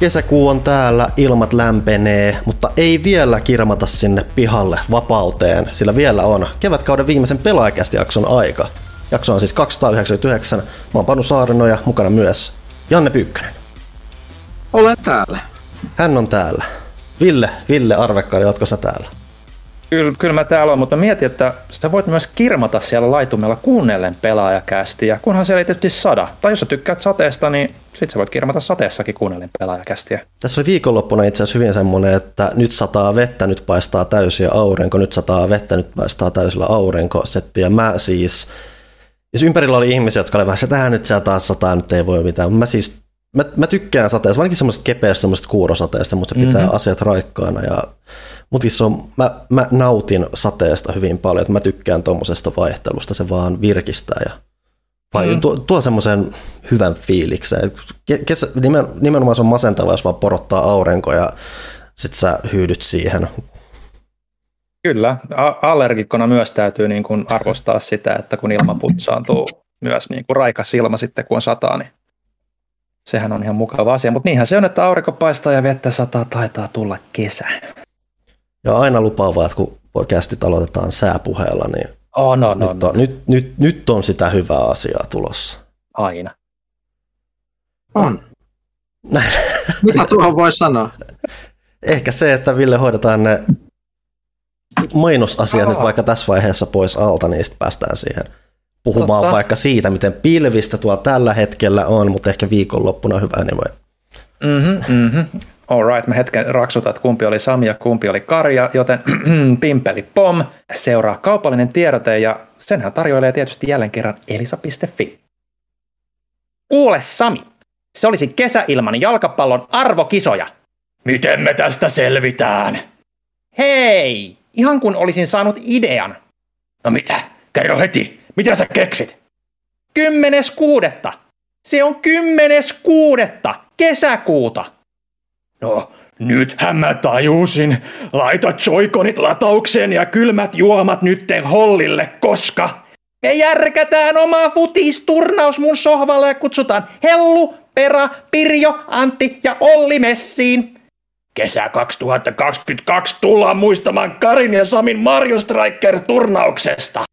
Kesäkuu on täällä, ilmat lämpenee, mutta ei vielä kirmata sinne pihalle vapauteen, sillä vielä on kevätkauden viimeisen Pelaajakästi-jakson aika. Jakso on siis 299. Mä oon Panu Saarenoja, mukana myös Janne Pyykkönen. Olen täällä. Hän on täällä. Ville Arvekkari, ootko sä täällä? Kyllä mä täällä on, mutta mietin, että sä voit myös kirmata siellä laitumella kuunnellen Pelaajakästiä, kunhan siellä ei tietysti sada. Tai jos sä tykkäät sateesta, niin sit sä voit kirmata sateessakin kuunnellen Pelaajakästiä. Tässä oli viikonloppuna itse asiassa hyvin semmoinen, että nyt sataa vettä, nyt paistaa täysiä aurinko, nyt sataa vettä, nyt paistaa täysillä aurinko-setti. Ja mä siis ympärillä oli ihmisiä, jotka olivat, että nyt se taas sataa, nyt ei voi mitään. Mä tykkään sateesta, varsinkin semmoisesta kepeästä, semmoisesta kuurosateesta, mutta se pitää asiat raikkaana. Mutta mä nautin sateesta hyvin paljon, että mä tykkään tuommoisesta vaihtelusta, se vaan virkistää ja tuo semmoisen hyvän fiiliksen. Nimenomaan se on masentava, jos vaan porottaa aurinko ja sit sä hyydyt siihen. Kyllä, allergikkona myös täytyy niin kuin arvostaa sitä, että kun ilma putsaantuu myös niin kuin raikas ilma sitten kun on sataa, niin sehän on ihan mukava asia. Mutta niinhän se on, että aurinko paistaa ja vettä sataa, taitaa tulla kesä. Ja aina lupaavaa, että kun podcastit aloitetaan sääpuheella, niin nyt on sitä hyvää asiaa tulossa. Aina. On. Mitä tuohon voi sanoa? Ehkä se, että Ville hoidetaan ne mainosasiat nyt vaikka tässä vaiheessa pois alta, niin sitten päästään siihen puhumaan vaikka siitä, miten pilvistä tuo tällä hetkellä on, mutta ehkä viikonloppuna hyvä niin voi. Alright, mä hetken raksutan, että kumpi oli Sami ja kumpi oli Karja, joten pimpeli pom, seuraa kaupallinen tiedote ja senhän tarjoilee tietysti jälleen kerran elisa.fi. Kuule Sami, se olisi kesäilman jalkapallon arvokisoja. Miten me tästä selvitään? Hei, ihan kun olisin saanut idean. No mitä? Kerro heti, mitä sä keksit? 10.6. Se on 10.6. kesäkuuta. No, nythän mä tajusin. Laita joikonit lataukseen ja kylmät juomat nytten hollille, koska me järkätään oma futisturnaus mun sohvalla ja kutsutaan Hellu, Pera, Pirjo, Antti ja Olli messiin. Kesä 2022 tullaan muistamaan Karin ja Samin Mario Striker-turnauksesta.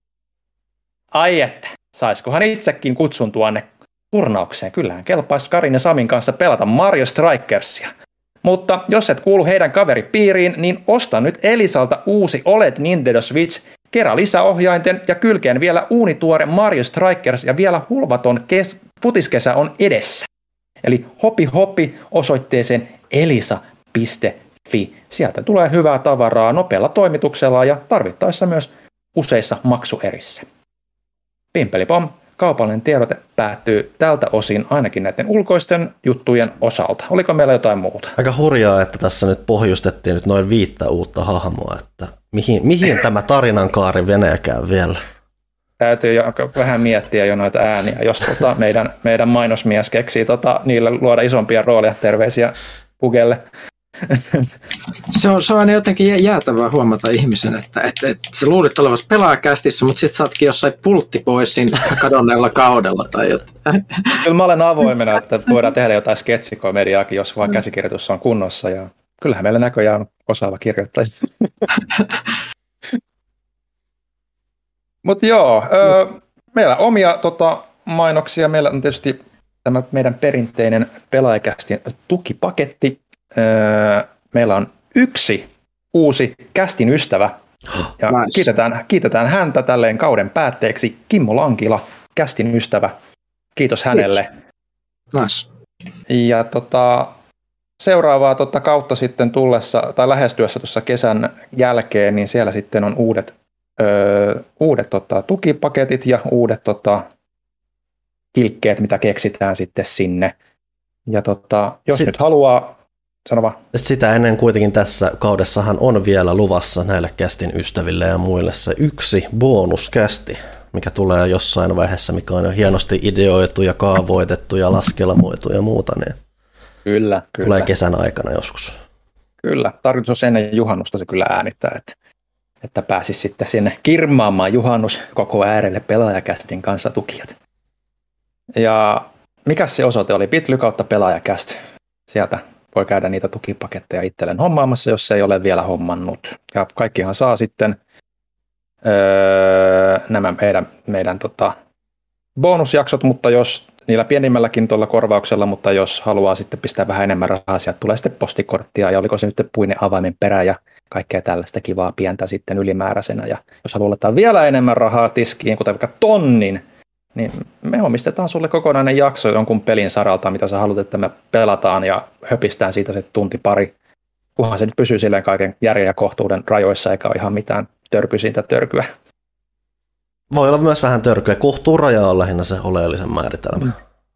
Ai että, saiskohan itsekin kutsun tuonne turnaukseen? Kyllähän kelpaisi Karin ja Samin kanssa pelata Mario Strikersia. Mutta jos et kuulu heidän kaveripiiriin, niin osta nyt Elisalta uusi OLED Nintendo Switch, kerää lisäohjainten ja kylkeen vielä uunituore Mario Strikers ja vielä hulvaton futiskesä on edessä. Eli hoppi osoitteeseen elisa.fi. Sieltä tulee hyvää tavaraa nopealla toimituksella ja tarvittaessa myös useissa maksuerissä. Pimpelipom. Kaupallinen tiedote päättyy tältä osin ainakin näiden ulkoisten juttujen osalta. Oliko meillä jotain muuta? Aika hurjaa, että tässä nyt pohjustettiin nyt noin 5 uutta hahmoa, että mihin tämä tarinankaari veneekään vielä? Täytyy vähän miettiä jo noita ääniä, jos meidän mainosmies keksii niille luoda isompia rooleja. Terveisiä Pugelle. Se on aina jotenkin jäätävää huomata ihmisen, että sä luulit olevasi Pelaajakästissä, mutta sit sä ootkin jossain pulttipoissin kadonneella kaudella tai jotain. Kyllä mä olen avoimena, että voidaan tehdä jotain sketsikomediaakin, jos vaan käsikirjoitus on kunnossa. Ja kyllähän meillä näköjään on osaava kirjoittaja. Mutta joo, meillä on omia mainoksia. Meillä on tietysti tämä meidän perinteinen Pelaajakästin tukipaketti. Meillä on yksi uusi kästin ystävä ja nice. kiitetään häntä tälleen kauden päätteeksi. Kimmo Lankila, kästin ystävä. Kiitos hänelle. Nice. Ja seuraavaa kautta sitten tullessa tai lähestyessä tuossa kesän jälkeen, niin siellä sitten on uudet tukipaketit ja uudet kilkkeet, mitä keksitään sitten sinne. Ja jos nyt haluaa sanova. Sitä ennen kuitenkin tässä kaudessahan on vielä luvassa näille kästin ystäville ja muille se yksi bonuskästi, mikä tulee jossain vaiheessa, mikä on jo hienosti ideoitu ja kaavoitettu ja laskelmoitu ja muuta. Niin kyllä. Tulee kesän aikana joskus. Kyllä, tarkoitus on ennen juhannusta se kyllä äänittää, että pääsisi sitten sinne kirmaamaan juhannus koko äärelle Pelaajakästin kanssa tukijat. Ja mikä se osoite oli? Bitly kautta Pelaajakäst. Sieltä voi käydä niitä tukipaketteja itselleen hommaamassa, jos se ei ole vielä hommannut. Ja kaikkihan saa sitten nämä meidän bonusjaksot, mutta jos niillä pienimmälläkin tuolla korvauksella, mutta jos haluaa sitten pistää vähän enemmän rahaa, sieltä tulee sitten postikorttia ja oliko se nyt puinen avaimen perä ja kaikkea tällaista kivaa pientä sitten ylimääräisenä. Ja jos haluaa laittaa vielä enemmän rahaa tiskiin, kuten vaikka 1 000, niin me omistetaan sulle kokonainen jakso jonkun pelin saralta, mitä sä haluat, että me pelataan ja höpistään siitä se tunti pari, kunhan se nyt pysyy silleen kaiken järjen ja kohtuuden rajoissa, eikä ole ihan mitään törkyisintä törkyä. Voi olla myös vähän törkyä. Kohtuuraja on lähinnä se oleellisen määritelmä.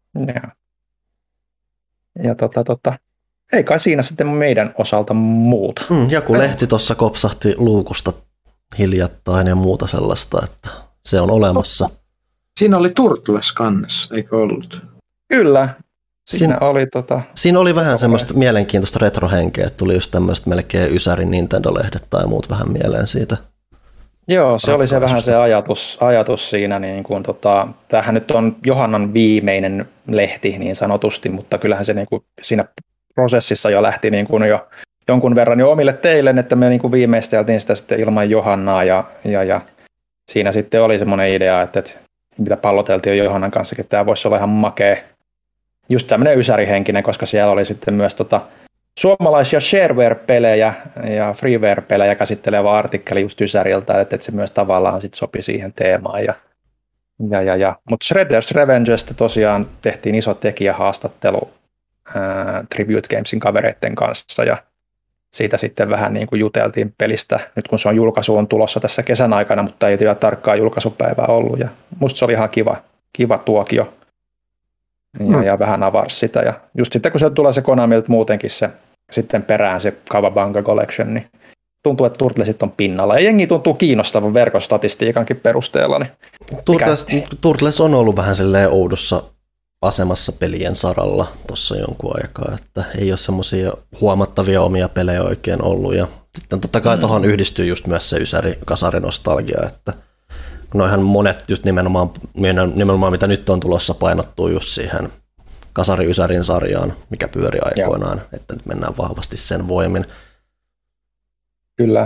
Ja ei kai siinä sitten meidän osalta muuta. Joku lehti tuossa kopsahti luukusta hiljattain ja muuta sellaista, että se on olemassa. Siinä oli Turtles kannessa, eikö ollut? Kyllä. Siinä oli vähän semmoista mielenkiintoista retrohenkeä, että tuli just tämmöistä melkein ysärin Nintendo-lehdet tai muut vähän mieleen siitä. Joo, se oli se vähän se ajatus siinä. Niin kuin, tämähän nyt on Johannan viimeinen lehti niin sanotusti, mutta kyllähän se niin kuin siinä prosessissa jo lähti niin kuin jo jonkun verran jo omille teille, että me niin kuin viimeisteltiin sitä sitten ilman Johannaa ja siinä sitten oli semmoinen idea, että mitä palloteltiin jo Johannan kanssa, että tämä voisi olla ihan makea, just tämmöinen ysärihenkinen, koska siellä oli sitten myös suomalaisia shareware-pelejä ja freeware-pelejä käsittelevä artikkeli just ysäriltä, että se myös tavallaan sitten sopi siihen teemaan. Mutta Shredder's Revengestä tosiaan tehtiin iso tekijähaastattelu Tribute Gamesin kavereiden kanssa ja siitä sitten vähän niin kuin juteltiin pelistä, nyt kun se on julkaisu on tulossa tässä kesän aikana, mutta ei vielä tarkkaa julkaisupäivää ollut. Ja musta se oli ihan kiva tuokio ja vähän avarsi sitä. Ja just sitten kun se tulee se Konamilta muutenkin se sitten perään se Kawabanga Collection, niin tuntuu, että Turtlesit on pinnalla. Ja jengi tuntuu kiinnostavan verkostatistiikankin perusteella. Niin Turtles on ollut vähän silleen oudossa asemassa pelien saralla tuossa jonkun aikaa, että ei ole semmoisia huomattavia omia pelejä oikein ollut. Ja sitten totta kai tuohon yhdistyy just myös se ysäri-kasarinostalgia, että noihän monet just nimenomaan mitä nyt on tulossa painottuu just siihen kasari-ysärin sarjaan, mikä pyöri aikoinaan, että nyt mennään vahvasti sen voimin. Kyllä,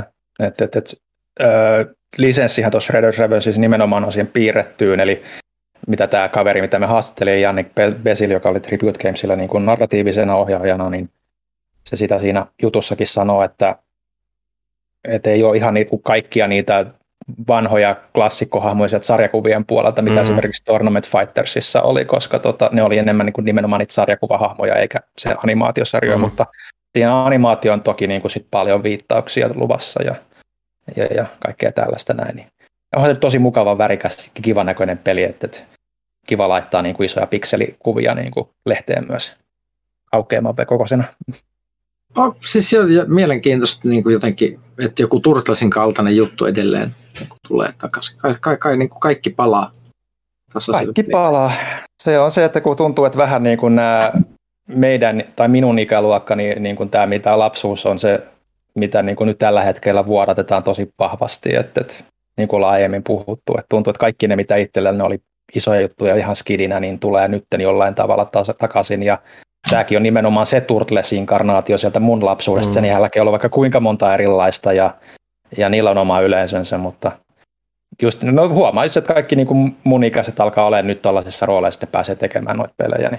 lisenssihän tuossa Shredder's Revenge siis nimenomaan on siihen piirrettyyn, eli mitä tämä kaveri, mitä me haastattelin, Jannik Besil, joka oli Tribute Gamesilla niin kuin narratiivisena ohjaajana, niin se sitä siinä jutussakin sanoo, että ei ole ihan niin kuin kaikkia niitä vanhoja klassikkohahmoja sarjakuvien puolelta, mitä esimerkiksi Tournament Fightersissa oli, koska ne oli enemmän niin kuin nimenomaan niitä sarjakuvahahmoja eikä se animaatiosarjoja, mutta siihen animaatioon toki niin kuin sit paljon viittauksia luvassa ja kaikkea tällaista näin. Niin. Onhan se tosi mukava, värikäs, kivan näköinen peli, että kiva laittaa niin kuin isoja pikselikuvia niin kuin lehteen myös aukeamaan kokoisena. Siis se on mielenkiintoista niin kuin jotenkin, että joku Turtlesin kaltainen juttu edelleen niin kuin tulee takaisin. Niin kuin kaikki palaa. Kaikki palaa. Se on se, että kun tuntuu, että vähän niin kuin nämä meidän tai minun ikäluokka, niin kuin tämä mitä lapsuus on se, mitä niin kuin nyt tällä hetkellä vuodatetaan tosi vahvasti, että niin kuin ollaan aiemmin puhuttu, että tuntuu, että kaikki ne, mitä itsellä oli isoja juttuja ihan skidinä, niin tulee nyt jollain tavalla takaisin. Ja tämäkin on nimenomaan se Turtles-inkarnaatio sieltä mun lapsuudesta. Sen jälkeen on ollut vaikka kuinka monta erilaista ja niillä on oma yleisönsä, mutta just, huomaa just, että kaikki niin kuin mun ikäiset alkaa olemaan nyt tällaisissa rooleissa, että ne pääsee tekemään noita pelejä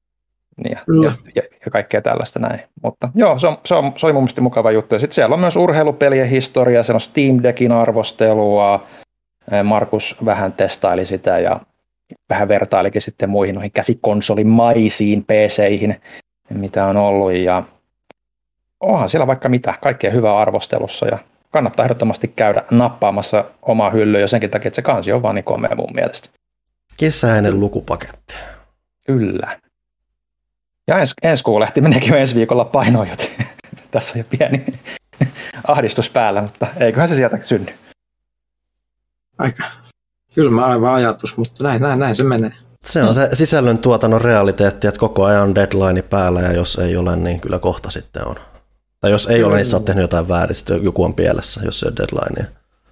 ja kaikkea tällaista näin. Mutta joo, se oli mun mielestä mukava juttu. Ja sitten siellä on myös urheilupelien historia, siellä on Steam Deckin arvostelua, Markus vähän testaili sitä ja vähän vertailikin sitten muihin noihin käsikonsolimaisiin PC-ihin, mitä on ollut. Ja onhan siellä vaikka mitä, kaikkea hyvää arvostelussa ja kannattaa ehdottomasti käydä nappaamassa omaa hyllyä jo senkin takia, että se kansi on vaan niin komea mun mielestä. Kesäinen lukupaketti. Kyllä. Ja ensi kuu lehti meneekin jo ensi viikolla painoon, joten tässä on jo pieni ahdistus päällä, mutta eiköhän se sieltä synny. Aika kylmä aivan ajatus, mutta näin se menee. Se on se sisällön tuotannon realiteetti, että koko ajan on deadline päällä ja jos ei ole, niin kyllä kohta sitten on. Tai jos ei ole, niin sä oot tehnyt jotain väärin, joku on pielessä, jos se on deadline.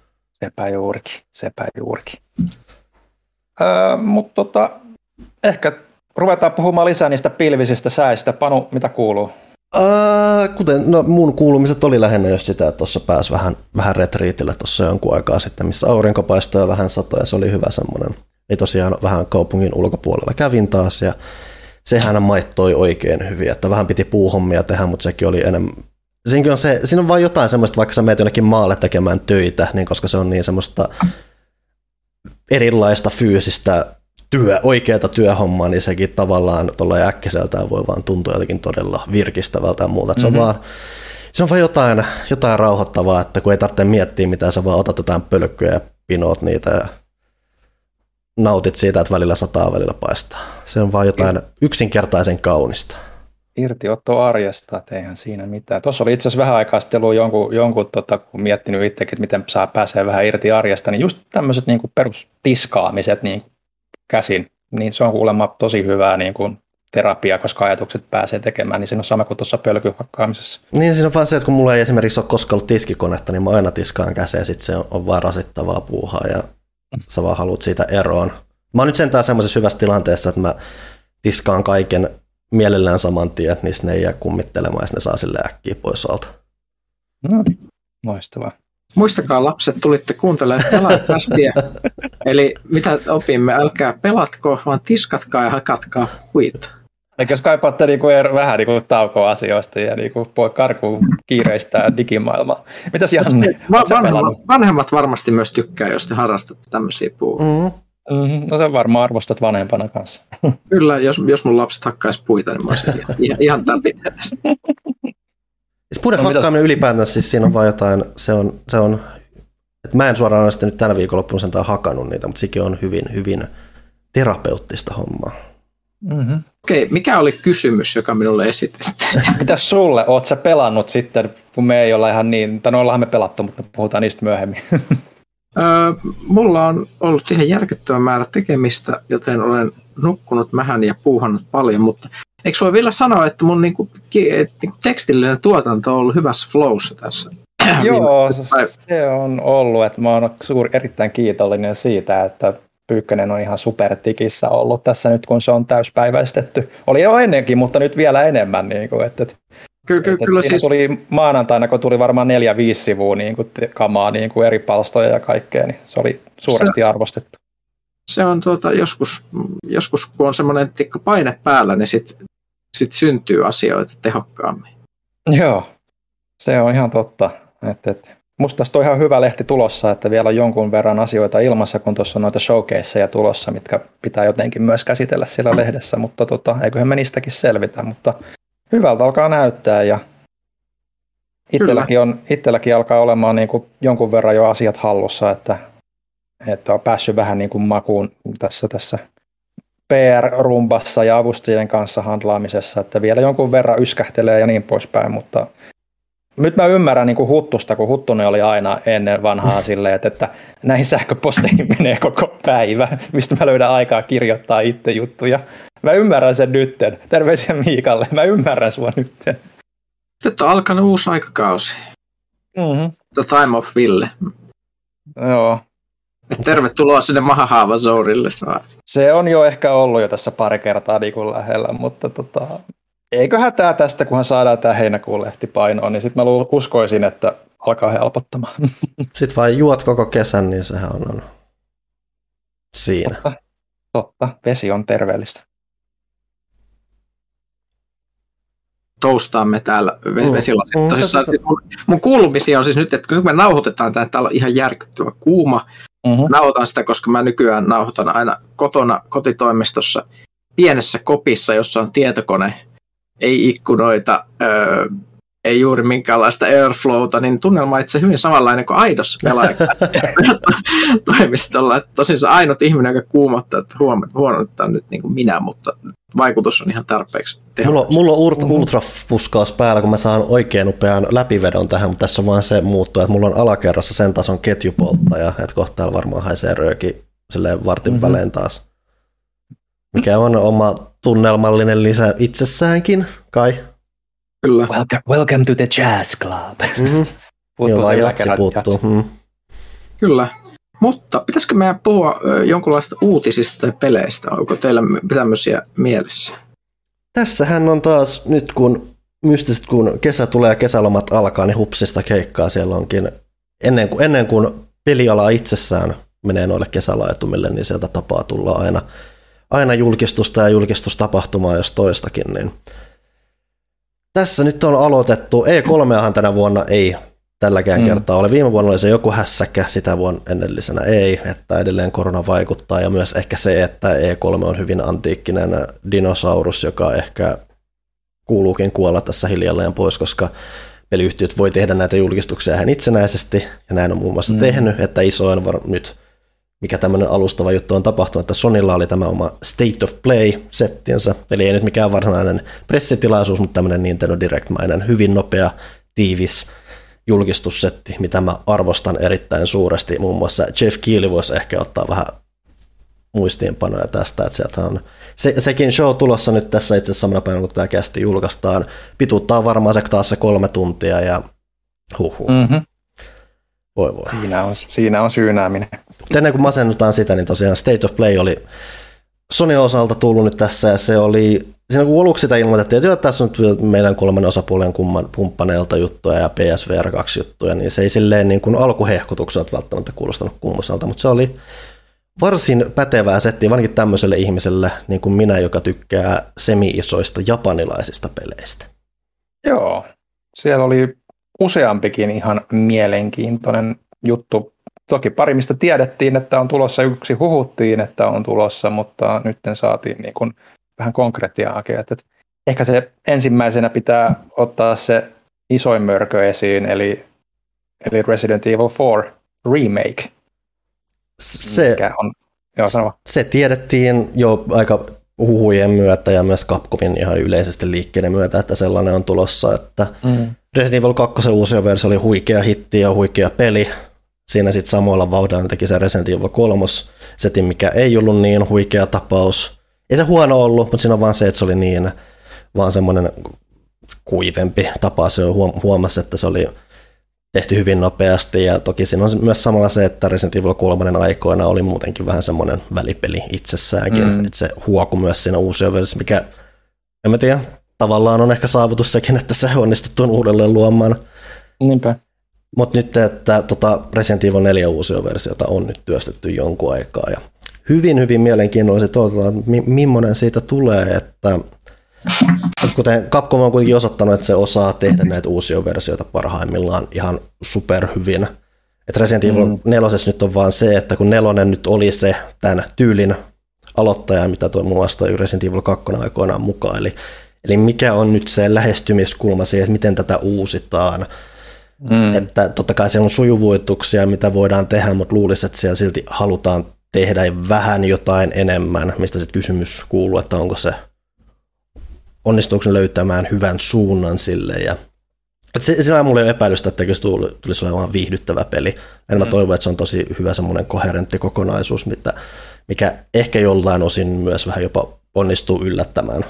Sepä juurikin. Mutta ehkä ruvetaan puhumaan lisää niistä pilvisistä säistä. Panu, mitä kuuluu? Kuten mun kuulumiset oli lähinnä just sitä, että tuossa pääsi vähän retriitillä tuossa jonkun aikaa sitten, missä aurinko paistoi ja vähän satoi ja se oli hyvä semmoinen. Ei tosiaan vähän kaupungin ulkopuolella kävin taas ja sehän maittoi oikein hyvin, että vähän piti puuhommia tehdä, mutta sekin oli enemmän. Siinä on vaan jotain semmoista, vaikka sä meet jonnekin maalle tekemään töitä, niin koska se on niin semmoista erilaista fyysistä oikeata työhommaa, niin sekin tavallaan tuolla äkkiseltään voi vaan tuntua jotenkin todella virkistävältä ja muuta. Se on vaan jotain rauhoittavaa, että kun ei tarvitse miettiä mitään, sä vaan otat jotain pölkkyjä ja pinoot niitä ja nautit siitä, että välillä sataa, välillä paistaa. Se on vaan jotain yksinkertaisen kaunista. Irtiotto arjesta, että eihän siinä mitään. Tuossa oli itse asiassa vähän aikaa sitten ollut jonkun kun miettinyt itsekin, että miten pääsee vähän irti arjesta, niin just tämmöiset niin kuin perustiskaamiset niin käsin, niin se on kuulemma tosi hyvää niin kuin terapia, koska ajatukset pääsee tekemään, niin siinä on sama kuin tuossa pölkyhakkaamisessa. Niin, siinä on vaan se, että kun mulla ei esimerkiksi ole koskaan ollut tiskikonetta, niin mä aina tiskaan käseen, ja sitten se on vaan rasittavaa puuhaa, ja sä vaan haluat siitä eroon. Mä oon nyt sentään semmoisessa hyvässä tilanteessa, että mä tiskaan kaiken mielellään saman tien, että niistä ne ei jää kummittelemaan, ja ne saa sille äkkiä pois alta. No, loistavaa. Muistakaa lapset, tulitte kuuntelemaan Pelaajakästiä. Eli mitä opimme, älkää pelatko, vaan tiskatkaa ja hakatkaa puita. Eli jos kaipaatte vähän taukoa asioista ja karkuun kiireistää digimaailmaa. Mitäs Janne? Vanhemmat varmasti myös tykkää, jos te harrastatte tämmöisiä puuhaa. No se varmaan arvostat vanhempana kanssa. Kyllä, jos mun lapset hakkaisi puita, niin mä olisin ihan täpin. Puiden hakkaaminen ylipäätään, siis siinä on vaan jotain, se on että mä en suoraan sitten nyt tänä viikonloppuna sentään hakannut niitä, mutta sekin on hyvin, hyvin terapeuttista hommaa. Mm-hmm. Okei, mikä oli kysymys, joka minulle esitettiin? Mitäs sulle? Oot sä pelannut sitten, kun me ei olla ihan niin, tai no ollaan me pelattu, mutta puhutaan niistä myöhemmin. Mulla on ollut ihan järkyttävä määrä tekemistä, joten olen nukkunut vähän ja puuhannut paljon, mutta eikö voi vielä sanoa, että mun tekstillinen tuotanto on ollut hyvässä flowssa tässä? Joo, se on ollut, että mä oon erittäin kiitollinen siitä, että Pyykkönen on ihan supertikissä ollut tässä nyt, kun se on täyspäiväistetty. Oli jo ennenkin, mutta nyt vielä enemmän. Kyllä siis tuli maanantaina, kun tuli varmaan 4-5 sivua kamaa, eri palstoja ja kaikkea, niin se oli suuresti arvostettu. Se on joskus, kun on semmoinen tikka paine päällä, niin sit syntyy asioita tehokkaammin. Joo, se on ihan totta. Musta tästä on ihan hyvä lehti tulossa, että vielä on jonkun verran asioita ilmassa, kun tuossa on noita showcaseja tulossa, mitkä pitää jotenkin myös käsitellä siellä lehdessä, mutta eiköhän me niistäkin selvitä, mutta hyvältä alkaa näyttää ja itselläkin alkaa olemaan niin kuin jonkun verran jo asiat hallussa, että on päässyt vähän niin kuin makuun tässä PR-rumbassa ja avustajien kanssa handlaamisessa, että vielä jonkun verran yskähtelee ja niin poispäin, mutta nyt mä ymmärrän niin kuin Huttusta, kun Huttunen oli aina ennen vanhaa silleen, että näihin sähköposteihin menee koko päivä, mistä mä löydän aikaa kirjoittaa itse juttuja. Mä ymmärrän sen nytten. Terveisiä Miikalle, mä ymmärrän sua nytten. Nyt on alkanut uusi aikakausi. Mm-hmm. The time of Ville. Joo. Tervetuloa sinne Mahahaava-zourille. Se on jo ehkä ollut jo tässä pari kertaa niin kuin lähellä, mutta eiköhän tämä tästä, kunhan saadaan tämä heinäkuun lehti painoon, niin sitten mä uskoisin, että alkaa helpottamaan. Sitten vaan juot koko kesän, niin sehän on siinä. Totta. Vesi on terveellistä. Toustaamme täällä vesilasit. Tosissaan mun kuulumisia on siis nyt, että kun me nauhoitetaan täällä on ihan järkyttävä kuuma. Nauhoitan sitä, koska mä nykyään nauhoitan aina kotona kotitoimistossa pienessä kopissa, jossa on tietokone, ei ikkunoita, ei juuri minkäänlaista airflowta, niin tunnelma on itse hyvin samanlainen kuin aidossa pelaajakästissä-toimistolla. Tosin se ainut ihminen, joka kuumottaa, että huonottaa nyt niin kuin minä, mutta vaikutus on ihan tarpeeksi tehokas. Mulla on ultrafuskaus päällä, kun mä saan oikein upean läpivedon tähän, mutta tässä on vaan se muuttuu, että mulla on alakerrassa sen tason ketjupolttaja, että kohta täällä varmaan haisee rööki silleen vartin välein taas. Mikä on oma tunnelmallinen lisä itsessäänkin, kai? Kyllä. Welcome to the jazz club. Joo, vaan jatsi puuttuu. Kyllä. Mutta pitäisikö meidän puhua jonkunlaista uutisista tai peleistä? Onko teillä tämmöisiä mielessä? Tässähän on taas nyt, kun mystisesti, kun kesä tulee ja kesälomat alkaa, niin hupsista keikkaa siellä onkin. Ennen kuin peliala itsessään menee noille kesälaitumille, niin sieltä tapaa tulla aina julkistusta ja julkistustapahtumaa jos toistakin. Niin. Tässä nyt on aloitettu. E3han tänä vuonna ei tälläkään kertaa ole. Viime vuonna oli se joku hässäkkä, sitä vuonna edellisenä ei, että edelleen korona vaikuttaa. Ja myös ehkä se, että E3 on hyvin antiikkinen dinosaurus, joka ehkä kuuluukin kuolla tässä hiljalleen pois, koska peliyhtiöt voi tehdä näitä julkistuksia ihan itsenäisesti, ja näin on muun muassa tehnyt, että isoin nyt, mikä tämmöinen alustava juttu on tapahtunut, että Sonylla oli tämä oma State of Play-settinsä, eli ei nyt mikään varsinainen pressitilaisuus, mutta tämmöinen Nintendo Direct-mainen, hyvin nopea, tiivis julkistussetti, mitä mä arvostan erittäin suuresti. Muun muassa Jeff Keighley voisi ehkä ottaa vähän muistiinpanoja tästä, että sieltä on sekin show tulossa nyt tässä itse asiassa samana päivänä, kun tämä kästi julkaistaan. Pituuttaa varmaan se taas se 3 tuntia ja Voi. Siinä on syynääminen. Ennen kuin masennutaan sitä, niin tosiaan State of Play oli Sonyn osalta tullut nyt tässä, ja se oli, siinä kun aluksi sitä ilmoitettiin, että tässä on nyt meidän 3 osapuolen kumppaneilta juttuja ja PSVR 2 juttuja, niin se ei silleen niin kuin alkuhehkutukselta välttämättä kuulostanut kummoselta, mutta se oli varsin pätevää settiä, varsinkin tämmöiselle ihmiselle, niin kuin minä, joka tykkää semi-isoista japanilaisista peleistä. Joo, siellä oli useampikin ihan mielenkiintoinen juttu. Toki pari, mistä tiedettiin, että on tulossa, yksi huhuttiin, että on tulossa, mutta nyt saatiin niin kuin vähän konkretiaakin. Että ehkä se ensimmäisenä pitää ottaa se isoin mörkö esiin, eli Resident Evil 4 Remake. Se tiedettiin jo aika huhujen myötä ja myös Capcomin ihan yleisesti liikkeiden myötä, että sellainen on tulossa. Että Resident Evil 2 uusi versio oli huikea hitti ja huikea peli. Siinä sitten samoilla vauhdilla teki se Resident Evil 3 setin, mikä ei ollut niin huikea tapaus. Ei se huono ollut, mutta siinä on vaan se, että se oli niin vaan semmoinen kuivempi tapaus. Se huomasi, että se oli tehty hyvin nopeasti, ja toki siinä on myös samalla se, että Resident Evil 3 aikoina oli muutenkin vähän semmoinen välipeli itsessäänkin, että se huokui myös siinä uusia versio, mikä, en mä tiedä, tavallaan on ehkä saavutus sekin, että se onnistuttuun uudelleen luomaan. Niinpä. Mutta nyt, että Resident Evil 4 uusia versiota on nyt työstetty jonkun aikaa, ja hyvin mielenkiintoisesti toivotaan, että millainen siitä tulee, että kuten Capcom on kuitenkin osoittanut, että se osaa tehdä näitä uusia versioita parhaimmillaan ihan superhyvin. Että Resident Evil 4 nyt on vaan se, että kun 4 nyt oli se tämän tyylin aloittaja, mitä tuo muun muassa Resident Evil 2 aikoinaan mukaan. Eli mikä on nyt se lähestymiskulma siihen, että miten tätä uusitaan. Että totta kai siellä on sujuvoituksia, mitä voidaan tehdä, mutta luulisin, että siellä silti halutaan tehdä vähän jotain enemmän, mistä sitten kysymys kuuluu, että onko se onnistuuko löytämään hyvän suunnan sille. Ja siinä mulla ei ole epäilystä, että se tulisi olemaan viihdyttävä peli. Mä toivon, että se on tosi hyvä semmoinen koherentti kokonaisuus, mikä ehkä jollain osin myös vähän jopa onnistuu yllättämään.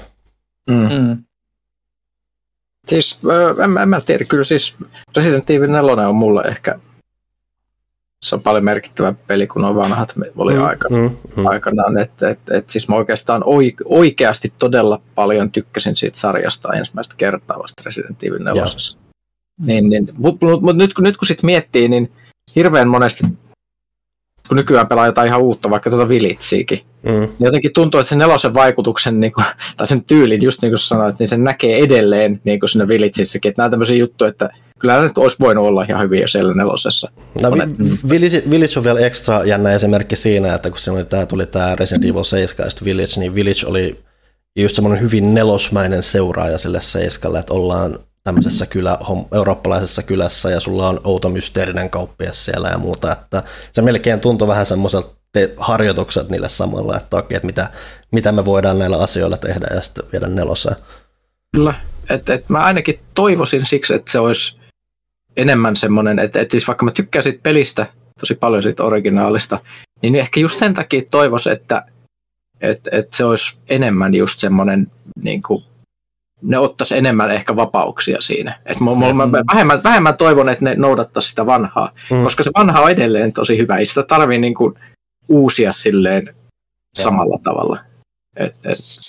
Siis en mä tiedä, kyllä siis Resident Evil 4 on mulle ehkä, se on paljon merkittävä peli, kun nuo vanhat oli aikanaan, että siis mä oikeastaan oikeasti todella paljon tykkäsin siitä sarjasta ensimmäistä kertaa vasta Resident Evil 4. Mutta nyt kun sit miettii, niin hirveän monesti, kun nykyään pelaa jotain ihan uutta, vaikka tuota Villageakin, niin jotenkin tuntuu, että sen 4 vaikutuksen, niin kuin, tai sen tyylin, just niin kuin sanoit, niin sen näkee edelleen niin kuin siinä Villageissakin, että nämä tämmöisiä juttuja, että kyllä nyt olisi voinut olla ihan hyviä jo siellä 4. No, Village on vielä ekstra jännä esimerkki siinä, että kun tuli tämä Resident Evil 7 Village, niin Village oli just semmoinen hyvin 4-mäinen seuraaja sille 7, että ollaan tämmöisessä eurooppalaisessa kylässä ja sulla on outo mysteerinen kauppias siellä ja muuta, että se melkein tuntui vähän semmoiselta harjoitukset niille samalla, että okei, että mitä me voidaan näillä asioilla tehdä ja sitten viedä 4. Kyllä, että mä ainakin toivoisin siksi, että se olisi enemmän semmoinen, että siis vaikka mä tykkään siitä pelistä tosi paljon siitä originaalista, niin ehkä just sen takia toivoisin, että se olisi enemmän just semmoinen, niin kuin, ne ottaisi enemmän ehkä vapauksia siinä. Että mä vähemmän toivon, että ne noudattaisi sitä vanhaa, koska se vanha on edelleen tosi hyvä. Ei sitä tarvitse niin kuin uusia silleen samalla tavalla.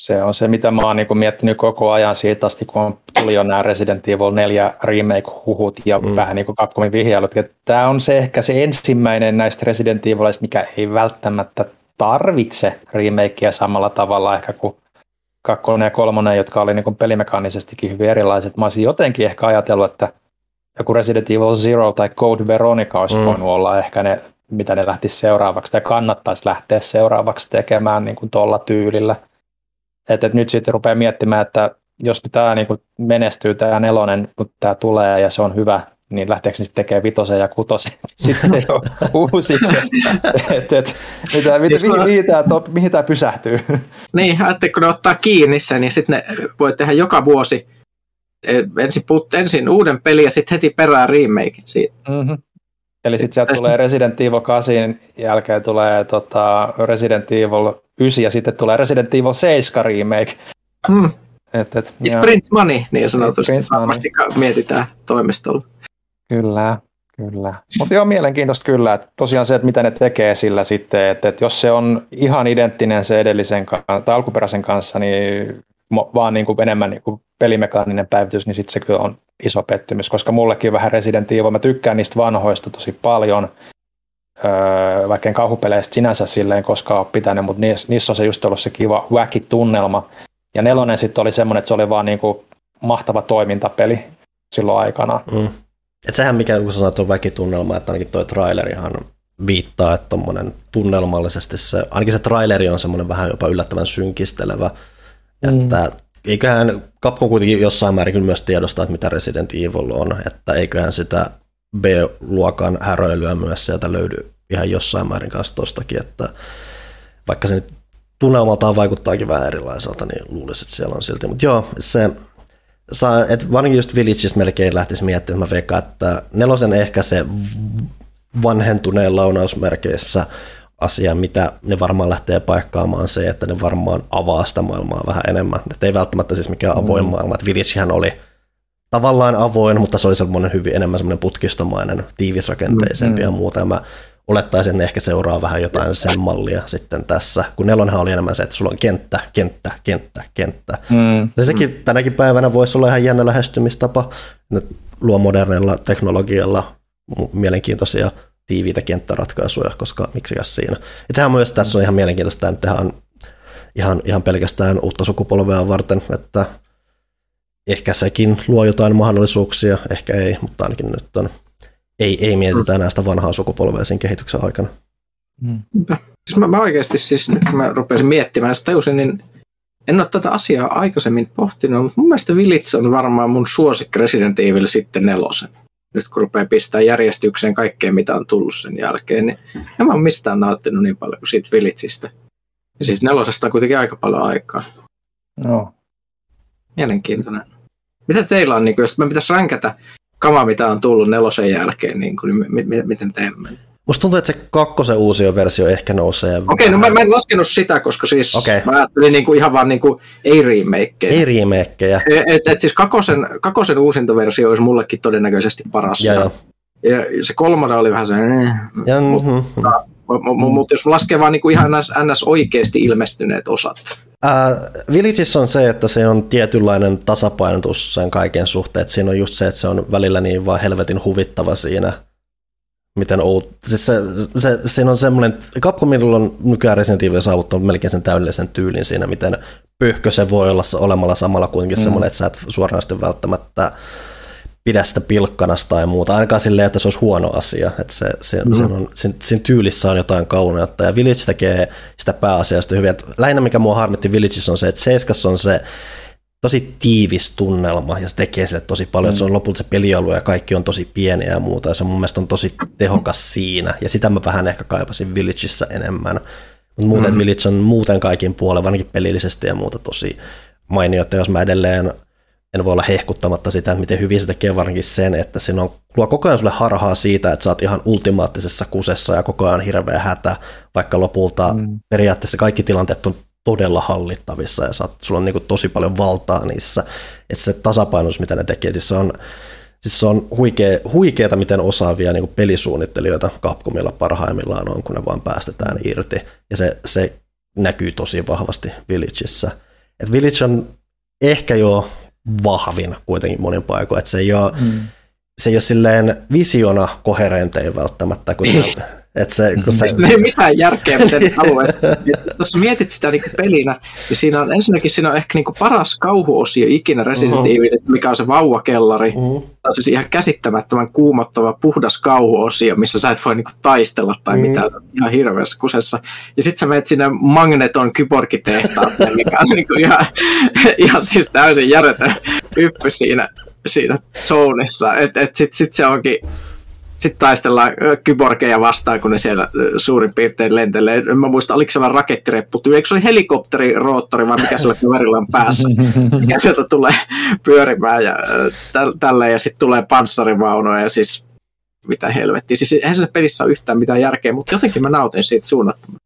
Se on se, mitä mä oon niin miettinyt koko ajan siitä asti, kun tuli jo nämä Resident Evil 4 remake-huhut ja vähän niin kuin Capcomin vihjailut. Tämä on se ehkä se ensimmäinen näistä Resident Evilista, mikä ei välttämättä tarvitse remakea samalla tavalla ehkä kuin 2 ja 3, jotka oli niin kuin pelimekaanisestikin hyvin erilaiset. Mä olisin jotenkin ehkä ajatellut, että joku Resident Evil Zero tai Code Veronica olisi voinut olla ehkä ne, mitä ne lähtisi seuraavaksi tai kannattaisi lähteä seuraavaksi tekemään niin kuin tuolla tyylillä. Että nyt sitten rupeaa miettimään, että jos tämä niin kuin menestyy, tämä 4, kun tämä tulee ja se on hyvä, niin lähteekö ne sitten tekemään 5 ja 6 sitten uusiksi. Mihin tämä pysähtyy? Niin, ajattelin, kun ne ottaa kiinni sen, niin sitten ne voi tehdä joka vuosi ensin uuden pelin ja sitten heti perään remake siitä. Mm-hmm. Eli sitten sieltä tulee Resident Evil 8, jälkeen tulee Resident Evil 9 ja sitten tulee Resident Evil 7 remake. It's print money, niin sanotusti. Varmasti mietitään toimistolla. Kyllä. Mutta joo, mielenkiintoista kyllä. Että tosiaan se, että mitä ne tekee sillä sitten, että jos se on ihan identtinen se edellisen tai alkuperäisen kanssa, niin vaan niin kuin enemmän niin kuin pelimekaaninen päivitys, niin sitten se kyllä on iso pettymys, koska mullekin vähän Resident Evil, mä tykkään niistä vanhoista tosi paljon, vaikka en kauhupeleistä sinänsä silleen koskaan ole pitänyt, mutta niissä on se just ollut se kiva wacky-tunnelma. Ja 4 sitten oli semmoinen, että se oli vaan niin kuin mahtava toimintapeli silloin aikana. Et sehän mikä, kun sä sanoit tuon wacky-tunnelma, että ainakin toi trailerihan viittaa, että tommonen tunnelmallisesti se, ainakin se traileri on semmoinen vähän jopa yllättävän synkistelevä, että eiköhän Capcom kuitenkin jossain määrin kyllä myös tiedostaa, että mitä Resident Evil on, että eiköhän sitä B-luokan häröilyä myös sieltä löydy ihan jossain määrin kanssa tostakin, että vaikka se nyt tunnelmaltaan vaikuttaakin vähän erilaiselta, niin luulisin, että siellä on silti. Mutta joo, se, että varsinkin just Villageista melkein lähtisi miettimään, että mä veikkaan, että 4 ehkä se vanhentuneen launausmerkeissä asia, mitä ne varmaan lähtee paikkaamaan se, että ne varmaan avaa sitä maailmaa vähän enemmän. Että ei välttämättä siis mikään avoin maailma. Että Villagehän oli tavallaan avoin, mutta se oli semmoinen hyvin enemmän semmoinen putkistomainen, tiivisrakenteisempi ja muuta. Ja mä olettaisin, että ne ehkä seuraa vähän jotain sen mallia sitten tässä. Kun 4 oli enemmän se, että sulla on kenttä. Ja sekin tänäkin päivänä voisi olla ihan jännä lähestymistapa. Ne luo modernilla teknologialla mielenkiintoisia tiiviitä kenttäratkaisuja, koska miksikäs siinä. Et sehän myös tässä on ihan mielenkiintoista, että tehdään ihan pelkästään uutta sukupolvea varten, että ehkä sekin luo jotain mahdollisuuksia, ehkä ei, mutta ainakin nyt on, ei mietitä enää sitä vanhaa sukupolvea siinä kehityksen aikana. Mä oikeasti siis, nyt kun mä rupesin miettimään, jos tajusin, niin en ole tätä asiaa aikaisemmin pohtinut, mutta mun mielestä Village on varmaan mun suosikki Resident Evil sitten 4. Nyt kun rupeaa pistää järjestykseen kaikkea, mitä on tullut sen jälkeen, niin en mä ole mistään nauttinut niin paljon kuin siitä Villageista. Ja siis 4 on kuitenkin aika paljon aikaa. No. Mielenkiintoinen. Mitä teillä on, niin jos me pitäisi ränkätä kamaa, mitä on tullut 4 jälkeen, niin miten teillä menee? Musta tuntuu, että se 2 uusi versio ehkä nousee. Okei, no mä en laskenut sitä, koska siis mä ajattelin niinku ihan vaan niinku ei-remakeja. Ei remakeja. Et siis 2 uusintaversio olisi mullekin todennäköisesti paras. Ja se 3 oli vähän se, mutta jos laskee vaan niinku ihan ns. Oikeasti ilmestyneet osat. Villages on se, että se on tietynlainen tasapainotus sen kaiken suhteen. Siinä on just se, että se on välillä niin vaan helvetin huvittava siinä. Miten siis siinä on semmoinen, Capcomilla on nykyään Resident Evil saavuttanut melkein sen täydellisen tyylin siinä, miten pöhkö se voi olla olemalla samalla kuitenkin semmoinen, että sä et suoranaisesti välttämättä pidä sitä pilkkanasta tai muuta, ainakaan silleen, että se olisi huono asia, että siinä tyylissä on jotain kauneutta, ja Village tekee sitä pääasiasta hyvin. Lähinnä mikä mua harmitti Villages on se, että 7 on se tosi tiivis tunnelma, ja se tekee sille tosi paljon, että se on lopulta se pelialue, ja kaikki on tosi pieniä ja muuta, ja se mun mielestä on tosi tehokas siinä, ja sitä mä vähän ehkä kaipasin Villageissa enemmän. Mutta muuten Village on muuten kaikin puolella, ainakin pelillisesti ja muuta tosi mainio, että jos mä edelleen en voi olla hehkuttamatta sitä, että miten hyvin se tekee varsinkin sen, että se luo koko ajan sulle harhaa siitä, että sä oot ihan ultimaattisessa kusessa ja koko ajan hirveä hätä, vaikka lopulta periaatteessa kaikki tilanteet on todella hallittavissa ja sulla on niin kuin tosi paljon valtaa niissä. Että se tasapainotus, mitä ne tekee, siis se on huikeeta, miten osaavia niin kuin pelisuunnittelijoita Capcomilla parhaimmillaan on, kun ne vaan päästetään irti. Ja se näkyy tosi vahvasti Villageissa. Et Village on ehkä jo vahvin kuitenkin monin paikoin, että se ei ole silleen visiona koherentein välttämättä, kun se ei mitään järkeä, miten haluat. Jos mietit sitä niin pelinä, niin siinä on ehkä niin paras kauhuosio ikinä Resident Evil, mikä on se vauvakellari. On siis ihan käsittämättömän kuumottava, puhdas kauhuosio, missä sä et voi niin taistella tai mitään ihan hirveässä kusessa. Ja sit sä menet sinne Magneton kyborgitehtaaseen, mikä on niin ihan siis täysin järjetön hyppy siinä zoneissa. Sit se onkin... Sitten taistellaan kyborgeja vastaan, kun ne siellä suurin piirtein lentelee. Mä muistan, oliko siellä rakettireppu, eikö se oli helikopteriroottori vai mikä siellä kaverilla on päässä, mikä sieltä tulee pyörimään ja tälleen, ja sitten tulee panssarivaunoja ja siis mitä helvettiä. Siis eihän se pelissä ole yhtään mitään järkeä, mutta jotenkin mä nautin siitä suunnattomasti.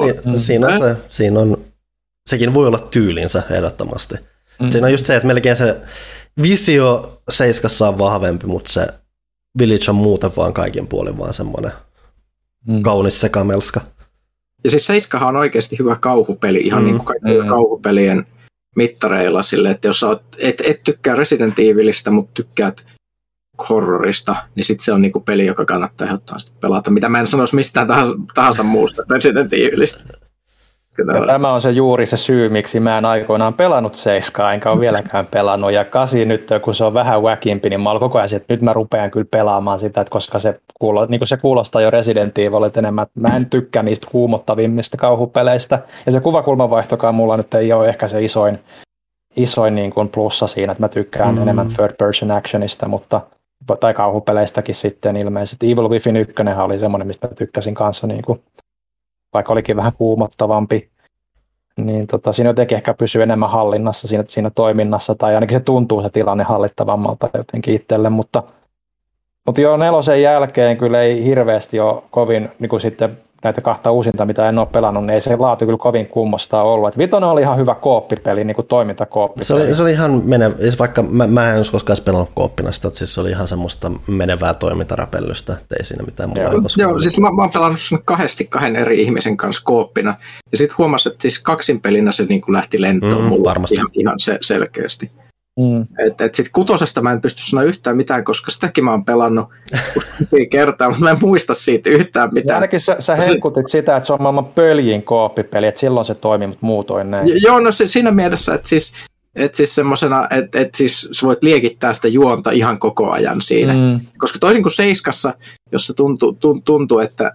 Siinä on, sekin voi olla tyylinsä ehdottomasti. Siinä on just se, että melkein se visio 7 on vahvempi, mutta se Village on muuten vaan kaikin puolin vaan semmoinen kaunis sekamelska. Ja siis 7 on oikeasti hyvä kauhupeli, ihan niin kuin kaikkien kauhupelien mittareilla silleen, että jos sä et tykkää Resident Evilistä, mutta tykkäät horrorista, niin sitten se on niin kuin peli, joka kannattaa ehdottomasti pelata, mitä mä en sanoisi mistään tahansa muusta Resident Evilistä. Ja tämä on se juuri se syy, miksi mä en aikoinaan pelannut 7, enkä ole vieläkään pelannut. Ja 8 nyt, kun se on vähän wäkimpi, niin mä olen koko ajan, että nyt mä rupean kyllä pelaamaan sitä, että koska se kuulostaa jo Resident Evililta enemmän. Mä en tykkää niistä kuumottavimmista kauhupeleistä. Ja se kuvakulmanvaihtokaan mulla nyt ei ole ehkä se isoin niin kuin plussa siinä, että mä tykkään enemmän third person actionista, tai kauhupeleistäkin sitten ilmeisesti. Evil Within 1 oli semmoinen, mistä mä tykkäsin kanssa niin kuin, vaikka olikin vähän kuumottavampi, niin siinä jotenkin ehkä pysyy enemmän hallinnassa siinä toiminnassa, tai ainakin se tuntuu se tilanne hallittavammalta jotenkin itselle, mutta joo, 4 jälkeen kyllä ei hirveästi ole kovin, niin kuin sitten näitä 2 uusinta, mitä en ole pelannut, niin ei se laatu kyllä kovin kummostaa ollut. Et 5 oli ihan hyvä kooppipeli, niin kuin toimintakooppipeli. Se oli ihan vaikka mä en koskaan pelannut kooppina sitä, että siis se oli ihan semmoista menevää toimintaräpellystä, ettei siinä mitään muuta. Joo, siis mä oon pelannut sen 2 eri ihmisen kanssa kooppina, ja sitten huomasin, että siis kaksinpelinä se niin kuin lähti lentoon mulla ihan selkeästi. Et sit 6 mä en pysty sanoa yhtään mitään, koska sitäkin mä oon pelannut kertaa, mutta mä en muista siitä yhtään mitään. Ja ainakin sä henkutit sitä, että se on maailman pöljin kooppipeli, että silloin se toimii, mutta muutoin näin. Joo, no siinä mielessä, että siis semmosena, että siis sä voit liekittää sitä juonta ihan koko ajan siinä. Koska toisin kuin 7, jossa tuntuu että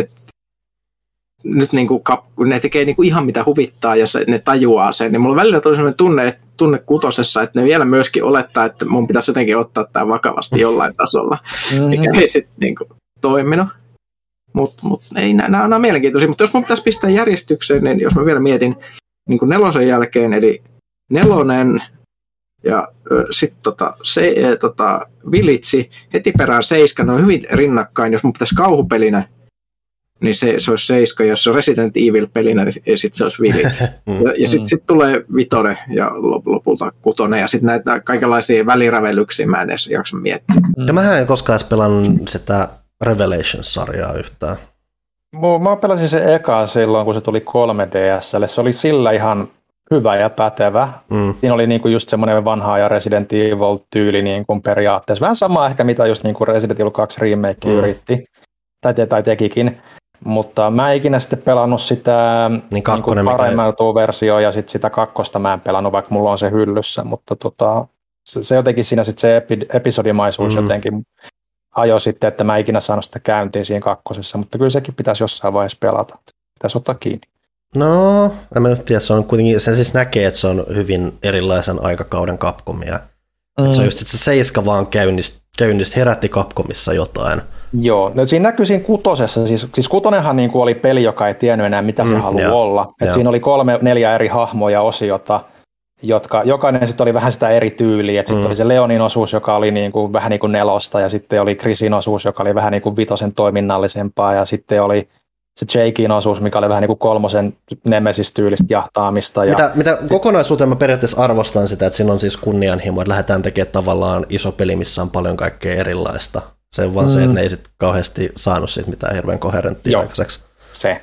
nyt niinku, ne tekee niinku ihan mitä huvittaa ja ne tajuaa sen, niin mulla välillä tuli sellainen tunne 6, että ne vielä myöskin olettaa, että mun pitäisi jotenkin ottaa tämä vakavasti jollain tasolla, mikä ei sitten niinku toiminut. Mutta ei, nämä on mielenkiintoisia, mutta jos mun pitäisi pistää järjestykseen, niin jos mä vielä mietin niin 4 jälkeen, eli 4 ja sitten Village, heti perään 7, ne on hyvin rinnakkain, jos mun pitäisi kauhupelinä, niin se olisi 7, jos se on Resident Evil-pelinä, niin sitten se olisi Village. Ja sitten tulee 5 ja lopulta 6, ja sitten näitä kaikenlaisia välirävelyksiä mä en edes jaksa miettiä. Ja mähän en koskaan edes pelannut sitä Revelations-sarjaa yhtään. Mä pelasin se eka silloin, kun se tuli 3DS:lle. Se oli sillä ihan hyvä ja pätevä. Siinä oli niinku just semmoinen vanha ja Resident Evil-tyyli niinku periaatteessa. Vähän sama ehkä, mitä just niinku Resident Evil 2 remake yritti. Tai tekikin. Mutta mä en ikinä sitten pelannut sitä niin paremmaltua versioa ja sitten sitä 2 mä en pelannut, vaikka mulla on se hyllyssä, mutta se jotenkin siinä sitten se episodimaisuus jotenkin ajoi sitten, että mä en ikinä saanut sitä käyntiin siinä 2, mutta kyllä sekin pitäisi jossain vaiheessa pelata. Pitäisi ottaa kiinni. No, en mä nyt tiedä, se on kuitenkin, sen siis näkee, että se on hyvin erilaisen aikakauden Capcomia. Että se on just, että se 7 vaan herätti Capcomissa jotain. Joo, no siinä näkyy siinä 6, siis 6 niin oli peli, joka ei tiennyt enää mitä se haluaa olla. Et siinä oli 3-4 eri hahmoja ja osiota, jotka jokainen sitten oli vähän sitä eri tyyliä. Sitten oli se Leonin osuus, joka oli niin kuin, vähän niin kuin 4, ja sitten oli Chrisin osuus, joka oli vähän niin kuin 5 toiminnallisempaa, ja sitten oli se Jakein osuus, mikä oli vähän niin kuin 3 Nemesis-tyylistä jahtaamista. Mitä kokonaisuuteen mä periaatteessa arvostan sitä, että siinä on siis kunnianhimo, että lähdetään tekemään tavallaan iso peli, missä on paljon kaikkea erilaista. Se on vaan se, että ne ei sitten kauheasti saanut siitä mitään hirveän koherenttia aikaiseksi. Se.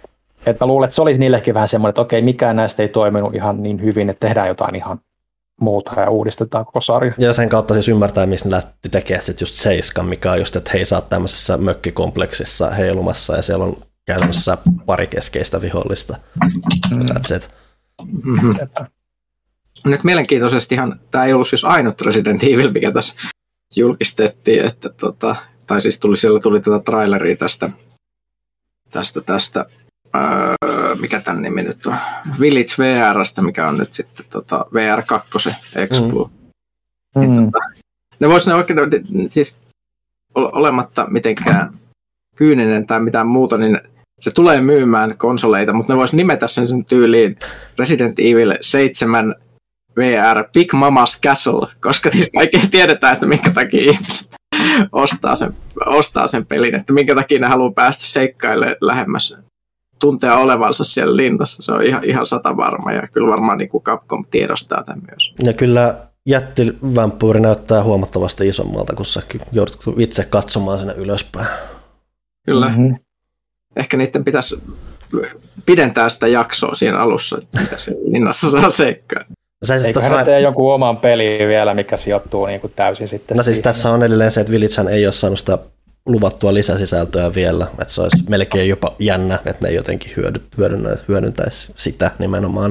Että mä luulen, että se olisi niillekin vähän semmoinen, että okei, mikään näistä ei toiminut ihan niin hyvin, että tehdään jotain ihan muuta ja uudistetaan koko sarja. Ja sen kautta siis ymmärtää, missä ne lähti tekemään sitten just 7, mikä on just, että he ei saa tämmöisessä mökkikompleksissa heilumassa ja siellä on käytännössä pari keskeistä vihollista. That's it. Mm-hmm. Nyt mielenkiintoisestihan tämä ei ollut siis ainut Resident Evil, mikä tässä julkistettiin, että tai siis tuli traileria tästä mikä tämän nimi nyt on, Village VR:stä, mikä on nyt sitten VR 2 Explo. Ne vois ne oikein, siis olematta mitenkään kyyninen tai mitään muuta, niin se tulee myymään konsoleita, mutta ne vois nimetä sen tyyliin Resident Evil 7 VR Big Mama's Castle, koska kaikki tiedetään, että minkä takia ihmiset ostaa sen pelin, että minkä takia ne haluaa päästä seikkailemaan lähemmäs, tuntea olevansa siellä linnassa. Se on ihan 100 varma ja kyllä varmaan niin kuin Capcom tiedostaa tämän myös. Ja kyllä jättivampyyri näyttää huomattavasti isommalta, kun sä joudut itse katsomaan sinne ylöspäin. Kyllä. Ehkä niiden pitäisi pidentää sitä jaksoa siinä alussa, että mitä siellä linnassa saa seikkailla. Eiköhän ne tee jonkun oman peliin vielä, mikä sijoittuu niin kuin täysin sitten. No siis tässä on edelleen se, että Villagehän ei ole saanut sitä luvattua lisäsisältöä vielä, että se olisi melkein jopa jännä, että ne jotenkin hyödyntäisi sitä nimenomaan.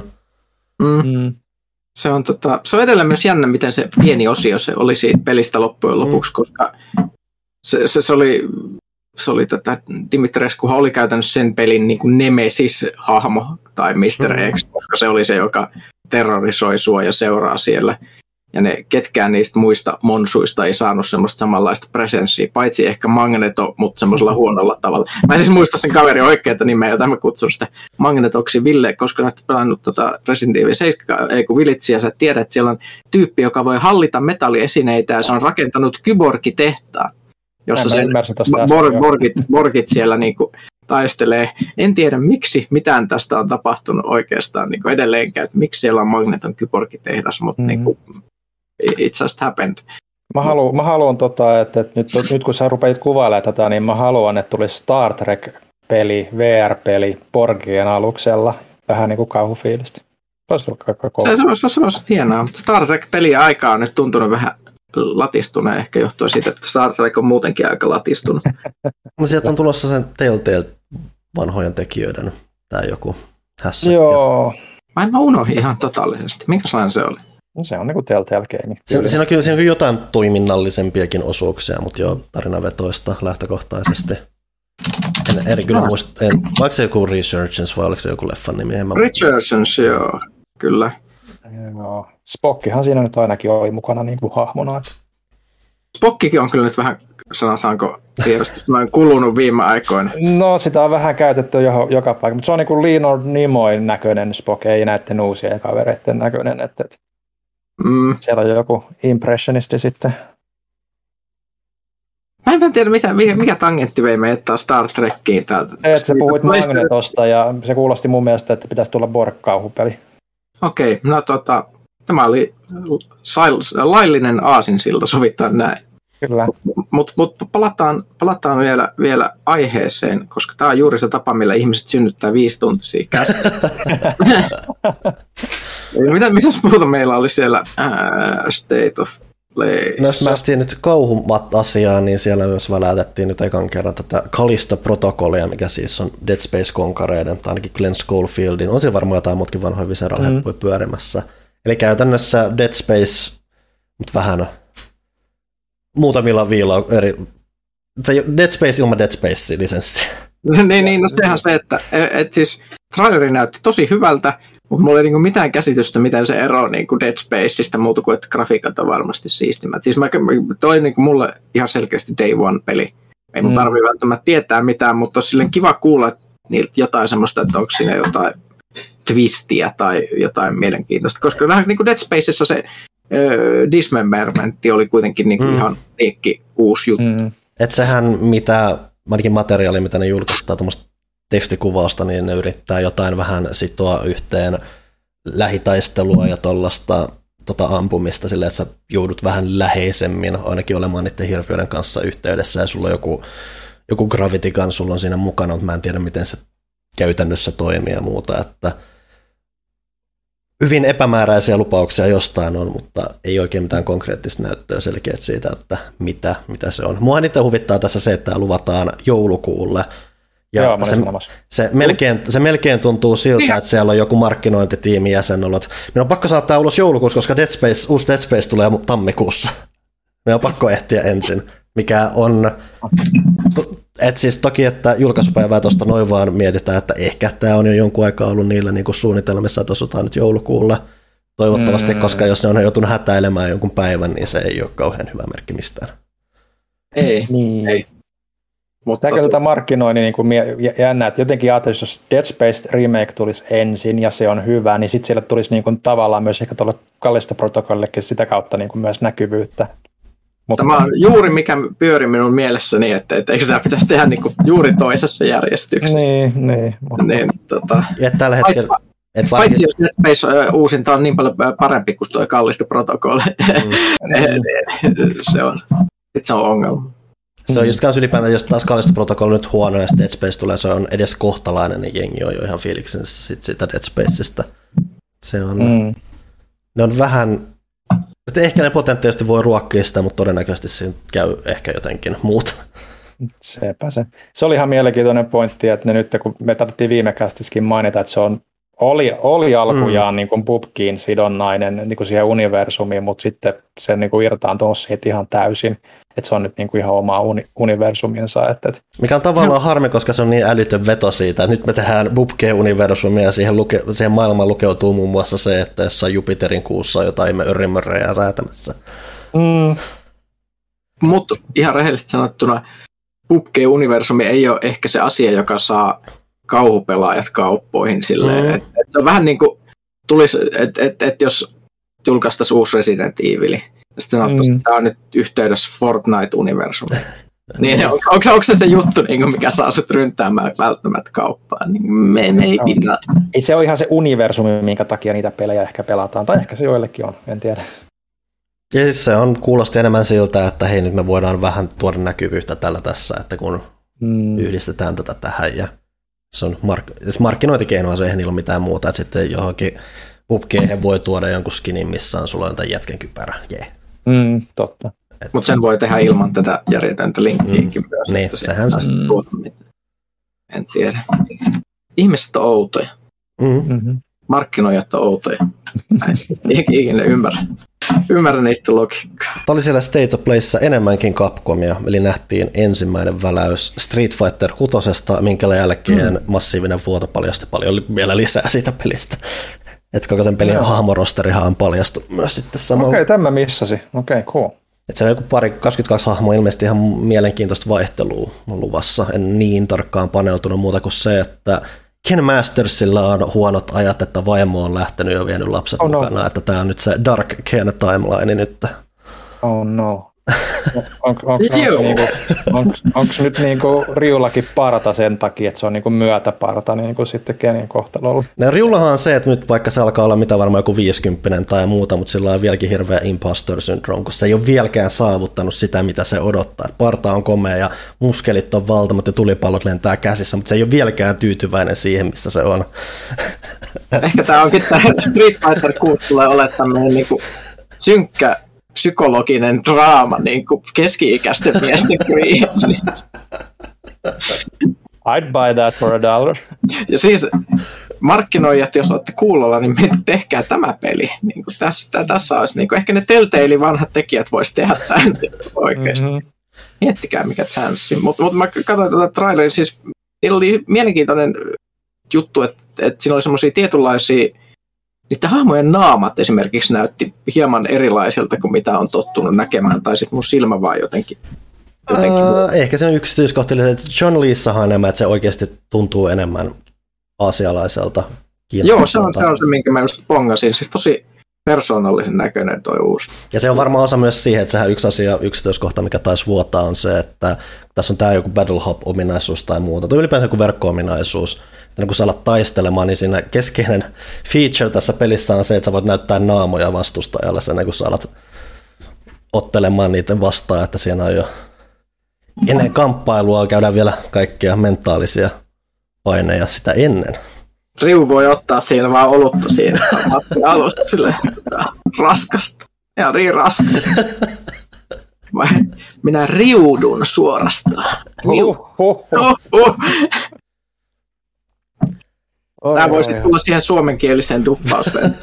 Se on edelleen myös jännä, miten se pieni osio se oli siitä pelistä loppujen lopuksi, koska se oli Dimitrescuhan oli käytännössä sen pelin niin kuin Nemesis-hahmo tai Mr. X, koska se oli se, joka terrorisoi sua ja seuraa siellä. Ja ne ketkään niistä muista monsuista ei saanut semmoista samanlaista presenssiä, paitsi ehkä Magneto, mutta semmoisella huonolla tavalla. Mä en siis muista sen kaverin oikeata nimeä, jota mä kutsun sitä Magnetoksi Ville, koska olet pelannut Resident Evil 7, ei kun Villagea, sä tiedät, että siellä on tyyppi, joka voi hallita metalliesineitä ja se on rakentanut kyborgitehtaan, jossa sen borgit siellä niinku taistelee. En tiedä miksi mitään tästä on tapahtunut oikeastaan niinku edelleenkään, että miksi siellä on Magneton kyborgitehdas, mutta niinku it just happened. Mä haluan että nyt kun sä rupeat kuvailemaan tätä, niin mä haluan, että tulisi Star Trek-peli, VR-peli Borgien aluksella. Vähän niin kuin kauhufiilistä. Se olisi hienoa, mutta Star Trek-pelien aika on nyt tuntunut vähän latistuneen, ehkä johtuen siitä, että Star Trek on muutenkin aika latistunut. No sieltä on tulossa sen Telltale vanhojen tekijöiden tämä joku hässäkkä. Joo. Mä unohdin ihan totaalisesti. Minkälainen se oli? No se on niin kuin Telltale Game. Siinä on kyllä jotain toiminnallisempiakin osuuksia, mutta joo, tarinavetoista lähtökohtaisesti. En kyllä muista, vaikka se joku Resurgence vai oliko se joku leffan nimi? Resurgence, joo, kyllä. Joo. Spockihan siinä nyt ainakin oli mukana niin kuin hahmona. Spockikin on kyllä nyt vähän, sanotaanko, tietysti noin kulunut viime aikoina. No sitä on vähän käytetty joka paikka, mutta se on niin kuin Leonard Nimoyn näköinen Spock, ei näiden uusien kavereiden näköinen. Että siellä on joku impressionisti sitten. Mä en tiedä, mikä tangentti vei meidät taas Star Trekkiin täältä. Sä puhuit Magnetosta ja se kuulosti mun mielestä, että pitäisi tulla Borg-kauhupeli. Okei, no tämä oli laillinen aasinsilta, sovitaan näin. Kyllä. Mutta palataan vielä aiheeseen, koska tämä on juuri se tapa, millä ihmiset synnyttää 5 tuntisia käsiä. Mitäs muuta meillä oli siellä State of Play? No jos mä astiin nyt kauhumat-asiaan, niin siellä myös välätettiin nyt ekan kerran tätä Callisto-protokollia, mikä siis on Dead Space-konkareiden, tai ainakin Glenn Schofieldin. On siellä varmaan jotain muutkin vanhoja Visceral-heppuja pyörimässä. Eli käytännössä Dead Space, mutta vähän muutamilla viilla eri. Se Dead Space ilman Dead Space-lisenssi. Niin, no sehän se, että siis traileri näytti tosi hyvältä, mutta mulla ei niinku mitään käsitystä, miten se eroaa niinku Dead Spaceista muuta kuin, että grafiikat on varmasti siistimät. Siis toi niinku mulle ihan selkeästi Day One-peli. Ei mun tarvitse välttämättä tietää mitään, mutta olisi silleen kiva kuulla niiltä jotain semmoista, että onko siinä jotain twistiä tai jotain mielenkiintoista. Koska vähän niin kuin Dead Spaceissa se dismembermentti oli kuitenkin niinku ihan liekki uusi juttu. Että sehän ainakin materiaali, mitä ne julkaistaan tuommoista tekstikuvausta, niin ne yrittää jotain vähän sitoa yhteen lähitaistelua ja tuollaista ampumista silleen, että sä joudut vähän läheisemmin ainakin olemaan niiden hirviöiden kanssa yhteydessä ja sulla on joku Gravity Gun, sulla on siinä mukana, mutta mä en tiedä miten se käytännössä toimii ja muuta, että hyvin epämääräisiä lupauksia jostain on, mutta ei oikein mitään konkreettista näyttöä selkeät siitä, että mitä se on. Mua eniten huvittaa tässä se, että luvataan joulukuulle. Ja joo, se melkein tuntuu siltä, että siellä on joku markkinointitiimi jäsen ollut. Minun on pakko saattaa ulos joulukuussa, koska uusi Dead Space tulee tammikuussa. Meidän on pakko ehtiä ensin, mikä on... Et siis toki, että julkaisupäivää tuosta noin vaan mietitään, että ehkä tämä on jo jonkun aikaa ollut niillä niin kuin suunnitelmissa, että osutaan nyt joulukuulla. Toivottavasti, koska jos ne on joutunut hätäilemään jonkun päivän, niin se ei ole kauhean hyvä merkki mistään. Ei. Mutta tämä kyllä markkinoinnin niin jännä, että jotenkin ajattelisi, jos Dead Space Remake tulisi ensin ja se on hyvä, niin sitten siellä tulisi niin kuin tavallaan myös ehkä tuolle Callisto-protokollillekin sitä kautta niin kuin myös näkyvyyttä. Tämä on juuri mikä pyöri minun mielessäni, että eikö sitä pitäisi tehdä niin kuin juuri toisessa järjestyksessä. Niin. Ja tällä hetkellä... Paitsi jos Dead Space uusinta on niin paljon parempi kuin tuo Callisto-protokolli. Se on ongelma. Se on just kanssa ylipäätään, jos taas Callisto-protokolli nyt huono ja Dead Space tulee, se on edes kohtalainen, niin jengi on jo ihan fiiliksensä siitä Dead Spacesta. Se on... Ne on vähän... Että ehkä ne potentiaalisesti voi ruokkia sitä, mutta todennäköisesti siinä käy ehkä jotenkin muuta. Sepä se. Se oli ihan mielenkiintoinen pointti, että ne nyt, kun me tarvittiin viime kästissäkin mainita, että se oli alkujaan niin kuin PUBGin sidonnainen niin kuin siihen universumiin, mutta sitten se niin kuin irtaantui siitä ihan täysin, että se on nyt niin kuin ihan oma universuminsa. Mikä on tavallaan harmi, koska se on niin älytön veto siitä, että nyt me tehdään PUBG-universumia ja siihen maailmaan lukeutuu muun muassa se, että jossain Jupiterin kuussa on jotain örimörrejä säätämässä. Mutta ihan rehellisesti sanottuna, PUBG-universumi ei ole ehkä se asia, joka saa kauhupelaajat kauppoihin silleen, että se on vähän niin kuin tulisi, että jos julkaistaisiin uusi Resident Evil, ja sitten sanottaisiin, että tämä on nyt yhteydessä Fortnite-universumiin. Niin, onko se juttu, niin mikä saa sut ryntäämään välttämättä kauppaan? Niin me ei pinna. Ei se ole ihan se universumi, minkä takia niitä pelejä ehkä pelataan, tai ehkä se joillekin on, en tiedä. Ja siis se kuulosti enemmän siltä, että hei, nyt me voidaan vähän tuoda näkyvyyttä tällä tässä, että kun yhdistetään tätä tähän ja se on markkinointikeinoa, se eihän niillä ole mitään muuta, että sitten johonkin PUBG:hen voi tuoda jonkun skinin, missä on sulla jotain jätken kypärä. Totta. Mutta sen voi tehdä ilman tätä järjetöntä linkkiäkin myös. Niin, sehän se. En tiedä. Ihmiset on outoja. Markkinoijat on outoja. Ikinä ymmärrä niitä logiikkaa. Tämä oli siellä State of Playssä enemmänkin Capcomia, eli nähtiin ensimmäinen väläys Street Fighter 6:sta, minkä jälkeen massiivinen vuoto paljasti paljon vielä lisää siitä pelistä. Että koko sen pelin hahmorosterihan on paljastunut myös sitten samalla. Okei, tämä missasi. Okei, cool. Että siellä on joku 22 hahmoa, ilmeisesti ihan mielenkiintoista vaihtelua luvassa. En niin tarkkaan paneutunut muuta kuin se, että Ken Mastersilla on huonot ajat, että vaimo on lähtenyt ja vienyt lapset mukana, että tämä on nyt se Dark Ken timeline nyt. Oh no. Onko nyt niinku Riullakin parta sen takia, että se on niinku myötäparta niinku sitten Kenin kohtalolla? No, Riullahan on se, että nyt vaikka se alkaa olla mitä varmaan joku 50 tai muuta, mutta sillä on vieläkin hirveä imposter syndrome, kun se ei ole vieläkään saavuttanut sitä, mitä se odottaa. Et parta on komea ja muskelit on valtamat ja tulipallot lentää käsissä, mutta se ei ole vieläkään tyytyväinen siihen, missä se on. Ehkä tämä onkin tämä Street Fighter 6 tulee olemaan tämmöinen niinku synkkä psykologinen draama, niin kuin keski-ikäisten miesten kriisi. I'd buy that for $1. Ja siis markkinoijat, jos olette kuulolla, niin tehkää tämä peli. Niin kuin tässä olisi, niin kuin, ehkä ne Telltale vanhat tekijät vois tehdä tämän oikeasti. Miettikää mikä chanssi. Mutta mä katsoin tätä traileria, siis niillä oli mielenkiintoinen juttu, että siinä oli semmoisia tietynlaisia niiden hahmojen naamat esimerkiksi näytti hieman erilaisilta kuin mitä on tottunut näkemään, tai sitten mun silmä vaan jotenkin. Ehkä se on yksityiskohtaisesti. John Leessahan enemmän, että se oikeasti tuntuu enemmän aasialaiselta. Joo, se on se, minkä mä just pongasin. Siis tosi persoonallisen näköinen toi uusi. Ja se on varmaan osa myös siihen, että sehän yksityiskohta, mikä taisi vuotaa, on se, että tässä on tämä joku Battle Hop-ominaisuus tai muuta, tai ylipäänsä joku verkko-ominaisuus. Kun sä alat taistelemaan, niin siinä keskeinen feature tässä pelissä on se, että sä voit näyttää naamoja vastustajalle sen, kun sä alat ottelemaan niitä vastaan, että siinä on jo ennen kamppailua käydään vielä kaikkia mentaalisia paineja sitä ennen. Riu voi ottaa siinä vaan olutta siinä alusta silleen raskasta. Ja niin raskas. Vai minä riudun suorastaan. Tämä voisi tulla siihen suomenkieliseen duppaukseen.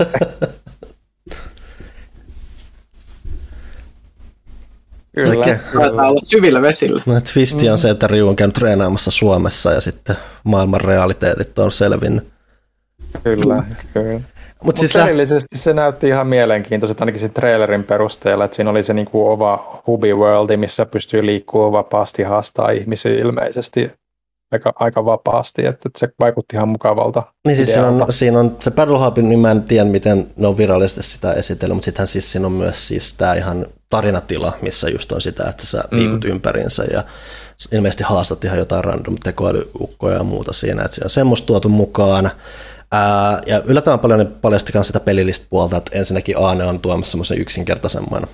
Kyllä. Taitaa olla syvillä vesillä. Twisti on se, että Riu on käynyt treenaamassa Suomessa ja sitten maailman realiteetit on selvinnyt. Kyllä. Mutta siis erillisesti se näytti ihan mielenkiintoiset ainakin sen trailerin perusteella, että siinä oli se niinku oma hubi worldi, missä pystyy liikkumaan vapaasti, haastaa ihmisiä ilmeisesti aika vapaasti, että se vaikutti ihan mukavalta. Niin siis siinä on se Battle Hub, niin mä en tiedä, miten ne on virallisesti sitä esitellyt, mutta sittenhän siis siinä on myös siis tämä ihan tarinatila, missä just on sitä, että sä liikut ympärinsä ja ilmeisesti haastat ihan jotain random tekoälyukkoja ja muuta siinä, että siinä on semmoista tuotu mukaan. Ja yllättävän paljon ne paljasti myös sitä pelillistä puolta, että ensinnäkin Aane on tuomassa semmoisen yksinkertaisemman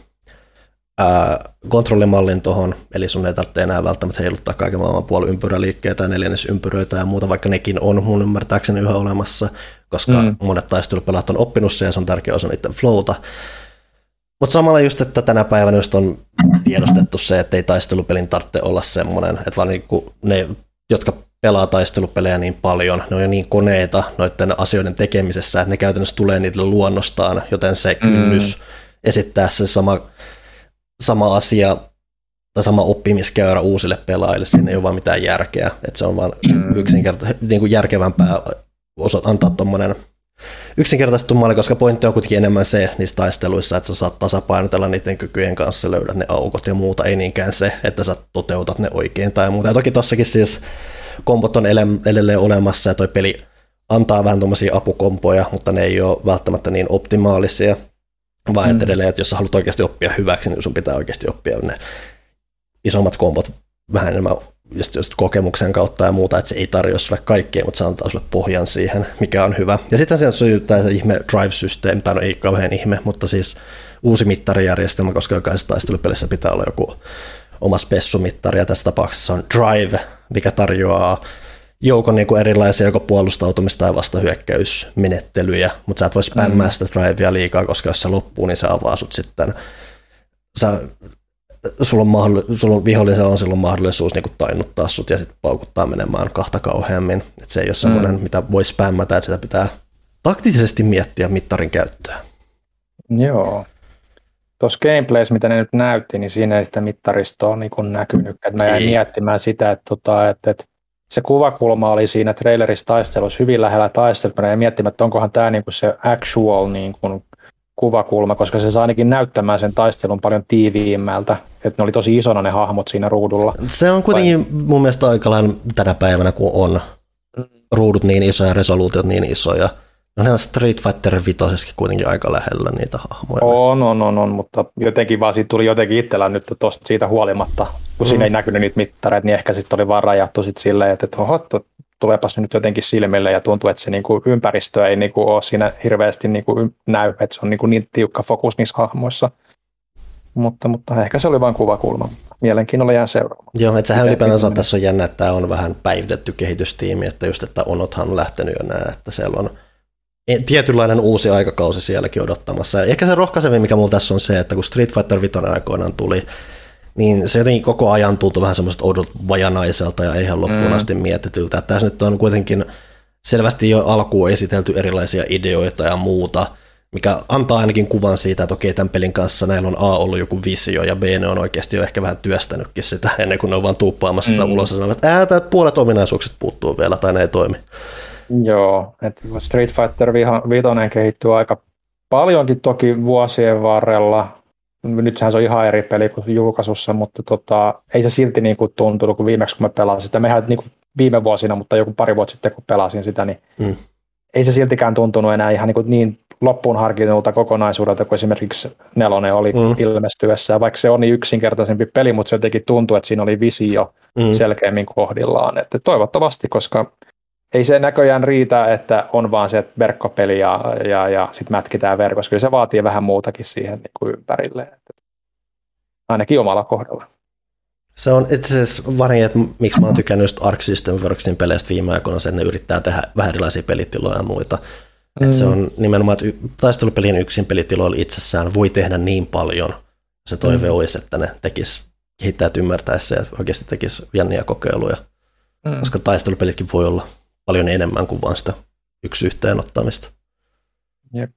kontrollimallin tuohon, eli sun ei tarvitse enää välttämättä heiluttaa kaiken maailman puoliympyräliikkeitä ja neljännesympyröitä ja muuta, vaikka nekin on mun ymmärtääkseni yhä olemassa, koska monet taistelupelaat on oppinut se ja se on tärkeä osa niiden flowta. Mutta samalla just, että tänä päivänä just on tiedostettu se, että ei taistelupelin tarvitse olla semmoinen, että vaan niinku ne, jotka pelaa taistelupelejä niin paljon, ne on jo niin koneita noiden asioiden tekemisessä, että ne käytännössä tulee niille luonnostaan, joten se kynnys esittää se sama asia tai sama oppimiskäyrä uusille pelaajille, siinä ei ole vaan mitään järkeä, että se on vaan niin kuin järkevämpää antaa tuommoinen yksinkertaistettu malli, koska pointti on kuitenkin enemmän se niissä taisteluissa, että sä saat tasapainotella niiden kykyjen kanssa, löydät ne aukot ja muuta, ei niinkään se, että sä toteutat ne oikein tai muuta. Ja toki tossakin siis kombot on edelleen olemassa ja toi peli antaa vähän tuommoisia apukompoja, mutta ne ei ole välttämättä niin optimaalisia, vaan edelleen, että jos sä haluat oikeasti oppia hyväksi, niin sun pitää oikeasti oppia ne isommat kombot vähän enemmän just kokemuksen kautta ja muuta, että se ei tarjoa sulle kaikkea, mutta se antaa sulle pohjan siihen, mikä on hyvä. Ja sitten siinä on tämä ihme drive-systeemi, tai no ei kauhean ihme, mutta siis uusi mittarijärjestelmä, koska jokaisessa taistelupelissä pitää olla joku oma spessumittari, ja tässä tapauksessa on Drive, mikä tarjoaa joukon niin kuin erilaisia joko puolustautumista tai vastahyökkäysmenettelyjä, mutta sä et voi spämmää sitä Drivea liikaa, koska jos se loppuu, niin se avaa sut sitten. Sulla vihollisella on silloin mahdollisuus niin kuin tainnuttaa sut ja sitten paukuttaa menemään kahta kauheammin. Et se ei ole semmoinen, mitä voi spämmätä, että sitä pitää taktisesti miettiä mittarin käyttöä. Joo. Tuossa gameplays, mitä ne nyt näytti, niin siinä ei sitä mittaristoa niin kuin näkynyt. Mä jäin miettimään sitä, että se kuvakulma oli siinä trailerissa taistelussa hyvin lähellä taistelua ja miettimään, että onkohan tämä niin kuin se actual niin kuin kuvakulma, koska se saa ainakin näyttämään sen taistelun paljon tiiviimmältä, että ne oli tosi isona ne hahmot siinä ruudulla. Se on kuitenkin mun mielestä aika lailla tänä päivänä, kun on ruudut niin isoja ja resoluutiot niin isoja. No Street Fighter 5 kuitenkin aika lähellä niitä hahmoja. On, mutta jotenkin vaan siitä tuli jotenkin itsellä nyt tosta siitä huolimatta, kun siinä ei näkynyt niitä mittareita, niin ehkä sitten oli vaan rajattu sit silleen, että tuleepas nyt jotenkin silmille ja tuntuu, että se niinku ympäristö ei niinku ole siinä hirveästi niinku näy, että se on niin tiukka fokus niissä hahmoissa. Mutta ehkä se oli vain kuvakulma. Mielenkiinnolla jään seuraamaan. Joo, että sehän ylipäänsä tässä on jännä, että tämä on vähän päivitetty kehitystiimi, että just, että Onothan on lähtenyt jo näin, että siellä on tietynlainen uusi aikakausi sielläkin odottamassa. Ja ehkä se rohkaisevin, mikä mulla tässä on se, että kun Street Fighter 5 aikoinaan tuli, niin se jotenkin koko ajan tuntui vähän semmoista oudolta vajanaiselta ja ihan loppuun asti mietityltä. Että tässä nyt on kuitenkin selvästi jo alkuun esitelty erilaisia ideoita ja muuta, mikä antaa ainakin kuvan siitä, että okei, tämän pelin kanssa näillä on A ollut joku visio ja B ne on oikeasti jo ehkä vähän työstänytkin sitä ennen kuin ne on vaan tuuppaamassa sitä ulos ja sanoo, että puolet ominaisuukset puuttuu vielä tai ne ei toimi. Joo, että Street Fighter 5 kehittyy aika paljonkin toki vuosien varrella. Nythän se on ihan eri peli kuin julkaisussa, mutta ei se silti niin kuin tuntunut kuin viimeksi, kun mä pelasin sitä. Mehän niin kuin viime vuosina, mutta joku pari vuotta sitten, kun pelasin sitä, niin ei se siltikään tuntunut enää ihan niin loppuun harkinnulta kokonaisuudelta, kuin esimerkiksi 4 oli ilmestyessä. Vaikka se on niin yksinkertaisempi peli, mutta se jotenkin tuntuu, että siinä oli visio selkeämmin kohdillaan. Että toivottavasti, koska ei se näköjään riitä, että on vaan se verkkopeli ja sitten mätkitään verkossa. Kyllä se vaatii vähän muutakin siihen niin kuin ympärille. Ainakin omalla kohdalla. Se on itse asiassa varin, että miksi mä oon tykännyt just Arc System Worksin peleistä viime aikoina, se, että ne yrittää tehdä vähän erilaisia pelitiloja ja muita. Että se on nimenomaan, että taistelupelien yksin pelitiloilla itsessään voi tehdä niin paljon. Se toive olisi, että ne kehittäjät ymmärtäisi ja oikeasti tekisi jänniä kokeiluja. Koska taistelupelitkin voi olla paljon enemmän kuin vain sitä yksi yhteenottamista. Jep.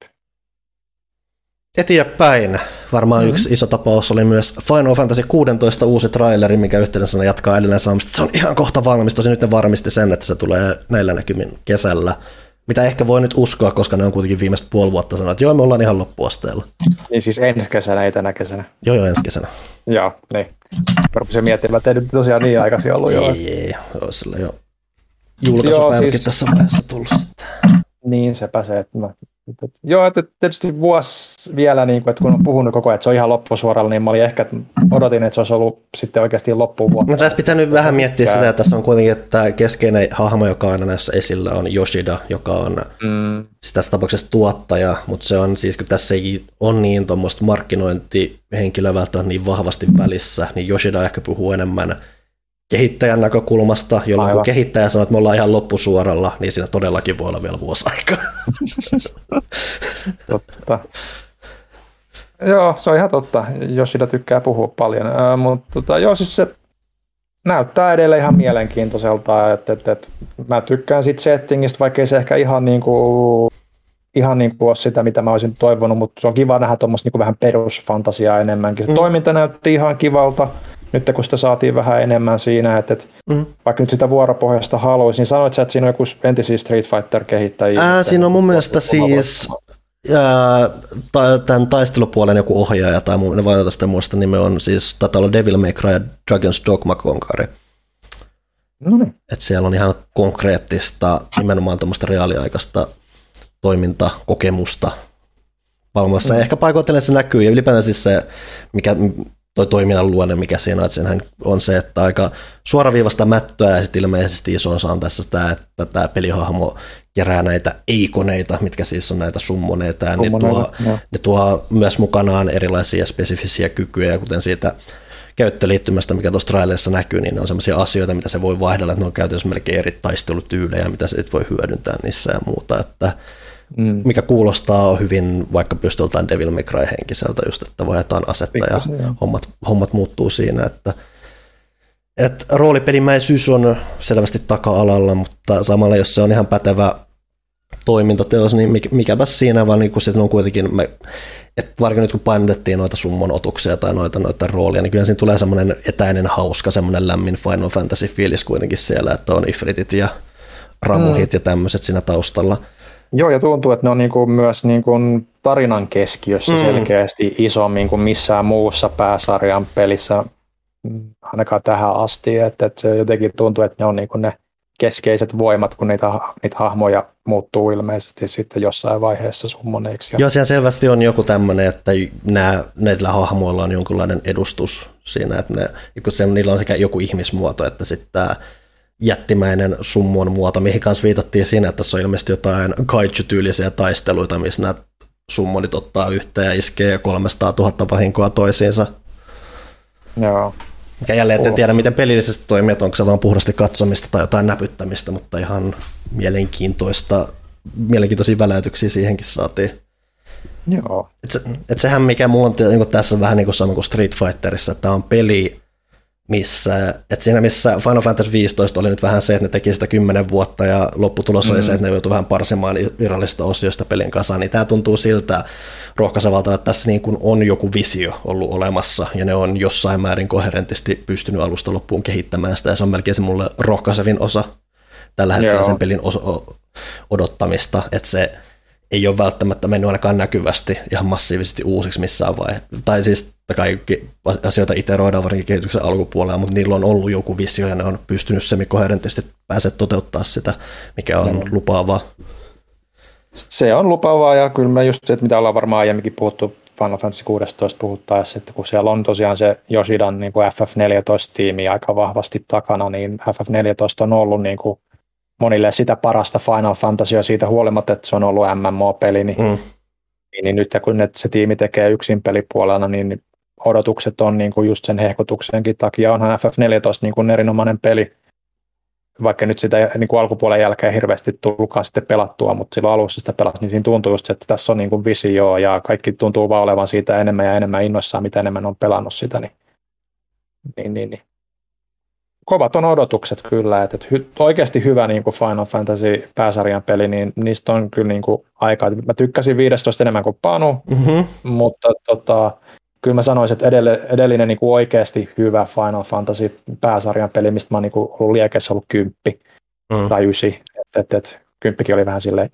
Eteenpäin. Varmaan yksi iso tapaus oli myös Final Fantasy 16 uusi traileri, mikä yhteydessä jatkaa edelleen sanomista. Se on ihan kohta valmis. Tosin nyt ne varmisti sen, että se tulee näillä näkymin kesällä. Mitä ehkä voi nyt uskoa, koska ne on kuitenkin viimeistä puoli vuotta sanonut, että joo, me ollaan ihan loppuasteella. Niin siis ensi kesänä, ei tänä kesänä. Joo, ensi kesänä. Joo, niin. Rupesin miettimään, että ei nyt tosiaan niin aikaisin ollut jo. Ei, sillä jo julkaisupäiväkin siis tässä vaiheessa tullut. Niin, sepä se. Joo, että tietysti vuosi vielä, niin kuin, että kun on puhunut koko ajan, että se on ihan loppusuoralla, niin mä olin ehkä, odotin, että se olisi ollut sitten oikeasti loppuun vuotta. No tässä pitää nyt vähän miettiä sitä, että tässä on kuitenkin, että keskeinen hahmo, joka aina näissä esillä on Yoshida, joka on siis tässä tapauksessa tuottaja, mutta se on siis, kun tässä ei ole niin tuommoista markkinointihenkilöä välttämättä niin vahvasti välissä, niin Yoshida ehkä puhuu enemmän kehittäjän näkökulmasta, jolloin kun kehittäjä sanoo, että me ollaan ihan loppusuoralla, niin siinä todellakin voi olla vielä vuosi aikaa. Totta. Joo, se on ihan totta, jos sitä tykkää puhua paljon. Mutta joo, siis se näyttää edelleen ihan mielenkiintoiselta, että mä tykkään siitä settingistä, vaikkei se ehkä ihan niin kuin ole sitä, mitä mä olisin toivonut, mutta se on kiva nähdä tuommoista niin vähän perusfantasiaa enemmänkin. Se toiminta näytti ihan kivalta. Nyt kun sitä saatiin vähän enemmän siinä, että vaikka nyt sitä vuoropohjasta haluaisi, niin sanoit sä, että siinä on joku entisiä Street Fighter-kehittäjiä. Siinä on mun mielestä siis tämän taistelupuolen joku ohjaaja, tai ne vain tästä muista nime on siis, taitaa olla Devil May Cry ja Dragon's Dogma konkari. Että siellä on ihan konkreettista, nimenomaan tuommoista reaaliaikaista toimintakokemusta valmassa. Ehkä paikoitellen se näkyy, ja ylipäätään siis se, mikä toi toiminnan luonne, mikä siinä on, että senhän on se, että aika suoraviivasta mättöä ja sitten ilmeisesti iso osa on tässä tämä, että tämä pelihahmo kerää näitä eikoneita, mitkä siis on näitä summoneita ja ne tuo myös mukanaan erilaisia spesifisiä kykyjä, kuten siitä käyttöliittymästä, mikä tuossa trailerissa näkyy, niin ne on sellaisia asioita, mitä se voi vaihdella, että ne on käytössä melkein eri taistelutyylejä, mitä se voi hyödyntää niissä ja muuta, että mikä kuulostaa hyvin vaikka pystyltään Devil May Cry henkiseltä, just että vaihdetaan asetta ja hommat muuttuu siinä, että roolipelimäisyys on selvästi taka-alalla, mutta samalla jos se on ihan pätevä toimintateos, niin mikäpä siinä, vaan niin kun on kuitenkin, että varsinkin nyt kun painotettiin noita summon otuksia tai noita roolia, niin kyllä siinä tulee semmoinen etäinen hauska, semmoinen lämmin Final Fantasy-fiilis kuitenkin siellä, että on ifritit ja ramuhit ja tämmöiset siinä taustalla. Joo, ja tuntuu, että ne on niinku myös niinku tarinan keskiössä selkeästi isommin kuin missään muussa pääsarjan pelissä, ainakaan tähän asti. Että se jotenkin tuntuu, että ne on niinku ne keskeiset voimat, kun niitä hahmoja muuttuu ilmeisesti sitten jossain vaiheessa summoneiksi. Joo, siellä selvästi on joku tämmöinen, että näillä hahmoilla on jonkinlainen edustus siinä, että niillä on sekä joku ihmismuoto, että sitten tämä jättimäinen summon muoto, mihin kanssa viitattiin siinä, että tässä on ilmeisesti jotain kaiju-tyylisiä taisteluita, missä nämä summonit ottaa yhteen ja iskee 300 000 vahinkoa toisiinsa. Joo. Mikä jälleen en tiedä, miten pelillisesti toimii, että onko se vaan puhdasti katsomista tai jotain näpyttämistä, mutta ihan mielenkiintoisia väläytyksiä siihenkin saatiin. Joo. Et sehän mikä mulla on niin tässä vähän niin kuin sama kuin Street Fighterissa, että tämä on peli, missä Final Fantasy 15 oli nyt vähän se, että ne teki sitä 10 vuotta ja lopputulos oli se, että ne joutui vähän parsimaan irrallisista osioista pelin kasaan, niin tämä tuntuu siltä rohkaisevalta, että tässä niin kuin on joku visio ollut olemassa ja ne on jossain määrin koherentisti pystynyt alusta loppuun kehittämään sitä ja se on melkein se mulle rohkaisevin osa tällä hetkellä sen pelin odottamista, että se ei ole välttämättä mennyt ainakaan näkyvästi ihan massiivisesti uusiksi missään vaiheessa. Tai siis kaikki asioita iteroidaan varsinkin kehityksen alkupuolella, mutta niillä on ollut joku visio ja ne on pystynyt semikoherentisti pääse toteuttaa sitä, mikä on lupaavaa. Se on lupaavaa ja kyllä mä just, että mitä ollaan varmaan aiemminkin puhuttu Final Fantasy 16 puhuttaessa, että kun siellä on tosiaan se Yoshidan niin kuin FF14-tiimi aika vahvasti takana, niin FF14 on ollut niin kuin monille sitä parasta Final Fantasyä siitä huolimatta, että se on ollut MMO-peli, niin nyt kun se tiimi tekee yksin pelipuolella, niin odotukset on niin kuin just sen hehkutuksenkin takia. Onhan FF14 niin kuin erinomainen peli, vaikka nyt sitä niin kuin alkupuolen jälkeen hirveästi tullutkaan sitten pelattua, mutta silloin alussa sitä pelasi, niin siinä tuntuu just, että tässä on niin kuin visio ja kaikki tuntuu vaan olevan siitä enemmän ja enemmän innoissaan, mitä enemmän on pelannut sitä. Niin. Kovat on odotukset kyllä, että oikeasti hyvä niin kuin Final Fantasy pääsarjan peli, niin niistä on kyllä niin kuin aikaa. Mä tykkäsin 15 enemmän kuin Panu, mutta kyllä mä sanoisin, että edellinen niin kuin oikeasti hyvä Final Fantasy pääsarjan peli, mistä mä oon niin kuin ollut liekeissä ollut 10 tai 9, että 10 oli vähän silleen.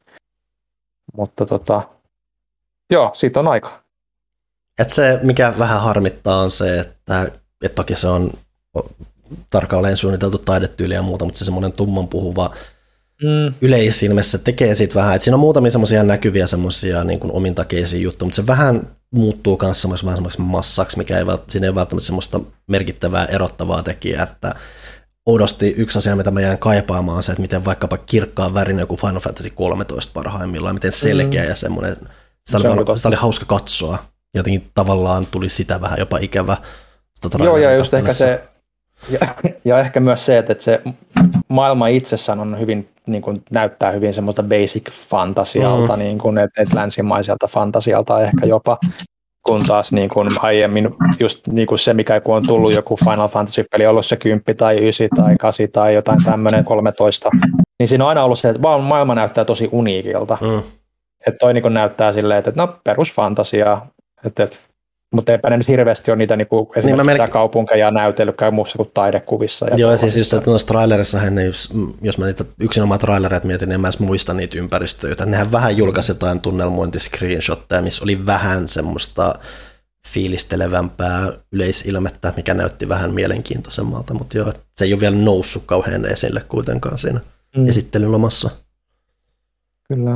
Mutta joo, siitä on aika. Et se, mikä vähän harmittaa, on se, että toki se on tarkalleen suunniteltu taidetyyli ja muuta, mutta se semmoinen tumman puhuva yleisilmessä tekee siitä vähän, että siinä on muutamia semmoisia näkyviä semmoisia niin kuin omintakeisia juttuja, mutta se vähän muuttuu myös semmoiseksi massaksi, siinä ei välttämättä semmoista merkittävää erottavaa tekijää, että oudosti yksi asia, mitä mä jään kaipaamaan, on se, että miten vaikkapa kirkkaan värinen joku Final Fantasy 13 parhaimmillaan, miten selkeä ja semmoinen, sitä oli hauska katsoa, jotenkin tavallaan tuli sitä vähän jopa ikävä. Joo, ja just ehkä se, ja ehkä myös se, että se maailma itsessään on hyvin, niin kuin, näyttää hyvin semmoista basic fantasialta, niin kuin, että länsimaiselta fantasialta ehkä jopa, kun taas niin kuin aiemmin just niin kuin se, mikä kun on tullut joku Final Fantasy-peli, ollut se 10 tai 9 tai 8 tai jotain tämmöinen 13, niin siinä on aina ollut se, että vaan maailma näyttää tosi uniikilta. Että toi niin kuin näyttää silleen, että no perusfantasiaa, mutta eipä ne nyt hirveästi ole niitä niinku, esimerkiksi niin kaupunkeja näytellytkään muussa kuin taidekuvissa. Joo, ja siis just, että noissa trailerissahan, jos mä niitä yksinomaan trailereita mietin, niin en mä edes muista niitä ympäristöjä. Nehän vähän julkaisi jotain tunnelmointi-screenshotteja, missä oli vähän semmoista fiilistelevämpää yleisilmettä, mikä näytti vähän mielenkiintoisemmalta, mutta joo, se ei ole vielä noussut kauhean esille kuitenkaan siinä esittelylomassa. Kyllä.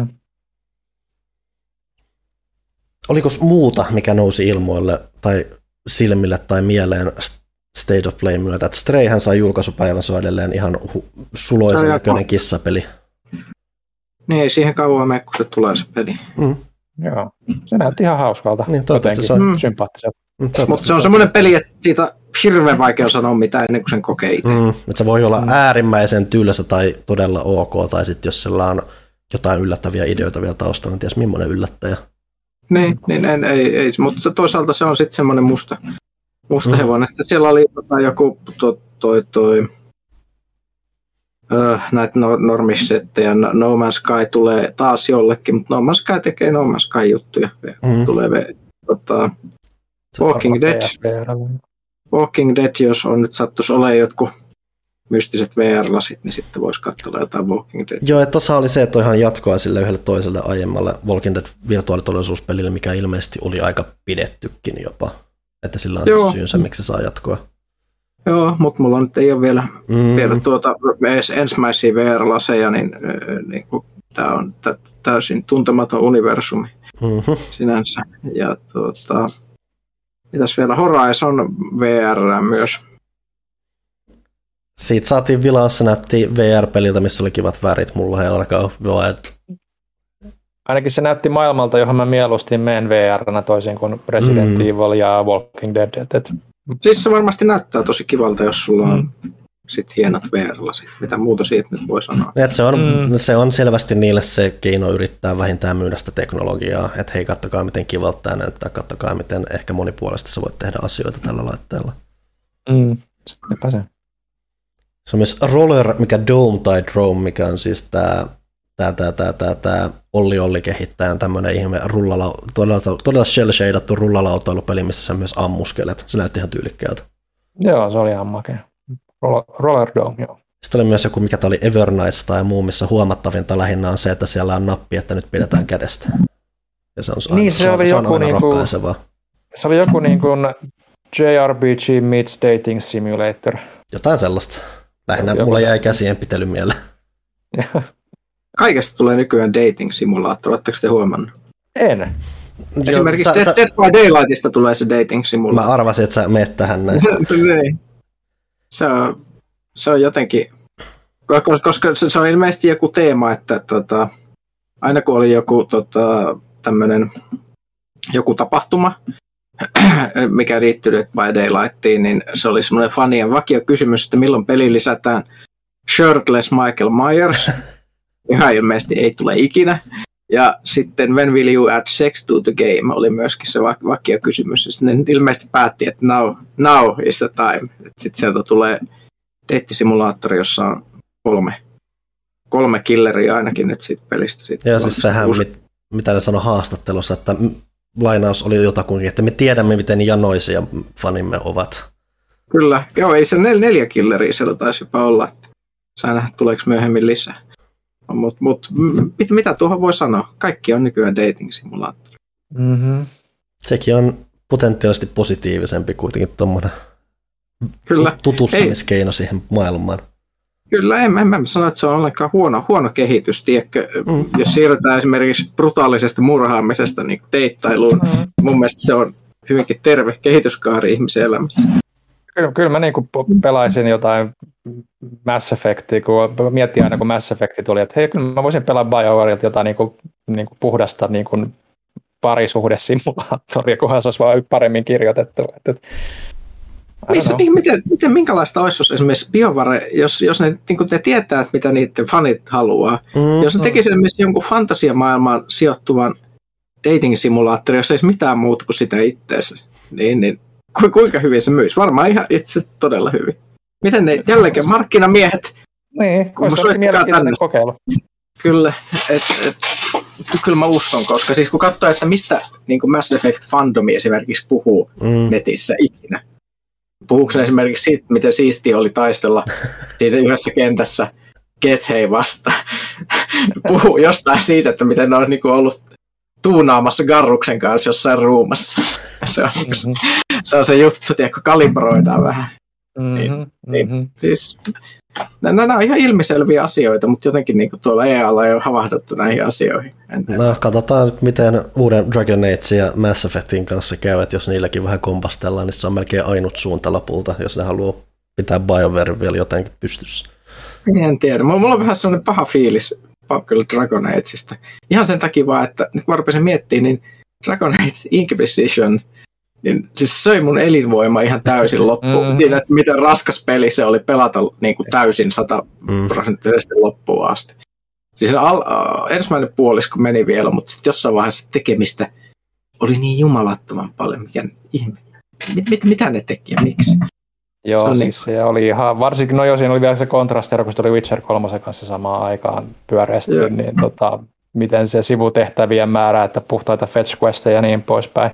Oliko muuta, mikä nousi ilmoille tai silmille tai mieleen State of Play myötä? Että Strayhän sai julkaisupäivän, se on edelleen ihan suloisen näköinen kissapeli. Niin, siihen kauan mene, kun se tulee se peli. Joo, se näytti ihan hauskalta. Niin, toivottavasti se on sympaattiselta. Mutta se on semmoinen peli, että siitä on hirveän vaikea sanoa mitään ennen kuin sen kokee itse. Että se voi olla äärimmäisen tylsä tai todella ok, tai sitten jos sillä on jotain yllättäviä ideoita vielä taustalla, niin ties millainen yllättäjä. Niin, ei, mutta toisaalta se on sitten semmoinen musta hevonen. Sitten siellä oli joku näitä normisettejä. No Man's Sky tulee taas jollekin, mutta No Man's Sky tekee No Man's Sky juttuja. Tulee Walking Dead, jos on nyt sattuisi olemaan jotkut mystiset VR-lasit, niin sitten voisi katsella jotain Walking Dead. Joo, että tuossa oli se, että on ihan jatkoa sille yhdelle toiselle aiemmalle Walking Dead virtuaalitodellisuuspelille, mikä ilmeisesti oli aika pidettykin jopa. Että sillä on syynsä, miksi se saa jatkoa. Joo, mutta mulla nyt ei ole vielä ensimmäisiä VR-laseja, niin tämä on täysin tuntematon universumi sinänsä. Ja mitäs vielä Horizon VR myös. Siitä saatiin vilaus, se näytti VR-peliltä, missä oli kivat värit. Mulla ei alkaa ainakin se näytti maailmalta, johon mä mieluusti menen VR-nä toisin kuin Resident Evil ja Walking Dead. Siis se varmasti näyttää tosi kivalta, jos sulla on sit hienot VR-lasit. Mitä muuta siitä nyt voi sanoa? Se on selvästi niille se keino yrittää vähintään myydä sitä teknologiaa. Että hei, kattokaa miten kivalta tämä näyttää, kattokaa miten ehkä monipuolisesti sä voit tehdä asioita tällä laitteella. Se on myös Roller, mikä Dome tai Drome, mikä on siis tämä Olli kehittäjän tämmöinen ihme todella shell-shadattu rullalautailupeli, missä sä myös ammuskelet. Se näytti ihan tyylikkäältä. Joo, se oli ihan makea. Roller Dome, joo. Sitten oli myös joku, mikä oli Evernights tai muu, missä huomattavinta lähinnä on se, että siellä on nappi, että nyt pidetään kädestä. Ja se on aina rohkaisevaa. Se oli joku niin kuin JRPG meets Dating Simulator. Jotain sellaista. Lähinnä mulla jäi käsien pitely mieleen. Kaikesta tulee nykyään dating-simulaattori, oletteko te huomannut? En. Esimerkiksi Dead by Daylightista tulee se dating-simulaattori. Mä arvasin, että sä meet tähän näin. Se on jotenkin, koska se on ilmeisesti joku teema, että aina kun oli joku tämmöinen joku tapahtuma, mikä liittyy Dead by Daylightiin, niin se oli semmoinen fanien vakiokysymys, että milloin peliin lisätään Shirtless Michael Myers. Ihan ilmeisesti ei tule ikinä. Ja sitten When will you add sex to the game oli myöskin se vakiokysymys. Ja sitten ne ilmeisesti päätti, että now is the time. Sitten sieltä tulee deittisimulaattori, jossa on kolme killeria ainakin nyt siitä pelistä. Ja siis sehän, mitä ne sanoi haastattelussa, että lainaus oli jotakuinkin, että me tiedämme, miten janoisia fanimme ovat. Kyllä, joo, ei se 4 killeria siellä taisi jopa olla. Saa nähdä, tuleeko myöhemmin lisää. Mutta mitä tuohon voi sanoa? Kaikki on nykyään dating-simulaattori. Mm-hmm. Sekin on potentiaalisesti positiivisempi kuitenkin tuommoinen tutustumiskeino siihen maailmaan. Kyllä, en sano, että se on ollenkaan huono kehitys, tiedätkö? Jos siirrytään esimerkiksi brutaalisesta murhaamisesta niin deittailuun, mun mielestä se on hyvinkin terve kehityskaari ihmisen elämässä. Kyllä mä niinku pelaisin jotain Mass Effectia, kun miettii aina, kun Mass Effect tuli, että hei, kyllä mä voisin pelaa BioWareilta jotain niinku puhdasta niinku parisuhdesimulaattoria, kunhan se olisi vaan paremmin kirjoitettu. Minkälaista olisi esimerkiksi BioWare, jos ne, niin te tietää, että mitä niiden fanit haluaa, jos ne tekisivät esimerkiksi jonkun fantasiamaailmaan sijoittuvan dating-simulaattori, jos ei mitään muuta kuin sitä itseäsi, niin kuinka hyvin se myisi? Varmaan ihan itse todella hyvin. Miten ne jälleen markkinamiehet? Niin, olisi mielenkiintoinen kokeilu. Kyllä, kyllä mä uskon, koska siis kun katsoo, että mistä niin kuin Mass Effect fandomi esimerkiksi puhuu netissä ikinä. Puhuuko se esimerkiksi siitä, miten siistiä oli taistella siinä yhdessä kentässä Gethei vastaan? Puhuu jostain siitä, että miten ne on niin kuin ollut tuunaamassa Garruksen kanssa jossain ruumassa. Se on se juttu, tiedätkö, kalibroidaan vähän. Siis, nämä on ihan ilmiselviä asioita, mutta jotenkin niin tuolla EA:lla ei ole havahduttu näihin asioihin. No, katsotaan nyt, miten uuden Dragon Age ja Mass Effectin kanssa käy, että jos niilläkin vähän kompastellaan, niin se on melkein ainut suunta lopulta, jos ne haluaa pitää BioWare vielä jotenkin pystyssä. En tiedä. Mulla on vähän sellainen paha fiilis kyllä Dragon Ageista. Ihan sen takia vaan, että nyt kun mä rupesin miettimään, niin Dragon Age Inquisition niin siis söi mun elinvoima ihan täysin loppuun. Siinä, että miten raskas peli se oli pelata niin kuin täysin 100% loppuun asti. Siis ensimmäinen puolisko meni vielä, mutta sitten jossain vaiheessa tekemistä oli niin jumalattoman paljon. Mikä ihme. Mitä ne teki ja miksi? Joo, se siis se oli ihan, varsinkin, siinä oli vielä se kontrastero, kun se oli Witcher 3 kanssa samaan aikaan pyöreästi, niin miten se sivutehtävien määrä, että puhtaita fetch questeja ja niin poispäin.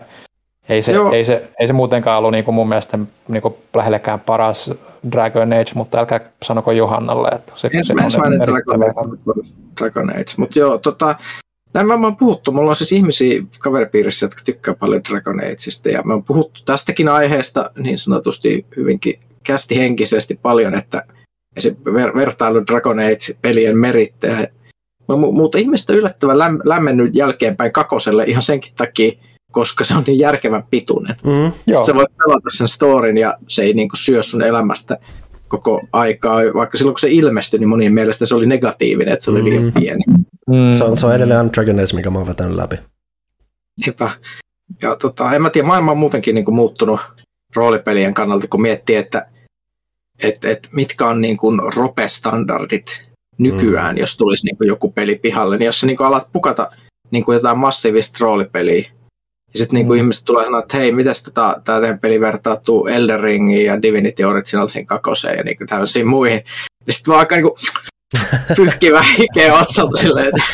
Ei se muutenkaan ollut niin kuin mun mielestä niin kuin lähellekään paras Dragon Age, mutta älkää sanoko Johannalle, että se ensimmäinen Dragon Age. Mutta joo, näin me on puhuttu. Mulla on siis ihmisiä kaveripiirissä, jotka tykkää paljon Dragon Ageista, ja me on puhuttu tästäkin aiheesta niin sanotusti hyvinkin kästihenkisesti paljon, että vertailu Dragon Age-pelien merittejä. Mutta ihmiset on yllättävän lämmennyt jälkeenpäin kakoselle ihan senkin takia, koska se on niin järkevän pituinen. Sä voit pelata sen storin ja se ei niinku syö sun elämästä koko aikaa. Vaikka silloin kun se ilmestyi, niin monien mielestä se oli negatiivinen, että se oli liian pieni. Se on edelleen Dragon Age, mikä mä oon vetänyt läpi. Eipä. Ja en mä tiedä, maailma on muutenkin niinku muuttunut roolipelien kannalta, kun miettii, että mitkä on niinku rope-standardit nykyään, jos tulisi niinku joku peli pihalle. Niin jos sä niinku alat pukata niinku jotain massiivista roolipeliä, ja sitten niinku ihmiset tulee sanoa, että hei, mitäs tämä teidän peli vertautuu Elden Ringiin ja Divinity Originalsiin 2 ja niinku tällaisiin muihin. Ja sitten vaan aika niinku pyyhkivä hikeä otsalta silleen, että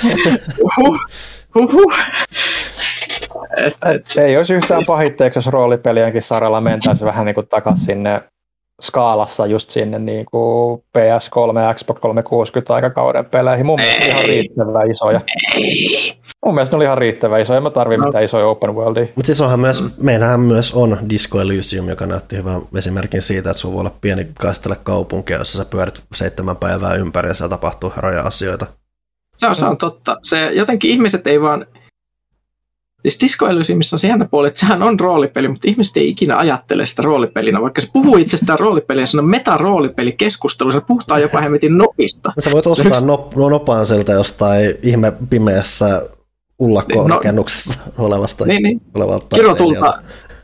ei olisi yhtään pahitteeksi, jos roolipelienkin sarjalla mentäisiin vähän niinku takaisin sinne skaalassa just sinne niinku PS3 ja Xbox 360 aikakauden peleihin. Mun mielestä ihan riittävän isoja. Mun mielestä ne oli ihan riittävän isoja. Mä tarvitsen mitään isoja open worldia. Mutta siis meillähän myös on Disco Elysium, joka näytti hyvän esimerkin siitä, että sun voi olla pieni kaistele kaupunkia, jossa sä pyörit 7 päivää ympäri ja siellä tapahtuu raja-asioita. Se on totta. Se, jotenkin ihmiset ei vaan... Siis Disco Elysiumissa on se jännä puoli, että sehän on roolipeli, mutta ihmiset ei ikinä ajattele sitä roolipelinä. Vaikka se puhuu itsestään roolipeliä, se on meta-roolipeli-keskustelu, se puhutaan jopa hemmetin nopista. Sä voit ostaa nopaan sieltä jostain ihme pimeässä ullakkorakennuksessa olevasta. Kirotulta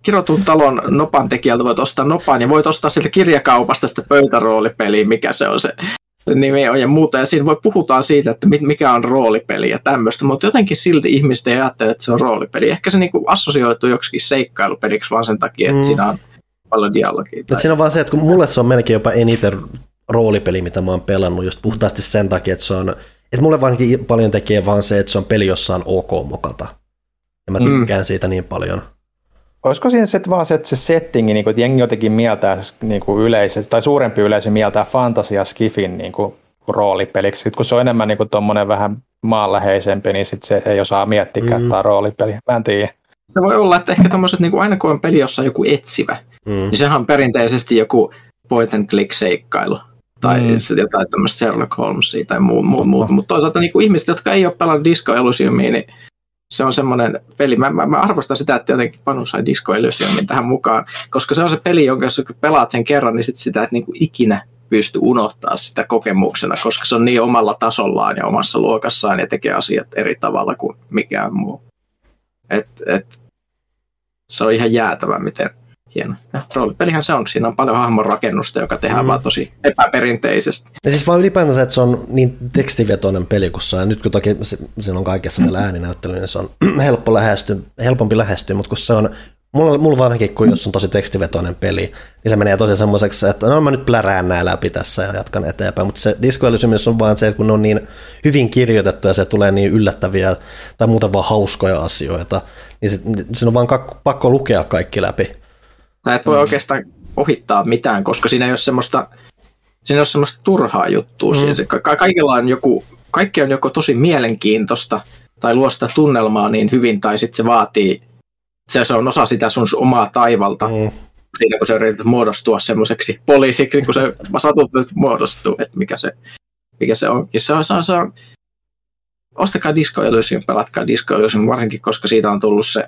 kirotun talon nopan tekijältä voit ostaa nopan ja voit ostaa sieltä kirjakaupasta sitä pöytäroolipeliä, mikä se on se nimi on ja muuta. Ja siinä puhutaan siitä, että mikä on roolipeli ja tämmöistä, mutta jotenkin silti ihmiset ei ajattele, että se on roolipeli. Ehkä se niinku assosioituu joksikin seikkailupeliksi vaan sen takia, että siinä on paljon dialogia. Siinä on vaan se, että kun mulle se on melkein jopa eniten roolipeli, mitä mä oon pelannut, just puhtaasti sen takia, että se on, että mulle vankin paljon tekee vaan se, että se on peli, jossa on ok mokata. Ja mä tykkään siitä niin paljon. Olisiko siinä se, vaan se, että se settingi, niin kuin, että jengi jotenkin mieltää niin yleisesti, tai suurempi yleisö mieltää fantasia skifin niin kuin, roolipeliksi. Sitten kun se on enemmän niin tuommoinen vähän maanläheisempi, niin sit se ei osaa miettiä käyttää roolipeliä. Mä en tiedä. Se voi olla, että ehkä tommoset, niin kuin aina kun on peli, jossa on joku etsivä, niin sehän on perinteisesti joku point and click seikkailu. Tai jotain tämmöistä Sherlock Holmesia tai muuta. Mutta toisaalta niin kuin ihmiset, jotka ei ole pelannut Disco Elysiumia, niin se on semmoinen peli. Mä arvostan sitä, että jotenkin Panu sai Disco Elysiumin tähän mukaan, koska se on se peli, jonka jos pelaat sen kerran, niin sit sitä et niinku ikinä pysty unohtaa sitä kokemuksena, koska se on niin omalla tasollaan ja omassa luokassaan ja tekee asiat eri tavalla kuin mikään muu. Se on ihan jäätävä, miten hieno. Ja roolipelihän se on. Siinä on paljon hahmonrakennusta, joka tehdään vaan tosi epäperinteisesti. Ja siis vaan ylipäätänsä, että se on niin tekstivetoinen peli, kun se on, nyt kun toki siinä on kaikessa vielä ääninäyttely, niin se on helpompi lähestyä, mutta kun se on, mulla varsinkin, kun jos on tosi tekstivetoinen peli, niin se menee tosi semmoiseksi, että no mä nyt plärään nää läpi tässä ja jatkan eteenpäin, mutta se Disco Elysiumissa on vaan se, että kun ne on niin hyvin kirjoitettu ja se tulee niin yllättäviä tai muuten vaan hauskoja asioita, niin siinä on vaan pakko lukea kaikki läpi. Sä et voi oikeastaan ohittaa mitään, koska siinä ei ole semmoista turhaa juttua. Kaikilla on kaikki on joko tosi mielenkiintoista tai luo sitä tunnelmaa niin hyvin, tai sitten se vaatii, se on osa sitä sun omaa taivalta. Siinä kun sä yrität muodostua semmoiseksi poliisiksi, kun se satut muodostuu, että mikä se onkin. Se on ostakaa Disco Elysium, pelatkaa Disco Elysium, varsinkin koska siitä on tullut se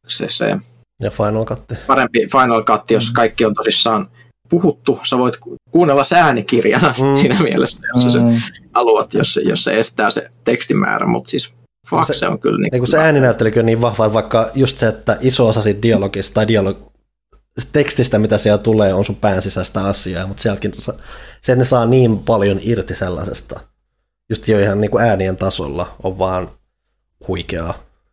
ja Final Cut. Parempi Final Cut, jos kaikki on tosissaan puhuttu. Sä voit kuunnella se äänikirjana siinä mielessä, jos sä haluat, jos se estää se tekstimäärä, mutta siis se on kyllä niin. Se ääninäyttelykin on niin vahva, että vaikka just se, että iso osa siitä dialogista tai tekstistä, mitä siellä tulee, on sun pään sisäistä asiaa, mutta sielläkin se, että ne saa niin paljon irti sellaisesta, just jo ihan niin kuin äänien tasolla, on vaan huikeaa.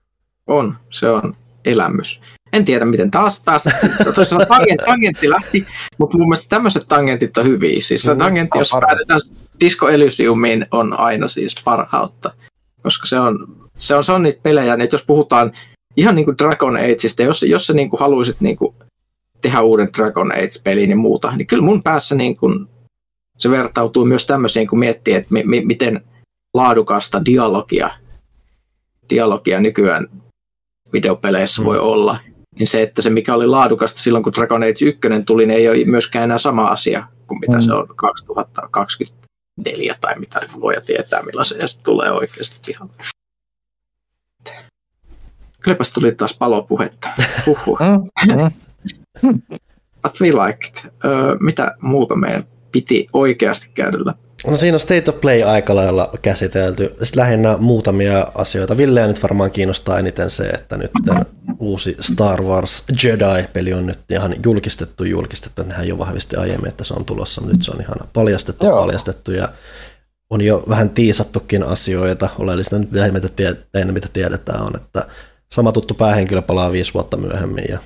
Se on elämys. En tiedä, miten taas tangentti lähti, mutta mun mielestä tämmöiset tangentit on hyviä. Siis se tangentti, jos päädytään Disco Elysiumiin, on aina siis parhautta, koska se on niitä pelejä, että jos puhutaan ihan niin kuin Dragon Ageista, jos sä niin kuin haluaisit niin kuin tehdä uuden Dragon Age-pelin ja muuta, niin kyllä mun päässä niin kuin se vertautuu myös tämmöisiin, kun miettii, että miten laadukasta dialogia nykyään videopeleissä voi olla, niin se, että se mikä oli laadukasta silloin, kun Dragon Age 1 tuli, niin ei ole myöskään enää sama asia kuin mitä se on 2024 tai mitä luoja tietää, milloin se tulee oikeasti pihalle. Kylläpäs tuli taas palopuhetta. But we liked. Mitä muuta meidän piti oikeasti käydä läpi? No siinä on State of Play aika lailla käsitelty. Sitten lähinnä muutamia asioita. Villeä nyt varmaan kiinnostaa eniten se, että nyt uusi Star Wars Jedi-peli on nyt ihan julkistettu. Nehän jo vahvisti aiemmin, että se on tulossa. Nyt se on ihan paljastettu ja on jo vähän tiisattukin asioita. Oleellista nyt mitä tiedetään on, että sama tuttu päähenkilö palaa 5 vuotta myöhemmin. Ja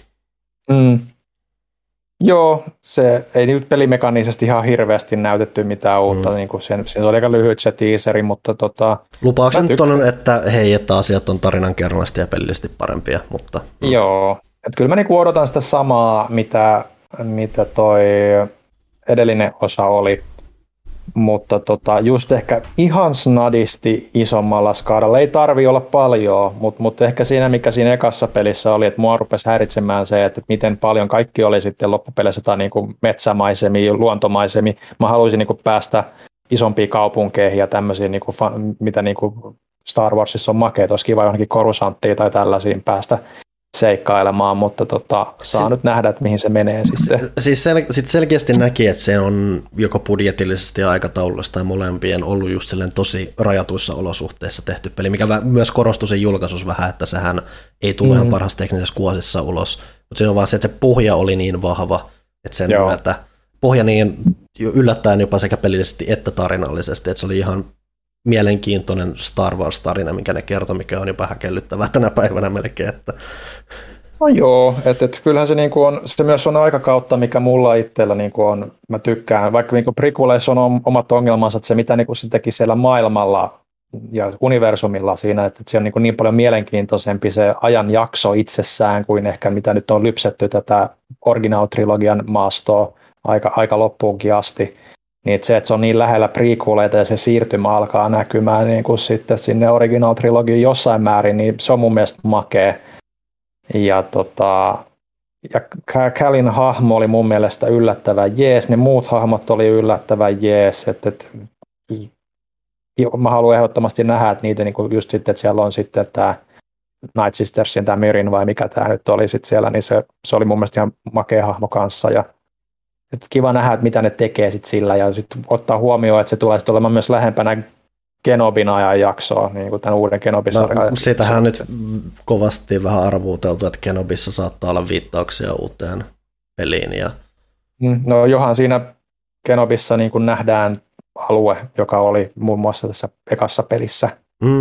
Joo, se ei nyt pelimekaanisesti ihan hirveästi näytetty mitään uutta, niin kuin se oli aika lyhyt se teaseri, mutta lupauksen nyt on, että hei, että asiat on tarinankerronnasti ja pelillisesti parempia, mutta joo, että kyllä mä niin odotan sitä samaa, mitä toi edellinen osa oli, mutta just ehkä ihan snadisti isommalla skaalalla, ei tarvii olla paljon, mutta ehkä siinä, mikä siinä ekassa pelissä oli, että mua rupesi häiritsemään se, että miten paljon kaikki oli sitten loppupeleissä jotain niin kuin metsämaisemia, luontomaisemia. Mä haluaisin niin kuin päästä isompiin kaupunkeihin ja tämmöisiin, niin kuin, mitä niin kuin Star Warsissa on makeet, olisi kiva johonkin korusanttiin tai tällaisiin päästä seikkailemaan, mutta saa nyt nähdä, että mihin se menee sitten. Siis selkeästi näki, että se on joko budjetillisesti ja aikataulullista tai molempien ollut just tosi rajatuissa olosuhteissa tehty peli, mikä myös korostui sen julkaisussa vähän, että sehän ei tule ihan parhaassa teknisessä kuosissa ulos, Mutta siinä on vaan se, että se pohja oli niin vahva, että sen myötä pohja niin yllättäen jopa sekä pelillisesti että tarinallisesti, että se oli ihan mielenkiintoinen Star Wars-tarina, minkä ne kertoi, mikä on jopa häkellyttävää tänä päivänä melkein. Että. No joo, että kyllähän se, niinku on, se myös on aikakautta, mikä mulla itsellä niinku on, mä tykkään, vaikka niinku prequeleissa on omat ongelmansa, että se mitä niinku se teki siellä maailmalla ja universumilla siinä, että se on niin paljon mielenkiintoisempi se ajanjakso itsessään kuin ehkä mitä nyt on lypsetty tätä original-trilogian maastoa aika loppuunkin asti. Niin että se on niin lähellä prequeleita ja se siirtymä alkaa näkymään niin kuin sitten sinne original-trilogiin jossain määrin, niin se on mun mielestä makea. Ja Calin hahmo oli mun mielestä yllättävän jees, ne muut hahmot oli yllättävän jees, että mä haluan ehdottomasti nähdä, että niitä niin just sitten, että siellä on sitten tämä Night Sistersin, tämä Mirin vai mikä tämä nyt oli sitten siellä, niin se oli mun mielestä ihan makea hahmo kanssa ja että kiva nähdä, että mitä ne tekee sitten sillä ja sitten ottaa huomioon, että se tulee sitten olemaan myös lähempänä Kenobin ajan jaksoa, niin kuin tämän uuden Kenobi-sarjan. No, sitähän nyt kovasti vähän arvuuteltu, että Kenobissa saattaa olla viittauksia uuteen peliin. Ja. No johan siinä Kenobissa niin kuin nähdään alue, joka oli muun muassa tässä ekassa pelissä.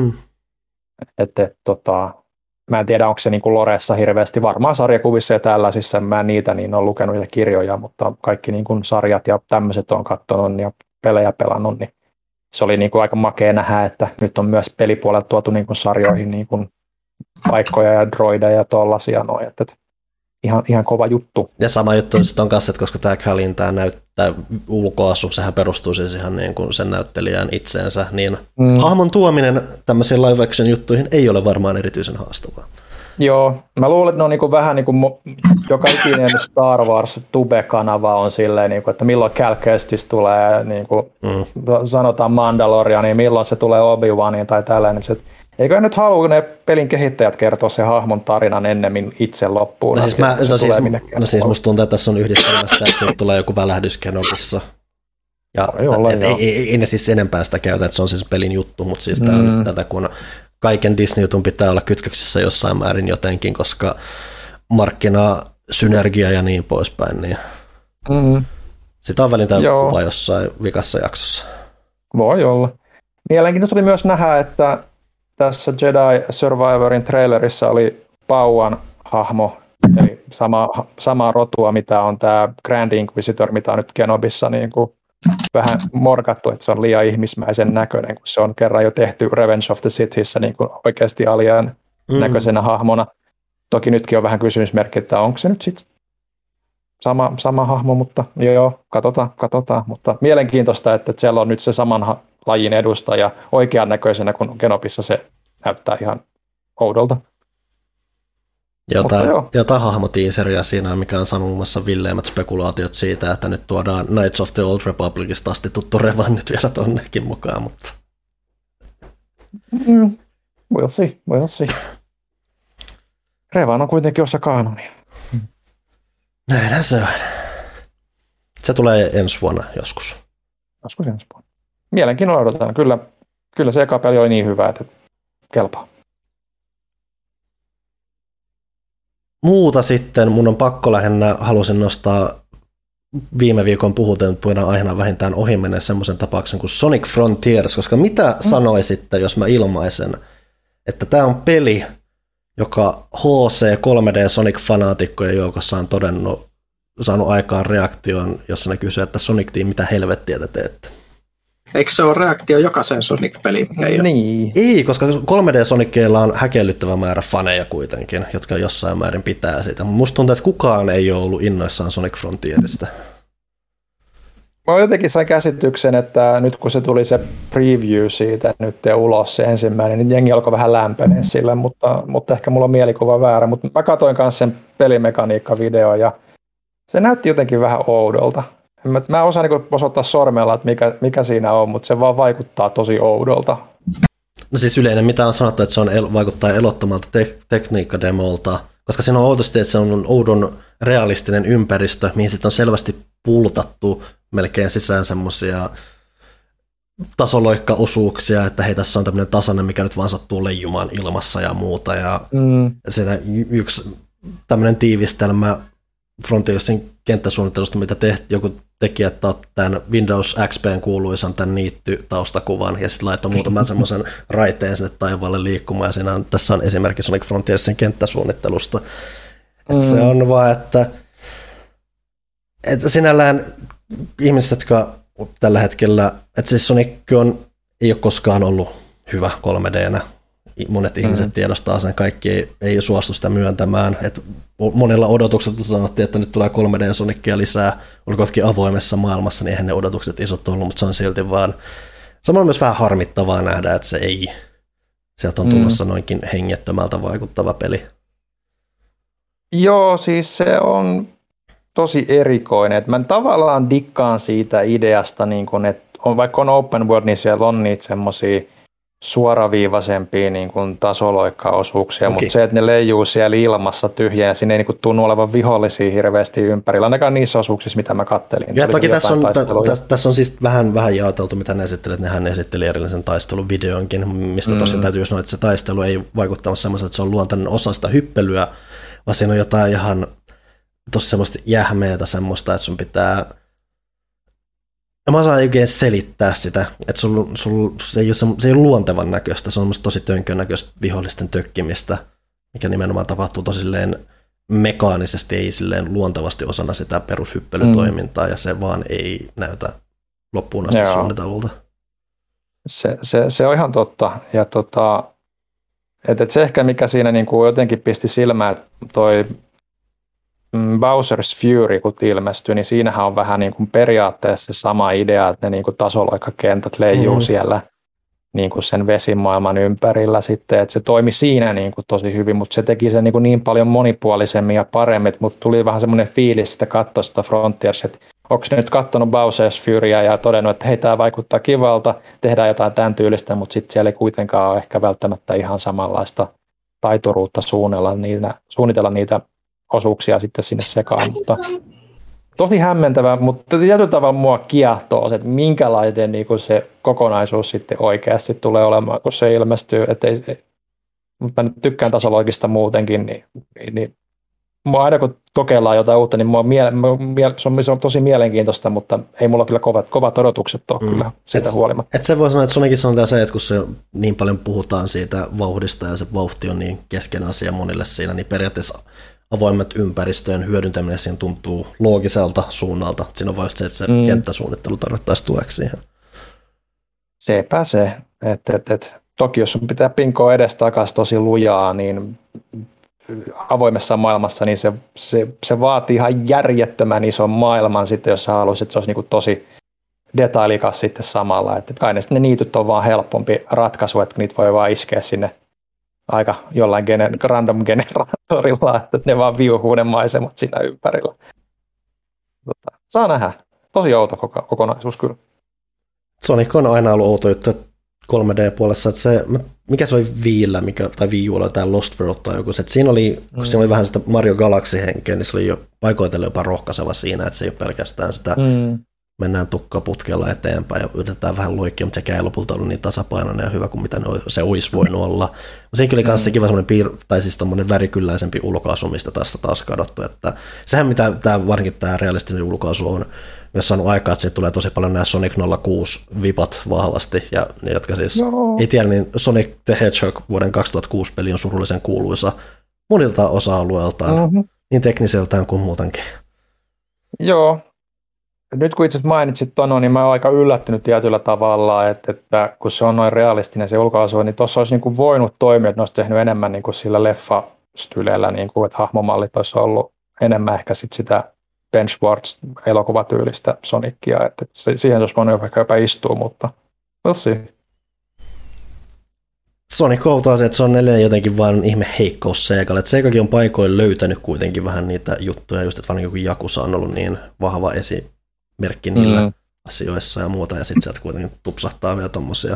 Mä en tiedä, onko se niin kuin Loressa hirveästi, varmaan sarjakuvissa ja tällaisissa, mä en niitä niin on lukenut ja kirjoja, mutta kaikki niin kuin sarjat ja tämmöiset on katsonut ja pelejä pelannut, niin se oli niin kuin aika makea nähdä, että nyt on myös pelipuolelta tuotu niin kuin sarjoihin niin kuin paikkoja ja droideja ja tollaisia noin, että ihan kova juttu. Ja sama juttu sitten on kanssa, että koska tämä Calin, tämä näyttää ulkoasu, sehän perustuu siis ihan niin kuin sen näyttelijään itseensä, niin hahmon tuominen tämmöisiin live action juttuihin ei ole varmaan erityisen haastavaa. Joo, mä luulen, että ne on niin kuin vähän niin kuin joka ikinen Star Wars Tube-kanava on silleen, niin kuin, että milloin Cal Kestis tulee, niin kuin sanotaan Mandalorian, niin milloin se tulee Obi-Waniin tai tällainen. Eikö nyt halua ne pelin kehittäjät kertoa se hahmon tarinan ennemmin itse loppuun? No siis musta tuntuu, että tässä on yhdistelmästä, että siitä tulee joku välähdys Kenobissa. Ja ei ne siis enempää sitä käytä, että se on siis pelin juttu, mutta siis tää on nyt tätä, kun kaiken Disney-jutun pitää olla kytköksissä jossain määrin jotenkin, koska synergia ja niin poispäin. Niin sitä on välintään kuva jossain vikassa jaksossa. Voi olla. Mielenkiintoista oli myös nähdä, että tässä Jedi Survivorin trailerissa oli Pauan hahmo, eli samaa rotua, mitä on tämä Grand Inquisitor, mitä on nyt Kenobissa niin kuin vähän morkattu, että se on liian ihmismäisen näköinen, kun se on kerran jo tehty Revenge of the Sithissä niin kuin oikeasti alien näköisenä hahmona. Toki nytkin on vähän kysymysmerkki, että onko se nyt sitten sama hahmo, mutta joo, katsotaan. Mutta mielenkiintoista, että siellä on nyt se saman lajin edustaja oikean näköisenä, kun Kenobissa se näyttää ihan oudolta. Jotain hahmotiiseria siinä, mikä on sanomassa villeimmät spekulaatiot siitä, että nyt tuodaan Knights of the Old Republicista asti tuttu Revan nyt vielä tonnekin mukaan, mutta. We'll see. Revan on kuitenkin osa kaanonia. Näinhän se on. Se tulee ensi vuonna joskus. Mielenkiinnolla odotetaan. Kyllä se eka peli oli niin hyvä, että kelpaa. Muuta sitten, mun on pakko lähinnä, halusin nostaa viime viikon puhuteltuina aiheena vähintään ohi mennä semmoisen tapauksen kuin Sonic Frontiers, koska mitä sanoisitte, jos mä ilmaisen, että tämä on peli, joka HC 3D Sonic-fanaatikkojen joukossa on saanut aikaan reaktion, jossa ne kysyy, että Sonic Team, mitä helvettiä te teette? Eikö se ole reaktio jokaisen Sonic-peliin? Niin. Ei, koska 3D-Sonickeilla on häkellyttävä määrä faneja kuitenkin, jotka jossain määrin pitää sitä. Musta tuntuu, että kukaan ei ole ollut innoissaan Sonic Frontierista. Mä jotenkin sain käsityksen, että nyt kun se tuli se preview siitä nyt ulos se ensimmäinen, niin jengi alkoi vähän lämpenee sille, mutta ehkä mulla on mielikuva väärä. Mutta mä katsoin kanssa sen pelimekaniikka-video ja se näytti jotenkin vähän oudolta. Mä osaan niin osoittaa sormella, että mikä siinä on, mutta se vaan vaikuttaa tosi oudolta. No siis yleinen, mitä on sanottu, että se on vaikuttaa elottomalta tekniikkademolta, koska siinä on outosti, että se on oudon realistinen ympäristö, mihin sitten on selvästi pultattu melkein sisään semmoisia tasoloikkaosuuksia, että hei, tässä on tämmöinen tasainen, mikä nyt vaan sattuu leijumaan ilmassa ja muuta. Ja siinä yksi tämmöinen tiivistelmä Frontiersin kenttäsuunnittelusta, mitä joku teki, että otti tämän Windows XP:n kuuluisan tämän niitty-taustakuvan ja sitten laittoi muutaman semmoisen raiteen sinne taivaalle liikkumaan ja siinä tässä on esimerkki Sonic Frontiersin kenttäsuunnittelusta. Että se on vaan, että sinällään ihmiset, jotka tällä hetkellä, että siis Sonic ei ole koskaan ollut hyvä 3D:nä. Monet ihmiset tiedostaa sen, kaikki ei suostu sitä myöntämään. Et monella odotuksella sanottiin, että nyt tulee 3D-Sonicia lisää, olkoonkin avoimessa maailmassa, niin eihän ne odotukset isot ollut, mutta se on silti vaan, samalla myös vähän harmittavaa nähdä, että se ei, sieltä on tulossa noinkin hengettömältä vaikuttava peli. Joo, siis se on tosi erikoinen. Että mä tavallaan dikkaan siitä ideasta, niin kun, että vaikka on open world, niin siellä on niitä semmoisia suoraviivaisempia niin kuin tasoloikkaosuuksia, mutta se, että ne leijuu siellä ilmassa tyhjää ja siinä ei niin tunnu olevan vihollisia hirveästi ympärillä, ainakaan niissä osuuksissa, mitä mä kattelin. Ja toki tässä on siis vähän jaoteltu, mitä ne esittelet. Nehän esitteli erillisen taisteluvideonkin, mistä tosin täytyy sanoa, että se taistelu ei vaikuttanut semmoiselta, että se on luontainen osa sitä hyppelyä, vaan siinä on jotain ihan tosi semmoista jähmeätä semmoista, että sun pitää. Ja mä osaan oikein selittää sitä, että se ei ole luontevan näköistä, se on tosi tönkön näköistä vihollisten tökkimistä, mikä nimenomaan tapahtuu tosi mekaanisesti, ei silleen luontevasti osana sitä perushyppelytoimintaa, ja se vaan ei näytä loppuun asti suunnitellulta. Se on ihan totta, ja että se ehkä mikä siinä niin kuin jotenkin pisti silmään, että toi Bowser's Fury, kun ilmestyi, niin siinähän on vähän niin kuin periaatteessa se sama idea, että ne niin kuin tasoloikkakentät leijuu siellä niin kuin sen vesimaailman ympärillä sitten, että se toimi siinä niin kuin tosi hyvin, mutta se teki sen niin paljon monipuolisemmin ja paremmin, mutta tuli vähän semmoinen fiilis sitä katsoa sitä Frontiers, että onko ne nyt katsonut Bowser's Furyä ja todennut, että hei, tämä vaikuttaa kivalta, tehdään jotain tämän tyylistä, mutta sitten siellä ei kuitenkaan ole ehkä välttämättä ihan samanlaista taituruutta suunnitella niitä osuuksia sitten sinne sekaan, mutta tosi hämmentävä, mutta tietyllä tavalla mua kiehtoo se, että minkälainen niin kuin se kokonaisuus sitten oikeasti tulee olemaan, kun se ilmestyy, mutta mä nyt tykkään tasoloikista muutenkin, niin mua aina kun kokeillaan jotain uutta, niin se on tosi mielenkiintoista, mutta ei mulla kyllä kovat odotukset ole kyllä sitä huolimatta. Et se voi sanoa, että Sonicissa on se, että kun se niin paljon puhutaan siitä vauhdista ja se vauhti on niin kesken asia monille siinä, niin periaatteessa avoimet ympäristöjen hyödyntäminen siinä tuntuu loogiselta suunnalta. Siinä on vain se, että se kenttäsuunnittelu tarvittaisi tueksi siihen. Sepä se. Toki jos sun pitää pinkoa edestakaisin tosi lujaa, niin avoimessa maailmassa niin se vaatii ihan järjettömän ison maailman sitten, jos sä haluaisit, että se olisi niin kuin tosi detailikas sitten samalla. Että kai ne niityt on vaan helpompi ratkaisu, että niitä voi vaan iskeä sinne aika jollain random generaattorilla, että ne vaan viuhuu ne maisemat siinä ympärillä. Saa nähdä. Tosi outo kokonaisuus kyllä. Sonic on aina ollut outo juttu 3D-puolessa, että se, mikä se oli Viillä, tai Wii Ulla, tai Lost World tai joku, että siinä oli vähän sitä Mario Galaxy-henkeä, niin se oli jo paikoitellen jopa rohkaiseva siinä, että se ei ole pelkästään sitä mennään tukkaputkella eteenpäin ja yritetään vähän loikkia, mutta sekään ei lopulta ollut niin tasapainoinen ja hyvä kuin mitä se olisi voinut olla. Mutta sekin oli myös kiva semmoinen värikylläisempi ulkoasu, mistä taas kadottu. Että sehän mitä varsinkin tämä realistinen ulkoasu on myös saanut aikaa, että siitä tulee tosi paljon nämä Sonic 06 vipat vahvasti, ja ne, jotka siis ei tiedä, niin Sonic the Hedgehog vuoden 2006 peli on surullisen kuuluisa monilta osa-alueeltaan, niin tekniseltään kuin muutenkin. Joo. Nyt kun itse asiassa mainitsit ton, niin mä oon aika yllättynyt tietyllä tavalla, että kun se on noin realistinen se ulkoasu, niin tuossa olisi niin kuin voinut toimia, että ne olisi tehnyt enemmän niin kuin sillä leffa-styleellä, niin kuin, että hahmomallit olisi ollut enemmän ehkä sit sitä benchwarts-elokuvatyylistä Sonicia, että siihen olisi voinut ehkä jopa istua, mutta we'll see. Sonic outoa se, että se on edelleen jotenkin vain ihme heikkous Segalle. Segakin on paikoin löytänyt kuitenkin vähän niitä juttuja, just että vaan joku Yakuza on ollut niin vahva esimerkki niillä asioissa ja muuta, ja sitten sieltä kuitenkin tupsahtaa vielä tommosia.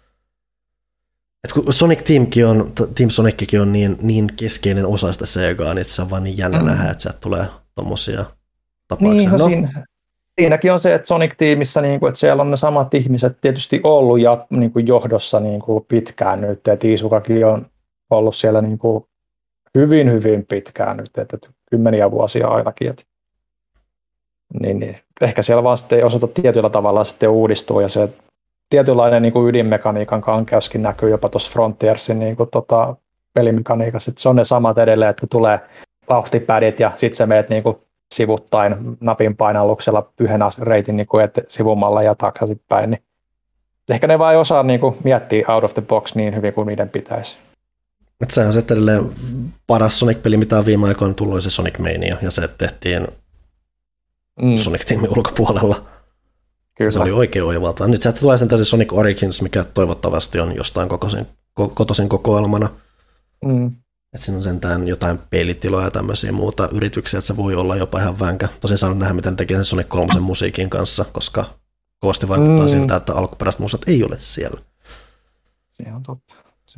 Et kun Sonic Team Sonickin on niin keskeinen osa sitä Segaa, niin se on vaan niin jännä nähdä, että sieltä tulee tommosia tapauksia. Niin, siinäkin on se, että Sonic-tiimissä, niin kuin, että siellä on ne samat ihmiset tietysti ollut ja niin kuin johdossa niin kuin pitkään nyt, että Iisukakin on ollut siellä niin kuin hyvin, hyvin pitkään nyt, että kymmeniä vuosia ainakin. Niin, ehkä siellä vaan sitten ei osata tietyllä tavalla sitten uudistua, ja se tietynlainen niin kuin ydinmekaniikan kankeuskin näkyy jopa tuossa Frontiersin niin kuin, pelimekaniikassa. Se on ne samat edelleen, että tulee vauhtipädit ja sitten sä meet niin kuin sivuttain napin painalluksella yhden reitin niin kuin sivumalla ja takaisinpäin. Niin ehkä ne vaan ei osaa niin kuin miettiä out of the box niin hyvin kuin niiden pitäisi. Että se on se edelleen paras Sonic-peli, mitä on viime aikoina tullut, se Sonic Mania, ja se tehtiin Sonic-tiimin ulkopuolella. Kyllä. Se oli oikein oivaltava. Nyt sieltä tulee sen täysin Sonic Origins, mikä toivottavasti on jostain kotoisin kokoelmana. Että siinä on sentään jotain pelitiloja ja tämmöisiä muuta yrityksiä, että se voi olla jopa ihan vänkä. Tosin saanut nähdä, miten ne tekee sen Sonic 3 musiikin kanssa, koska kovasti vaikuttaa siltä, että alkuperäiset musat ei ole siellä. Se on totta.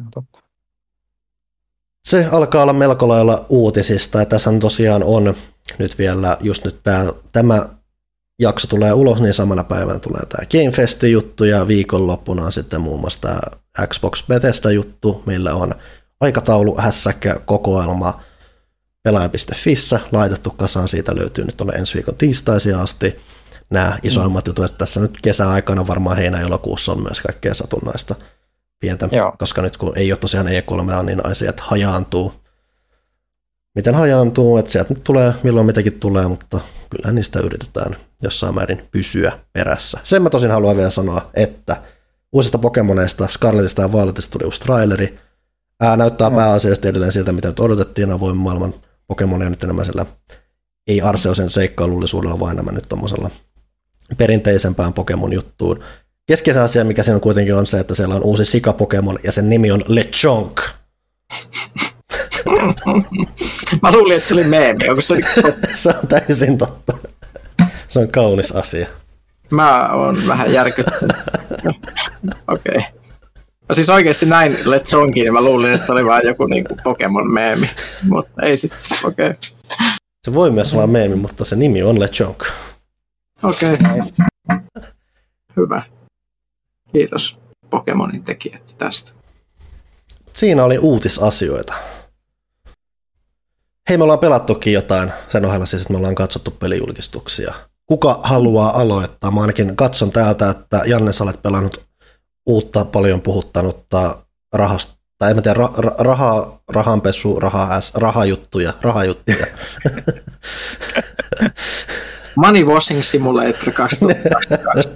Se alkaa olla melko lailla uutisista, ja tässä tosiaan on nyt vielä, just nyt tämä jakso tulee ulos, niin samana päivänä tulee tämä Game Fest-juttu, ja viikonloppuna on sitten muun muassa tämä Xbox Bethesda-juttu, millä on aikataulu, hässäkkä, kokoelma pelaaja.fissä laitettu kasaan, siitä löytyy nyt tuonne ensi viikon tiistaisiin asti nämä isoimmat jutut, että tässä nyt kesäaikana varmaan heinä-elokuussa on myös kaikkea satunnaista pientä, koska nyt kun ei ole tosiaan E3, niin asiat hajaantuu. Miten hajaantuu, että sieltä nyt tulee, milloin mitäkin tulee, mutta kyllähän niistä yritetään jossain määrin pysyä perässä. Sen mä tosin haluan vielä sanoa, että uusista Pokemoneista, Scarletista ja Violetista tuli uusi traileri. Näyttää pääasiallisesti edelleen siltä, mitä nyt odotettiin avoimen maailman Pokemonia nyt enemmän sillä ei Arceosen seikkailullisuudella, vaan enemmän nyt tommosella perinteisempään Pokemon-juttuun. Keskeisen asia, mikä siinä kuitenkin on se, että siellä on uusi Sika-Pokemon ja sen nimi on Lechonk. Mä luulin, että se oli meemi. Onko se Se on täysin totta. Se on kaunis asia. Mä oon vähän järkyttynyt. Okei. No siis oikeasti näin Lechonkin, niin mä luulin, että se oli vaan joku niinku Pokemon-meemi. Mutta ei sitten, okei. Se voi myös olla meemi, mutta se nimi on Lechonk. Okei. Hyvä. Kiitos Pokemonin tekijät tästä. Siinä oli uutisasioita. Hei, me ollaan pelattukin jotain sen ohella siis, että me ollaan katsottu pelijulkistuksia. Kuka haluaa aloittaa? Mä ainakin katson täältä, että Janne, sä olet pelannut uutta paljon puhuttanutta rahasta, tai en mä tiedä, rahanpesu, rahajuttuja. Money Washing Simulator 2022.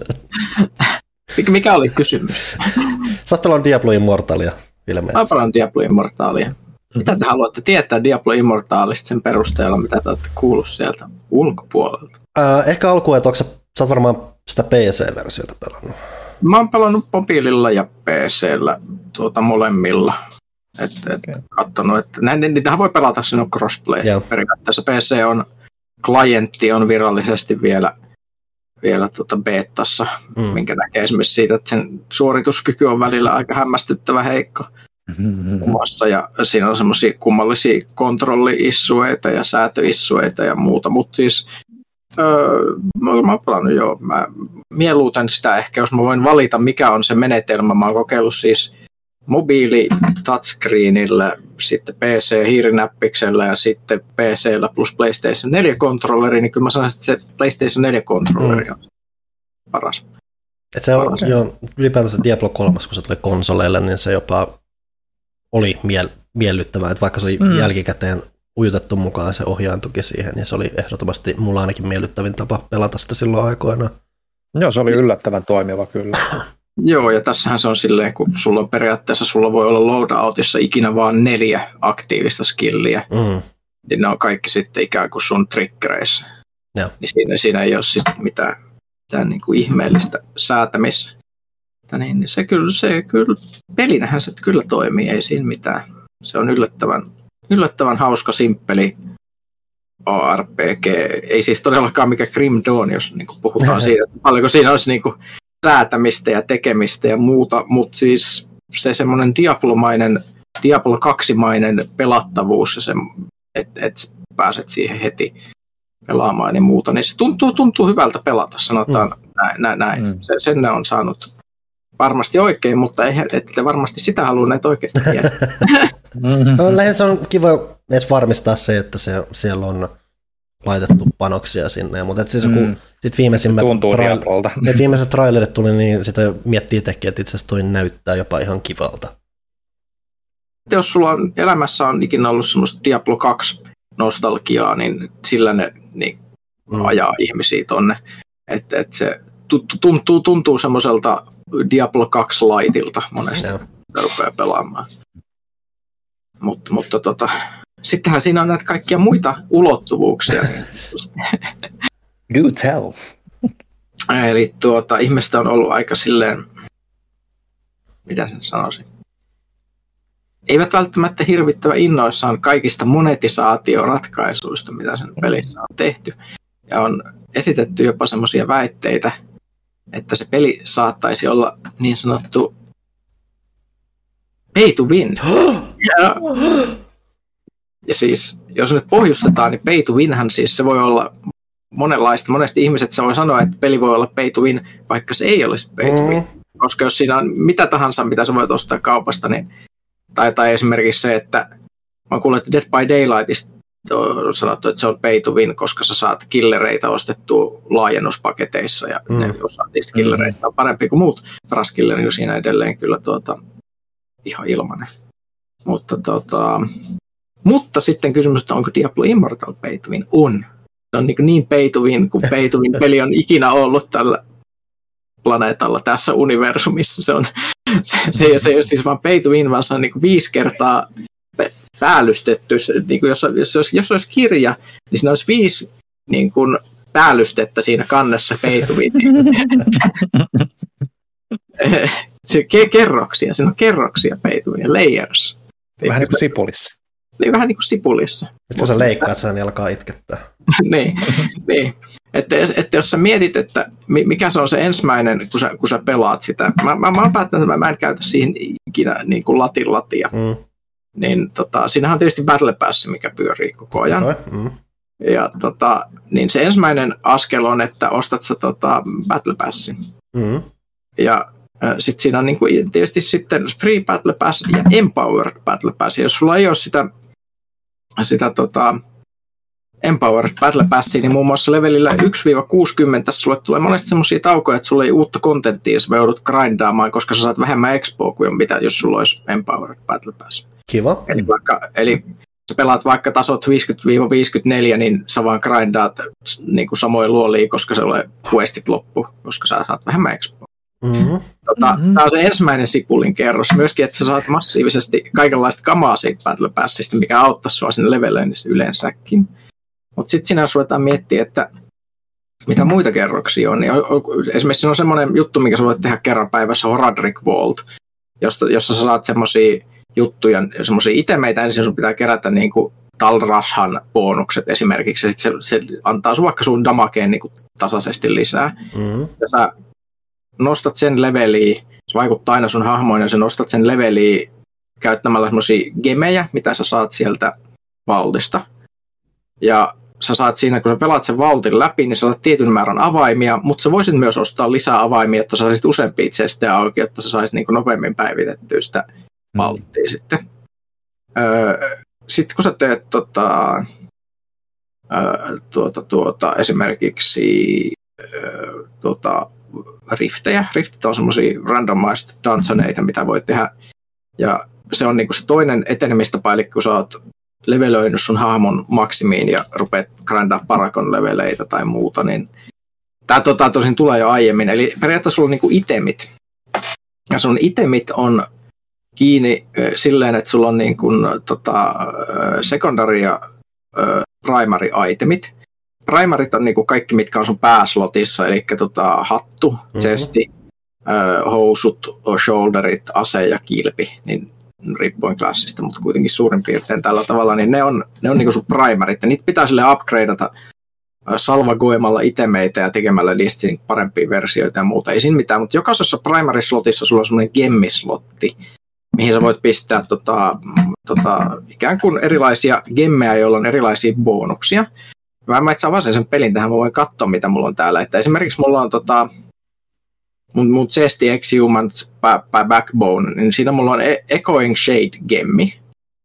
Mikä oli kysymys? Sä oot pelannut Diablo Immortalia ilmeisesti. Mä pelaan Diablo Immortalia. Mitä te haluatte tietää Diablo Immortalista sen perusteella, mitä te olette kuullut sieltä ulkopuolelta? Ehkä alkuun, että sä oot varmaan sitä PC-versiota pelannut. Mä oon pelannut mobiililla ja PC:llä molemmilla. Katsonut, että niitähän voi pelata, siinä on crossplay. Periaatteessa PC on klientti on virallisesti vielä betassa, minkä näkee esimerkiksi siitä, että sen suorituskyky on välillä aika hämmästyttävä heikko. Muassa, ja siinä on semmoisia kummallisia kontrolli-issueita ja säätö-issueita ja muuta, mutta siis mä oon pelannut jo, mä mieluutan sitä ehkä, jos mä voin valita, mikä on se menetelmä. Mä oon kokeillut siis mobiili touchscreenillä, sitten PC-hiirinäppiksellä ja sitten PC:llä plus PlayStation 4-kontrolleri, niin kyllä mä sanoisin, että se PlayStation 4-kontrolleri on paras. Et se on jo ylipäätänsä Diablo 3, kun se tuli konsoleille, niin se jopa oli miellyttävää, että vaikka se oli jälkikäteen ujutettu mukaan, se ohjaantuki siihen, ja se oli ehdottomasti mulla ainakin miellyttävin tapa pelata sitä silloin aikoinaan. Joo, se oli yllättävän toimiva kyllä. Joo, ja tässähän se on silleen, kun sulla voi olla loadoutissa ikinä vaan 4 aktiivista skilliä, niin ne on kaikki sitten ikään kuin sun triggereissä. Niin siinä ei ole sitten mitään niin kuin ihmeellistä säätämistä. Niin se kyllä, pelinähän se kyllä toimii, ei siinä mitään. Se on yllättävän hauska, simppeli ARPG. Ei siis todellakaan mikä Grim Dawn, jos niin kuin puhutaan siitä, että paljonko siinä olisi niin kuin säätämistä ja tekemistä ja muuta, mutta siis se semmoinen Diablo 2-mainen pelattavuus, että pääset siihen heti pelaamaan ja muuta, niin se tuntuu hyvältä pelata, sanotaan näin. Sen ne on saanut varmasti oikein, mutta ette varmasti sitä halunneet oikeasti tiedä. No lähes on kiva edes varmistaa se, että siellä on laitettu panoksia sinne. Mutta siis kun sit viimeiset trailerit tuli, niin sitä miettii itsekin, että itse asiassa toi näyttää jopa ihan kivalta. Jos sulla on elämässä on ikinä ollut semmoista Diablo 2 nostalgiaa, niin sillä ne ajaa ihmisiä tonne. Että se tuntuu semmoiselta Diablo 2 Lightilta monesti, mitä rupeaa pelaamaan. Mutta sittenhän siinä on näitä kaikkia muita ulottuvuuksia. Do tell. Eli ihmiset on ollut aika silleen, mitä sen sanoisin, eivät välttämättä hirvittävän innoissaan kaikista monetisaatioratkaisuista, mitä sen pelissä on tehty. Ja on esitetty jopa semmoisia väitteitä, että se peli saattaisi olla niin sanottu pay to win. Ja siis, jos nyt pohjustetaan, niin pay to winhän siis se voi olla monenlaista. Monesti ihmiset se voi sanoa, että peli voi olla pay to win, vaikka se ei olisi pay to win. Koska jos siinä on mitä tahansa, mitä sä voit ostaa kaupasta, niin tai esimerkiksi se, että mä kuulen, että Dead by Daylightista on sanottu, että se on pay to win, koska sä saat killereitä ostettua laajennuspaketeissa ja ne osa niistä killereistä on parempi kuin muut. Paras killeri on siinä edelleen kyllä ihan ilmanen. Mutta sitten kysymys, että onko Diablo Immortal pay to win? On. Se on niin pay to win, kuin pay to win peli on ikinä ollut tällä planeetalla tässä universumissa. Se ei ole siis vaan pay to win, vaan se on 5 kertaa päällystetty. Jos olisi kirja, niin siinä olisi 5 päällystettä siinä kannessa pay to win. Kerroksia, siinä on kerroksia pay to win, layers. Vähän niin kuin sipulissa. Niin, vähän niin kuin sipulissa. Sitten kun sä leikkaat sen, niin alkaa itkettää. niin. Että jos sä mietit, että mikä se on se ensimmäinen, kun sä pelaat sitä. Mä oon päättänyt, että mä en käytä siihen ikinä niin kuin latia. Niin siinähän on tietysti Battle Pass, mikä pyörii koko ajan. Ja niin se ensimmäinen askel on, että ostat sä Battle Passin. Ja sitten siinä on tietysti sitten Free Battle Pass ja Empowered Battle Pass. Ja jos sulla ei ole sitä Empowered Battle Passia, niin muun muassa levelillä 1-60 sulle tulee monesti semmoisia taukoja, että sulla ei uutta kontenttia, jos joudut grindaamaan, koska sä saat vähemmän expoa kuin mitä, jos sulla olisi Empowered Battle Pass. Kiva. Eli sä pelaat vaikka tasot 50-54, niin sä vaan grindaat samoin luoliin, koska se ole questit loppu, koska sä saat vähemmän expoa. Tämä on se ensimmäinen sipulin kerros. Myöskin, että sä saat massiivisesti kaikenlaista kamaa siitä Battle Passista, mikä auttaisi sua sinne levelöinnissä yleensäkin. Mutta sitten siinä jos ruvetaan miettiä, että mitä muita kerroksia on, niin esimerkiksi siinä on semmoinen juttu, mikä sä voit tehdä kerran päivässä, Horadric Vault, jossa sä saat semmoisia juttuja, semmoisia itemeitä, ensin sun pitää kerätä Tal Rashan bonukset esimerkiksi, ja sitten se antaa vaikka sun damageen tasaisesti lisää. Ja sä nostat sen leveliin, se vaikuttaa aina sun hahmoon, ja sä nostat sen leveliin käyttämällä semmosia gemejä, mitä sä saat sieltä valtista. Ja sä saat siinä, kun sä pelaat sen valtin läpi, niin sä saat tietyn määrän avaimia, mutta sä voisit myös ostaa lisää avaimia, jotta sä saisit useampia itsestään auki, jotta sä saisit nopeammin päivitettyä sitä valttia sitten. Sitten kun sä teet esimerkiksi riftejä. Riftit on semmoisia randomized dungeoneita, mitä voi tehdä. Ja se on se toinen etenemistapa, eli kun sä oot levelöinyt sun hahmon maksimiin ja rupeat grindaa parakon leveleitä tai muuta, niin tää tosin tulee jo aiemmin. Eli periaatteessa sulla on itemit. Ja sun itemit on kiinni silleen, että sulla on secondary ja primary itemit. Primarit on kaikki, mitkä on sun pääslotissa, eli hattu, chesti, housut, shoulderit, ase ja kilpi, niin riippuen klassista, mutta kuitenkin suurin piirtein tällä tavalla, niin ne on sun primarit, ja niitä pitää sille upgradeata salvagoimalla itemeitä ja tekemällä niistä parempia versioita ja muuta. Ei siinä mitään, mutta jokaisessa primary-slotissa sulla on semmoinen gemmislotti, mihin sä voit pistää ikään kuin erilaisia gemmejä, joilla on erilaisia bonuksia. Mä itse avasin sen pelin tähän, mä voin katsoa, mitä mulla on täällä. Että esimerkiksi mulla on mun Chesty Exhumans Backbone, niin siinä mulla on Echoing Shade-gemmi,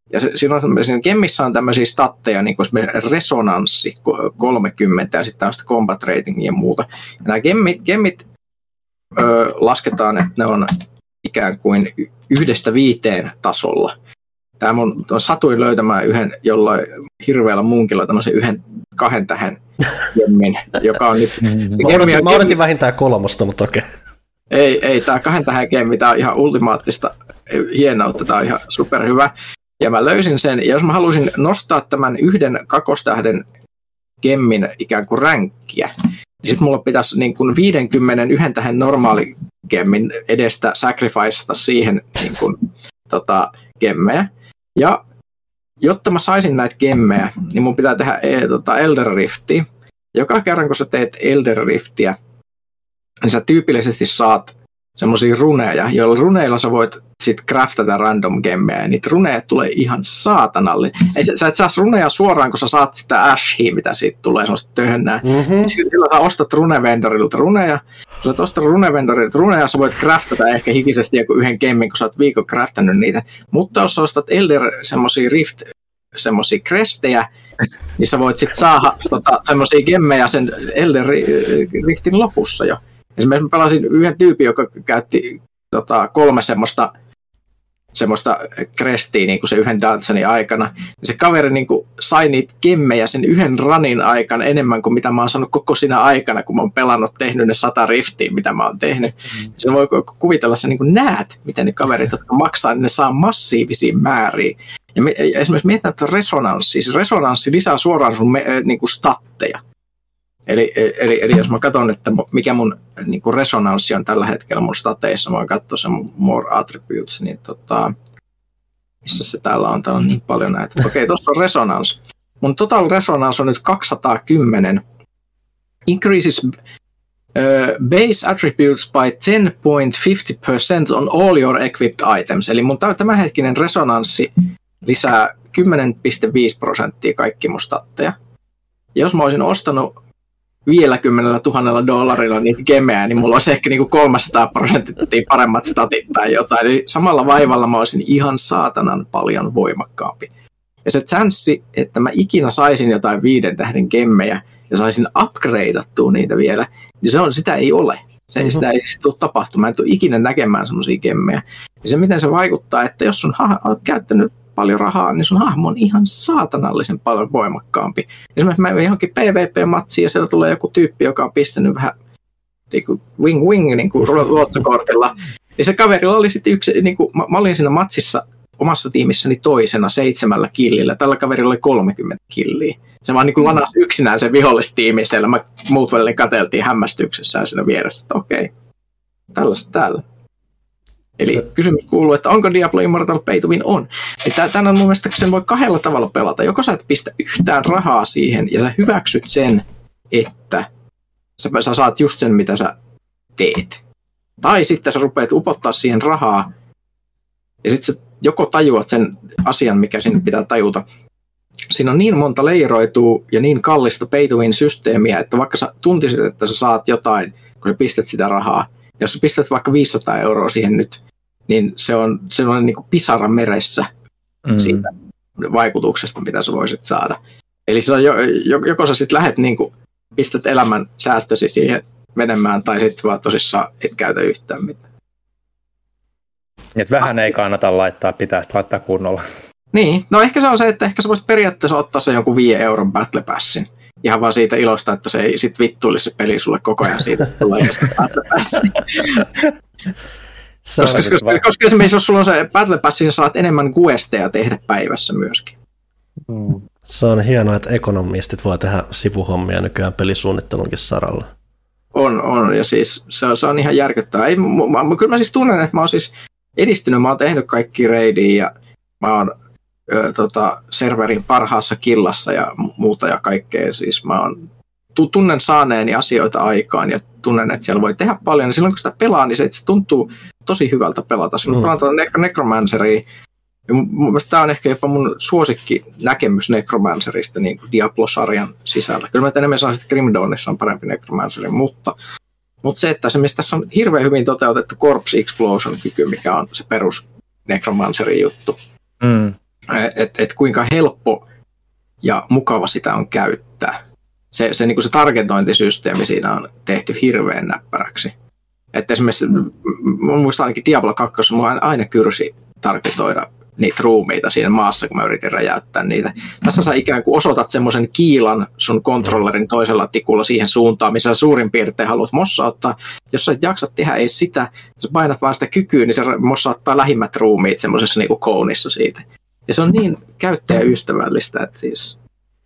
Ja siinä gemmissä on tämmöisiä statteja, niin kuin resonanssi 30 ja sitten tämmöistä combat ratingia ja muuta. Ja nämä gemmit lasketaan, että ne on ikään kuin 1-5 tasolla. Tämä mun satuin löytämään yhden jollain hirveällä munkilla tämmöisen 1-2 tähän gemmin, joka on nyt... Mä odotin vähintään 3, mutta okei. Ei, tämä 2 tähän gemmi, tämä on ihan ultimaattista hienoutta, tämä on ihan superhyvä. Ja mä löysin sen, ja jos mä haluaisin nostaa tämän 1 kakostähden gemmin ikään kuin ränkkiä, niin sitten mulla pitäisi niin kuin 51 tähän normaali gemmin edestä sacrificeta siihen niin kuin, gemmejä. Ja jotta mä saisin näitä gemmejä, niin mun pitää tehdä Elder Riftiä. Joka kerran, kun sä teet Elder Riftiä, niin sä tyypillisesti saat semmosia runeja, joilla runeilla sä voit sit craftata random gemmejä, ja niitä runeja tulee ihan saatanallinen. Sä et saa runeja suoraan, kun sä saat sitä ashia, mitä siitä tulee, semmoista töhönnää. Silloin sä ostat runevendorilta runeja. Kun sä ostat runevendorilta runeja, sä voit craftata ehkä hikisesti joku 1 gemmin, kun sä oot viikon craftannut niitä. Mutta jos sä ostat Elder semmosia Rift, semmosia krestejä, niin sä voit sit saada semmosia gemmejä sen Elder Riftin lopussa jo. Esimerkiksi mä pelasin yhden tyypin, joka käytti 3 semmoista krestia niin kuin se 1 dungeonin aikana. Ja se kaveri niin kuin sai niitä gemmejä sen 1 runin aikana enemmän kuin mitä mä oon saanut koko siinä aikana, kun mä oon pelannut, tehnyt ne 100 riftiä, mitä mä oon tehnyt. Sen voi kuvitella, että sä niin kuin näet, miten ne kaverit, jotka maksaa, niin ne saa massiivisia määriä. Ja esimerkiksi mietitään, että resonanssi lisää suoraan sun niin kuin statteja. Eli jos mä katson, että mikä mun niin kuin resonanssi on tällä hetkellä mun stateissa, mä voin katsoa sen more attributes, niin missä se täällä on niin paljon näitä. Okei, tuossa on resonance. Mun total resonance on nyt 210. Increases base attributes by 10.50% on all your equipped items. Eli mun tämänhetkinen resonanssi lisää 10.5% kaikki mun statteja. Ja jos mä olisin ostanut vielä $10,000 niitä gemejä, niin mulla olisi ehkä niinku 300% paremmat statit tai jotain. Eli samalla vaivalla mä olisin ihan saatanan paljon voimakkaampi. Ja se chanssi, että mä ikinä saisin jotain 5 tähden gemmejä ja saisin upgradeattua niitä vielä, niin sitä ei ole. Sitä ei tule tapahtumaan. Mä en tule ikinä näkemään semmoisia gemmejä. Ja se, miten se vaikuttaa, että jos sun olet käyttänyt paljon rahaa, niin sun hahmo on ihan saatanallisen paljon voimakkaampi. Esimerkiksi mä menen johonkin PvP-matsiin ja siellä tulee joku tyyppi, joka on pistänyt vähän niin kuin wing niin kuin luottokortilla. Ja se kaverilla oli sitten yksi, niin kuin, mä olin siinä matsissa omassa tiimissäni toisena 7 killillä. Tällä kaverilla oli 30 killiä. Se vaan niin kuin lanasi yksinään sen vihollistiimin siellä. Muut välillä katseltiin hämmästyksessään siinä vieressä, että okei, tällaista täällä. Eli kysymys kuuluu, että onko Diablo Immortal Pay to Win? On. Tänään mun mielestä sen voi 2 tavalla pelata. Joko sä et pistä yhtään rahaa siihen ja sä hyväksyt sen, että sä saat just sen, mitä sä teet. Tai sitten sä rupeat upottaa siihen rahaa ja sitten sä joko tajuat sen asian, mikä sinne pitää tajuta. Siinä on niin monta leiroitua ja niin kallista Pay to Win-systeemiä, että vaikka sä tuntisit, että sä saat jotain, kun sä pistät sitä rahaa, jos sä pistät vaikka 500 € siihen nyt, niin se on niin kuin pisara meressä siitä vaikutuksesta, mitä sä voisit saada. Eli se on joko sä sitten lähdet niin kuin pistät elämän säästösi siihen menemään, tai sitten vaan tosissaan et käytä yhtään mitään. Et vähän ei kannata laittaa, pitäisi laittaa kunnolla. Niin, no ehkä se on se, että ehkä sä voisit periaatteessa ottaa sen jonkun 5 € Battle Passin. Ihan vaan siitä ilosta, että se ei sit vittuilisi se peli sulle koko ajan siitä, että tulee Battle Pass. Koska esimerkiksi jos sulla on se Battle Pass, niin saat enemmän questeja tehdä päivässä myöskin. Se on hienoa, että ekonomistit voi tehdä sivuhommia nykyään pelisuunnittelunkin saralla. On, ja siis se on ihan järkyttävää. Kyllä mä siis tunnen, että mä oon siis edistynyt, mä oon tehnyt kaikki raidia ja mä oon serverin parhaassa killassa ja muuta ja kaikkea. Siis mä tunnen saaneeni asioita aikaan ja tunnen, että siellä voi tehdä paljon. Ja silloin kun sitä pelaa, niin se tuntuu tosi hyvältä pelata. Silloin pelataan Necromanceria. Ja mun mielestä tämä on ehkä jopa mun suosikki näkemys Necromancerista niin kuin Diablo-sarjan sisällä. Kyllä mä enemmän sanon, että Grim Dawnissa on parempi Necromanceri, mutta se, että se, tässä on hirveän hyvin toteutettu Corpse Explosion-kyky, mikä on se perus Necromancerin juttu. että kuinka helppo ja mukava sitä on käyttää. Se, niin kuin se targetointisysteemi siinä on tehty hirveän näppäräksi. Että esimerkiksi, muistan ainakin Diablo 2, mua aina kyrsi targetoida niitä ruumiita siinä maassa, kun mä yritin räjäyttää niitä. Tässä sä ikään kuin osoitat semmoisen kiilan sun kontrollerin toisella tikulla siihen suuntaan, missä sä suurin piirtein haluat mossauttaa. Jos sä et jaksa tehdä ei sitä, jos sä painat vaan sitä kykyä, niin se mossauttaa lähimmät ruumiit semmoisessa niinku kounissa siitä. Ja se on niin käyttäjäystävällistä, että siis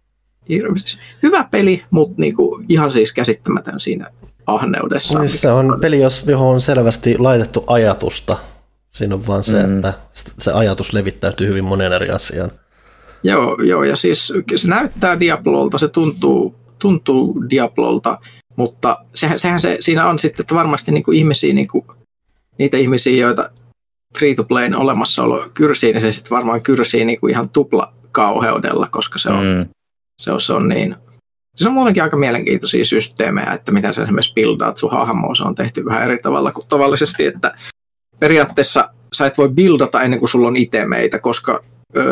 hyvä peli, mutta niinku ihan siis käsittämätön siinä ahneudessa. Niin se on peli, johon on selvästi laitettu ajatusta. Siinä on vaan se, että se ajatus levittäytyy hyvin monen eri asiaan. Joo, ja siis se näyttää Diablolta, se tuntuu Diablolta, mutta sehän se siinä on sitten, että varmasti niinku ihmisiä, niinku, niitä ihmisiä, joita free-to-playn olemassaolo kyrsii, niin se sitten varmaan kyrsii niinku ihan tupla kauheudella, koska se on niin. Se on muutenkin aika mielenkiintoisia systeemejä, että miten sä esimerkiksi buildaat sun hahmoa, se on tehty vähän eri tavalla kuin tavallisesti, että periaatteessa sä et voi buildata ennen kuin sulla on itemeitä, koska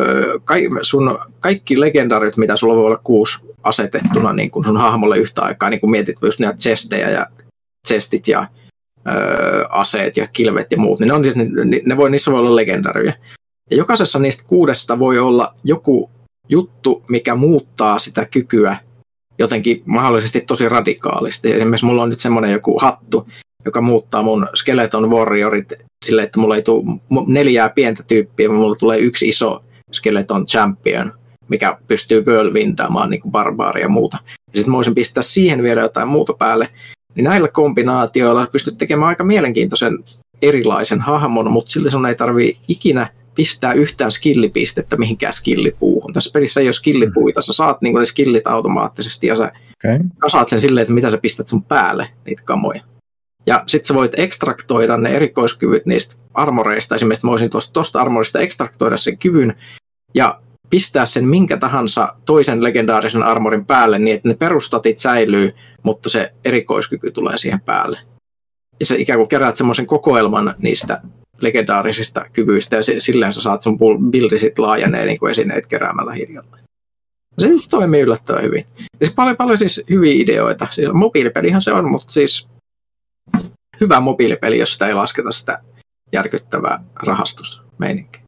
kaikki legendaarit, mitä sulla voi olla 6 asetettuna niin kun sun hahmolle yhtä aikaa, niin kun mietit just näitä chestejä ja chestit ja aseet ja kilvet ja muut, niin niissä voi olla legendaaria. Ja jokaisessa niistä 6 voi olla joku juttu, mikä muuttaa sitä kykyä jotenkin mahdollisesti tosi radikaalisti. Esimerkiksi mulla on nyt semmoinen joku hattu, joka muuttaa mun Skeleton Warriorit silleen, että mulla ei tule 4 pientä tyyppiä, vaan mulla tulee 1 iso Skeleton Champion, mikä pystyy whirlwindaamaan niin kuin barbaaria ja muuta. Ja sitten mä voisin pistää siihen vielä jotain muuta päälle. Niin näillä kombinaatioilla pystyt tekemään aika mielenkiintoisen erilaisen hahmon, mutta silti sun ei tarvitse ikinä pistää yhtään skillipistettä mihinkään skillipuuhun. Tässä pelissä ei ole skillipuita, sä saat niin kuin ne skillit automaattisesti ja sä kasaat sen silleen, että mitä sä pistät sun päälle, niitä kamoja. Ja sit sä voit ekstraktoida ne erikoiskyvyt niistä armoreista. Esimerkiksi mä voisin tuosta armorista ekstraktoida sen kyvyn ja pistää sen minkä tahansa toisen legendaarisen armorin päälle niin, että ne perustatit säilyy, mutta se erikoiskyky tulee siihen päälle. Ja sä ikään kuin keräät semmoisen kokoelman niistä legendaarisista kyvyistä ja silleen sä saat sun buildi sit laajenee niin kuin esineet keräämällä hiljalleen. Se siis toimii yllättävän hyvin. Ja siis paljon siis hyviä ideoita. Siis mobiilipelihan se on, mutta siis hyvä mobiilipeli, jos sitä ei lasketa sitä järkyttävää rahastusmeininkiä.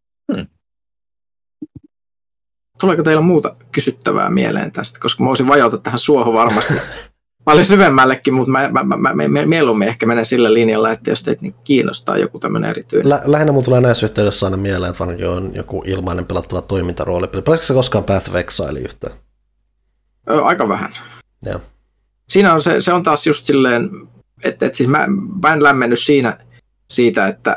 Tuleeko teillä muuta kysyttävää mieleen tästä? Koska mä voisin vajota tähän suohon varmasti paljon syvemmällekin, mutta mä mieluummin ehkä menen sillä linjalla, että jos teitä niin kiinnostaa joku tämmöinen erityinen. Lähinnä mun tulee näissä yhteydessä aina mieleen, että varsinkin on joku ilmainen pelattava toimintaroolipeli. Pelatko sä koskaan Path of Exile yhtään? Aika vähän. Joo. Siinä on se on taas just silleen, että siis mä en lämmennyt siitä, että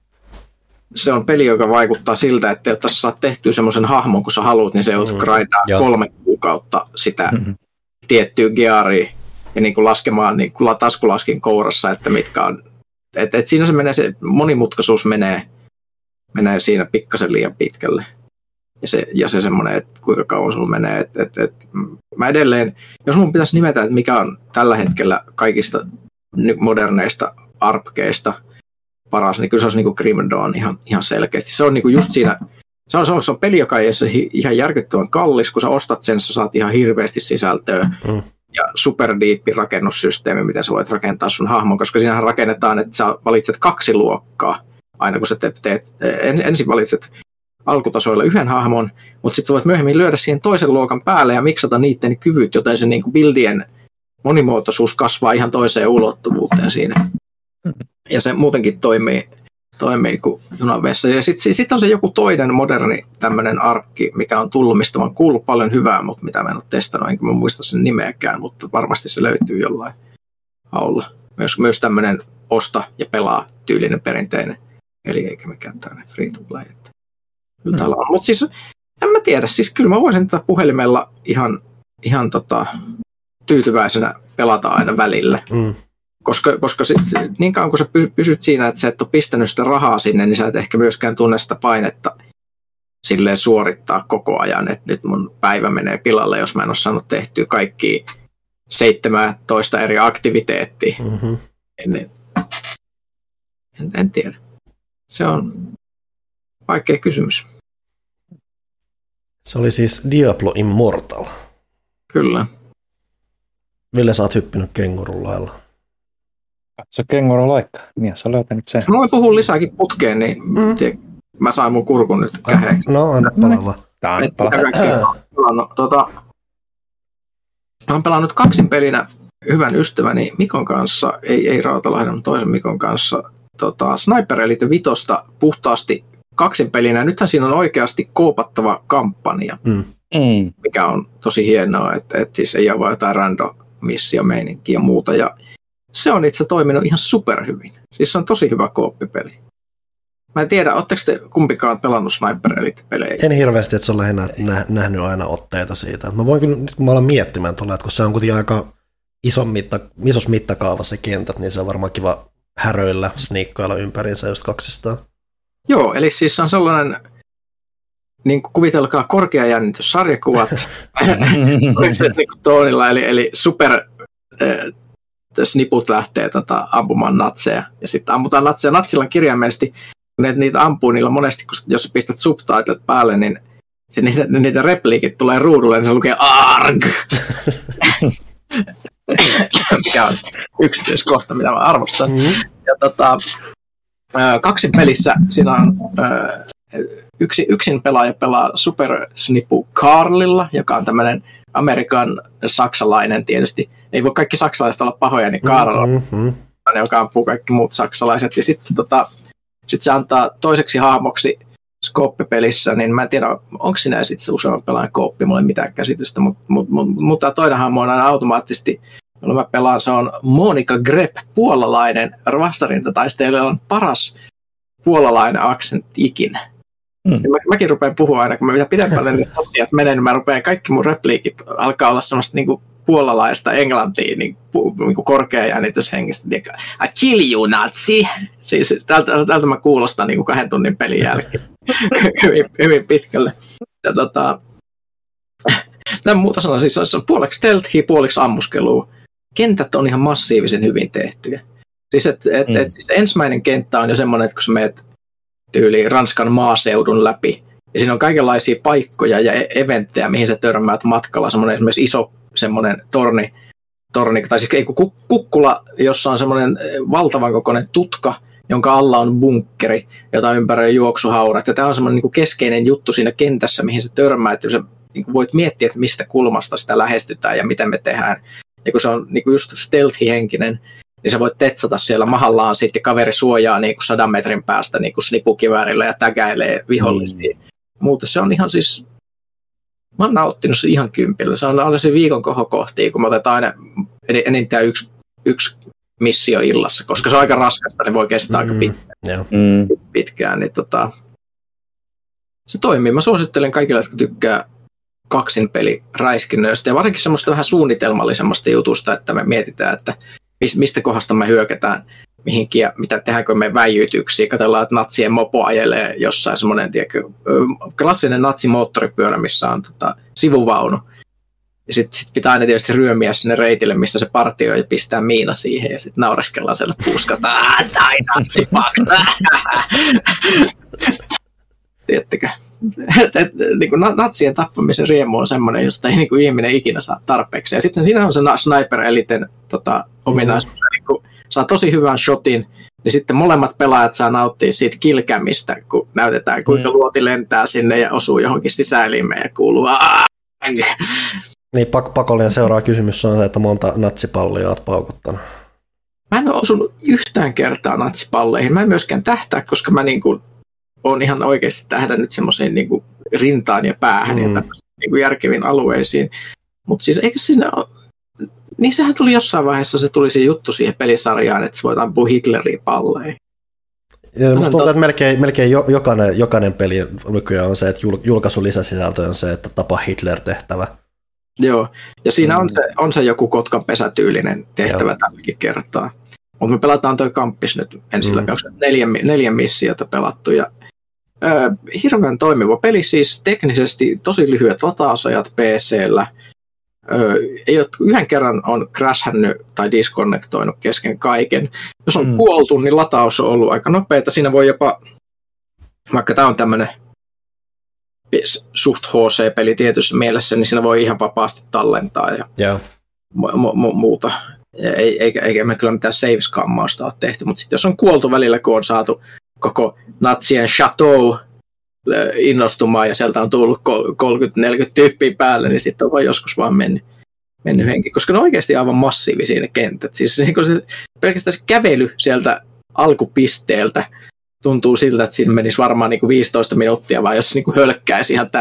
se on peli, joka vaikuttaa siltä, että jotta sä saat tehtyä semmoisen hahmon, kun sä haluat, niin se joudut grindaa 3 kuukautta sitä tiettyä gearia ja niin kuin laskemaan niin kuin taskulaskin kourassa, että mitkä on. Et siinä se monimutkaisuus menee siinä pikkasen liian pitkälle. Ja se semmoinen, että kuinka kauan sulla menee. Mä edelleen, jos mun pitäisi nimetä, että mikä on tällä hetkellä kaikista moderneista ARPGeista paras, niin kyllä se olisi niin kuin Grim Dawn ihan selkeästi. Se on niin kuin just siinä, se on peli, joka ei ole ihan järkyttävän kallis, kun sä ostat sen, sä saat ihan hirveästi sisältöä. Ja superdiippi rakennussysteemi, miten sä voit rakentaa sun hahmon, koska siinähän rakennetaan, että sä valitset 2 luokkaa, aina kun sä teet ensin valitset alkutasoilla 1 hahmon, mutta sitten sä voit myöhemmin lyödä siihen toisen luokan päälle ja miksata niiden kyvyt, joten se niin kuin buildien monimuotoisuus kasvaa ihan toiseen ulottuvuuteen siinä. Ja se muutenkin toimii kuin junanvessa. Ja sitten on se joku toinen moderni tämmöinen arkki, mikä on tullut, mistä mä oon kuullut paljon hyvää, mutta mitä mä en ole testannut, enkä mä muista sen nimeäkään, mutta varmasti se löytyy jollain haulla. Myös tämmöinen osta ja pelaa tyylinen perinteinen, eli eikä mikään tämmöinen free to play. Mutta siis en mä tiedä, siis kyllä mä voisin tätä puhelimella ihan tyytyväisenä pelata aina välillä. Koska niin kauan kun sä pysyt siinä, että sä et ole pistänyt sitä rahaa sinne, niin sä et ehkä myöskään tunne sitä painetta silleen suorittaa koko ajan, että nyt mun päivä menee pilalle, jos mä en ole saanut tehtyä kaikki 17 eri aktiviteettia. En tiedä. Se on vaikea kysymys. Se oli siis Diablo Immortal. Kyllä. Ville, sä oot hyppinyt kengurun lailla. Se kenguru laikka. Mies on löytänyt sen. Mä voin puhua lisääkin putkeen, niin mä saan mun kurkun nyt käheeksi. No, anna palaa vaan. Mä oon pelannut kaksin pelinä hyvän ystäväni Mikon kanssa, ei Rautalahden, toisen Mikon kanssa, Sniper Elite 5 puhtaasti kaksin pelinä. Nythän siinä on oikeasti koopattava kampanja, mikä on tosi hienoa, että siis ei ole vain jotain random missio-meininkiä ja muuta. Ja se on itse toiminut ihan superhyvin. Siis se on tosi hyvä kooppipeli. Mä en tiedä, ootteko te kumpikaan pelannut Sniper Elite-pelejä? En hirveästi, että se on lähinnä nähnyt aina otteita siitä. Mä voin kyllä, nyt kun mä alan miettimään tuolla, että kun se on kuitenkin aika isossa mittakaavassa kentät, niin se on varmaan kiva häröillä, sniikkailla ympäriinsä just 200. Joo, eli siis se on sellainen, niin kuin kuvitelkaa korkeajännityssarjakuvat niin toonilla, eli super sniput lähtee ampumaan natseja, ja sitten ammutaan natseja. Natsilla on kirjaimellisesti, kun niitä ampuu, niillä monesti, jos pistät subtitlet päälle, niin niitä repliikit tulee ruudulle, niin se lukee ARG! Mikä on yksityiskohta, mitä mä arvostan. Ja kaksin pelissä siinä on yksin pelaaja pelaa Super Snipu Karlilla, joka on tämmöinen Amerikan saksalainen tietysti. Ei voi kaikki saksalaiset olla pahoja, niin Karl on, joka ampuu kaikki muut saksalaiset. Ja sitten sit se antaa toiseksi hahmoksi skooppipelissä, niin mä en tiedä, onko siinä sitten useamman pelaajan kooppi, mulla ei mitään käsitystä, mutta toinen hahmo on aina automaattisesti, jolla mä pelaan, se on Monika Grepp, puolalainen vastarintataistelija, on paras puolalainen aksentti ikinä. Mäkin rupean puhua aina, kun mä mitä pidemmälle ne asiat menee, niin mä rupean, kaikki mun repliikit alkaa olla semmoista niinku puolalaista englantia, niinku korkea jännityshengistä. I kill you, Nazi! Siis tältä mä kuulostan niinku 2 tunnin pelin jälkeen hyvin pitkälle. Ja tämän muuta sanoa, siis se on puoliksi stealthia, puoliksi ammuskelua. Kentät on ihan massiivisen hyvin tehtyjä. Siis, siis ensimmäinen kenttä on jo semmoinen, että kun sä meet tyyliin Ranskan maaseudun läpi, ja siinä on kaikenlaisia paikkoja ja eventtejä, mihin sä törmäät matkalla. Semmoinen esimerkiksi iso semmoinen torni, tai siis kukkula, jossa on semmoinen valtavan kokoinen tutka, jonka alla on bunkkeri, jota ympäröi juoksuhaudat. Ja tämä on semmoinen niin kuin keskeinen juttu siinä kentässä, mihin sä törmäät, ja sä niin kuin voit miettiä, että mistä kulmasta sitä lähestytään ja miten me tehdään. Ja kun se on niin kuin just stealthy-henkinen, niin sä voit tetsata siellä mahallaan sitten, ja kaveri suojaa niin kuin 100 metrin päästä niin kuin snipukiväärillä ja tägäilee vihollisia. Muuten se on ihan siis, mä oon nauttinut se ihan kympillä. Se on alle se viikon kohokohtia, kun me otetaan aina enintään yksi missio illassa, koska se on aika raskasta, niin voi kestää aika pitkään. Niin se toimii. Mä suosittelen kaikille, jotka tykkää kaksin peli räiskinnöistä ja varsinkin semmoista vähän suunnitelmallisemmasta jutusta, että me mietitään, että mistä kohdasta me hyökätään mihinkin ja mitä tehdäänkö me väijytyksiä. Katsellaan, että natsien mopo ajelee jossain semmoinen klassinen natsimoottoripyörä, missä on sivuvaunu. Ja sitten pitää aina tietysti ryömiä sinne reitille, missä se partio ja pistää miina siihen ja sitten naureskellaan siellä puuskata. Tai natsipaks! Tiedättekö? Niin natsien tappamisen riemu on semmoinen, josta ei niin ihminen ikinä saa tarpeeksi. Ja sitten siinä on se Sniper Eliten ominaisuus. Eli kun saa tosi hyvän shotin, niin sitten molemmat pelaajat saa nauttia siitä kilkämistä, kun näytetään, kuinka luoti lentää sinne ja osuu johonkin sisäelimeen ja kuuluu Niin, pakollinen seuraava kysymys on se, että monta natsipallia olet paukuttanut. Mä en ole osunut yhtään kertaa natsipalleihin. Mä en myöskään tähtää, koska mä olen ihan oikeasti tähdännyt semmoiseen rintaan ja päähän ja tämmöisiin järkeviin alueisiin. Mutta siis eikö siinä ole... Niin sehän tuli jossain vaiheessa, se tuli se juttu siihen pelisarjaan, että se voit ampua Hitlerin palleihin. Musta tuntuu, että melkein jokainen peli nykyään on se, että julkaisun lisäsisältö on se, että tapa Hitler-tehtävä. Joo, ja siinä on se joku Kotkan pesätyylinen tehtävä tälläkin kertaa. Mutta me pelataan toi kamppis nyt ensin läpi, onko 4 missiota pelattu. Ja, hirveän toimiva peli, siis teknisesti tosi lyhyet latausajat PC:llä. Ei ole, yhden kerran on crashännyt tai disconnectoinut kesken kaiken. Jos on kuoltu, niin lataus on ollut aika nopeata. Siinä voi jopa, vaikka tämä on tämmöinen suht HC-peli tietyssä mielessä, niin siinä voi ihan vapaasti tallentaa ja muuta. Eikä me kyllä mitään save-skammausta ole tehty, mutta sitten jos on kuoltu välillä, kun on saatu koko natsien chateau innostumaan ja sieltä on tullut 30-40 tyyppiä päälle, niin sitten on vaan joskus vaan mennyt henki, koska ne on oikeasti aivan massiivisia ne kentät. Siis pelkästään se kävely sieltä alkupisteeltä tuntuu siltä, että siinä menisi varmaan niin kuin 15 minuuttia, vai jos niin kuin hölkkäisi ihan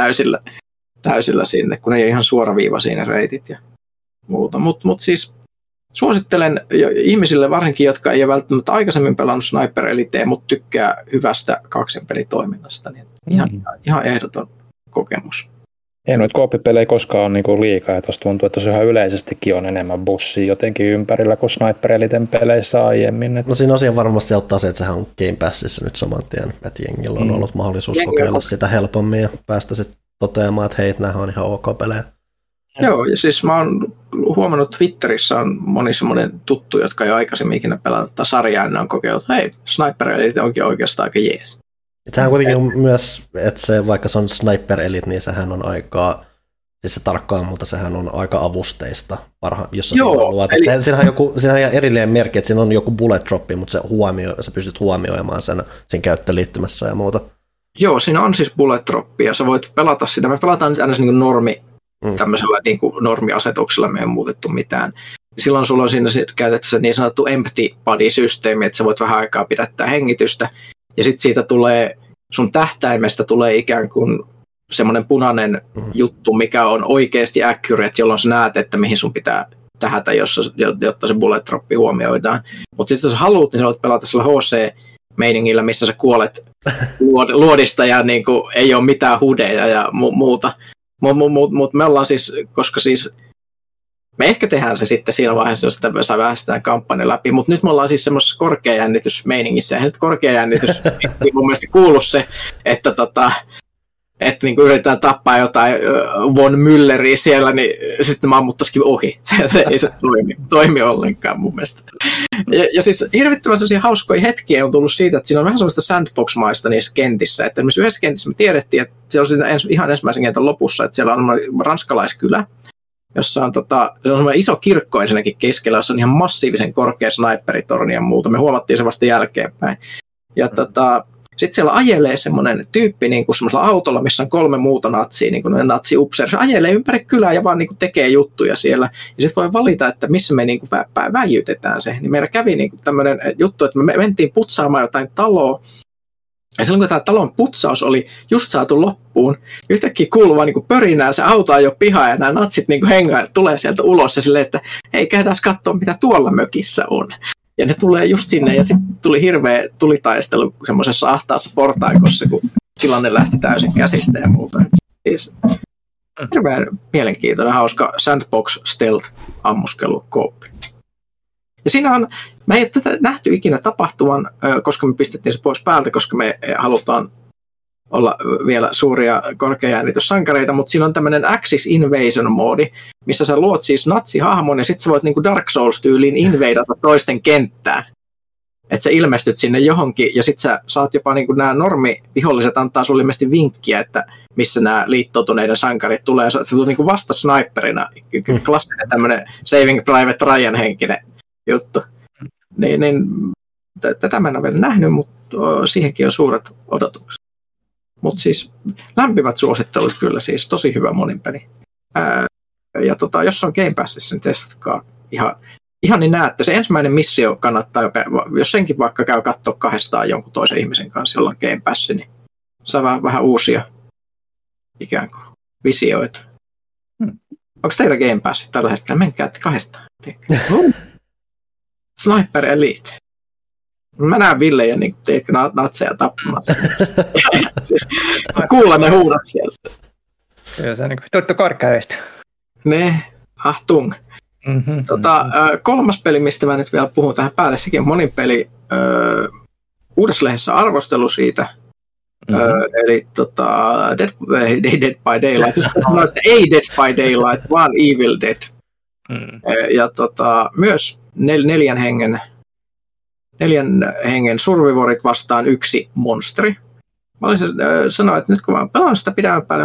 täysillä sinne, kun ei ole ihan suoraviivaisia ne reitit ja muuta. Mutta siis suosittelen ihmisille, varsinkin jotka ei ole välttämättä aikaisemmin pelannut Sniper Eliteä, mutta tykkää hyvästä kaksinpelitoiminnasta, niin ihan ehdoton kokemus. Ei noita kooppipelejä koskaan ole niinku liikaa, ja tuossa tuntuu, että se ihan yleisestikin on enemmän bussia jotenkin ympärillä kuin Sniper Eliten peleissä aiemmin. No siinä asian varmasti auttaa se, että sehän on Game Passissa nyt saman tien, että jengillä on ollut mahdollisuus kokeilla sitä helpommin ja päästä sitten toteamaan, että hei, nämä on ihan ok pelejä. Joo, ja siis mä oon huomannut Twitterissä on moni semmoinen tuttu, jotka ei ole aikaisemmin ikinä pelannut sarjaa, ja ne on kokeillut, että hei, Sniper Elite onkin oikeastaan aika jees. Sehän kuitenkin on myös, että se, vaikka se on Sniper Elite, niin sehän on aika, siis se tarkkaan, mutta sehän on aika avusteista, jos haluat. Eli siinähän on erillinen merkki, että siinä on joku bullet droppi, mutta sä pystyt huomioimaan sen käyttöliittymässä ja muuta. Joo, siinä on siis bullet droppi, ja sä voit pelata sitä. Me pelataan nyt aina niin kuin tämmöisellä niin kuin normiasetuksella, me ei ole muutettu mitään. Silloin sulla on siinä käytetty niin sanottu empty body-systeemi, että sä voit vähän aikaa pidättää hengitystä, ja sitten siitä tulee, sun tähtäimestä tulee ikään kuin semmoinen punainen juttu, mikä on oikeasti accurate, jolloin sä näet, että mihin sun pitää tähätä, jotta se bullet droppi huomioidaan. Mutta sitten jos haluat, niin sä voit pelata sillä HC-meiningillä, missä sä kuolet luodista ja niin kuin ei ole mitään hudeja ja muuta. Mutta me ollaan siis, koska siis me ehkä tehdään se sitten siinä vaiheessa, jos sitä saa vähän sitä kampanjan läpi, mutta nyt me ollaan siis semmoisessa korkeajännitysmeiningissä, ja korkeajännitys ei mun mielestä kuulu se, että että niin yritetään tappaa jotain Von Mülleriä siellä, niin sitten mä ammuttaisikin ohi. Se ei se toimi ollenkaan mun mielestä. Ja siis hirvittävän sellaisia hauskoja hetkiä on tullut siitä, että siinä on vähän sellaista sandbox-maista niissä kentissä. Että esimerkiksi yhdessä kentissä me tiedettiin, että se on siinä ihan ensimmäisen kentän lopussa, että siellä on ranskalaiskylä, jossa on, on iso kirkko ensinnäkin keskellä, jossa on ihan massiivisen korkea sniperitorni ja muuta. Me huomattiin se vasta jälkeenpäin. Ja sitten siellä ajelee semmoinen tyyppi niin kuin semmoisella autolla, missä on 3 muuta natsia, niin kuin ne natsi-upseer. Se ajelee ympäri kylää ja vaan niin kuin tekee juttuja siellä. Ja sitten voi valita, että missä me niin kuin väijytetään se. Niin meillä kävi niin kuin tämmöinen juttu, että me mentiin putsaamaan jotain taloa. Ja silloin kun tämä talon putsaus oli just saatu loppuun, yhtäkkiä kuuluu vaan niin pörinää, se auto jo pihaan ja nämä natsit niin hengaa tulee sieltä ulos ja silleen, että hei, käydään katsoa mitä tuolla mökissä on. Ja ne tulee just sinne ja sitten tuli hirveä tulitaistelu semmoisessa ahtaassa portaikossa, kun tilanne lähti täysin käsistä ja muuta. Siis hirveän mielenkiintoinen, hauska sandbox stealth ammuskelu kooppi. Ja siinä on, me ei tätä nähty ikinä tapahtuman, koska me pistettiin se pois päältä, koska me halutaan olla vielä suuria korkeajännityssankareita, mutta siinä on tämmöinen Axis Invasion-moodi, missä sä luot siis natsihahmon ja sitten sä voit niinku Dark Souls-tyyliin inveidata toisten kenttää. Että sä ilmestyt sinne johonkin ja sitten sä saat jopa niinku nämä normiviholliset antaa sulle ilmeisesti vinkkiä, että missä nämä liittoutuneiden sankarit tulee. Sä tulet niinku vasta sniperina, klassinen tämmöinen Saving Private Ryan henkinen juttu. Niin, tätä mä en ole vielä nähnyt, mutta siihenkin on suuret odotukset. Mutta siis lämpimät suosittelut kyllä, siis tosi hyvä moninpeli. Ja jos on Game Passissa, niin testatkaa ihan niin näette. Se ensimmäinen missio kannattaa, jos senkin vaikka käy katsoa 2 jonkun toisen ihmisen kanssa, jolla on Game Pass, niin saa vähän uusia ikään kuin visioita. Onko teillä Game Pass tällä hetkellä? Menkää 2. Sniper Elite. Mä näen Ville ja niin natseja tappamassa. Kuulen ne huudat sieltä. Kyllä se on niin kuin tuttu korkeaöistä. Ne, ahtung. Kolmas peli, mistä mä nyt vielä puhun tähän päälle, sekin on monin peli. Uudessa lehdessä arvostelu siitä. Eli Dead by Daylight. Jos sanotaan, että ei Dead by Daylight, vaan Evil Dead. Ja myös 4 hengen survivorit vastaan 1 monsteri. mä olisin sanoa, että nyt kun mä pelaan sitä pidemmän päälle,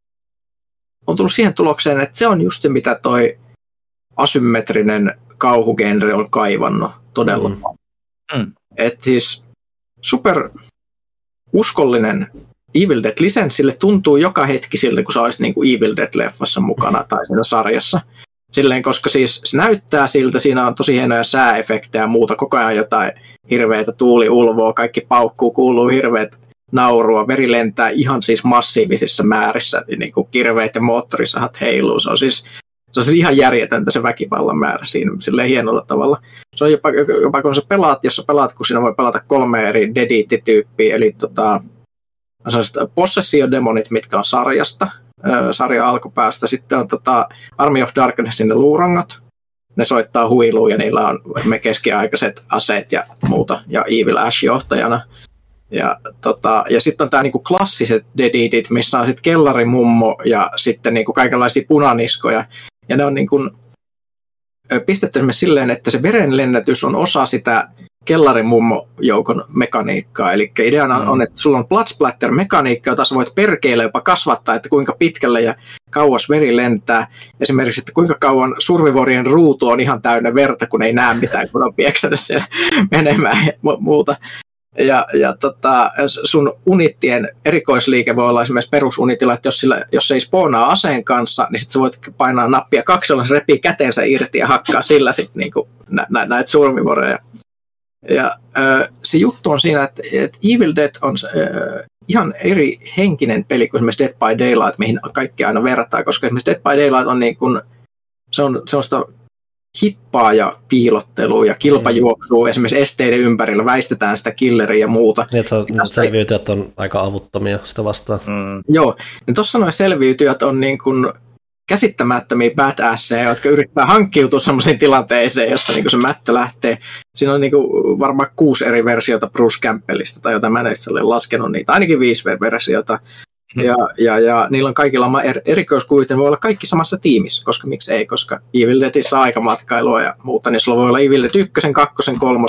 on tullut siihen tulokseen, että se on just se, mitä toi asymmetrinen kauhugenre on kaivannut todella. Että siis super uskollinen Evil Dead-lisenssille tuntuu joka hetki siltä, kun sä olisit niin kuin Evil Dead-leffassa mukana tai siinä sarjassa. Silleen, koska siis se näyttää siltä, siinä on tosi hienoja sääefektejä ja muuta, koko ajan jotain hirveitä tuuli ulvoo, kaikki paukkuu, kuuluu hirveät naurua, veri lentää ihan siis massiivisissa määrissä, niin kuin kirveet ja moottorisahat heiluu. Se on siis ihan järjetöntä se väkivallan määrä siinä silleen hienolla tavalla. Se on jopa kun sä pelaat, jos sä pelaat, kun siinä voi pelata 3 eri Dead-tyyppiä, eli Possessio-demonit, mitkä on sarjan alkupäästä. Sitten on Army of Darknessin ne luurangot. Ne soittaa huiluun ja niillä on me keskiaikaiset aseet ja muuta. Ja Evil Ash johtajana. Ja sitten on tää niinku klassiset Deaditit, missä on sitten kellarimummo ja sitten niinku kaikenlaisia punaniskoja. Ja ne on niinku pistetty esimerkiksi silleen, että se verenlennätys on osa sitä kellarimummo-joukon mekaniikkaa. Eli ideana on, että sulla on blood splatter-mekaniikka, jota sä voit perkeillä jopa kasvattaa, että kuinka pitkälle ja kauas veri lentää. Esimerkiksi, että kuinka kauan survivorien ruutu on ihan täynnä verta, kun ei näe mitään, kun on pieksänyt siellä menemään ja muuta. Ja sun unittien erikoisliike voi olla esimerkiksi perusunitilla, että jos se ei spoonaa aseen kanssa, niin sit sä voit painaa nappia 2, jolloin se repii käteensä irti ja hakkaa sillä sitten niinku näitä survivoreja. Ja se juttu on siinä, että Evil Dead on ihan eri henkinen peli kuin esimerkiksi Dead by Daylight, mihin kaikki aina vertaa, koska esimerkiksi Dead by Daylight on niin kuin, se on sellaista hippaa ja piilottelua ja kilpajuoksua esimerkiksi esteiden ympärillä, väistetään sitä killeria ja muuta. Niin, että selviytyjät on aika avuttomia sitä vastaan. Joo, niin tuossa noin selviytyjät on niin kuin käsittämättömiä badasseja, jotka yrittää hankkiutua sellaisiin tilanteeseen, jossa niin kuin se mättö lähtee. Siinä on niin kuin varmaan 6 eri versiota Bruce Campbellista, tai jotain mä en ole laskenut niitä, ainakin 5 versiota. Ja niillä on kaikilla oma erikoiskuvat, ne voi olla kaikki samassa tiimissä, koska miksi ei, koska Evil Deadissä on aikamatkailua ja muuta, niin sulla voi olla Evil Dead 1, 2, 3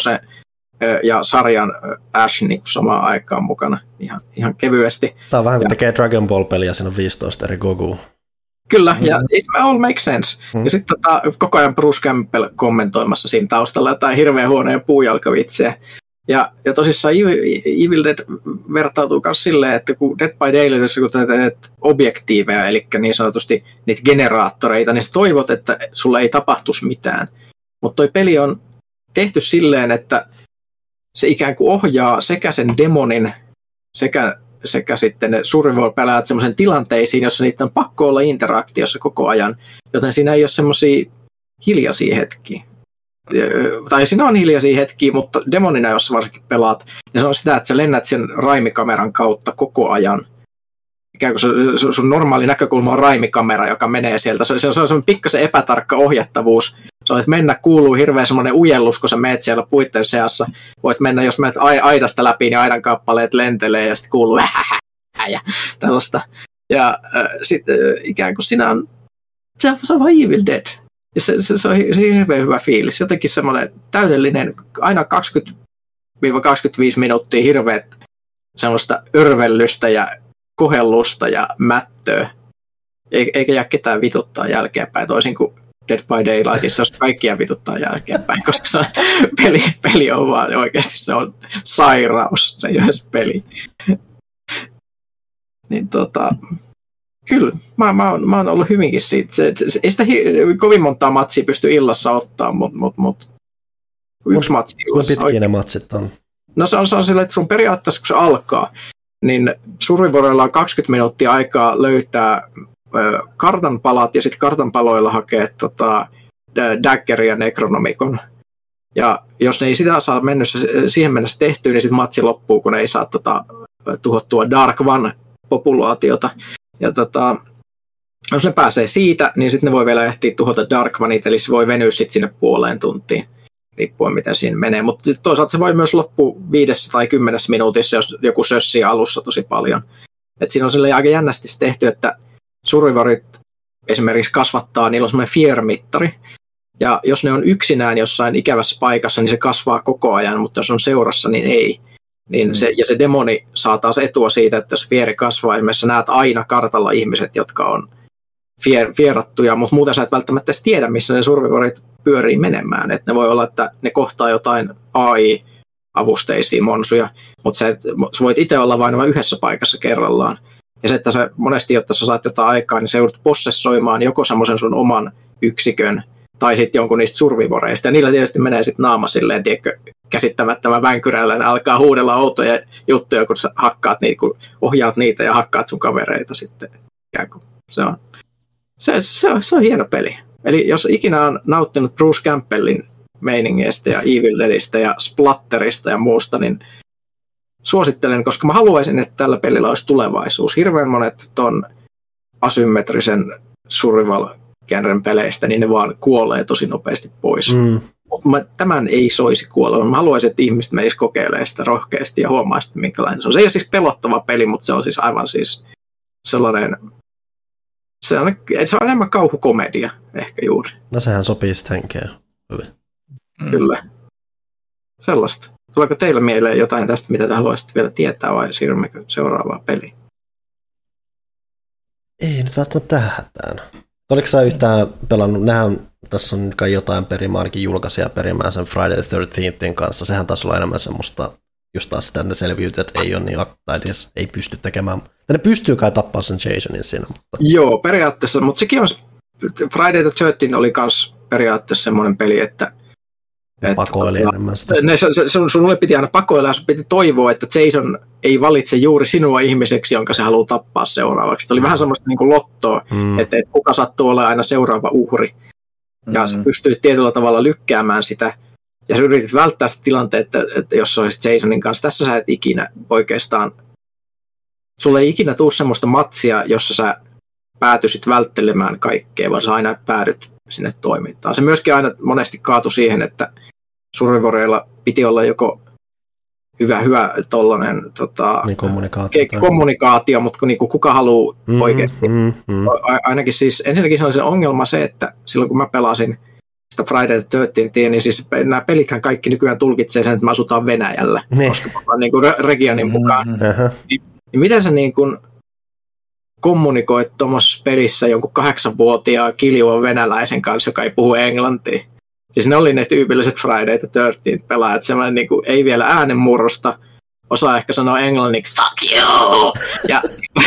ja sarjan Ash niin samaan aikaan mukana ihan kevyesti. Tämä on vähän kuin tekee Dragon Ball-peliä, siinä on 15 eri Goku. Kyllä, ja it all makes sense. Ja sitten koko ajan Bruce Campbell kommentoimassa siinä taustalla jotain hirveän huonoja puujalkavitsejä. Ja tosissaan Evil Dead vertautuu myös silleen, että kun Dead by Daylightissa kun teet objektiiveja, eli niin sanotusti niitä generaattoreita, niin sä toivot, että sulla ei tapahtuisi mitään. Mutta toi peli on tehty silleen, että se ikään kuin ohjaa sekä sen demonin, sekä sitten ne survival-pelaajat semmoisen tilanteisiin, jossa niitä on pakko olla interaktiossa koko ajan, joten siinä ei ole semmoisia hiljaisia hetkiä. Tai siinä on hiljaisia hetkiä, mutta demonina, jos varsinkin pelaat, niin se on sitä, että sä lennät sen raimikameran kautta koko ajan. Ikään kuin sun normaali näkökulma on raimikamera, joka menee sieltä. Se on semmoinen pikkasen epätarkka ohjattavuus. Se on, että mennä kuuluu hirveän semmoinen ujellus, kun sä meet siellä puitten seassa. Voit mennä, jos menet aidasta läpi, niin aidan kappaleet lentelee ja sitten kuuluu ja tällaista. Ja sitten ikään kuin siinä on, se on vain Evil Dead. Ja se on hirveän hyvä fiilis. Jotenkin semmoinen täydellinen, aina 20-25 minuuttia hirveät semmoista örvellystä ja kohellusta ja mättöä. Eikä jää ketään vituttaa jälkeenpäin, toisin kuin Dead by Daylightissa, jos kaikkia vituttaa jälkeenpäin, koska se peli on vaan oikeasti se on sairaus, se ei ole se peli. Niin kyllä, mä oon ollut hyvinkin siitä. Ei sitä kovin montaa matsia pysty illassa ottaa, mutta yksi matsi illassa. Kuinka pitkiä ne matsit on? No se on silleen, että sun periaatteessa kun se alkaa, niin survivorilla on 20 minuuttia aikaa löytää kartanpalat ja sitten kartanpaloilla hakee Daggerin ja Necronomicon. Ja jos ne ei sitä saa siihen mennessä tehtyä, niin sitten matsi loppuu, kun ne ei saa tuhottua Dark One-populaatiota. Ja jos ne pääsee siitä, niin sitten ne voi vielä ehtiä tuhota Dark Oneit, eli se voi venyä sitten sinne puoleen tuntiin, riippuen miten siinä menee. Mutta toisaalta se voi myös loppua 5 tai 10 minuutissa, jos joku sössii alussa tosi paljon. Et siinä on aika jännästi tehty, että survivorit esimerkiksi kasvattaa, niillä on semmoinen fear-mittari, ja jos ne on yksinään jossain ikävässä paikassa, niin se kasvaa koko ajan, mutta jos on seurassa, niin ei. Niin se demoni saa taas etua siitä, että jos fieri kasvaa, esimerkiksi näet aina kartalla ihmiset, jotka on fierattuja, mutta muuten sä et välttämättä edes tiedä, missä ne survivorit pyörii menemään. Et ne voi olla, että ne kohtaa jotain AI-avusteisia monsuja, mutta sä voit itse olla vain yhdessä paikassa kerrallaan. Ja se, että sä monesti, jotta sä saat jotain aikaa, niin sä joudut possessoimaan joko semmoisen sun oman yksikön tai sitten jonkun niistä survivoreista. Ja niillä tietysti menee sitten naama silleen, tiedätkö, käsittämättömän vänkyrällä, ne alkaa huudella outoja juttuja, kun sä hakkaat niitä, kun ohjaat niitä ja hakkaat sun kavereita sitten. Se on hieno peli. Eli jos ikinä on nauttinut Bruce Campbellin meiningeistä ja Evil Deadistä ja Splatterista ja muusta, niin suosittelen, koska mä haluaisin, että tällä pelillä olisi tulevaisuus. Hirveän monet ton asymmetrisen survival-genren peleistä, niin ne vaan kuolee tosi nopeasti pois. Tämän ei soisi kuolla. Mä haluaisin, että ihmiset menis kokeilemaan sitä rohkeasti ja huomaa sitten, minkälainen se on. Se ei ole siis pelottava peli, mutta se on siis aivan siis sellainen, se on enemmän kauhukomedia ehkä juuri. No sehän sopii sitten henkeen hyvin. Kyllä. Sellaista. Tuleeko teillä mieleen jotain tästä, mitä te haluaisitte vielä tietää, vai siirrymmekö seuraavaan peliin? Ei nyt välttämättä tähän. Oliko sä yhtään pelannut, tässä on kai jotain perimää, ainakin julkaisia perimään sen Friday the 13thin kanssa. Sehän taisi olla enemmän semmoista, just taas sitä, että ne selviytyy, että ei ole niin edes ei pysty tekemään. Ne pystyy kai tappaa sen Jasonin siinä. Mutta. Joo, periaatteessa, mutta sekin on, Friday the 13th oli myös periaatteessa semmoinen peli, että pakoili enemmän sitä. Sulle piti aina pakoilla ja sun piti toivoa, että Jason ei valitse juuri sinua ihmiseksi, jonka se haluaa tappaa seuraavaksi. Se oli vähän semmoista niin kuin lottoa, että kuka sattuu olla aina seuraava uhri. Ja sä pystyit tietyllä tavalla lykkäämään sitä. Ja sä yritit välttää sitä tilanteetta, että jos sä olisit Jasonin kanssa, tässä sä et ikinä oikeastaan, sulle ei ikinä tule semmoista matsia, jossa sä päätyisit välttelemään kaikkea, vaan sä aina päädyt sinne toimintaan. Se myöskin aina monesti kaatui siihen, että survivoreilla piti olla joko hyvä tollainen kommunikaatio, mutta niin kuka haluaa oikeasti. Ainakin siis ensinnäkin se oli se ongelma se, että silloin kun mä pelasin sitä Friday the 13th, niin siis nämä pelithän kaikki nykyään tulkitsee sen, että me asutaan Venäjällä, koska me ollaan niin kuin regionin mukaan. Niin miten sä niin kuin kommunikoit tuommoisessa pelissä jonkun 8-vuotiaan kiljuvan venäläisen kanssa, joka ei puhu englantia? Siis ne oli ne tyypilliset Friday the 13th pelaajat, semmoinen niin kuin, ei vielä äänenmurrosta, osaa ehkä sanoa englanniksi, fuck you! Ja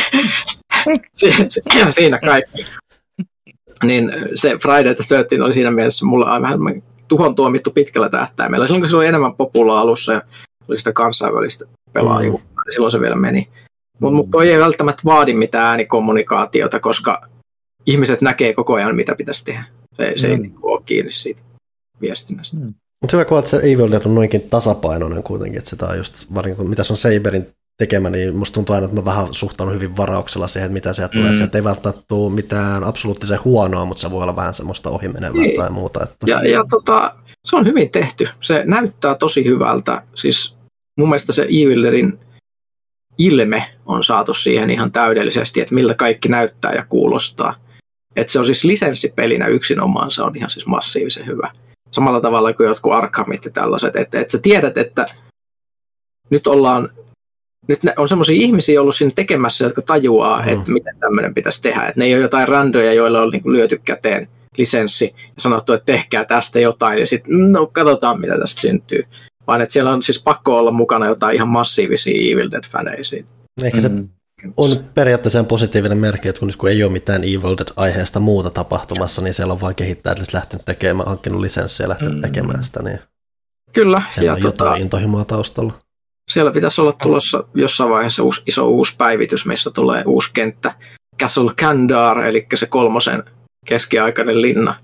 siinä kaikki. Niin se Friday the 13th oli siinä mielessä mulle aivan vähän tuhon tuomittu pitkällä tähtäimellä. Silloin kun se oli enemmän populaa alussa ja oli sitä kansainvälistä pelaajuutta, niin silloin se vielä meni. Mutta toi ei välttämättä vaadi mitään äänikommunikaatiota, koska ihmiset näkee koko ajan, mitä pitäisi tehdä. Se ei ole kiinni siitä viestinnästä. Mutta hyvä, kun se Evil Dead on noinkin tasapainoinen kuitenkin, että sitä on just, varsinkin mitä se on Saberin tekemä, niin musta tuntuu aina, että mä vähän suhtaudun hyvin varauksella siihen, että mitä sieltä tulee. Että sieltä ei välttämättä tule mitään absoluuttisen huonoa, mutta se voi olla vähän semmoista ohimenevää tai muuta. Että. Ja se on hyvin tehty. Se näyttää tosi hyvältä. Siis mun mielestä se Evil Deadin ilme on saatu siihen ihan täydellisesti, että miltä kaikki näyttää ja kuulostaa. Että se on siis lisenssipelinä yksinomaan, se on ihan siis massiivisen hyvä. Samalla tavalla kuin jotkut Arkhamit ja tällaiset, että sä tiedät, että nyt on semmoisia ihmisiä ollut siinä tekemässä, jotka tajuaa, että miten tämmöinen pitäisi tehdä. Että ne ei ole jotain randoja, joilla on niin lyöty käteen lisenssi ja sanottu, että tehkää tästä jotain ja sitten katsotaan, mitä tästä syntyy. Vaan että siellä on siis pakko olla mukana jotain ihan massiivisia Evil Dead-fäneisiä. Ehkä se on periaatteessa positiivinen merkki, että kun ei ole mitään Evil Dead-aiheesta muuta tapahtumassa, niin siellä on vain kehittäjät lähtenyt tekemään, hankkinut lisenssiä ja lähtenyt tekemään sitä. Niin kyllä. Siellä on jotain intohimoa taustalla. Siellä pitäisi olla tulossa jossain vaiheessa iso uusi päivitys, missä tulee uusi kenttä. Castle Kandar, eli se 3 keskiaikainen linna.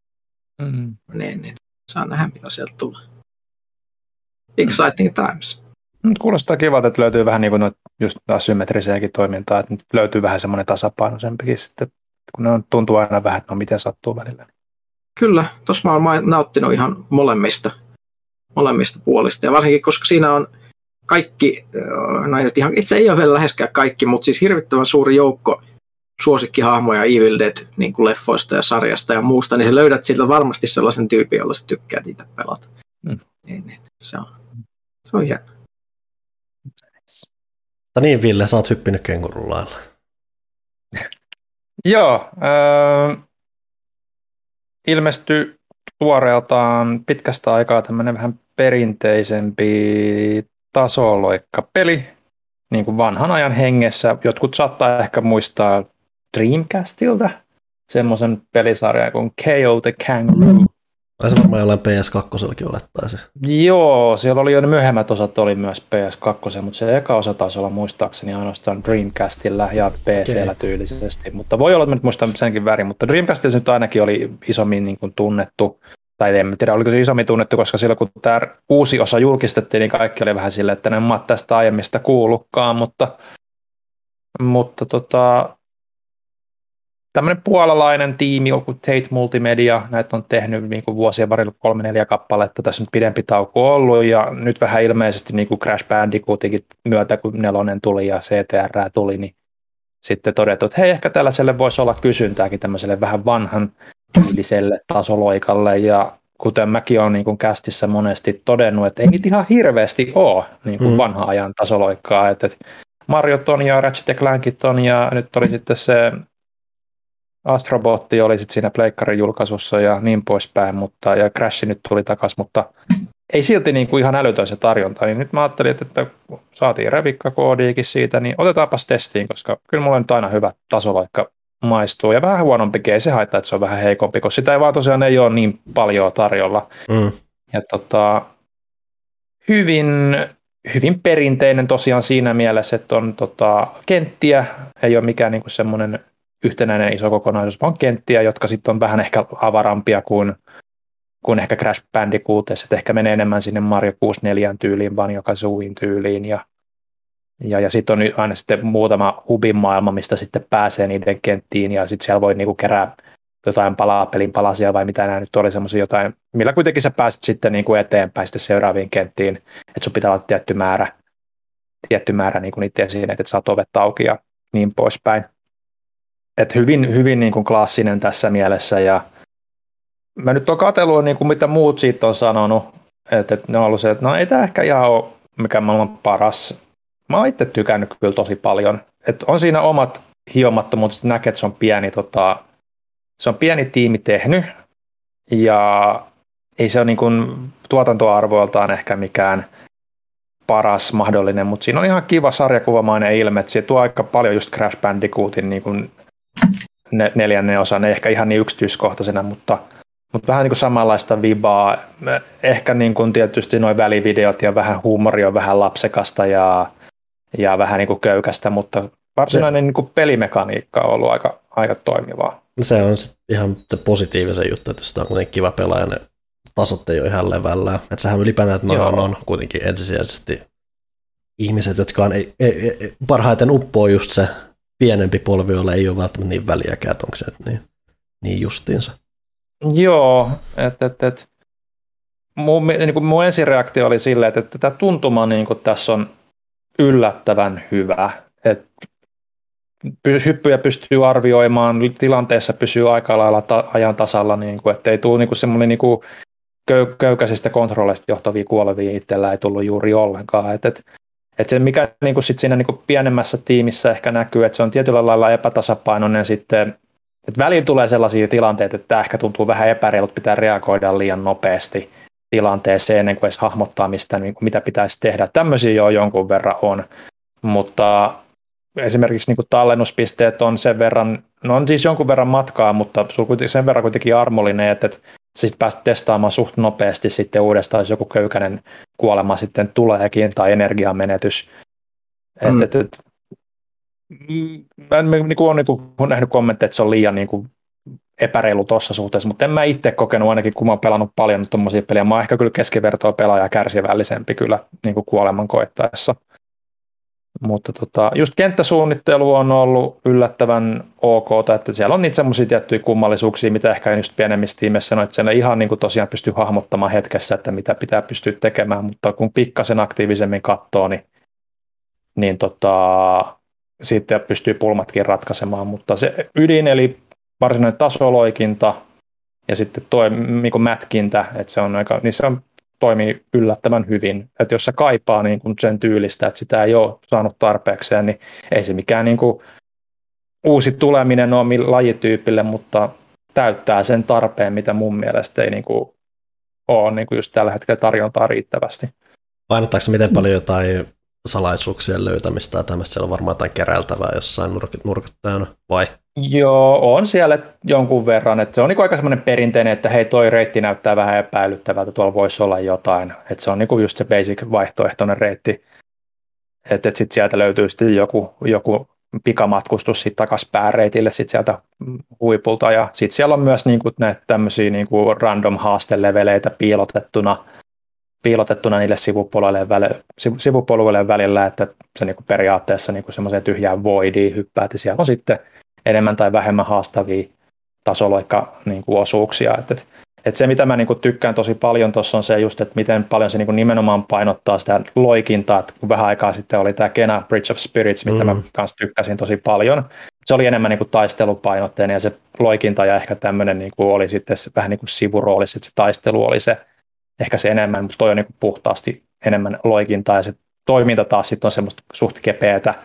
Niin. Saa nähdä, mitä sieltä tulee. Exciting times. Kuulostaa kivalta, että löytyy vähän niin kuin just asymmetrisiäkin toimintaa, että nyt löytyy vähän semmoinen tasapainoisempikin sitten, kun ne tuntuu aina vähän, että no miten sattuu välillä. Kyllä, tuossa mä oon nauttinut ihan molemmista puolista, ja varsinkin koska siinä on kaikki, no ei nyt ihan, itse ei ole vielä läheskään kaikki, mutta siis hirvittävän suuri joukko suosikkihahmoja Evil Dead niin kuin leffoista ja sarjasta ja muusta, niin sä löydät siltä varmasti sellaisen tyypin, jolla sä tykkäät itse pelata. Niin, se on hieno. Niin Ville, sä oot hyppinyt kengurun lailla. Joo, ilmestyi tuoreeltaan pitkästä aikaa tämmöinen vähän perinteisempi tasoloikkapeli, niin kuin vanhan ajan hengessä. Jotkut saattaa ehkä muistaa Dreamcastilta semmoisen pelisarjan kuin KO the Kangaroo. Tai se varmaan jollain PS2 olettaisi. Joo, siellä oli jo ne myöhemmät osat oli myös PS2, mutta se eka osa taisi olla muistaakseni ainoastaan Dreamcastilla ja PC:llä tyylisesti. Mutta voi olla, että mä nyt muistan senkin väärin, mutta Dreamcastilla se nyt ainakin oli isommin niin kuin tunnettu. Tai en tiedä, oliko se isommin tunnettu, koska silloin kun tämä uusi osa julkistettiin, niin kaikki oli vähän silleen, että en mä tästä aiemmista kuullutkaan, mutta tämmöinen puolalainen tiimi, joku Tate Multimedia, näitä on tehnyt niin kuin vuosien varrella 3-4 kappaletta, tässä nyt pidempi tauko ollut, ja nyt vähän ilmeisesti niin kuin Crash Bandicootinkin myötä, kun 4 tuli ja CTR tuli, niin sitten todettu, että hei, ehkä tällaiselle voisi olla kysyntääkin tämmöiselle vähän vanhan tyyliselle tasoloikalle, ja kuten mäkin olen niin kuin kästissä monesti todennut, että ei niitä ihan hirveästi ole niin kuin vanhan ajan tasoloikkaa, että Mariot on ja Ratchet & Clankit on, ja nyt oli sitten se Astrobotti oli sitten siinä pleikkarin julkaisussa ja niin poispäin, ja Crash nyt tuli takaisin, mutta ei silti niin kuin ihan älytön se tarjonta, niin nyt mä ajattelin, että saatiin revikkakoodiikin siitä, niin otetaanpas testiin, koska kyllä mulla nyt aina hyvä tasoloikka maistuu, ja vähän huonompikin, ei se haittaa, että se on vähän heikompi, koska sitä ei vaan tosiaan ei ole niin paljon tarjolla. Ja hyvin perinteinen tosiaan siinä mielessä, että on kenttiä, ei ole mikään niinku semmoinen yhtenäinen iso kokonaisuus, vaan kenttiä, jotka sitten on vähän ehkä avarampia kuin ehkä Crash Bandicootissa, että ehkä menee enemmän sinne Mario 64 tyyliin, vaan joka Zooin tyyliin, ja sitten on aina sitten muutama hubin maailma, mistä sitten pääsee niiden kenttiin, ja sitten siellä voi niinku kerää jotain pelin palasia, vai mitä nämä nyt oli semmoisia jotain, millä kuitenkin sä pääset sitten niinku eteenpäin sitten seuraaviin kenttiin, että sun pitää olla tietty määrä niinku niitä esineitä, että saat ovet auki ja niin poispäin. Et hyvin niin kuin klassinen tässä mielessä, ja mä nyt oon katsellut niin kuin mitä muut siitä on sanonut, että ne on ollut se, että no ei tämä ehkä ihan ole mikään maailman paras. Mä oon itse tykännyt kyllä tosi paljon, että on siinä omat hiomattomuudet, näkee, että se on pieni tiimi tehnyt, ja ei se ole niin kuin tuotantoarvoiltaan ehkä mikään paras mahdollinen, mutta siinä on ihan kiva sarjakuvamainen ilme, että se tuo aika paljon just Crash Bandicootin niin kuin 4. osan, ei ehkä ihan niin yksityiskohtaisena, mutta vähän niin kuin samanlaista vibaa. Ehkä niin kuin tietysti nuo välivideot ja vähän huumoria on vähän lapsekasta ja vähän niin kuin köykästä, mutta varsinainen niin kuin pelimekaniikka on ollut aika toimivaa. Se on ihan se positiivisen juttu, että sitä on kuitenkin kiva pelaa ja ne tasot ei ole ihan levällään. Että sehän ylipäätään, että on kuitenkin ensisijaisesti ihmiset, jotka parhaiten uppoo just se pienempi polvi, jolle ei ole välttämättä niin väliäkään, että onko se nyt niin justiinsa. Joo, mun ensireaktio oli silleen, että tämä tuntuma niin tässä on yllättävän hyvä. Että hyppyjä pystyy arvioimaan, tilanteessa pysyy aika lailla ajan tasalla, niin kuin, että ei tule niin semmoinen niin köykäisistä kontrolleista johtavia kuolevia itsellä ei tullut juuri ollenkaan. Että se, mikä niin sit siinä niin pienemmässä tiimissä ehkä näkyy, että se on tietyllä lailla epätasapainoinen sitten, että väliin tulee sellaisia tilanteita, että tämä ehkä tuntuu vähän epäreilut, pitää reagoida liian nopeasti tilanteeseen ennen kuin edes hahmottaa mitä pitäisi tehdä. Tämmöisiä jo jonkun verran on, mutta esimerkiksi niin tallennuspisteet on sen verran, no on siis jonkun verran matkaa, mutta sen verran kuitenkin armollinen, että sitten pääset testaamaan suht nopeasti sitten uudestaan, jos joku köykäinen kuolema sitten tuleekin tai energiamenetys. Mä olen nähnyt kommentteja, että se on liian epäreilu tuossa suhteessa, mutta en mä itse kokenut, ainakin kun mä oon pelannut paljon tuommoisia pelejä. Mä oon ehkä kyllä keskivertoa pelaaja kärsivällisempi kyllä kuoleman koettaessa. Mutta just kenttäsuunnittelu on ollut yllättävän ok, että siellä on niitä semmoisia tiettyjä kummallisuuksia, mitä ehkä just pienemmissä tiimeissä sanoo, että siellä ihan tosiaan pystyy hahmottamaan hetkessä, että mitä pitää pystyä tekemään, mutta kun pikkasen aktiivisemmin katsoo, niin sitten pystyy pulmatkin ratkaisemaan, mutta se ydin, eli varsinainen tasoloikinta ja sitten tuo mätkintä, että se on toimii yllättävän hyvin. Että jos se kaipaa niin kuin sen tyylistä, että sitä ei ole saanut tarpeekseen, niin ei se mikään niin kuin uusi tuleminen ole lajityypille, mutta täyttää sen tarpeen, mitä mun mielestä ei niin kuin ole niin kuin just tällä hetkellä tarjontaa riittävästi. Painottaako miten paljon jotain salaisuuksien löytämistä tai tämmöistä? Siellä on varmaan jotain keräiltävää jossain nurkittajana, vai? Joo, on siellä jonkun verran. Että se on niin aika semmoinen perinteinen, että hei, toi reitti näyttää vähän epäilyttävältä, tuolla voisi olla jotain. Että se on niin just se basic vaihtoehtoinen reitti. Että sitten sieltä löytyy sitten joku pikamatkustus sitten takaisin pääreitille sitten sieltä huipulta. Ja sitten siellä on myös niin kuin näitä tämmöisiä niin kuin random haasteleveleitä piilotettuna niille sivupoluille välillä, että se niin kuin periaatteessa niin kuin semmoiseen tyhjään voidiin hyppää, että siellä on sitten enemmän tai vähemmän haastavia tasoloikka niin kuin osuuksia. Että se, mitä mä niin kuin tykkään tosi paljon tuossa on se just, että miten paljon se niin kuin nimenomaan painottaa sitä loikintaa, että kun vähän aikaa sitten oli tämä Kena Bridge of Spirits, mitä mä kanssa tykkäsin tosi paljon. Se oli enemmän niin kuin taistelupainotteinen ja se loikinta ja ehkä tämmöinen niin kuin oli sitten vähän niin kuin sivuroolissa, että se taistelu oli se ehkä se enemmän, mutta toi on niin kuin puhtaasti enemmän loikintaa ja se toiminta taas sitten on semmoista suht kepeätä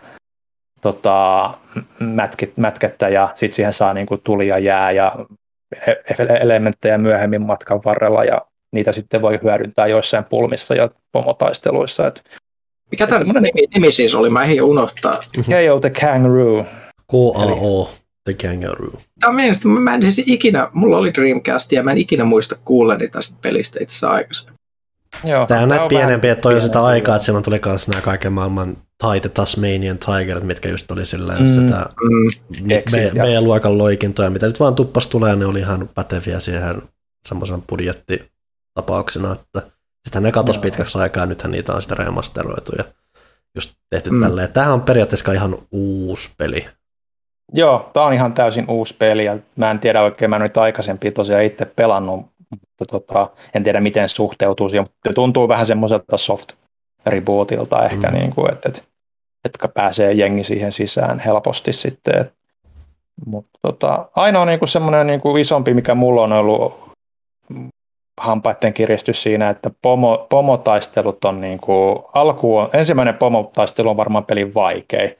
mätkettä ja sitten siihen saa niin kuin tuli ja jää ja elementtejä myöhemmin matkan varrella ja niitä sitten voi hyödyntää joissain pulmissa ja pomotaisteluissa. Mikä tämä nimi siis oli? Mä ehdin unohtaa. KO the Kangaroo. KAO the Kangaroo. Tämä mielestä, mä en siis ikinä, mulla oli Dreamcast ja mä en ikinä muista kuulleeni tästä pelistä itse asiassa aikaisemmin. Tämä on näitä pienempiä, että toi on sitä aikaa, että silloin tuli myös nämä kaiken maailman Tasmanian Tiger, mitkä just oli silleen sitä B-luokan loikintoja, mitä nyt vaan tuppas tulee, ne oli ihan päteviä siihen semmoisen budjettitapauksena, että sitten ne katosi pitkäksi aikaa, nythän niitä on sitten remasteroitu ja just tehty tälleen. Tämähän on periaatteessa ihan uusi peli. Joo, tämä on ihan täysin uusi peli ja mä en tiedä oikein, mä en nyt aikaisempi tosiaan itse pelannut, mutta en tiedä miten suhteutuu siihen, mutta tuntuu vähän semmoiselta soft rebootilta ehkä, niin kuin, että pääsee jengi siihen sisään helposti sitten. Mutta ainoa niin kuin semmoinen niin kuin isompi, mikä mulla on ollut hampaiden kiristys siinä, että pomotaistelut on niin kuin, ensimmäinen pomotaistelu on varmaan pelin vaikein.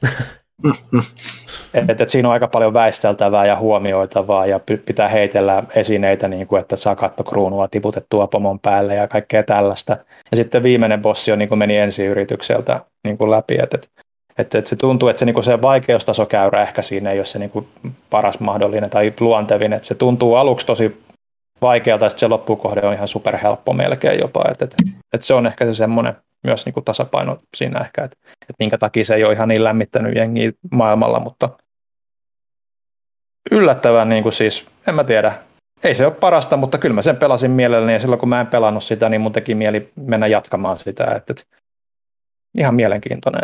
Et siinä on aika paljon väisteltävää ja huomioitavaa ja pitää heitellä esineitä, niin kuin, että saa kattokruunua tiputettua pomon päälle ja kaikkea tällaista. Ja sitten viimeinen bossi on, niin kuin meni ensiyritykseltä niin kuin läpi. Et se tuntuu, että se, niin kuin se vaikeustasokäyrä ehkä siinä ei ole se niin kuin paras mahdollinen tai luontevin. Et se tuntuu aluksi tosi vaikealta ja sitten se loppukohde on ihan superhelppo melkein jopa. Et se on ehkä se semmoinen myös niin kuin tasapaino siinä ehkä, että minkä takia se ei ole ihan niin lämmittänyt jengiä maailmalla, mutta yllättävän niin kuin siis, en mä tiedä, ei se ole parasta, mutta kyllä mä sen pelasin mielelläni ja silloin kun mä en pelannut sitä, niin mun teki mieli mennä jatkamaan sitä, että ihan mielenkiintoinen.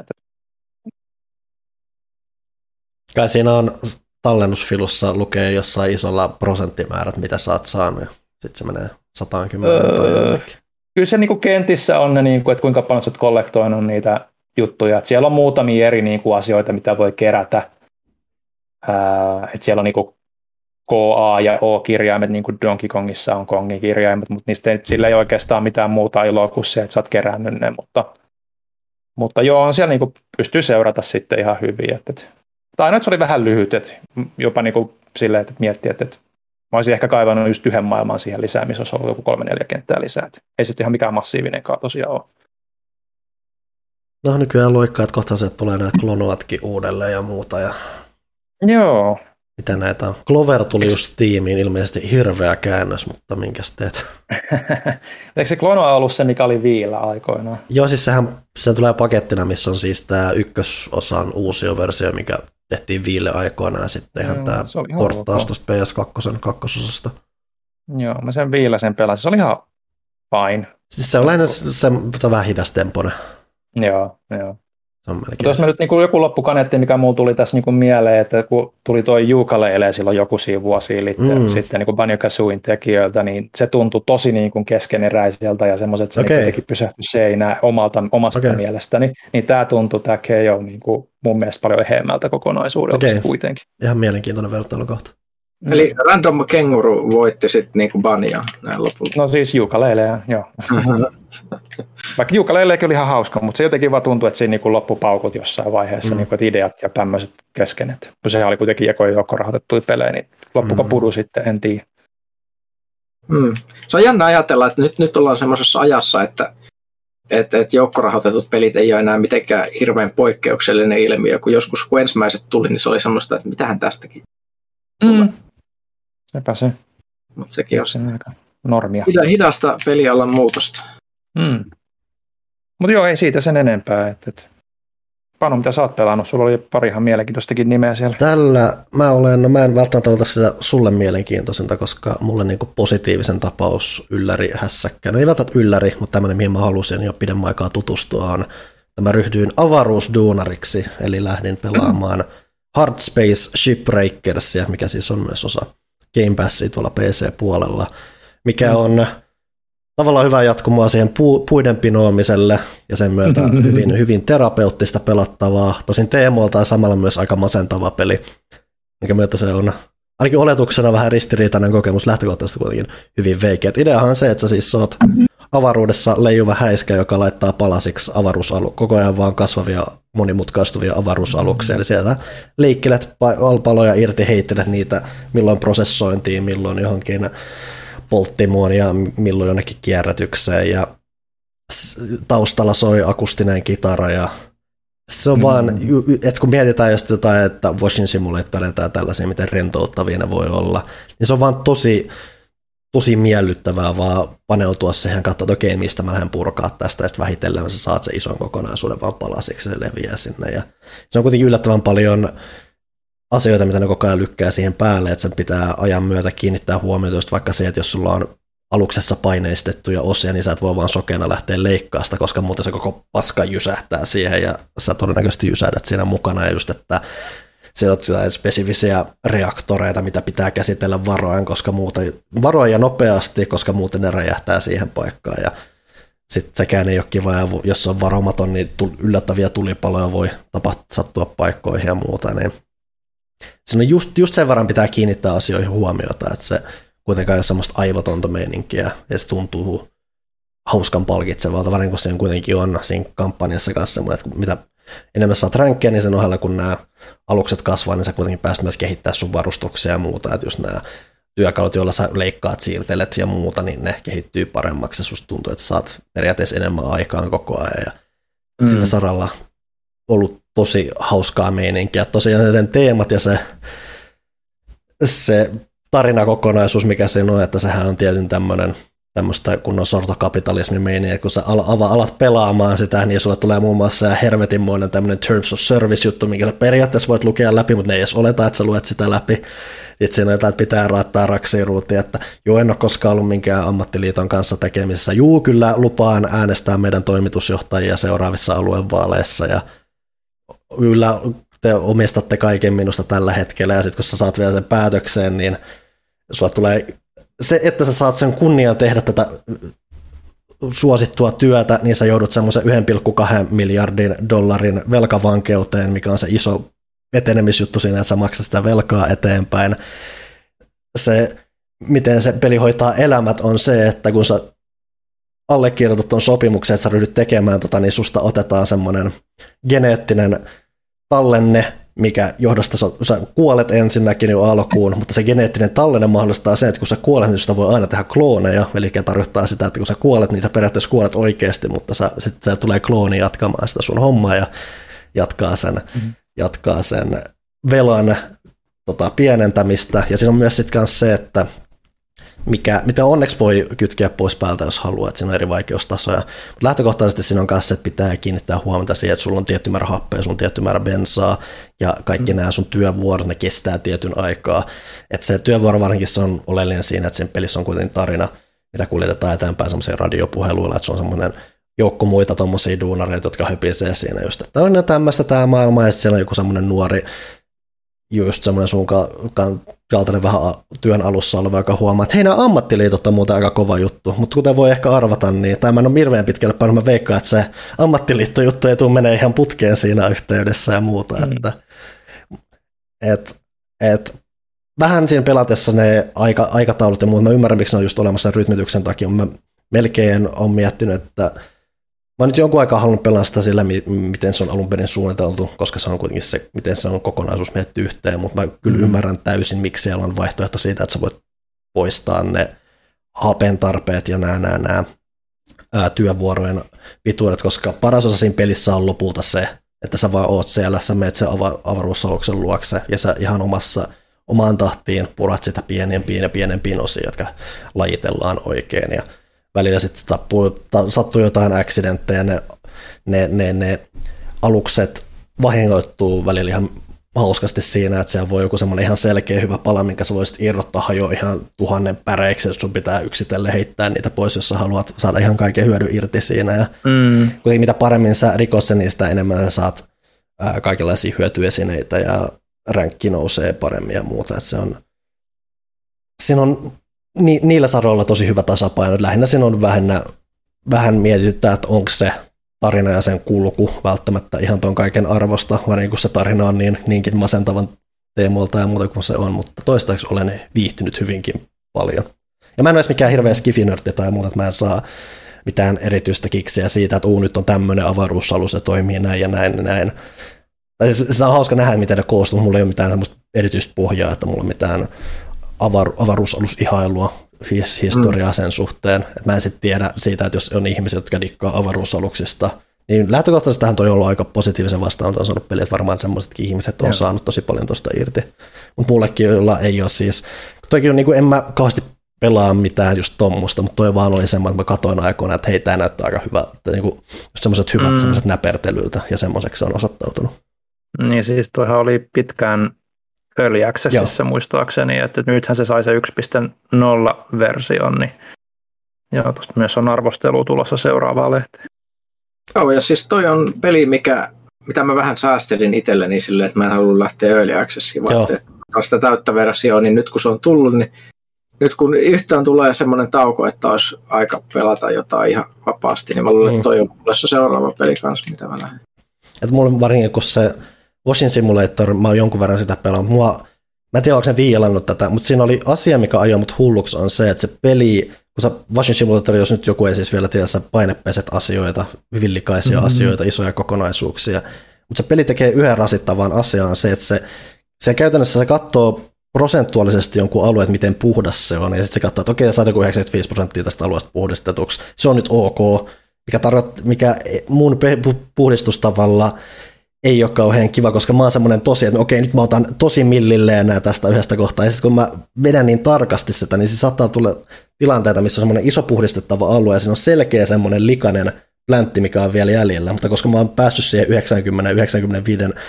Kai siinä on tallennusfilussa lukee jossain isolla prosenttimäärät, mitä sä oot saanut ja sitten se menee 110 tai jonnekin. Kyllä se niin kuin kentissä on ne, niin kuin, että kuinka paljon sä oot kollektoinut niitä juttuja. Että siellä on muutamia eri niin kuin asioita, mitä voi kerätä. Että siellä on niin kuin KA ja O-kirjaimet, niin kuin Donkey Kongissa on Kongin kirjaimet, mutta niistä sillä ei oikeastaan mitään muuta iloa kuin se, että sä oot kerännyt ne. Mutta joo, on siellä niin kuin pystyy seurata sitten ihan hyvin. Tai aina, että se oli vähän lyhyt, että jopa niin kuin silleen, että miettii, että mä olisin ehkä kaivannut just yhden maailman siihen lisää, missä olisi ollut joku 3-4 kenttää lisää. Et ei se ihan mikään massiivinenkaan tosiaan ole. No nykyään loikkaa, että kohta se tulee näitä klonoatkin uudelleen ja muuta. Ja joo. Mitä näitä on? Clover tuli just Steamiin, ilmeisesti hirveä käännös, mutta minkäs teet? Eikö se Klonoa ollut se, mikä oli viillä aikoinaan? Joo, siis se tulee pakettina, missä on siis tämä ykkösosan uusioversio, mikä tehtiin viille aikoinaan, ja sitten ihan tämä porttaus tuosta PS2 kakkososasta. Joo, mä sen viiläsen pelasin, se oli ihan fine. Siis se on lähinnä se on vähän hidastempone. Joo. Jos me nyt niin joku loppukaneetti, mikä mulla tuli tässä niin mieleen, että kun tuli toi Yooka-Laylee silloin joku vuosia sitten niin Banjo-Kazooin tekijöiltä, niin se tuntui tosi niin keskeneräiseltä ja semmoiset, että se jotenkin pysähtyi seinään omasta mielestäni. Niin tämä tuntui, tämä KO niin mun mielestä paljon eheämmältä kokonaisuudelta kuitenkin. Ihan mielenkiintoinen vertailukohta. Eli Random Kangaroo voitti sitten niin Banjoa näin lopulta. No siis Yooka-Laylee, joo. Vaikka Yooka-Laylekin oli ihan hauska, mutta se jotenkin vaan tuntui, että siinä niin loppupaukut jossain vaiheessa, niin kuin, että ideat ja tämmöiset kesken. Sehän oli kuitenkin joukkorahoitettuja pelejä, niin loppuko pudu sitten, en tiedä. Se on jännä ajatella, että nyt ollaan semmoisessa ajassa, että joukkorahoitetut pelit ei ole enää mitenkään hirveän poikkeuksellinen ilmiö, kun joskus kun ensimmäiset tuli, niin se oli semmoista, että mitähän tästäkin tulee. Sepä se. Mutta sekin on normia. Hidasta pelialan muutosta. Mutta joo, ei siitä sen enempää. Panu, mitä sä oot pelannut? Sulla oli pari ihan mielenkiintoistakin nimeä siellä. Tällä mä en välttämättä ota sitä sulle mielenkiintoisinta, koska mulle niinku positiivisen tapaus ylläri hässäkkä. No ei välttämättä ylläri, mutta tämmöinen, mihin mä halusin jo pidemmän aikaa tutustua on, että mä ryhdyin avaruusduunariksi, eli lähdin pelaamaan Hard Space Shipbreakersia, mikä siis on myös osa Game Passia tuolla PC-puolella, mikä on tavallaan hyvä jatkumoa siihen puiden pinoamiselle ja sen myötä hyvin terapeuttista pelattavaa. Tosin teemoiltaan samalla myös aika masentava peli, mikä myötä se on ainakin oletuksena vähän ristiriitainen kokemus, lähtökohtaisesti kuitenkin hyvin veikeä. Ideahan on se, että sä siis oot avaruudessa leijuva häiskä, joka laittaa palasiksi koko ajan vaan kasvavia monimutkaistuvia avaruusaluksia. Eli siellä leikkelet paloja irti, heittelet niitä milloin prosessointiin, milloin johonkin polttimoon ja milloin jonnekin kierrätykseen ja taustalla soi akustinen kitara ja se on vaan, että kun mietitään just jotain, että Washing Simulator tai tällaisia, miten rentouttavia ne voi olla, niin se on vaan tosi miellyttävää vaan paneutua siihen, katsoa, että okei, mistä mä lähden purkaa tästä, ja sitten vähitellen sä saat se ison kokonaisuuden vaan palasiksi, se leviää sinne. Ja se on kuitenkin yllättävän paljon asioita, mitä ne koko ajan lykkää siihen päälle, että sen pitää ajan myötä kiinnittää huomiota, just vaikka se, että jos sulla on aluksessa paineistettuja osia, niin sä et voi vaan sokeena lähteä leikkaasta, koska muuten se koko paska jysähtää siihen, ja sä todennäköisesti jysähdät siinä mukana, ja just, että siellä on jotain spesifisiä reaktoreita, mitä pitää käsitellä varoen ja nopeasti, koska muuten ne räjähtää siihen paikkaan, ja sitten sekään ei ole kiva, ja jos on varomaton, niin yllättäviä tulipaloja voi sattua paikkoihin ja muuta, niin siinä on just sen verran pitää kiinnittää asioihin huomiota, että se kuitenkaan ei ole semmoista aivotonta meininkiä, ja se tuntuu hauskan palkitsevalta, varsinkin kun siinä kuitenkin on siinä kampanjassa kanssa semmoinen, että mitä enemmän saat ränkkiä, niin sen ohella kun nämä alukset kasvaa, niin sä kuitenkin pääset myös kehittää sun varustuksia ja muuta, että just nämä työkalut, joilla sä leikkaat, siirtelet ja muuta, niin ne kehittyy paremmaksi, ja susta tuntuu, että saat periaatteessa enemmän aikaan koko ajan, ja sillä saralla ollut tosi hauskaa meininkiä. Tosiaan sen teemat ja se tarinakokonaisuus, mikä siinä on, että sehän on tietyn tämmöistä kunnon sortokapitalismin meininkiä, että kun sä alat pelaamaan sitä, niin sulle tulee muun muassa hervetinmoinen tämmöinen Terms of Service-juttu, minkä sä periaatteessa voit lukea läpi, mutta ne ei edes oleta, että sä luet sitä läpi. Sitten siinä on jotain, että pitää raattaa raksiruutia, että en ole koskaan ollut minkään ammattiliiton kanssa tekemisissä. Kyllä lupaan äänestää meidän toimitusjohtajia seuraavissa aluevaaleissa, ja kyllä te omistatte kaiken minusta tällä hetkellä, ja sitten kun sä saat vielä sen päätökseen, niin sulla tulee se, että sä saat sen kunnian tehdä tätä suosittua työtä, niin sä joudut semmoisen 1,2 miljardin dollarin velkavankeuteen, mikä on se iso etenemisjuttu siinä, että sä maksat sitä velkaa eteenpäin. Se, miten se peli hoitaa elämät, on se, että kun sä allekirjoitat ton sopimuksen, että sä ryhdyt tekemään niin susta otetaan semmoinen geneettinen tallenne, mikä johdosta sä kuolet ensinnäkin jo alkuun, mutta se geneettinen tallenne mahdollistaa sen, että kun sä kuolet, niin sitä voi aina tehdä klooneja, eli tarkoittaa sitä, että kun sä kuolet, niin sä periaatteessa kuolet oikeasti, mutta sitten se tulee klooni jatkamaan sitä sun hommaa ja jatkaa sen velan pienentämistä, ja siinä on myös sitten kanssa se, että mitä onneksi voi kytkeä pois päältä, jos haluaa, että siinä on eri vaikeustasoja. Mutta lähtökohtaisesti siinä on kanssa, että pitää kiinnittää huomiota siihen, että sulla on tietty määrä happea, sulla on tietty määrä bensaa, ja kaikki nämä sun työvuorot, ne kestää tietyn aikaa. Että se työvuoro varsinkin se on oleellinen siinä, että sen pelissä on kuitenkin tarina, mitä kuljetetaan eteenpäin semmoisia radiopuheluilla, että se on semmoinen joukko muita tommosia duunareita, jotka höpisee siinä just, että on tämmöistä tämä maailma, ja sitten siellä on joku semmoinen nuori, just semmoinen sun kaltainen vähän työn alussa oleva, joka huomaa, että hei, nämä ammattiliitot on muuten aika kova juttu, mutta kuten voi ehkä arvata, niin tämä en ole hirveän pitkälle paljon, mä veikkaan, että se ammattiliittojuttu ei tule menee ihan putkeen siinä yhteydessä ja muuta, että vähän siinä pelatessa ne aikataulut ja muut, mä ymmärrän, miksi ne on just olemassa rytmityksen takia, mä melkein olen miettinyt, että mä oon nyt jonkun aikaa halunnut pelaa sitä sillä, miten se on alun perin suunniteltu, koska se on kuitenkin se, miten se on kokonaisuus mietitty yhteen, mutta mä kyllä ymmärrän täysin, miksi siellä on vaihtoehto siitä, että sä voit poistaa ne hapen tarpeet ja nämä työvuorojen pituudet, koska paras osa siinä pelissä on lopulta se, että sä vaan oot siellä, sä menet sen avaruusaluksen luokse ja sä ihan omaan tahtiin purat sitä pienempiin osiin, jotka lajitellaan oikein ja välillä sitten sattuu jotain accidentteja, ne alukset vahingoittuu välillä ihan hauskasti siinä, että siellä voi joku semmoinen ihan selkeä hyvä pala, minkä sä voisit irrottaa hajoa ihan 1000 päreiksi, jos sun pitää yksitellen heittää niitä pois, jos sä haluat saada ihan kaiken hyödyn irti siinä. Ja kuitenkin mitä paremmin sä rikot sen, niin sitä enemmän sä saat kaikenlaisia hyötyesineitä ja ränkki nousee paremmin ja muuta. Että siinä on niillä saroilla tosi hyvä tasapaino. Lähinnä siinä on vähän mietityttää, että onko se tarina ja sen kulku välttämättä ihan ton kaiken arvosta, vaan kun se tarina on niinkin masentavan teemoilta ja muuta kuin se on, mutta toistaiseksi olen viihtynyt hyvinkin paljon. Ja mä en ole edes mikään hirveä skifinörtti tai muuta, että mä en saa mitään erityistä kiksiä siitä, että nyt on tämmöinen avaruusalus, se toimii näin ja näin. Tai siis sitä on hauska nähdä, miten ne koostuu, mulla ei ole mitään semmoista erityistä pohjaa, että mulla on mitään avaruusalusihailua historiaa sen suhteen. Et mä en sitten tiedä siitä, että jos on ihmisiä, jotka dikkaa avaruusaluksista, niin lähtökohtaisesti tähän toi on ollut aika positiivisen vastaanoton saanut peli, että varmaan semmoisetkin ihmiset on saanut tosi paljon tuosta irti. Mutta mullekin, joilla ei ole siis, toikin on niin kuin en mä kauheasti pelaa mitään just tommosta, mutta toi vaan oli semmoinen, että mä katsoin aikoina, että hei, tää näyttää aika hyvä, että niin kuin semmoiset hyvät semmoiset näpertelyltä, ja semmoiseksi se on osoittautunut. Niin siis toihan oli pitkään Early Accessissa muistaakseni, että nythän se sai se 1.0-version, niin joo, tuosta myös on arvostelu tulossa seuraavaan lehteen. Joo, ja siis toi on peli, mitä mä vähän säästelin itselleni silleen, että mä en halua lähteä Early Accessiin, vaan sitä täyttä versioon, niin nyt kun se on tullut, niin nyt kun yhtään tulee semmoinen tauko, että olisi aika pelata jotain ihan vapaasti, niin mä luulen, että toi on mulle se seuraava peli kanssa, mitä mä lähden. Että mulla varsinkin, kun se Washing Simulator, mä oon jonkun verran sitä pelannut. Mä en tiedä, onko ne viilannut tätä, mutta siinä oli asia, mikä ajoi mut hulluksi, on se, että se peli, kun sä Washing Simulator, jos nyt joku ei siis vielä tiedä, sä painepeset asioita, villikaisia asioita, isoja kokonaisuuksia, mutta se peli tekee yhden rasittavan asian se, että se käytännössä se katsoo prosentuaalisesti jonkun alueen, miten puhdas se on, ja sitten se katsoo, että okei, saat joku 95% tästä alueesta puhdistetuksi, se on nyt ok, mikä mun puhdistustavalla ei ole kauhean kiva, koska mä oon semmoinen tosi, että okei, nyt mä otan tosi millilleen nää tästä yhdestä kohtaa, ja sitten kun mä vedän niin tarkasti sitä, niin se saattaa tulla tilanteita, missä on semmoinen iso puhdistettava alue, ja siinä on selkeä semmoinen likainen pläntti, mikä on vielä jäljellä, mutta koska mä oon päässyt siihen 90-95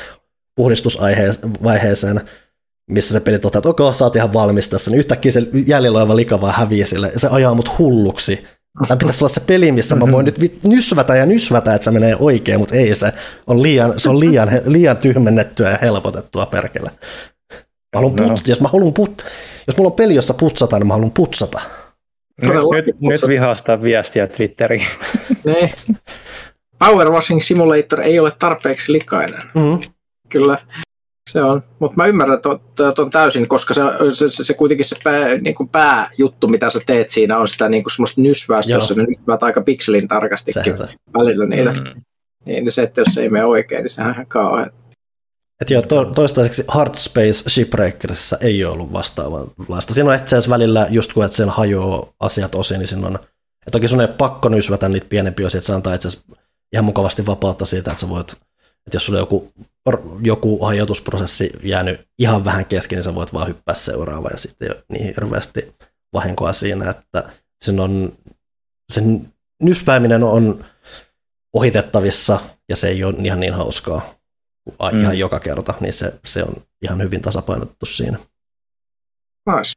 puhdistusvaiheeseen, missä se peli toteaa, että okei, sä oot ihan valmis tässä, niin yhtäkkiä se jäljellä oleva lika vaan häviää sille, ja se ajaa mut hulluksi. Tämä pitäisi olla se peli, missä mä voin nyt nysvätä, että se menee oikein, mutta ei se. Se on liian tyhmennettyä ja helpotettua perkele. Jos mulla on peli, jossa putsataan, niin mä haluan putsata. Nyt vihastaa viestiä Twitteriin. Ne. Power Washing Simulator ei ole tarpeeksi likainen. Kyllä. Se on, mutta mä ymmärrän ton täysin, koska se kuitenkin se pääjuttu, mitä sä teet siinä, on sitä niinku semmoista nysvästä, jossa ne nysväät aika pikselin tarkastikin välillä niitä. Niin se, että jos se ei mene oikein, niin sehän on kauhean. Että joo, toistaiseksi Hard Space Shipbreakerissa ei ole ollut vastaavanlaista. Siinä on itse asiassa välillä, just kun siellä hajoaa asiat osin, niin siinä on, että toki sun ei pakko nysvätä niitä pienempiä osia, että se antaa itse asiassa ihan mukavasti vapautta siitä, että sä voit, että jos sulla on joku hajotusprosessi jäänyt ihan vähän kesken, niin sä voit vaan hyppää seuraavaan ja sitten ei ole niin hirveästi vahinkoa siinä, että sen nysvääminen on ohitettavissa ja se ei ole ihan niin hauskaa ihan joka kerta, niin se on ihan hyvin tasapainotettu siinä. Nice.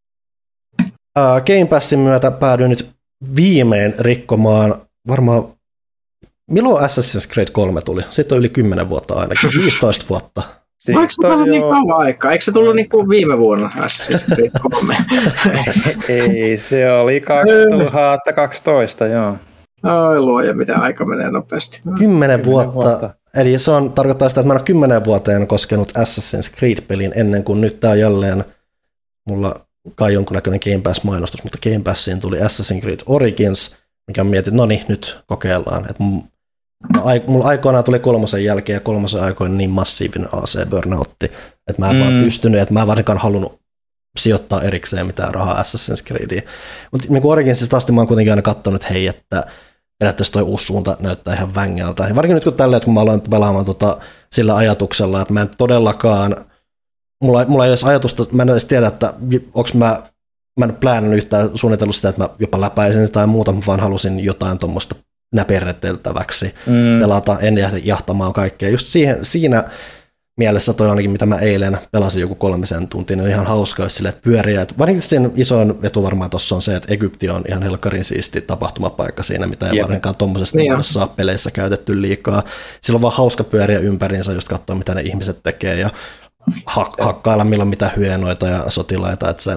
Game Passin myötä päädyin nyt viimein rikkomaan varmaan. Milloin Assassin's Creed 3 tuli? Siitä on yli 10 vuotta ainakin, 15 vuotta. Eikö se ollut niin kauan aikaa? Eikö se tullut niin kuin viime vuonna Assassin's Creed 3? Ei, se oli 2012, joo. Oi luoja, miten aika menee nopeasti. 10 vuotta. Eli se tarkoittaa sitä, että mä en ole 10 vuoteen koskenut Assassin's Creed-pelin ennen kuin nyt tää on jälleen mulla kai jonkunnäköinen Game Pass-mainostus, mutta Game Passiin tuli Assassin's Creed Origins, mikä mietin, no niin, nyt kokeillaan. Mulla aikoinaan tuli 3 jälkeen ja 3 aikoina niin massiivinen AC-burnoutti, että mä en vaan pystynyt, että mä en varsinkaan halunnut sijoittaa erikseen mitään rahaa Assassin's Creediin. Mutta niin Originsista asti mä oon kuitenkin aina katsonut, että hei, että periaatteessa toi uusi suunta näyttää ihan vängältä. Ja varsinkin nyt kun tällä, että kun mä aloin pelaamaan sillä ajatuksella, että mä en todellakaan, mulla ei edes ajatusta, mä en edes tiedä, että onko mä en pläännnyt yhtään suunnitellut sitä, että mä jopa läpäisin tai muuta, mä vaan halusin jotain tuommoista näperreteltäväksi pelata, en jahtamaan kaikkea. Just siinä mielessä toi ainakin, mitä mä eilen pelasin joku 3 tuntia, niin on ihan hauska, jos silleen, että pyöriä. Varsinkin sen isoin etu varmaan tuossa on se, että Egypti on ihan helkkarin siisti tapahtumapaikka siinä, mitä ei varsinkaan tuommoisesta muodossa saa peleissä käytetty liikaa. Sillä on vaan hauska pyöriä ympäriinsä, just katsoa, mitä ne ihmiset tekee ja hakkailla milloin mitä hyenoita ja sotilaita, että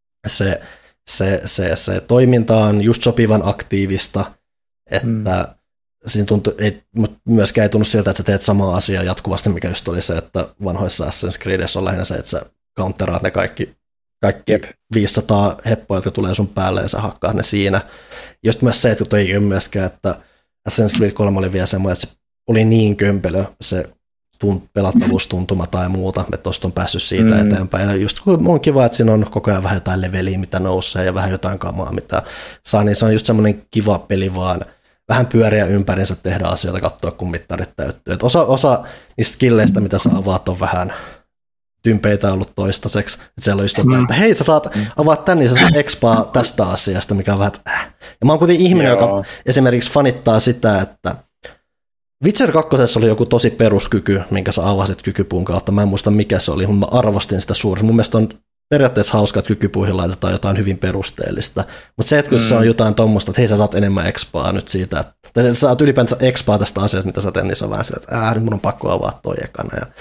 se toiminta on just sopivan aktiivista, että siinä tuntuu, myöskään ei tunnu siltä, että sä teet samaa asiaa jatkuvasti, mikä just oli se, että vanhoissa Assassin's Creedissä on lähinnä se, että sä counteraat ne kaikki 500 heppoja, jotka tulee sun päälle ja sä hakkaat ne siinä. Just myös se, että toi ei ole myöskään, että Assassin's Creed 3 oli vielä semmoinen, että se oli niin kömpelö se pelattavuustuntuma tai muuta, että tuosta on päässyt siitä eteenpäin. Ja just on kiva, että siinä on koko ajan vähän jotain leveliä, mitä nousee ja vähän jotain kamaa, mitä saa, niin se on just semmoinen kiva peli vaan vähän pyöriä ympärinsä tehdä asioita, katsoa kun mittarit täyttyy. Osa niistä skilleistä, mitä sä avaat, on vähän tympeitä ollut toistaiseksi. Että siellä on just jotain, että hei, sä saat avaat tän, niin sä saat expaa tästä asiasta, mikä on vähän, Ja mä oon kuitenkin ihminen, joka esimerkiksi fanittaa sitä, että Witcher 2 oli joku tosi peruskyky, minkä sä avasit kykypuun kautta. Mä en muista mikä se oli, mutta mä arvostin sitä suuresti. Mun mielestä on periaatteessa hauska, että kykypuihin laitetaan jotain hyvin perusteellista. Mutta se, että kun se on jotain tommoista, että hei sä saat enemmän expaa nyt siitä, tai sä saat ylipäänsä expaa tästä asiasta, mitä sä teet, niin se on vähän se, että nyt mun on pakko avaa toi ekana. Ja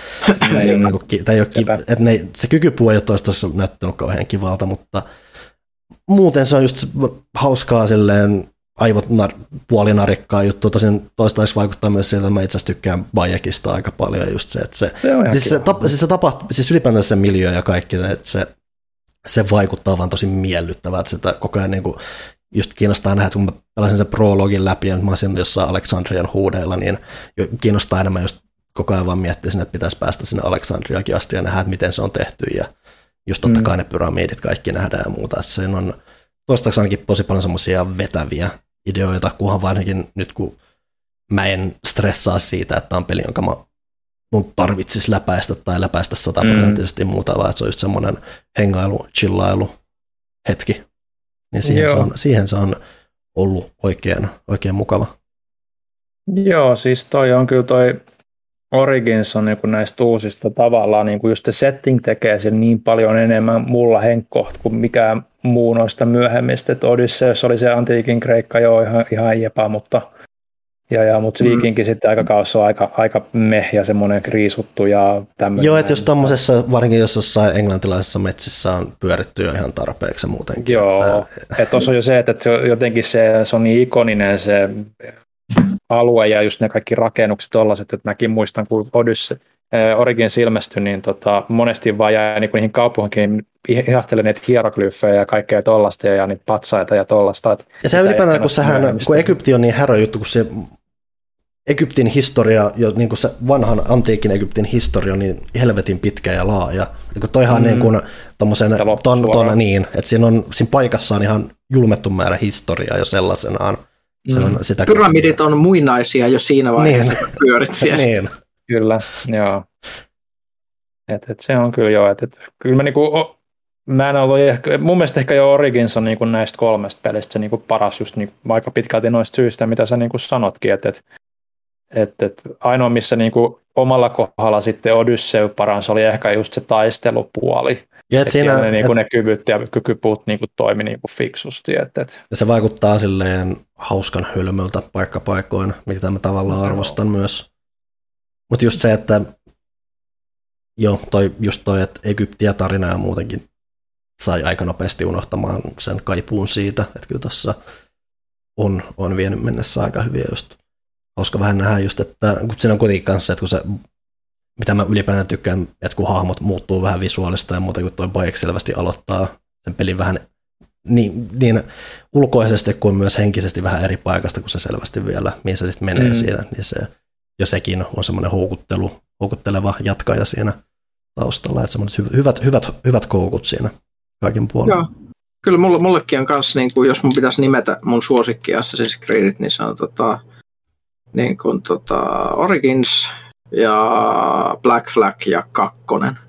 se kykypuu ei ole toistaiseksi näyttänyt kauhean kivalta, mutta muuten se on just hauskaa silleen, aivot puolinarikkaa juttu, tosin toistaiseksi vaikuttaa myös siltä, että mä itse asiassa tykkään Bayekista aika paljon, ja just se, että siis ylipäätään se miljö ja kaikki, että se vaikuttaa vaan tosi miellyttävää, että sitä koko ajan niin kuin, just kiinnostaa nähdä, että kun mä pelasin sen prologin läpi, ja mä olisin jossain Alexandrian huudeilla, niin kiinnostaa enemmän just koko ajan vaan miettiä sinne, että pitäisi päästä sinne Alexandriakin asti ja nähdä, että miten se on tehty, ja just totta kai ne pyramidit kaikki nähdään ja muuta, että se on toistaiseksi ainakin tosi paljon semmoisia vetäviä ideoita, kunhan varsinkin nyt, kun mä en stressaa siitä, että on peli, jonka mun tarvitsisi läpäistä tai läpäistä 100% muuta, vaan että se on just semmoinen hengailu, chillailu hetki. Niin siihen se on ollut oikein mukava. Joo, siis toi on kyllä toi Origins on niin näistä uusista tavallaan, niin just se setting tekee sen niin paljon enemmän mulla henkkoht kuin mikään muu noista myöhemmistä. Että Odysseus oli se antiikin Kreikka, joo, ihan jepä, mutta se viikinkin sitten aikakaussa on aika meh ja semmoinen kriisuttu ja tämmöinen. Joo, että jos tommosessa, varsinkin jos jossain englantilaisessa metsissä on pyöritty jo ihan tarpeeksi muutenkin. Joo, että tuossa on jo se, että se jotenkin se on niin ikoninen se alue ja just ne kaikki rakennukset tollaiset, että mäkin muistan, kun Origins ilmestyi, niin monesti vaan jäi niin niihin kaupunkiin ihastellen niitä hieroglyfejä ja kaikkea tollasta ja niitä patsaita ja tollasta. Ja se ylipäätään, kun Egypti on niin härö juttu, kun se Egyptin historia, niin kuin se vanhan antiikin Egyptin historia on niin helvetin pitkä ja laaja. Kun toihan niin kuin tommosen niin, että siinä paikassa on ihan julmettu määrä historiaa jo sellaisenaan. Se on sitä pyramidit on muinaisia jo siinä vaiheessa, kun pyörit siellä. Niin. Kyllä, joo. Et se on kyllä jo. Kyllä mä niinku, mä en ollut mun mielestä ehkä jo Origins on niinku näistä 3 pelistä se niinku paras just niinku aika pitkälti noista syistä, mitä sä niinku sanotkin, että ainoa missä niinku omalla kohdalla sitten Odyssey paransi oli ehkä just se taistelupuoli. Ja siinä niinku ne kyvyt ja kykypuut niinku toimi niinku fiksusti. Ja se vaikuttaa silleen hauskan hölmöltä paikkapaikoin, mitä mä tavallaan arvostan myös. Mutta just se, että että Egyptiä tarinaa muutenkin sai aika nopeasti unohtamaan sen kaipuun siitä, että kyllä tuossa on vienyt mennessä aika hyviä just. Hauska vähän nähdä just, että kun siinä on kuitenkin kanssa, että kun se, mitä mä ylipäätään tykkään, että kun hahmot muuttuu vähän visuaalista ja muuta, kun toi Bayek selvästi aloittaa pelin vähän niin ulkoisesti kuin myös henkisesti vähän eri paikasta, kun se selvästi vielä, mihin se sitten menee siinä, niin se, ja sekin on semmoinen houkutteleva jatkaja siinä taustalla, että semmoiset hyvät koukut siinä kaikin puolin. Joo. Kyllä mullekin on kanssa, niin kuin, jos mun pitäisi nimetä mun suosikki Assassin's Creedit, niin se on Origins ja Black Flag ja 2.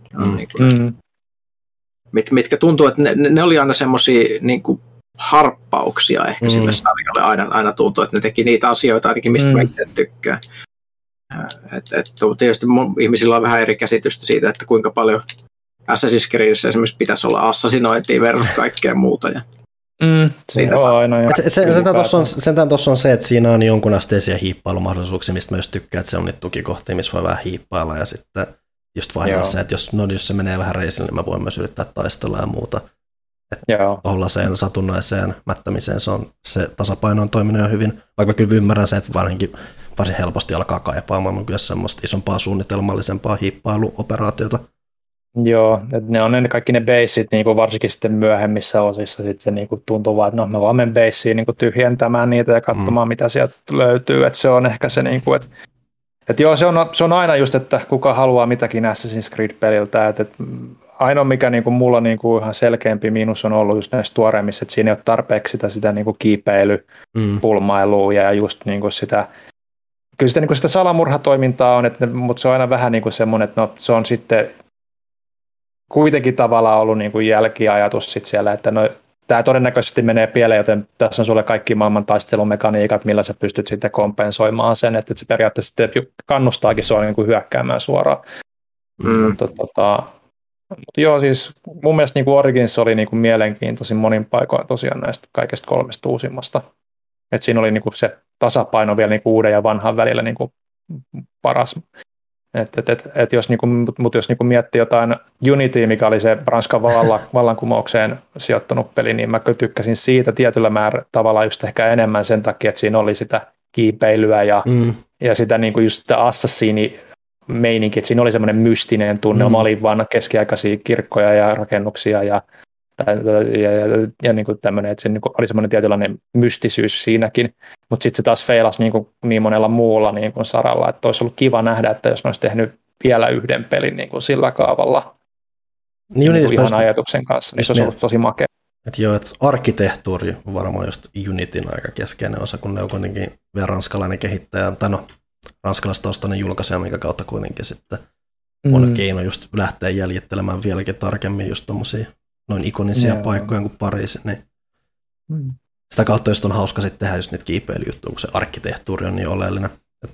Mitkä tuntuu, että ne oli aina semmoisia niin kuin harppauksia ehkä sille sarjalle. Aina tuntuu, että ne teki niitä asioita ainakin, mistä mä itse tykkään. Tietysti ihmisillä on vähän eri käsitystä siitä, että kuinka paljon Assassin's Creedissä esimerkiksi pitäisi olla assassinointia versus kaikkea muuta. Se on aina. Sentään tuossa on se, että siinä on jonkun asteisia hiippailumahdollisuuksia, mistä mä just tykkään, että se on niitä tukikohtia, missä voi vähän hiippailla ja sitten just vaihdaa se, että jos se menee vähän reisille, niin mä voin myös yrittää taistella ja muuta. Tollaiseen satunnaiseen mättämiseen se tasapaino on toiminut jo hyvin, vaikka kyllä ymmärrän se, että varsin helposti alkaa kaipaamaan kyllä semmoista isompaa suunnitelmallisempaa hiippailuoperaatiota. Joo, että ne on kaikki ne baseit, niin kuin varsinkin sitten myöhemmissä osissa sit se niin kuin tuntuu vaan, että mä vaan menen baseen niin kuin tyhjentämään niitä ja katsomaan, mitä sieltä löytyy. Että se on ehkä se, niin kuin, että joo, se on aina just, että kuka haluaa mitäkin Assassin's Creed-peliltä. Että ainoa, mikä niin kuin mulla niin kuin ihan selkeämpi miinus on ollut just näissä tuoreimmissa, että siinä ei ole tarpeeksi sitä niin kuin kiipeilypulmailua ja just niin kuin sitä. Kyllä sitä, niin kuin sitä salamurhatoimintaa on, mutta se on aina vähän niin kuin semmoinen, että no, se on sitten kuitenkin tavallaan ollut niin kuin jälkiajatus sit siellä, että no, tämä todennäköisesti menee pieleen, joten tässä on sulle kaikki maailman taistelumekaniikat, millä sä pystyt sitten kompensoimaan sen, että se periaatteessa kannustaakin sua niin kuin hyökkäämään suoraan. Mutta joo, siis mun mielestä niin kuin Origins oli niin kuin mielenkiintoisin monin paikoin tosiaan näistä kaikista 3 uusimmasta. Että siinä oli niin kuin se tasapaino vielä niin kuin uuden ja vanhan välillä niin kuin paras. Jos miettii jotain Unity, mikä oli se Ranskan vallankumoukseen sijoittunut peli, niin mä tykkäsin siitä tietyllä tavalla just ehkä enemmän sen takia, että siinä oli sitä kiipeilyä ja sitä, niin kuin just sitä assassini-meininkiä, että siinä oli semmoinen mystinen tunnelma, oli vaan keskiaikaisia kirkkoja ja rakennuksia ja niin kuin tämmöinen, että se niin kuin oli semmoinen tietynlainen mystisyys siinäkin, mutta sitten se taas feilasi niin monella muulla niin kuin saralla, että olisi ollut kiva nähdä, että jos ne olisi tehnyt vielä yhden pelin niin kuin sillä kaavalla niin ihan ajatuksen kanssa, niin se olisi ollut tosi makea. Että joo, että arkkitehtuuri on varmaan just Unityn aika keskeinen osa, kun ne on kuitenkin vielä ranskalainen kehittäjä, tai no ranskalaistaustainen julkaisija, minkä kautta kuitenkin sitten on keino just lähteä jäljittelemään vieläkin tarkemmin just tommosia noin ikonisia paikkoja kuin Pariisi, niin sitä kautta just on hauska sitten tehdä just niitä kiipeilyjuttuja, kun se arkkitehtuuri on niin oleellinen.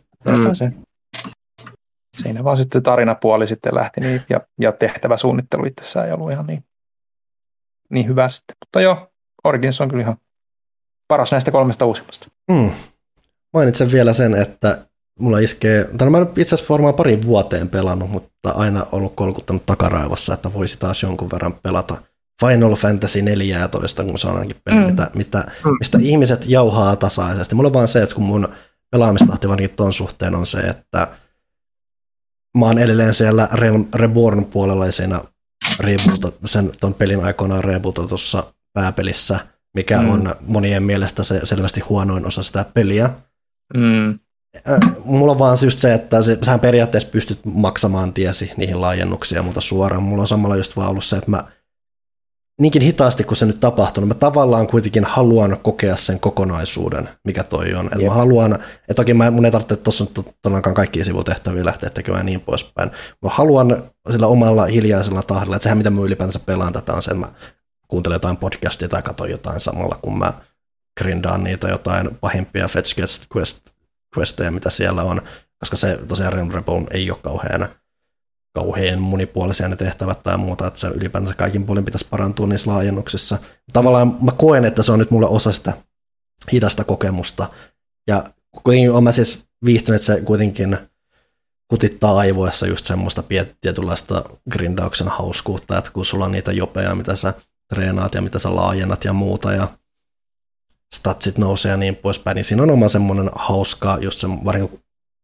Siinä vaan sitten tarinapuoli sitten lähti niin, ja tehtäväsuunnittelu itsessään ei ollut ihan niin hyvä sitten. Mutta joo, Origins on kyllä ihan paras näistä 3 uusimmasta. Mainitsen vielä sen, että mulla iskee, mä en itse asiassa varmaan 2 vuoteen pelannut, mutta aina ollut kolkuttanut takaraivossa, että voisi taas jonkun verran pelata Final Fantasy 14, kun se on ainakin peli, mistä ihmiset jauhaa tasaisesti. Mulla on vaan se, että kun mun pelaamistahti varsinkin ton suhteen on se, että mä oon edelleen siellä Realm Reborn puolella ja siinä ton pelin aikoinaan rebootatussa pääpelissä, mikä on monien mielestä se selvästi huonoin osa sitä peliä. Mulla on vaan just se, että sähän periaatteessa pystyt maksamaan tiesi niihin laajennuksia multa suoraan. Mulla on samalla just vaan ollut se, että mä niinkin hitaasti kuin se nyt tapahtunut, mä tavallaan kuitenkin haluan kokea sen kokonaisuuden, mikä toi on. Mä haluan, että toki mun ei tarvitse tuossa nyt todellakaan kaikkia sivutehtäviä lähteä tekemään niin poispäin. Mä haluan sillä omalla hiljaisella tahdilla, että sehän mitä mä ylipäänsä pelaan tätä on se, että mä kuuntelen jotain podcastia tai katson jotain samalla, kun mä grindaan niitä jotain pahimpia fetch questeja, mitä siellä on, koska se tosiaan Realm Reborn ei ole kauhean monipuolisia ne tehtävät tai muuta, että se ylipäätänsä kaikin puolin pitäisi parantua niissä laajennuksissa. Tavallaan mä koen, että se on nyt mulle osa sitä hidasta kokemusta, ja kuitenkin olen mä siis viihtynyt, että se kuitenkin kutittaa aivoissa just semmoista tietynlaista grindauksen hauskuutta, että kun sulla on niitä jopeja, mitä sä treenaat ja mitä sä laajennat ja muuta, ja statsit nousee ja niin poispäin, niin siinä on oma semmoinen hauska, just se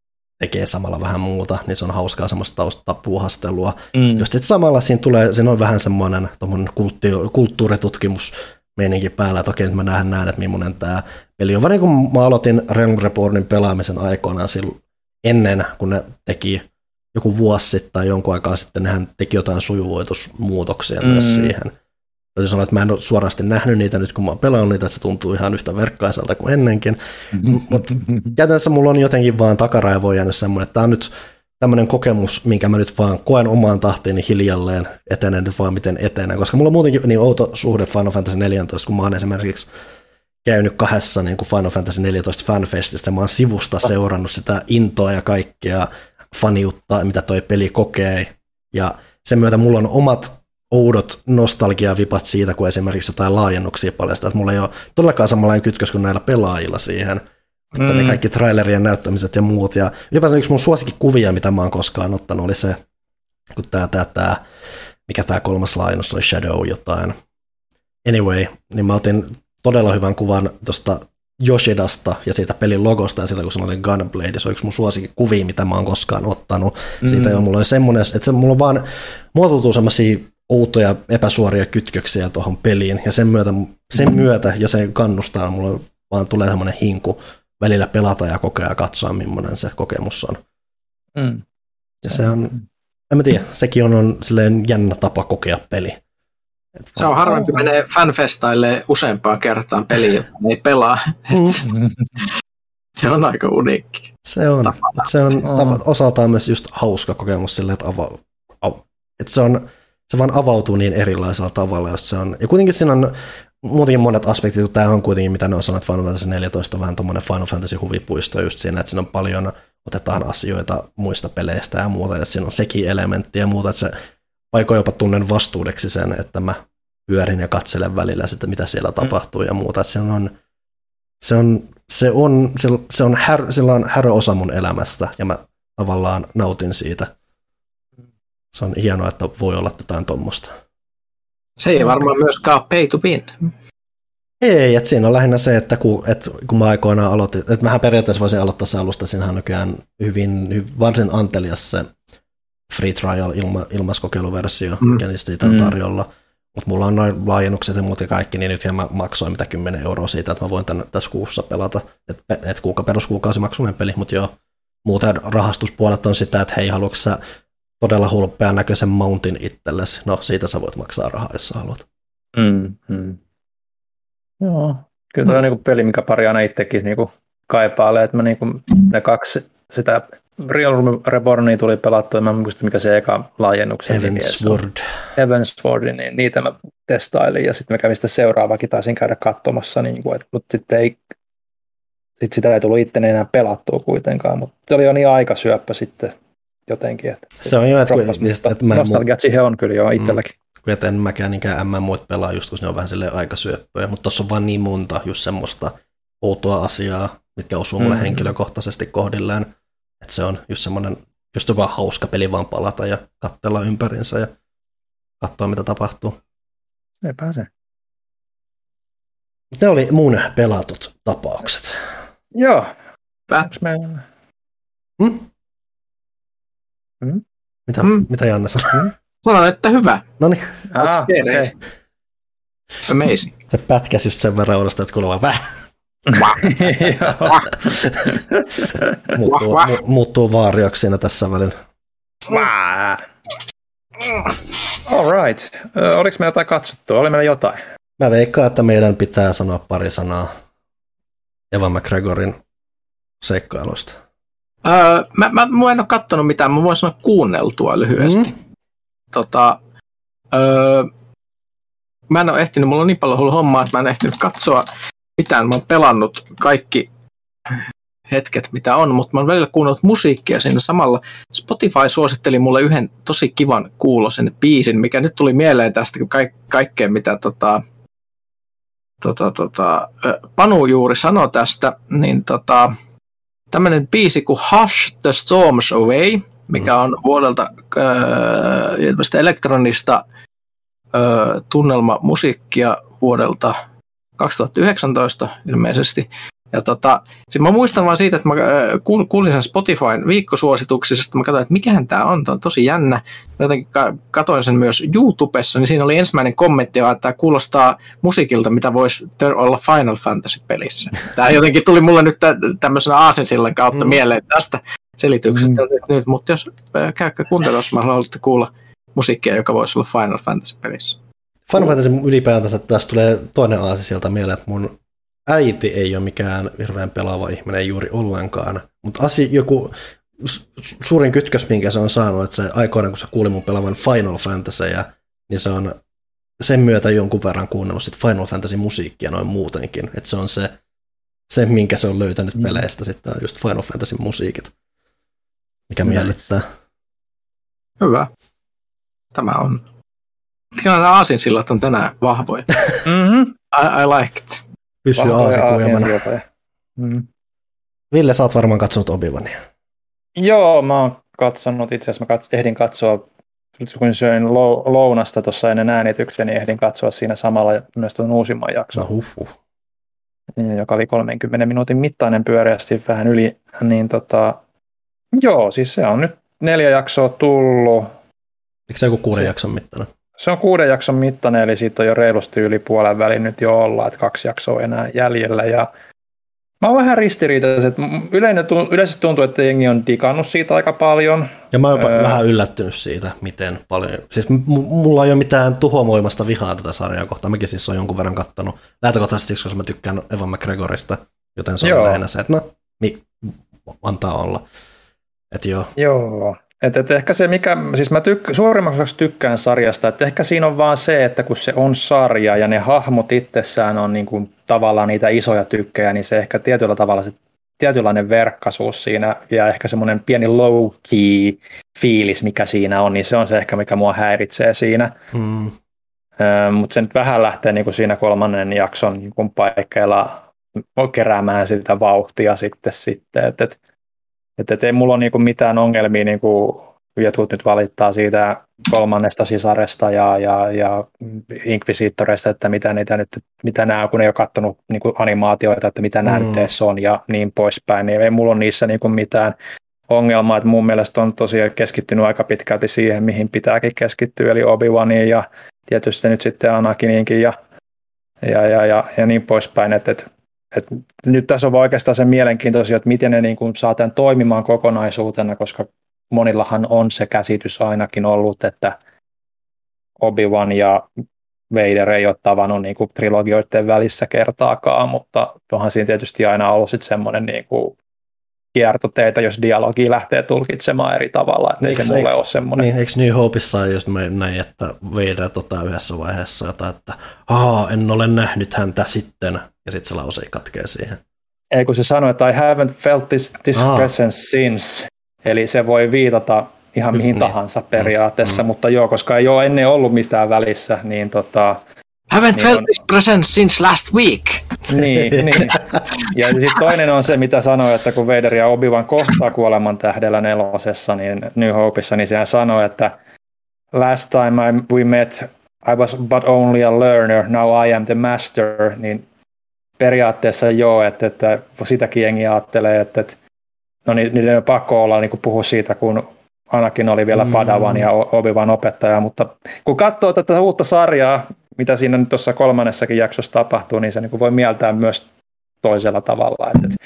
tekee samalla vähän muuta, niin se on hauskaa semmoista taustapuuhastelua. Just sitten samalla siinä on vähän semmoinen kulttuuritutkimus meininki päällä, että okei, nyt mä näen, että millainen tämä peli on. Vaan niin kun mä aloitin Realm Rebornin pelaamisen aikoinaan ennen, kun ne teki joku vuosi sitten tai jonkun aikaa sitten, nehän teki jotain sujuvoitusmuutoksia myös siihen. Täytyy sanoa, että mä en ole suorasti nähnyt niitä nyt, kun mä oon pelannut niitä, että se tuntuu ihan yhtä verkkaiselta kuin ennenkin. Mutta käytännössä mulla on jotenkin vaan takaraivoon jäänyt semmoinen, että tämä on nyt tämmöinen kokemus, minkä mä nyt vaan koen omaan tahtiini hiljalleen, etenen nyt vaan miten etenen, koska mulla on muutenkin niin outo suhde Final Fantasy 14, kun mä oon esimerkiksi käynyt 2 niin kuin Final Fantasy 14 fanfestistä, mä oon sivusta seurannut sitä intoa ja kaikkea faniutta, mitä toi peli kokee, ja sen myötä mulla on omat oudot nostalgiavipat siitä, kun esimerkiksi jotain laajennuksia paljastaa, että mulla ei ole todellakaan samanlainen kytkös kuin näillä pelaajilla siihen, että ne kaikki trailerien näyttämiset ja muut, ja ylipäätään yksi mun suosikkikuvia, mitä mä oon koskaan ottanut, oli se, kun mikä tää 3. laajennus oli, Shadow jotain. Anyway, niin mä otin todella hyvän kuvan tuosta Yoshidasta ja siitä pelin logosta ja sillä kun se oli Gunblade, se on yksi mun suosikkikuvia, mitä mä oon koskaan ottanut. Siitä jo mulla on semmoinen, että se mulla vaan muotoutuu semmoisia outoja epäsuoria kytköksiä tuohon peliin ja sen myötä ja se kannustaa, mulla vaan tulee semmoinen hinku välillä pelata ja kokea ja katsoa, millainen se kokemus on. Ja se on, en mä tiedä, sekin on silleen jännä tapa kokea peli. Se on harvempi menee fanfestaille useampaan kertaan peliä, jota ei pelaa. Se on aika uniikki. Se on osaltaan myös just hauska kokemus silleen, että se vaan avautuu niin erilaisella tavalla, jos se on. Ja kuitenkin siinä on muutenkin monet aspektit, kun tämä on kuitenkin, mitä ne on sanonut, Final Fantasy 14 on vähän tuommoinen Final Fantasy huvipuisto just siinä, että siinä on paljon, otetaan asioita muista peleistä ja muuta, ja siinä on sekin elementti ja muuta, että se paikoin jopa tunnen vastuudeksi sen, että mä pyörin ja katselen välillä sitä, mitä siellä tapahtuu ja muuta, että sillä on härö osa mun elämästä, ja mä tavallaan nautin siitä. Se on hienoa, että voi olla jotain tuommoista. Se ei varmaan myöskään ole pay to win. Ei, että siinä on lähinnä se, että kun mä aikoinaan aloitin, että mähän periaatteessa voisin aloittaa se alusta, siinähän on nykyään varsin antelias se free trial ilmaiskokeiluversio, mikä niistä on tarjolla. Mutta mulla on noin laajennukset ja muut ja kaikki, niin nythän mä maksoin 10 € siitä, että mä voin tässä kuussa pelata. Että peruskuukausimaksuinen peli, mutta joo, muuten rahastuspuolet on sitä, että hei, haluatko sä todella hulppean näköisen mountin itsellesi? No, siitä sä voit maksaa rahaa, jos sä haluat. Joo, kyllä toi on niinku peli, mikä pari aina itsekin niinku kaipailee, että mä niinku ne 2 sitä Realm Rebornia tuli pelattua, mä en muista mikä se eka laajennuksen Heavensward, niin niitä mä testailin ja sitten mä kävin sitä seuraavakin, taisin käydä katsomassa, niin mutta sitten sitä ei tullut itteni enää pelattua kuitenkaan, mutta se oli jo niin aikasyöppä sitten jotenkin. Että se on jo, että nostalgiat siihen on kyllä jo itselläkin. Kun en mäkään niinkään muut pelaa just, kun ne on vähän silleen aikasyöppöjä, mutta tossa on vaan niin monta just semmoista outoa asiaa, mitkä osuu mulle henkilökohtaisesti kohdilleen. Että se on just semmoinen, just vaan hauska peli vaan palata ja katsella ympärinsä ja katsoa, mitä tapahtuu. Eipä se. Ne oli mun pelatut tapaukset. Joo. Mitä Janne sanoi? Sanon, että hyvä. Noniin. Okay. Amazing. Se pätkäsi just sen verran odostaa, että kuuluu vähän. muuttuu vaarioksi siinä tässä välin. All right. Oliko meillä jotain katsottua? Oli meillä jotain? Mä veikkaan, että meidän pitää sanoa pari sanaa Evan McGregorin seikkailuista. Mä en ole katsonut mitään, mä voin sanoa kuunneltua lyhyesti. Mä en ole ehtinyt, mulla on niin paljon hommaa, että mä en ehtinyt katsoa mitään. Mä oon pelannut kaikki hetket, mitä on, mutta mä oon välillä kuunnellut musiikkia siinä samalla. Spotify suositteli mulle yhden tosi kivan kuulosen biisin, mikä nyt tuli mieleen tästä kaikkea, mitä Panu juuri sanoi tästä, niin tämmönen biisi kuin Hush the Storms Away, mikä on vuodelta elektronista tunnelmamusiikkia vuodelta 2019 ilmeisesti. Ja mä muistan vaan siitä, että mä kuulin sen Spotifyn viikkosuosituksista, mä katsoin, että mikähän tää on tosi jännä. Jotenkin katsoin sen myös YouTubessa, niin siinä oli ensimmäinen kommentti, että tämä kuulostaa musiikilta, mitä voisi olla Final Fantasy-pelissä. Tämä jotenkin tuli mulle nyt tämmöisenä aasinsillan kautta mieleen tästä selityksestä nyt, mutta jos käykää kuuntelussa, mä haluatte kuulla musiikkia, joka voisi olla Final Fantasy-pelissä. Final Fantasy ylipäätänsä tässä tulee toinen aasinsilta mieleen, että mun äiti ei ole mikään hirveän pelaava ihminen juuri ollenkaan, mutta joku suurin kytkös, minkä se on saanut, että se aikoina, kun se kuuli mun pelaavan Final Fantasyä, niin se on sen myötä jonkun verran kuunnellut sit Final Fantasy-musiikkia noin muutenkin, että se on se minkä se on löytänyt peleistä, sitten on just Final Fantasy-musiikit, mikä miellyttää. Hyvä. Tämä on... Nämä aasinsillat on tänään vahvoja. I like it. Pysyy aasikuivana. Ville, sä oot varmaan katsonut Obi-Vania. Joo, mä oon katsonut. Itse asiassa ehdin katsoa, kun söin lounasta tuossa ennen äänityksen, niin ehdin katsoa siinä samalla myös tuon uusimman jakson. Joka oli 30 minuutin mittainen pyöreästi vähän yli. Niin joo, siis se on nyt 4 jaksoa tullut. Eikö se joku 6 jakson mittainen? Se on 6 jakson mittainen, eli siitä on jo reilusti yli puolen välin nyt jo olla, että 2 jaksoa enää jäljellä. Ja mä oon vähän ristiriitainen, että yleisesti tuntuu, että jengi on digannut siitä aika paljon. Ja mä oon vähän yllättynyt siitä, miten paljon. Siis mulla ei ole mitään tuhovoimasta vihaa tätä sarjaa kohtaan. Mäkin siis on jonkun verran kattonut. Lähtökohtaisesti, koska mä tykkään Evan McGregorista, joten se on lähinnä se, että antaa olla. Että joo. Joo. Että ehkä se, mikä, siis mä suurimmaksi osaksi tykkään sarjasta, että ehkä siinä on vaan se, että kun se on sarja ja ne hahmot itsessään on niin kuin tavallaan niitä isoja tykkejä, niin se ehkä tietyllä tavalla se tietynlainen verkkaisuus siinä ja ehkä semmoinen pieni low-key fiilis, mikä siinä on, niin se on se ehkä, mikä mua häiritsee siinä. Mutta se nyt vähän lähtee niin kuin siinä 3. jakson niin kuin paikkeilla keräämään sitä vauhtia sitten että ei mulla ole niinku mitään ongelmia, niinku jotkut nyt valittaa siitä 3. sisaresta ja Inquisitoreista, että mitä nämä, kun ei ole katsonut niinku animaatioita, että mitä nämä nyt edes on ja niin poispäin, niin ei mulla ole niissä niinku mitään ongelmaa, että mun mielestä on tosiaan keskittynyt aika pitkälti siihen, mihin pitääkin keskittyä, eli Obi-Waniin ja tietysti nyt sitten Anakiniinkin ja niin poispäin, että nyt tässä on oikeastaan se mielenkiintoisia, että miten ne niin kuin saa tämän toimimaan kokonaisuutena, koska monillahan on se käsitys ainakin ollut, että Obi-Wan ja Vader ei ole tavannut niin kuin trilogioiden välissä kertaakaan, mutta onhan siinä tietysti aina ollut sitten semmoinen niin kuin kiertoteitä, jos dialogia lähtee tulkitsemaan eri tavalla, että ei se mulle ole semmoinen. Niin, eikö New Hopeissa just näin, että Vader yhdessä vaiheessa jotain, että en ole nähnyt häntä sitten, ja sitten se lause katkee siihen. Ei, kun se sanoi, että I haven't felt this presence since, eli se voi viitata ihan mihin tahansa periaatteessa, mutta joo, koska ei ole ennen ollut mistään välissä, niin haven't felt this presence since last week. Niin. Ja sitten toinen on se, mitä sanoi, että kun Vader ja Obi-Wan kohtaa Kuoleman tähdellä 4, niin New Hopeissa, niin sehän sanoi, että last time we met, I was but only a learner, now I am the master, niin periaatteessa joo, että sitäkin jengi ajattelee, että no niiden on pakko olla niin kuin puhua siitä, kun Anakin oli vielä Padawan ja Obi-Wan opettaja, mutta kun katsoo tätä uutta sarjaa, mitä siinä nyt tuossa 3. jaksossa tapahtuu, niin se niin kuin voi mieltää myös toisella tavalla.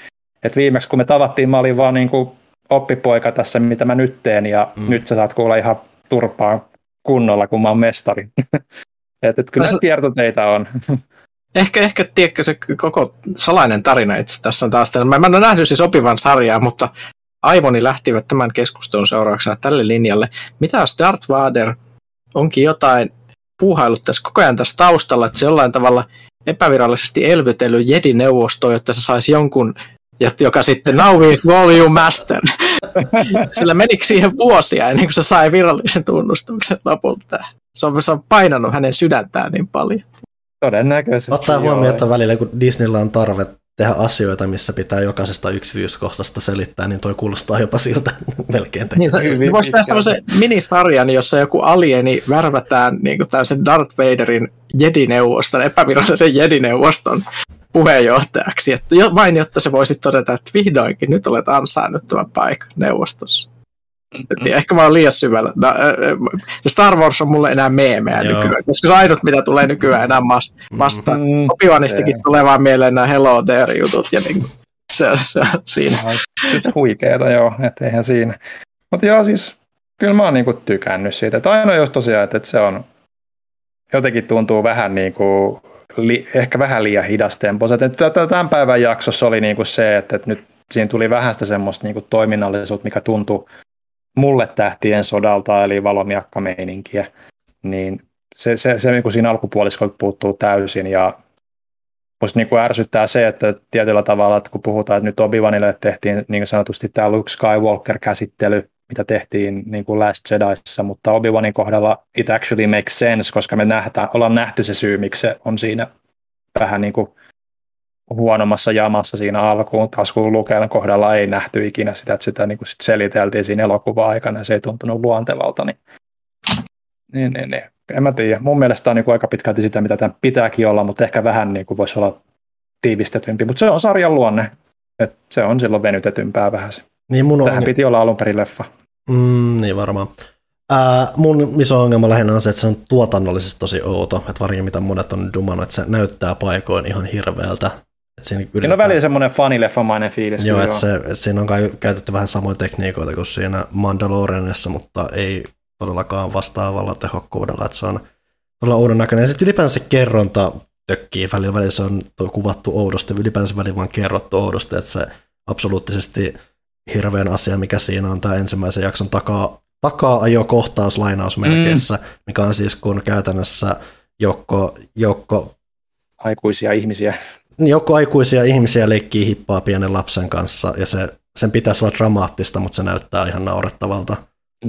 Et viimeksi kun me tavattiin, mä olin vaan niin kuin oppipoika tässä, mitä mä nyt teen, ja nyt sä saat kuulla ihan turpaan kunnolla, kun mä oon mestari. että kyllä se kiertoteitä on. Ehkä tiedätkö se koko salainen tarina itse tässä on taas. Mä en ole nähnyt siis Obi-Wan sarjaa, mutta aivoni lähtivät tämän keskustelun seurauksena tälle linjalle. Mitä jos Darth Vader onkin jotain puuhailut tässä koko ajan tässä taustalla, että se jollain tavalla epävirallisesti elvytellyt Jedi-neuvostoon, jotta se saisi jonkun, joka sitten now we call you master. Sillä menikö siihen vuosia ennen kuin se sai virallisen tunnustuksen lopulta. Se on painanut hänen sydäntään niin paljon. Todennäköisesti. Ottaa huomioon, että välillä kun Disneyllä on tarve tehdä asioita, missä pitää jokaisesta yksityiskohdasta selittää, niin toi kuulostaa jopa siltä melkein. Niin, voisi tehdä semmoisen minisarjan, jossa joku alieni värvätään niin kuin tällaisen Darth Vaderin Jedi-neuvoston, epävirallisen Jedi-neuvoston puheenjohtajaksi, että vain jotta se voisi todeta, että vihdoinkin nyt olet ansainnut tämän paikan neuvostossa. Ehkä mä oon liian syvällä. Star Wars on mulle enää meemejä nykyään, koska se ainut, mitä tulee nykyään enää vastaan. Obi-Wanistakin tulee vaan mieleen nämä Hello There-jutut ja niin se on siinä. Just huikeeta, joo, että eihän siinä. Mutta joo, siis kyllä mä oon niinku tykännyt siitä. Että ainoa jos tosiaan, että se on jotenkin tuntuu vähän niinku, ehkä vähän liian hidastempoiset. Tämän päivän jaksossa oli niinku se, että nyt siinä tuli vähän sitä semmoista niinku toiminnallisuutta, mikä tuntui mulle Tähtien sodalta, eli valomiakkameininkiä. Niin se niinku siinä alkupuoliskolla puuttuu täysin, ja musta niinku ärsyttää se, että tietyllä tavalla, että kun puhutaan, että nyt Obi-Wanille tehtiin niin sanotusti tämä Luke Skywalker-käsittely, mitä tehtiin niin kuin Last Jediissa, mutta Obi-Wanin kohdalla it actually makes sense, koska me ollaan nähty se syy, miksi se on siinä vähän niin kuin huonommassa jamassa siinä alkuun, taas kun Luken kohdalla ei nähty ikinä sitä, että sitä niin kuin sit seliteltiin siinä elokuva-aikana ja se ei tuntunut luontevalta, niin. En mä tiedä. Mun mielestä on niin kuin aika pitkälti sitä, mitä tämän pitääkin olla, mutta ehkä vähän niin kuin voisi olla tiivistetympi, mutta se on sarjan luonne, että se on silloin venytetympää vähän se. Niin tähän piti olla alun perin leffa. Niin varmaan. Mun iso ongelma lähinnä on se, että se on tuotannollisesti tosi outo, että varsinkin mitä monet on dumannut, että se näyttää paikoin ihan hirveältä. Siinä on väliin semmoinen fanileffamainen fiilis. Joo, että siinä on käytetty vähän samoja tekniikoita kuin siinä Mandalorianissa, mutta ei todellakaan vastaavalla tehokkuudella, että se on todella oudon näköinen. Ja sitten ylipäänsä se kerronta tökkii välillä se on kuvattu oudosti, ylipäänsä välillä vaan kerrottu oudosti, että se absoluuttisesti hirveän asia, mikä siinä on tämä ensimmäisen jakson takaa-ajokohtaus lainausmerkeissä, mikä on siis kun käytännössä joukko aikuisia ihmisiä. Joukko aikuisia ihmisiä leikkii hippaa pienen lapsen kanssa, ja sen pitäisi olla dramaattista, mutta se näyttää ihan naurettavalta.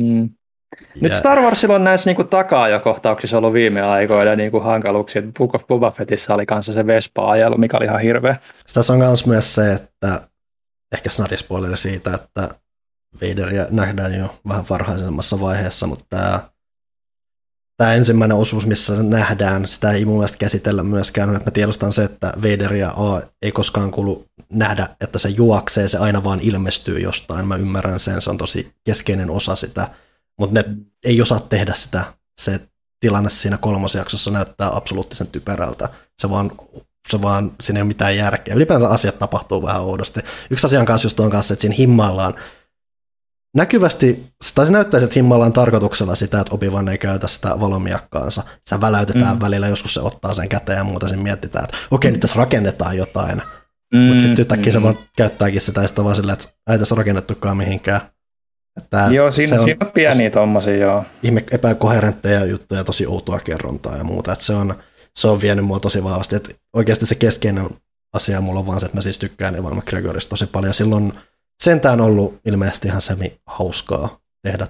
Nyt Star Warsilla on näissä niinku takaa-ajokohtauksissa ollut viime aikoina niinku hankaluuksia. Book of Boba Fettissä oli kanssa se Vespa-ajelu, mikä oli ihan hirveä. Tässä on myös se, että ehkä snatispoileri siitä, että Vaderia nähdään jo vähän varhaisemmassa vaiheessa, mutta tämä ensimmäinen osuus, missä nähdään, sitä ei mun mielestä käsitellä myöskään, että mä tiedostan se, että Vaderia ei koskaan kuulu nähdä, että se juoksee, se aina vaan ilmestyy jostain, mä ymmärrän sen, se on tosi keskeinen osa sitä, mutta ne ei osaa tehdä sitä, se tilanne siinä kolmosjaksossa näyttää absoluuttisen typerältä, se vaan siinä ei ole mitään järkeä. Ylipäänsä asiat tapahtuu vähän oudosti. Yksi asian kanssa just on kanssa, että siinä himmaillaan näkyvästi, tai se näyttäisi, että himmaillaan tarkoituksella sitä, että Obi-Wan ei käytä sitä valomiakkaansa. Sitä väläytetään välillä, joskus se ottaa sen käteen ja muuta, sen mietitään, että okei, nyt tässä rakennetaan jotain. Mutta sitten yhtäkkiä se vaan käyttääkin sitä, ja sitten vaan silleen, että ei tässä rakennettukaan mihinkään. Joo, siinä on pieniä tommosia, joo. Ihme epäkoherentteja juttuja, tosi outoa kerrontaa ja muuta, että se on vienyt mua tosi vahvasti, että oikeasti se keskeinen asia mulla on vaan se, että mä siis tykkään Ewan McGregorista tosi paljon, ja silloin sentään ollut ilmeisesti ihan semi-hauskaa tehdä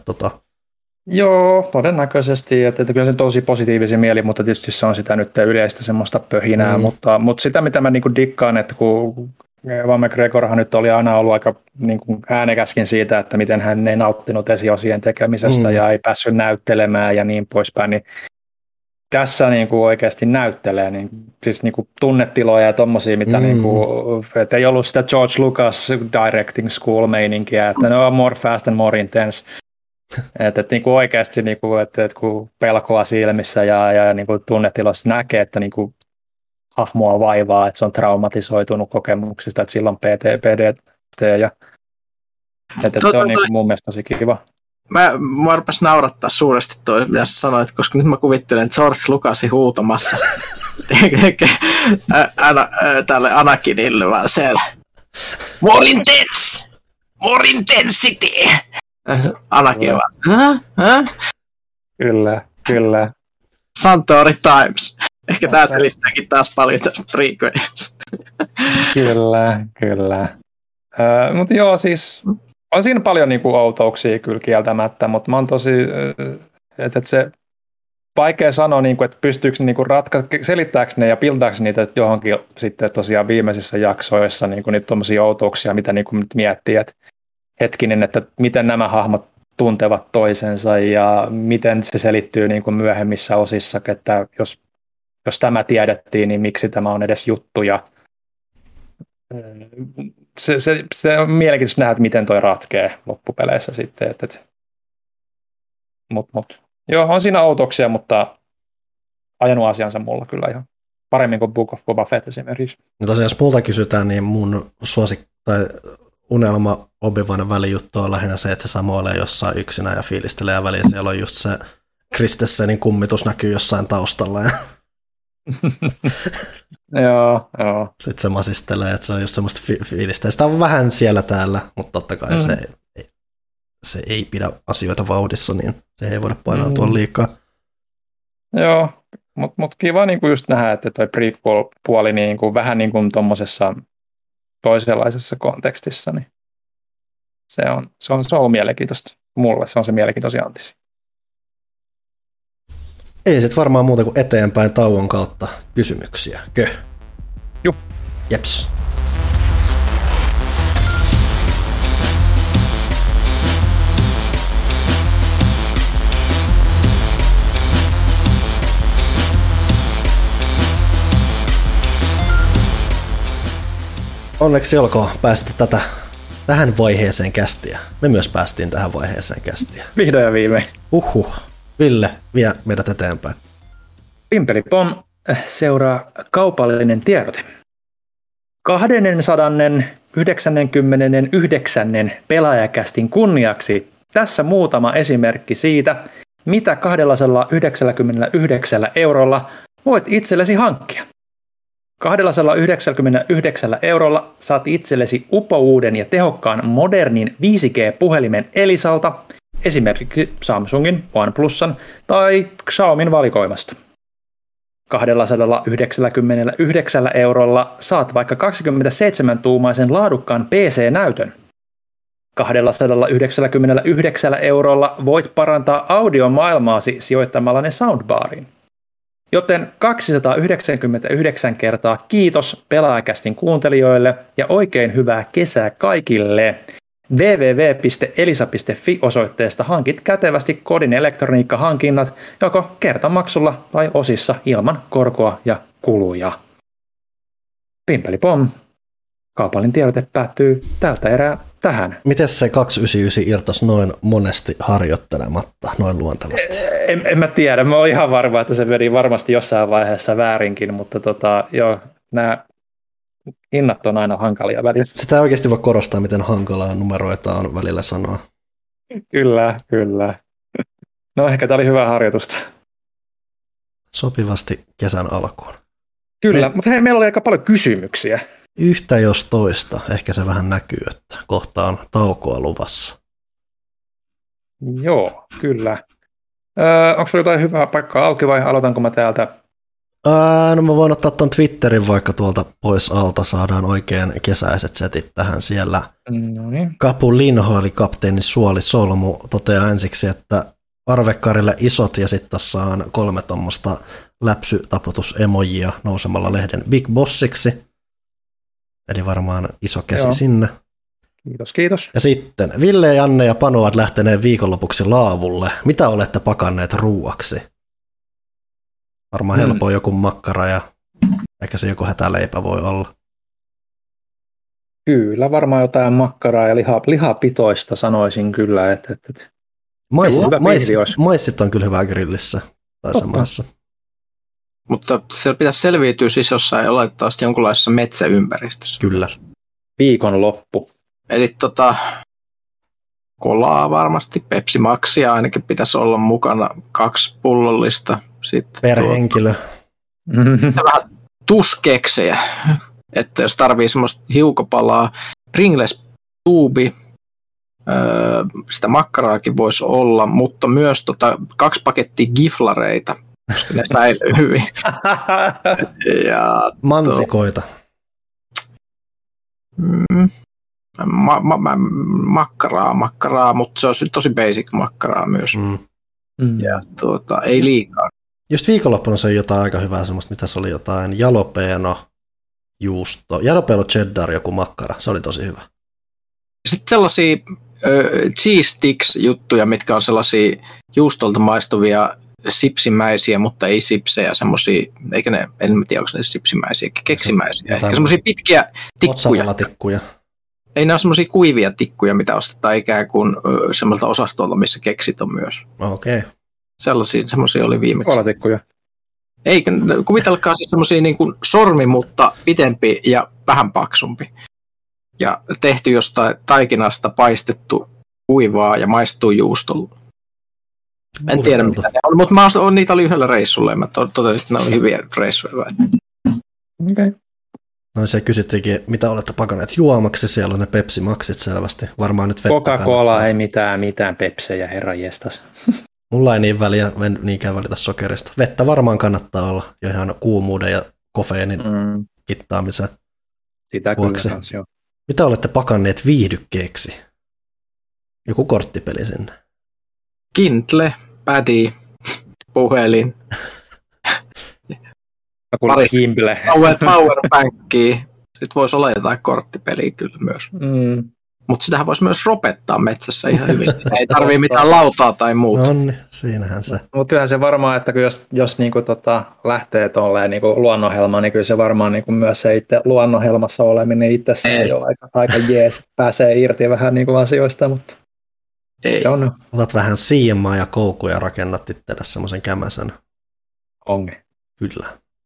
Joo, todennäköisesti, että kyllä se on tosi positiivisen mieli, mutta tietysti se on sitä nyt yleistä semmoista pöhinää, mutta sitä mitä mä niinku dikkaan, että kun Ewan McGregorhan nyt oli aina ollut aika niinku äänekäskin siitä, että miten hän ei nauttinut esiosien tekemisestä ja ei päässyt näyttelemään ja niin poispäin, niin tässä niinku oikeasti näyttelee siis niinku tunnetiloja ja tommosia, mitä niinku, että ei ollut sitä George Lucas directing school meininkiä, että ne on more fast and more intense. että niinku oikeasti niinku, että kun pelkoa silmissä ja niinku tunnetilossa näkee, että niinku hahmoa vaivaa, että se on traumatisoitunut kokemuksista, että silloin PTSD ja että se on niinku mun mielestä tosi kiva. Mä rupesin naurattaa suuresti toi, mitä sä sanoit, koska nyt mä kuvittelen George Lucasin huutamassa tälle Anakinille vaan siellä. More intense! More intensity! Anakin vaan. Kyllä. Santori Times. Ehkä tää selittääkin taas paljon tästä frequencysta. Kyllä. Mutta joo, siis on siinä paljon niinku outouksia kyllä kieltämättä, mutta mä oon tosi, että se vaikea sanoa, niinku, että pystyykö niinku selittääkö ne ja pildaako niitä johonkin sitten tosiaan viimeisissä jaksoissa niinku niitä tommosia outouksia, mitä niinku nyt miettii, että hetkinen, että miten nämä hahmot tuntevat toisensa ja miten se selittyy niinku myöhemmissä osissa, että jos tämä tiedettiin, niin miksi tämä on edes juttu ja Se on mielenkiintoista nähdä, että miten toi ratkee loppupeleissä sitten. Joo, on siinä outouksia, mutta ajanut asiansa mulla kyllä ihan paremmin kuin Book of Boba Fett esimerkiksi. No tosiaan, jos multa kysytään, niin mun tai unelma Obi-Wanin välijuttu on lähinnä se, että se samoilee jossain yksinä ja fiilistelee ja väliin siellä on just se Christensenin kummitus näkyy jossain taustalla. Ja Joo. sitten se masistelee, että se on just semmoista fiilistä. Sitä on vähän siellä täällä, mutta totta kai se ei pidä asioita vauhdissa, niin se ei voida painautua liikaa. Joo, mutta kiva niinku just nähdä, että toi prequel-puoli niinku, vähän niin kuin tuommoisessa toisenlaisessa kontekstissa, niin se on ollut mielenkiintoista. Mulle se on se mielenkiintoisia antisi. Ei sit varmaan muuta kuin eteenpäin tauon kautta kysymyksiä. Juh. Jeps. Onneksi olkoon päästä tähän vaiheeseen kästiä. Me myös päästiin tähän vaiheeseen kästiä. Vihdoin ja viimein. Ville, vie meidät eteenpäin. Pimpeli Pom seuraa kaupallinen tiedote. 299. pelaajakästin kunniaksi tässä muutama esimerkki siitä, mitä 299 eurolla voit itsellesi hankkia. 299 eurolla saat itsellesi upouuden ja tehokkaan modernin 5G-puhelimen Elisalta, esimerkiksi Samsungin, OnePlusan tai Xiaomin valikoimasta. 299 eurolla saat vaikka 27-tuumaisen laadukkaan PC-näytön. 299 eurolla voit parantaa audiomaailmaasi sijoittamalla ne soundbariin. Joten 299 kertaa kiitos pelaajakästin kuuntelijoille ja oikein hyvää kesää kaikille. www.elisa.fi-osoitteesta hankit kätevästi kodin elektroniikkahankinnat joko kertamaksulla tai osissa ilman korkoa ja kuluja. Pimpeli pom. Kaupallinen tiedote päättyy tältä erää tähän. Miten se 299 irtosi noin monesti harjoittelematta, noin luontevasti? En mä tiedä. Mä oon ihan varma, että se meni varmasti jossain vaiheessa väärinkin, mutta joo, nämä hinnat on aina hankalia välillä. Sitä ei oikeasti voi korostaa, miten hankalaa numeroita on välillä sanoa. Kyllä. No ehkä tämä oli hyvää harjoitusta. Sopivasti kesän alkuun. Kyllä, mutta hei, meillä oli aika paljon kysymyksiä. Yhtä jos toista. Ehkä se vähän näkyy, että kohta on taukoa luvassa. Joo, kyllä. Onko sulla jotain hyvää paikkaa auki vai aloitanko mä täältä? No mä voin ottaa ton Twitterin vaikka tuolta pois alta. Saadaan oikein kesäiset setit tähän siellä. Noniin. Kapu Linho eli kapteeni Suoli Solmu toteaa ensiksi, että arvekkarille isot ja sitten tossa on 3 tuommoista läpsytaputusemojia nousemalla lehden Big Bossiksi. Eli varmaan iso käsi Joo. sinne. Kiitos. Ja sitten Ville, Janne ja Panu ovat lähteneet viikonlopuksi laavulle. Mitä olette pakanneet ruuaksi? Varmaan helpoa joku makkara ja ehkä se joku hätäleipä voi olla. Kyllä, varmaan jotain makkaraa ja lihapitoista sanoisin kyllä. Että. Maissit on kyllä hyvä grillissä tai samassa. Mutta se pitäisi selviytyä siis jossain oletettavasti jonkunlaisessa metsäympäristössä. Kyllä. Viikonloppu. Eli kolaa varmasti, Pepsi Maxia ainakin pitäisi olla mukana, 2 pullollista. Sitten per henkilö. Vähän tuskeksejä, että jos tarvii semmoista hiukopalaa, Pringles tuubi, sitä makkaraakin voisi olla, mutta myös 2 pakettia giflareita, koska ne säilyy hyvin. Ja mansikoita. Makkaraa, mutta se on tosi basic makkaraa myös. Ja ei liikaa. Just viikonloppuna se on jotain aika hyvää semmoista, mitä se oli jotain jalapeno juusto, jalapeno cheddar joku makkara, se oli tosi hyvä. Sitten sellaisia cheese sticks juttuja, mitkä on sellaisia juustolta maistuvia sipsimäisiä, mutta ei sipsejä, semmosia, eikä ne, en tiedä, onko ne sipsimäisiä, keksimäisiä. Ehkä semmosia pitkiä tikkuja. Ei ne ole semmosia kuivia tikkuja, mitä ostetaan ikään kuin semmoilta osastolta, missä keksit on myös. Okei. Okay. Semmosia oli viimeksi. Koolatikkuja. Eikä, kuvitelkaa siis semmosia niin kuin sormi, mutta pitempi ja vähän paksumpi. Ja tehty jostain taikinasta, paistettu kuivaa ja maistuu juustolla. En tiedä mitä ne oli, mutta niitä oli yhdellä reissulla ja mä totesin, että ne oli hyviä reissuja. Okay. No se kysyttiinkin, mitä olette pakanneet juomaksi, siellä on ne Pepsi Maxit selvästi. Varmaan nyt vettä Coca-Cola ei mitään Pepsejä, herra jestas. Mulla ei niin väliä, en niinkään välitä sokerista. Vettä varmaan kannattaa olla jo ihan kuumuuden ja kofeiinin kittaamisen Sitä vuoksi. Kyllä joo. Mitä olette pakanneet viihdykkeeksi? Joku korttipeli sinne. Kindle, pädi, puhelin. Kindle. Powerbankia. Sitten voisi olla jotain korttipeliä kyllä myös. Mutta sitähän voisi myös ropettaa metsässä ihan hyvin. Ei tarvitse mitään lautaa tai muuta. No niin, siinähän se. Mutta kyllähän se varmaan, että jos niinku lähtee tolleen niinku luonnonhelmaan, niin kyllä se varmaan niinku myös se itse luonnonhelmassa oleminen itsessään jo aika jees. Pääsee irti vähän niinku asioista, mutta ei. On. Otat vähän siimaa ja koukkuja ja rakennat itselle semmoisen kämäsen. Onkin. Kyllä.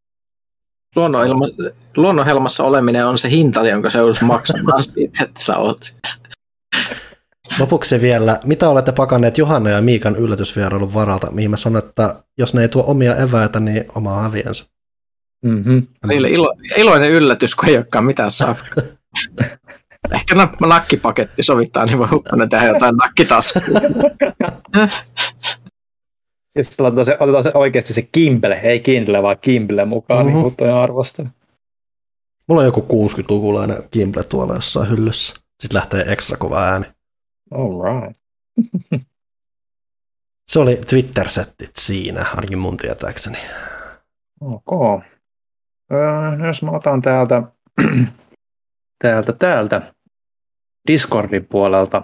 Luonnonhelmassa oleminen on se hinta, jonka se olisi maksamaan siitä, että sä oot. Lopuksi vielä, mitä olette pakanneet Johanna ja Miikan yllätysvierailun varalta, mihin mä sanon, että jos ne ei tuo omia eväitä, niin omaa häviänsä. Niille iloinen yllätys, kun ei olekaan mitään saa. Ehkä nakkipaketti sovittaa, niin voi huppana tehdä jotain nakkitaskuun. Ja sitten otetaan se oikeasti se Kimble, ei Kindle, vaan Kimble mukaan, niin kuin toi arvostelu. Mulla on joku 60-lukulainen Kimble tuolla jossain hyllyssä. Sitten lähtee ekstra kova ääni. All right. Se oli Twitter-settit siinä, ainakin mun tietääkseni. Ok. Jos mä otan täältä Discordin puolelta.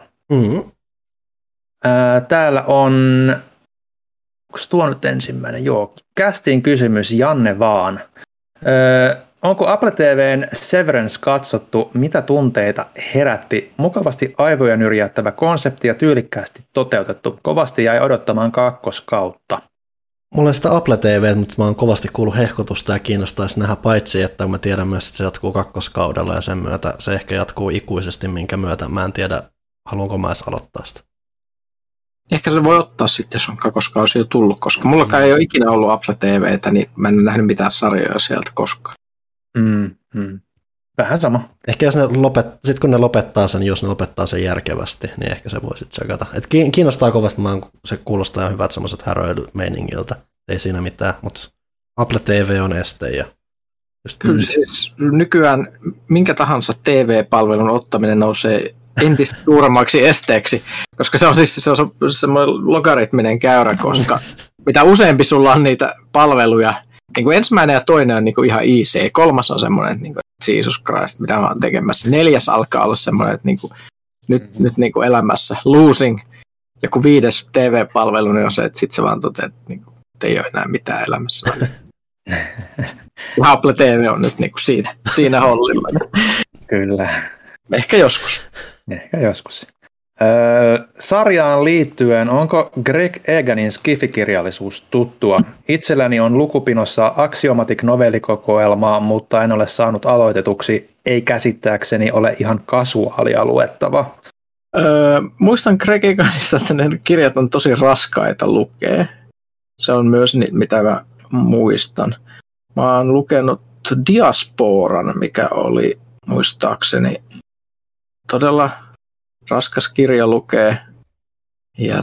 Täällä on, onko tuo nyt ensimmäinen? Joo, Castin kysymys Janne vaan. Onko Apple TV:n Severance katsottu, mitä tunteita herätti? Mukavasti aivoja nyrjäyttävä konsepti ja tyylikkäästi toteutettu. Kovasti jäi odottamaan kakkoskautta. Mulla on sitä Apple TV, mutta mä oon kovasti kuullut hehkutusta ja kiinnostaisi nähdä, paitsi että mä tiedän myös, että se jatkuu kakkoskaudella ja sen myötä se ehkä jatkuu ikuisesti, minkä myötä mä en tiedä, haluanko mä edes aloittaa sitä. Ehkä se voi ottaa sitten, jos on kakkoskausi jo tullut, koska mullakaan ei ole ikinä ollut Apple TVtä, niin mä en nähnyt mitään sarjoja sieltä koskaan. Vähän sama. Ehkä jos sit kun ne lopettaa sen, jos ne lopettaa sen järkevästi, niin ehkä se voi sitten tsekata. Et kiinnostaa kovasti, se kuulostaa ihan hyvät semmoiset häröilyt-meiningiltä. Ei siinä mitään, mutta Apple TV on este. Ja kyllä siis nykyään minkä tahansa TV-palvelun ottaminen nousee entistä suuremmaksi esteeksi, koska se on semmoinen logaritminen käyrä, koska mitä useampi sulla on niitä palveluja, niin kuin ensimmäinen ja toinen on niin kuin ihan easy, kolmas on semmoinen, että niin kuin, Jesus Christ, mitä mä oon tekemässä. Neljäs alkaa olla semmoinen, että niin kuin, nyt niin kuin elämässä losing. Ja kun 5. TV-palvelu niin on se, että sit se vaan toteaa, että niin kuin, ei ole enää mitään elämässä. Apple TV on nyt niin kuin siinä hollilla. Kyllä. Ehkä joskus. Sarjaan liittyen, onko Greg Eganin skifikirjallisuus tuttua? Itselläni on lukupinossa Axiomatic-novellikokoelmaa, mutta en ole saanut aloitetuksi. Ei käsittääkseni ole ihan kasuaalia luettava. Muistan Greg Eganista, että ne kirjat on tosi raskaita lukea. Se on myös niitä, mitä mä muistan. Mä oon lukenut Diasporan, mikä oli muistaakseni todella raskas kirja lukee. Ja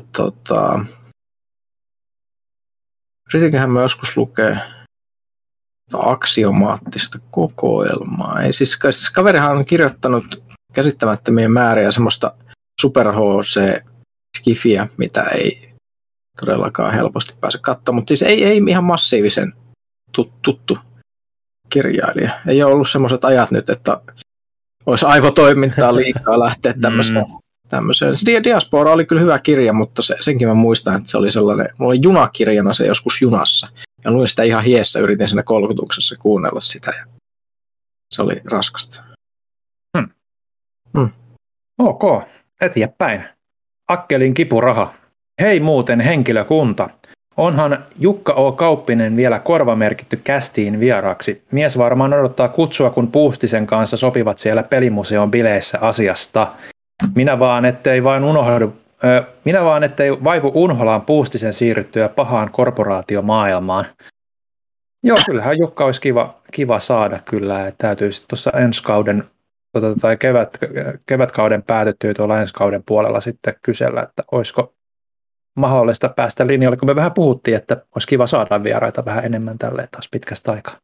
yritinköhän mä joskus lukea aksiomaattista kokoelmaa. Ei, siis kaverihan on kirjoittanut käsittämättömiä määriä semmoista super HC-skifiä, mitä ei todellakaan helposti pääse katsomaan. Mutta siis ei ihan massiivisen tuttu kirjailija. Ei ole ollut semmoiset ajat nyt, että olisi aivotoimintaa liikaa lähteä tämmöiseen. Se Diaspora oli kyllä hyvä kirja, mutta senkin mä muistan, että se oli sellainen, mulla oli junakirjana se joskus junassa. Ja luin sitä ihan hiessä, yritin siinä kolkutuksessa kuunnella sitä. Ja se oli raskasta. Ok, eteenpäin. Akkelin kipuraha. Hei muuten henkilökunta. Onhan Jukka O. Kauppinen vielä korvamerkitty kästiin vieraaksi. Mies varmaan odottaa kutsua, kun Puustisen kanssa sopivat siellä pelimuseon bileissä asiasta. Minä vaan ettei vaivu unholaan Puustisen siirryttyä pahaan korporaatiomaailmaan. Joo, kyllähän Jukka olisi kiva saada kyllä. Täytyy sitten tuossa ensi kauden tai kevätkauden päätettyä tuolla ensi kauden puolella sitten kysellä, että olisiko mahdollista päästä linjalle, kun me vähän puhuttiin, että olisi kiva saada vieraita vähän enemmän tälleen taas pitkästä aikaa.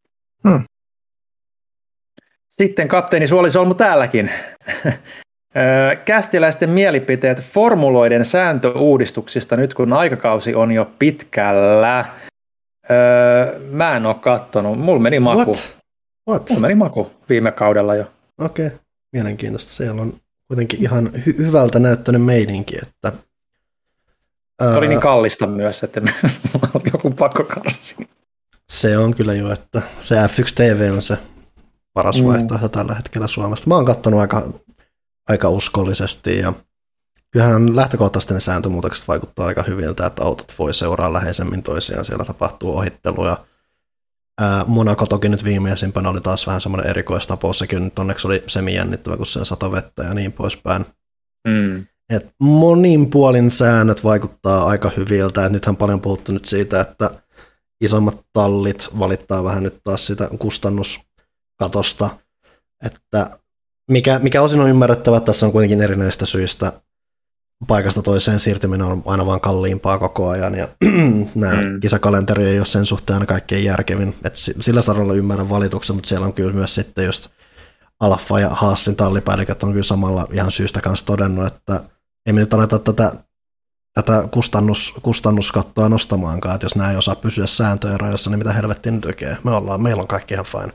Sitten kapteeni Suolisolmu täälläkin. Kästiläisten mielipiteet formuloiden sääntöuudistuksista nyt, kun aikakausi on jo pitkällä. Mä en ole kattonut. Mulla meni maku. What? Mulla meni maku viime kaudella jo. Okei, mielenkiintoista. Siellä on kuitenkin ihan hyvältä näyttänyt meininki, että oli niin kallista myös, että oli joku pakko karsia. Se on kyllä jo, että se F1 TV on se paras vaihtoehto tällä hetkellä Suomesta. Mä oon katsonut aika uskollisesti ja kyllähän lähtökohtaisesti ne sääntömuutokset vaikuttaa aika hyviltä, että autot voi seuraa läheisemmin toisiaan, siellä tapahtuu ohitteluja. Monaco toki nyt viimeisimpänä oli taas vähän semmoinen erikoistapaus, sekin nyt onneksi oli semi-jännittävä, kun sen sato vettä ja niin poispäin. Et monin puolin säännöt vaikuttaa aika hyviltä, et nythän paljon puhuttu nyt siitä, että isommat tallit valittaa vähän nyt taas sitä kustannuskatosta, että mikä osin on ymmärrettävä, että tässä on kuitenkin erinäistä syistä paikasta toiseen siirtyminen on aina vaan kalliimpaa koko ajan, ja nämä kisakalenteri ei ole sen suhteen aina kaikkein järkevin, että sillä saralla ymmärrän valituksen, mutta siellä on kyllä myös sitten just Alfa ja Haasin tallipäälliköt on kyllä samalla ihan syystä kanssa todennut, että ei me nyt aleta tätä kustannuskattoa nostamaankaan, että jos nämä ei osaa pysyä sääntöjen rajoissa, niin mitä helvettiä nyt tekee? Meillä on kaikki ihan fine.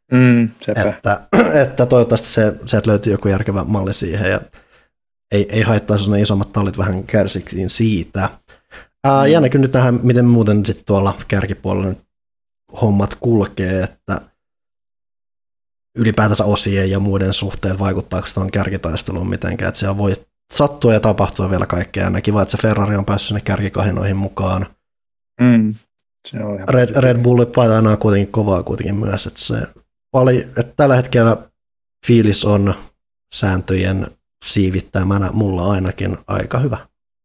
Että toivottavasti se löytyy joku järkevä malli siihen, ja ei haittaisi, jos ne isommat tallit vähän kärsiksiin siitä. Jännäkin nyt tähän, miten muuten sitten tuolla kärkipuolella nyt hommat kulkee, että ylipäätänsä osien ja muiden suhteet vaikuttaako tuohon kärkitaisteluun mitenkään, että siellä voi sattua ja tapahtua vielä kaikkea. Ja kiva, että se Ferrari on päässyt sinne kärkikahinoihin mukaan. Se on Red Bull painaa kuitenkin kovaa kuitenkin myös, että tällä hetkellä fiilis on sääntöjen siivittämänä mulla ainakin aika hyvä.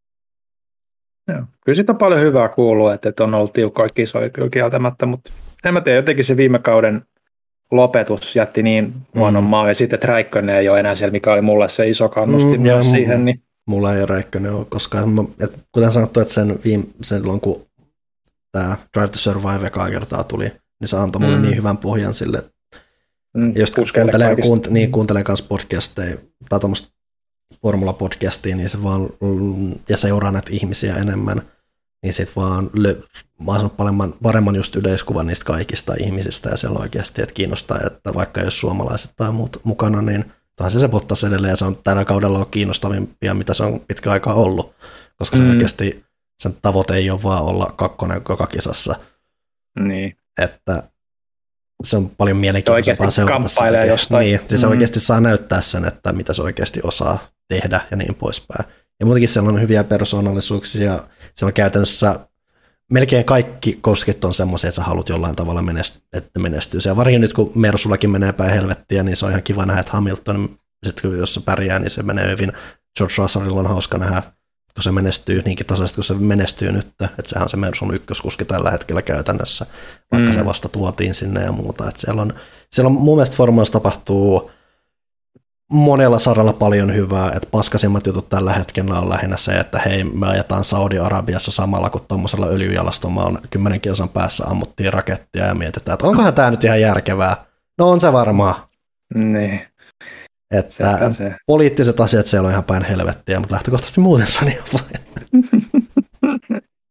Joo. Kyllä siitä on paljon hyvää kuuluu, että on ollut tiukkoja kisoja kyllä kieltämättä, mutta en mä tiedä, jotenkin se viime kauden lopetus jätti niin huonon maan, ja sitten, että Räikkönen ei ole enää siellä, mikä oli mulle se iso kannustin myös siihen. Niin. Mulla ei Räikkönen ole, koska kuten sanottu, että silloin kun tämä Drive to Survive ekaa kertaa tuli, niin se antoi mulle niin hyvän pohjan sille, just kuuntelee kanssa podcasteja tai tuommoista formula-podcastia, niin se vaan, ja seuraa näitä ihmisiä enemmän, niin sit vaan mä oon saanut paremman just yleiskuvan niistä kaikista ihmisistä, ja siellä oikeasti, että kiinnostaa, että vaikka jos suomalaiset tai muut mukana, niin toihan se Bottas edelleen, ja se on tällä kaudella on kiinnostavimpia, mitä se on pitkä aikaa ollut, koska se oikeasti sen tavoite ei ole vaan olla kakkonen koko kisassa. Niin. Että se on paljon mielenkiintoisempaa seurata sitä. Niin, se oikeasti saa näyttää sen, että mitä se oikeasti osaa tehdä ja niin poispäin. Ja muutenkin siellä on hyviä persoonallisuuksia. Siellä on käytännössä melkein kaikki koskit on semmoisia, että sä haluat jollain tavalla että menestyy. Ja varsinkin nyt, kun Mersullakin menee päin helvettiä, niin se on ihan kiva nähdä, että Hamilton, sitten jos se pärjää, niin se menee hyvin. George Russellilla on hauska nähdä, kun se menestyy niinkin tasaisesti, kun se menestyy nyt. Että sehän on se Mersun ykköskuski tällä hetkellä käytännössä, vaikka se vasta tuotiin sinne ja muuta. Että siellä on mun mielestä formulassa tapahtuu monella saralla paljon hyvää, että paskasimmat jutut tällä hetkellä on lähinnä se, että hei, me ajetaan Saudi-Arabiassa samalla, kun tuommoisella öljyjalastomaan 10 kilsan päässä ammuttiin rakettia ja mietitään, että onkohan tämä nyt ihan järkevää. No on se varmaan. Niin. Että poliittiset asiat siellä on ihan päin helvettiä, mutta lähtökohtaisesti muuten se on ihan vain.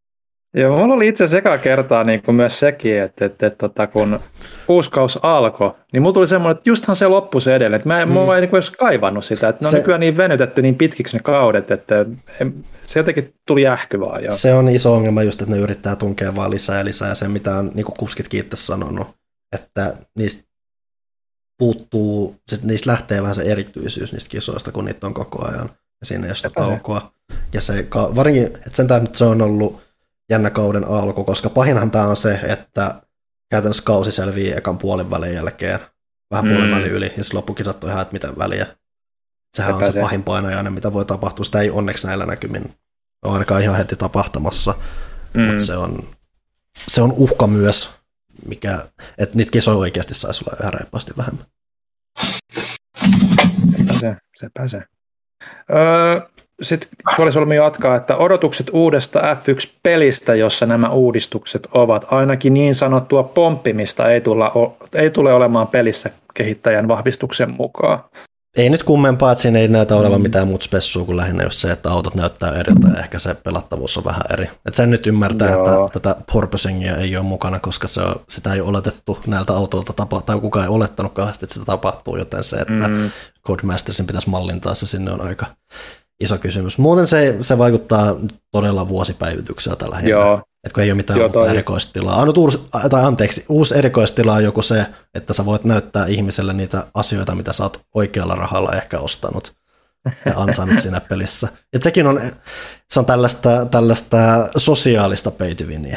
Joo, mulla oli itse asiassa eka kertaa niin kuin myös sekin, että kun uusi kausi alkoi, niin mulla tuli semmoinen, että justhan se loppui se edelleen. Mä en niin edes kaivannut sitä. Että ne on nykyään niin venytetty niin pitkiksi ne kaudet, että se jotenkin tuli jähky vaan. Jo. Se on iso ongelma just, että ne yrittää tunkea vaan lisää ja lisää. Ja se, mitä on niin kuin kuskitkin itse sanonut, että niistä puuttuu, niistä lähtee vähän se erityisyys niistä kisoista, kun niitä on koko ajan. Ja siinä ei ole sitä taukoa. Ja se, varsinkin, että sentään nyt se on ollut jännä kauden alku, koska pahinhan tämä on se, että käytännössä kausi selvii ekan puolen välin jälkeen, vähän puolen välin yli, ja sitten loppukisat on ihan, että mitä väliä. Sehän on se pahin painajainen, mitä voi tapahtua. Sitä ei onneksi näillä näkymin ole ainakaan ihan heti tapahtamassa, mutta se on uhka myös, että niitä kisoja oikeasti saisi olla ihan reippaasti vähemmän. Sepä se. Sitten olisi ollut jatkaa, että odotukset uudesta F1-pelistä, jossa nämä uudistukset ovat, ainakin niin sanottua pomppimista ei tule olemaan pelissä kehittäjän vahvistuksen mukaan. Ei nyt kummempaa, että siinä ei näytä olevan mitään muuta spessua kuin lähinnä just se, että autot näyttää eriltä ja ehkä se pelattavuus on vähän eri. Että sen nyt ymmärtää, että tätä porpoisingia ei ole mukana, koska sitä ei oletettu näiltä autoilta tai kukaan ei olettanut kauheasti, että sitä tapahtuu, joten se, että Codemastersin pitäisi mallintaa se sinne on aika iso kysymys. Muuten se vaikuttaa todella vuosipäivityksellä lähinnä. Että kun ei ole mitään uutta erikoistilaa. Ainut uusi erikoistila on joku se, että sä voit näyttää ihmiselle niitä asioita, mitä sä oot oikealla rahalla ehkä ostanut ja ansainnut siinä pelissä. Et sekin on tällaista sosiaalista pay to winia.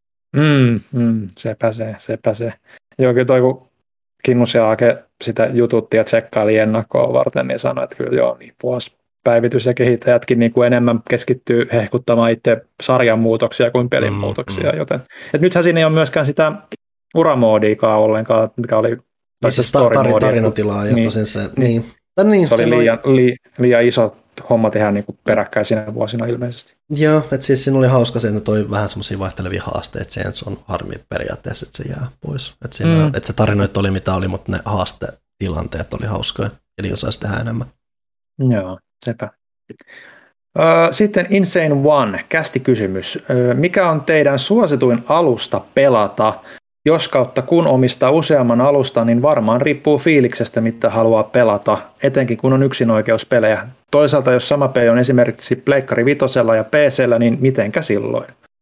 Sepä se. Joo, kyllä toi kun Kinnus ja Ake sitä jututti ja tsekkaili ennakkoa varten, niin sanoi, että kyllä joo, niin päivitys- ja kehittäjätkin niin kuin enemmän keskittyy hehkuttamaan itse sarjan muutoksia kuin pelin muutoksia. Joten, et nythän siinä ei ole myöskään sitä uramoodiikaan ollenkaan, mikä oli siis tarinatilaa. Ja tosin se, se oli liian iso homma tehdä niin kuin peräkkäisinä vuosina ilmeisesti. Joo, että siis siinä oli hauska se, että toi vähän semmoisia vaihtelevia haasteita, että se on harmi periaatteessa, että se jää pois. Että se tarinoita oli mitä oli, mutta ne haastetilanteet oli hauskoja, ja niillä saisi tehdä enemmän. Joo, sepä. Sitten Insane One, kästikysymys. Mikä on teidän suosituin alusta pelata? Jos kautta kun omistaa useamman alustan, niin varmaan riippuu fiiliksestä, mitä haluaa pelata, etenkin kun on yksinoikeuspelejä. Toisaalta, jos sama peli on esimerkiksi Pleikkari 5:lla ja PC:llä, niin mitenkä silloin?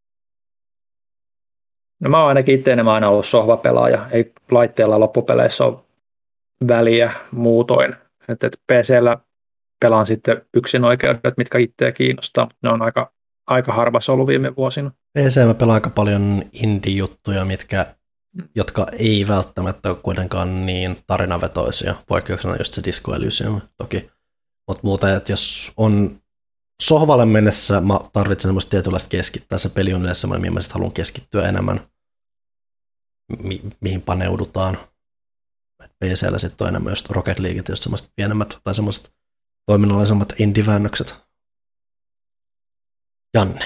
No mä oon ainakin itse enemmän aina ollut sohvapelaaja. Ei laitteella loppupeleissä ole väliä muutoin. Että PC:llä pelaan sitten yksinoikeudet, mitkä itseä kiinnostaa. Ne on aika harvassa ollut viime vuosina. PC mä pelaan aika paljon indie-juttuja, jotka ei välttämättä ole kuitenkaan niin tarinavetoisia. Poikkeuksena just se Disco Elysium toki. Mutta muuten, että jos on sohvalle mennessä, mä tarvitsen semmoista tietynlaista keskittää. Se peli on yleensä semmoinen, mihin mä sitten haluan keskittyä enemmän, mihin paneudutaan. PC:llä sitten on enemmän just Rocket League, jos semmoiset pienemmät tai semmoiset toiminnallisemmat indie-väännökset. Janne.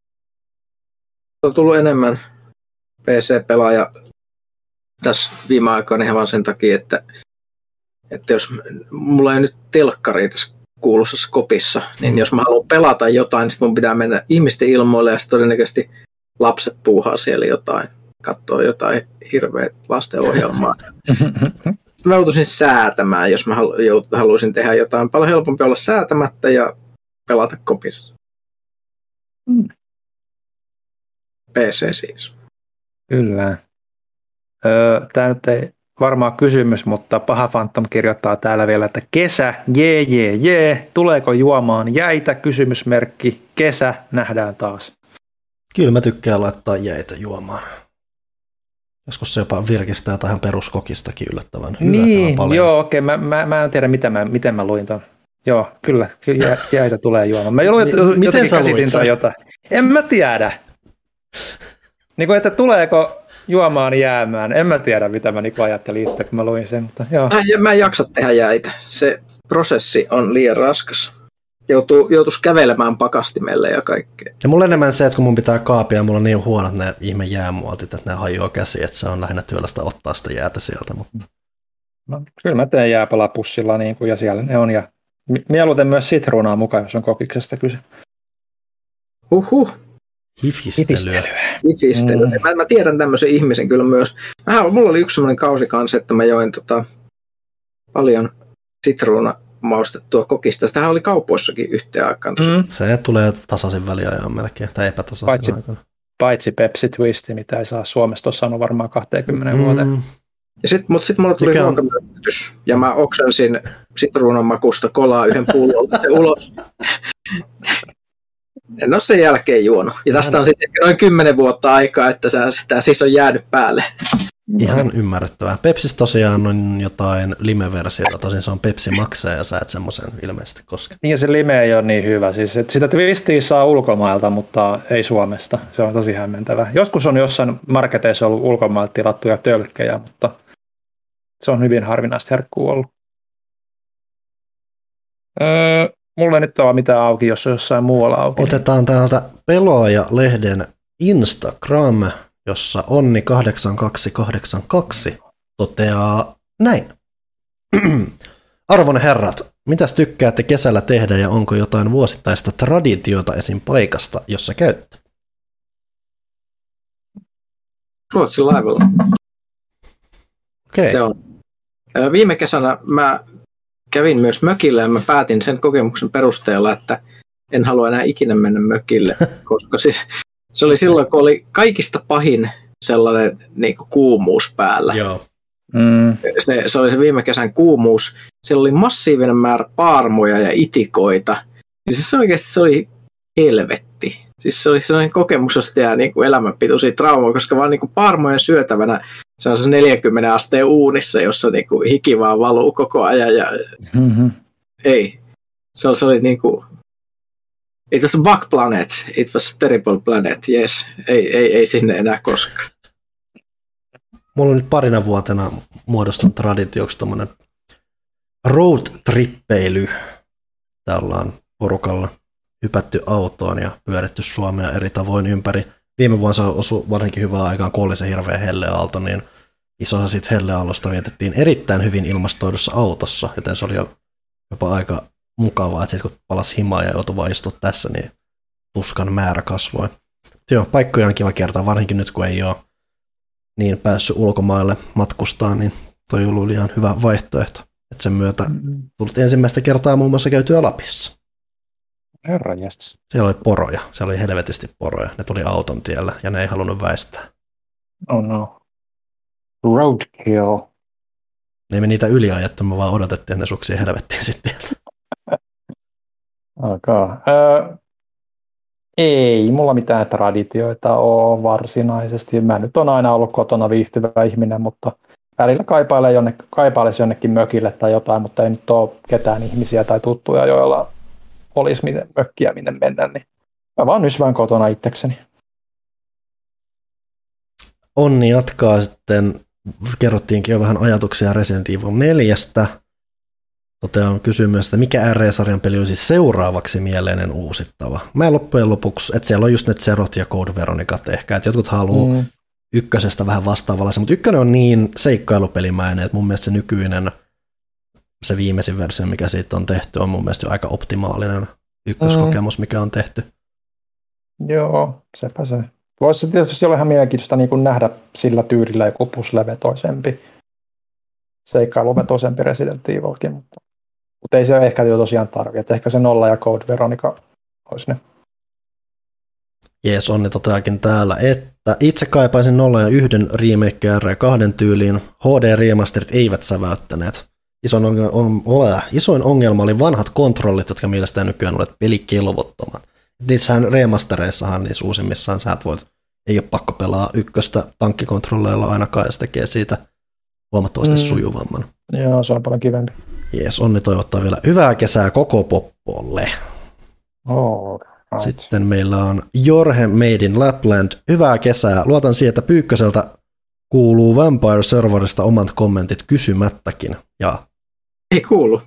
On tullut enemmän PC-pelaaja tässä viime aikoina ihan vaan sen takia, että jos mulla ei nyt telkkari tässä kuuluisessa kopissa, niin jos mä haluan pelata jotain, niin mun pitää mennä ihmisten ilmoille ja todennäköisesti lapset puuhaa siellä jotain, katsoo jotain hirveät lastenohjelmaa. Mä joutuisin säätämään, jos mä haluaisin tehdä jotain. Paljon helpompi olla säätämättä ja pelata kopissa. PC siis. Kyllä. Tämä nyt ei varmaan kysymys, mutta Paha Phantom kirjoittaa täällä vielä, että kesä, jee. Tuleeko juomaan jäitä? Kysymysmerkki. Kesä, nähdään taas. Kyllä mä tykkään laittaa jäitä juomaan. Joskus se jopa virkistää jotain peruskokistakin yllättävän paljon. Joo, okei. Mä en tiedä, miten mä luin ton. Joo, kyllä jäitä tulee juomaan. Mä miten sä luit sen? Jotain. En mä tiedä. Niin kuin, että tuleeko juomaan jäämään. En mä tiedä, mitä mä niin ajattelin itse, kun mä luin sen. Mutta, joo. Mä en jaksa tehdä jäitä. Se prosessi on liian raskas. Joutuisi kävelemään pakastimelle ja kaikkea. Ja mulla enemmän se, että kun mun pitää kaapia, mulla on niin huonot ne ihme jäämuotit, että ne hajoaa käsiin, että se on lähinnä työlästä ottaa sitä jäätä sieltä. Mutta. No, kyllä mä teen jääpalapussilla niin kuin, ja siellä ne on. Ja mieluiten myös sitruunaa mukaan, jos on kokiksesta kyse. Hifistelyä. Mä tiedän tämmöisen ihmisen kyllä myös. Mulla oli yksi semmoinen kausi kanssa, että mä join paljon sitruunamaustettua kokista. Sitähän oli kaupoissakin yhteen aikaan. Se tulee tasaisin väliajan melkein, tai epätasaisin aikana. Paitsi Pepsi Twisti, mitä ei saa Suomesta sanoa varmaan 20 vuoteen. Mutta sitten mulla tuli ruokamyrkytys, ja mä oksensin sitruunan makusta kolaa yhden pullon ulos. En ole sen jälkeen juonut. Ja tästä on sitten ehkä noin 10 vuotta aikaa, että sitä siis on jäänyt päälle. Ihan ymmärrettävää. Pepsis tosiaan on jotain lime-versiota, tosin se on Pepsi Maxia ja sä et semmoisen ilmeisesti koske. Niin ja se lime ei ole niin hyvä. Siis, että sitä twistiä saa ulkomailta, mutta ei Suomesta. Se on tosi hämmentävää. Joskus on jossain marketeissa ollut ulkomailta tilattuja tölkkejä, mutta se on hyvin harvinaista herkkua ollut. Mulla ei nyt ole mitään auki, jos on jossain muualla auki. Otetaan täältä Pelaaja-lehden Instagram, jossa Onni8282 toteaa näin. Arvon herrat, mitäs tykkäätte kesällä tehdä ja onko jotain vuosittaista traditiota esim. Paikasta, jossa käytte? Ruotsin laivalla. Okay. Se on. Viime kesänä mä kävin myös mökillä ja mä päätin sen kokemuksen perusteella, että en halua enää ikinä mennä mökille, koska siis se oli silloin, kun oli kaikista pahin sellainen niin kuin kuumuus päällä. Joo. Se oli se viime kesän kuumuus. Siellä oli massiivinen määrä paarmoja ja itikoita. Ja siis se oli helvetti. Siis se oli sellainen kokemus, josta jää niin kuin elämänpituisia traumaa, koska vaan niin kuin paarmojen syötävänä se on se 40 asteen uunissa, jossa niin kuin hiki vaan valuu koko ajan. Ja ei. Se oli niin kuin it was a bug planet. It was a terrible planet. Yes. Ei sinne enää koskaan. Mulla on nyt parina vuotena muodostunut traditioksi tommonen road-trippeily. Täällä ollaan porukalla hypätty autoon ja pyöritty Suomea eri tavoin ympäri. Viime vuonna se osui varsinkin hyvää aikaan, kun oli se hirveä helleaalto, niin isossa siitä helleaallosta vietettiin erittäin hyvin ilmastoidussa autossa, joten se oli jopa aika mukavaa, että sitten kun palasi himaa ja joutui vaan istua tässä, niin tuskan määrä kasvoi. Joo, paikkoja on kiva kertaa, varsinkin nyt kun ei ole niin päässyt ulkomaille matkustaa, niin toi oli ihan hyvä vaihtoehto. Et sen myötä tullut ensimmäistä kertaa muun muassa käytyä Lapissa. Herranjestas. Siellä oli poroja, siellä oli helvetisti poroja. Ne tuli auton tiellä ja ne ei halunnut väistää. Oh no. Roadkill. Ei me niitä yliajettu, me vaan odotettiin, että ne suksii helvettiin sitten. Ei mulla mitään traditioita ole varsinaisesti. Mä nyt on aina ollut kotona viihtyvä ihminen, mutta välillä kaipailisi jonnekin mökille tai jotain, mutta ei nyt ole ketään ihmisiä tai tuttuja, joilla olisi mökkiä minne mennä. Niin mä vaan nysvään kotona itsekseni. Onni jatkaa sitten, kerrottiinkin jo vähän ajatuksia Resident Evil 4. Kysyy myös, että mikä RE-sarjan peli olisi seuraavaksi mieleinen uusittava. Mä loppujen lopuksi, että siellä on just nyt Zerot ja Code Veronicat ehkä, että jotkut haluaa ykkösestä vähän vastaavalla, mutta ykkönen on niin seikkailupelimäinen, että mun mielestä se nykyinen, se viimeisin versio, mikä siitä on tehty, on mun mielestä jo aika optimaalinen ykköskokemus, mikä on tehty. Joo, sepä se. Voisi tietysti olla ihan mielenkiintoista niin kuin nähdä sillä tyylillä joku pusle-vetoisempi, seikkailuvetoisempi Resident Evilkin, mutta ei se ehkä jo tosiaan tarvitse, että ehkä se 0 ja Code Veronica olisi ne. Jees, Onni toteakin täällä, että itse kaipaisin 0 ja 1 remake R2 tyyliin. HD-remasterit eivät säväyttäneet. Isoin ongelma oli vanhat kontrollit, jotka mielestäni nykyään olet pelikelvottomat. Niissähän remastereissahan, niissä uusimmissaan sä ei ole pakko pelaa ykköstä tankkikontrolleilla ainakaan, ja se tekee siitä huomattavasti sujuvamman. Joo, se on paljon kivempi. Jees, Onni toivottaa vielä hyvää kesää koko poppolle. Right. Sitten meillä on Jorge Made in Lapland. Hyvää kesää. Luotan siihen, että Pyykköseltä kuuluu Vampire Serverista omat kommentit kysymättäkin. Ja ei kuulu.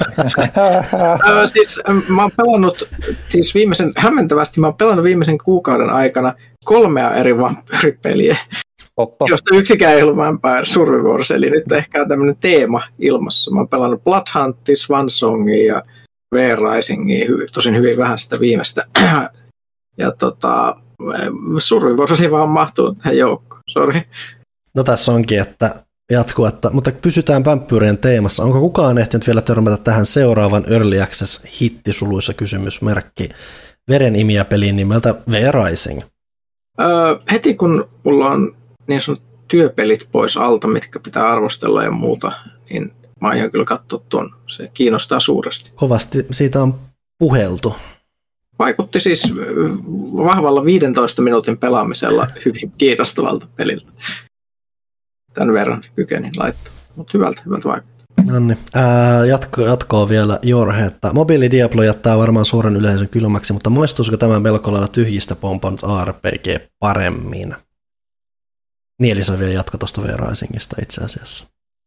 Siis mä oon pelannut, hämmentävästi mä oon pelannut viimeisen kuukauden aikana 3 eri vampyyripeliä, josta yksikään ei ollut Vampire Survivors, eli nyt ehkä on tämmöinen teema ilmassa. Mä oon pelannut Bloodhuntia, Swansongia ja V-Risingia, tosin hyvin vähän sitä viimeistä. Ja Survivorsi vaan mahtuu tähän joukkoon, sori. No tässä onkin, että jatkuu, mutta pysytään pämpyyrien teemassa. Onko kukaan ehtinyt vielä törmätä tähän seuraavan Early Access hittisuluissa kysymysmerkki verenimiä peliin nimeltä V-Rising? Heti kun mulla on niin sanottu työpelit pois alta, mitkä pitää arvostella ja muuta, niin mä aion kyllä katsoa tuon. Se kiinnostaa suuresti. Kovasti siitä on puheltu. Vaikutti siis vahvalla 15 minuutin pelaamisella hyvin kiinnostavalta peliltä. Tämän verran kykenin laittaa. Mutta hyvältä vaikuttaa. Nonni. Jatkoa vielä Jorge, että mobiili Diablo jättää varmaan suuren yleisön kylmäksi, mutta muistuisiko tämä melko lailla tyhjistä pompannut ARPG paremmin? Niin, eli se vielä jatko tuosta V-Risingista itse asiassa.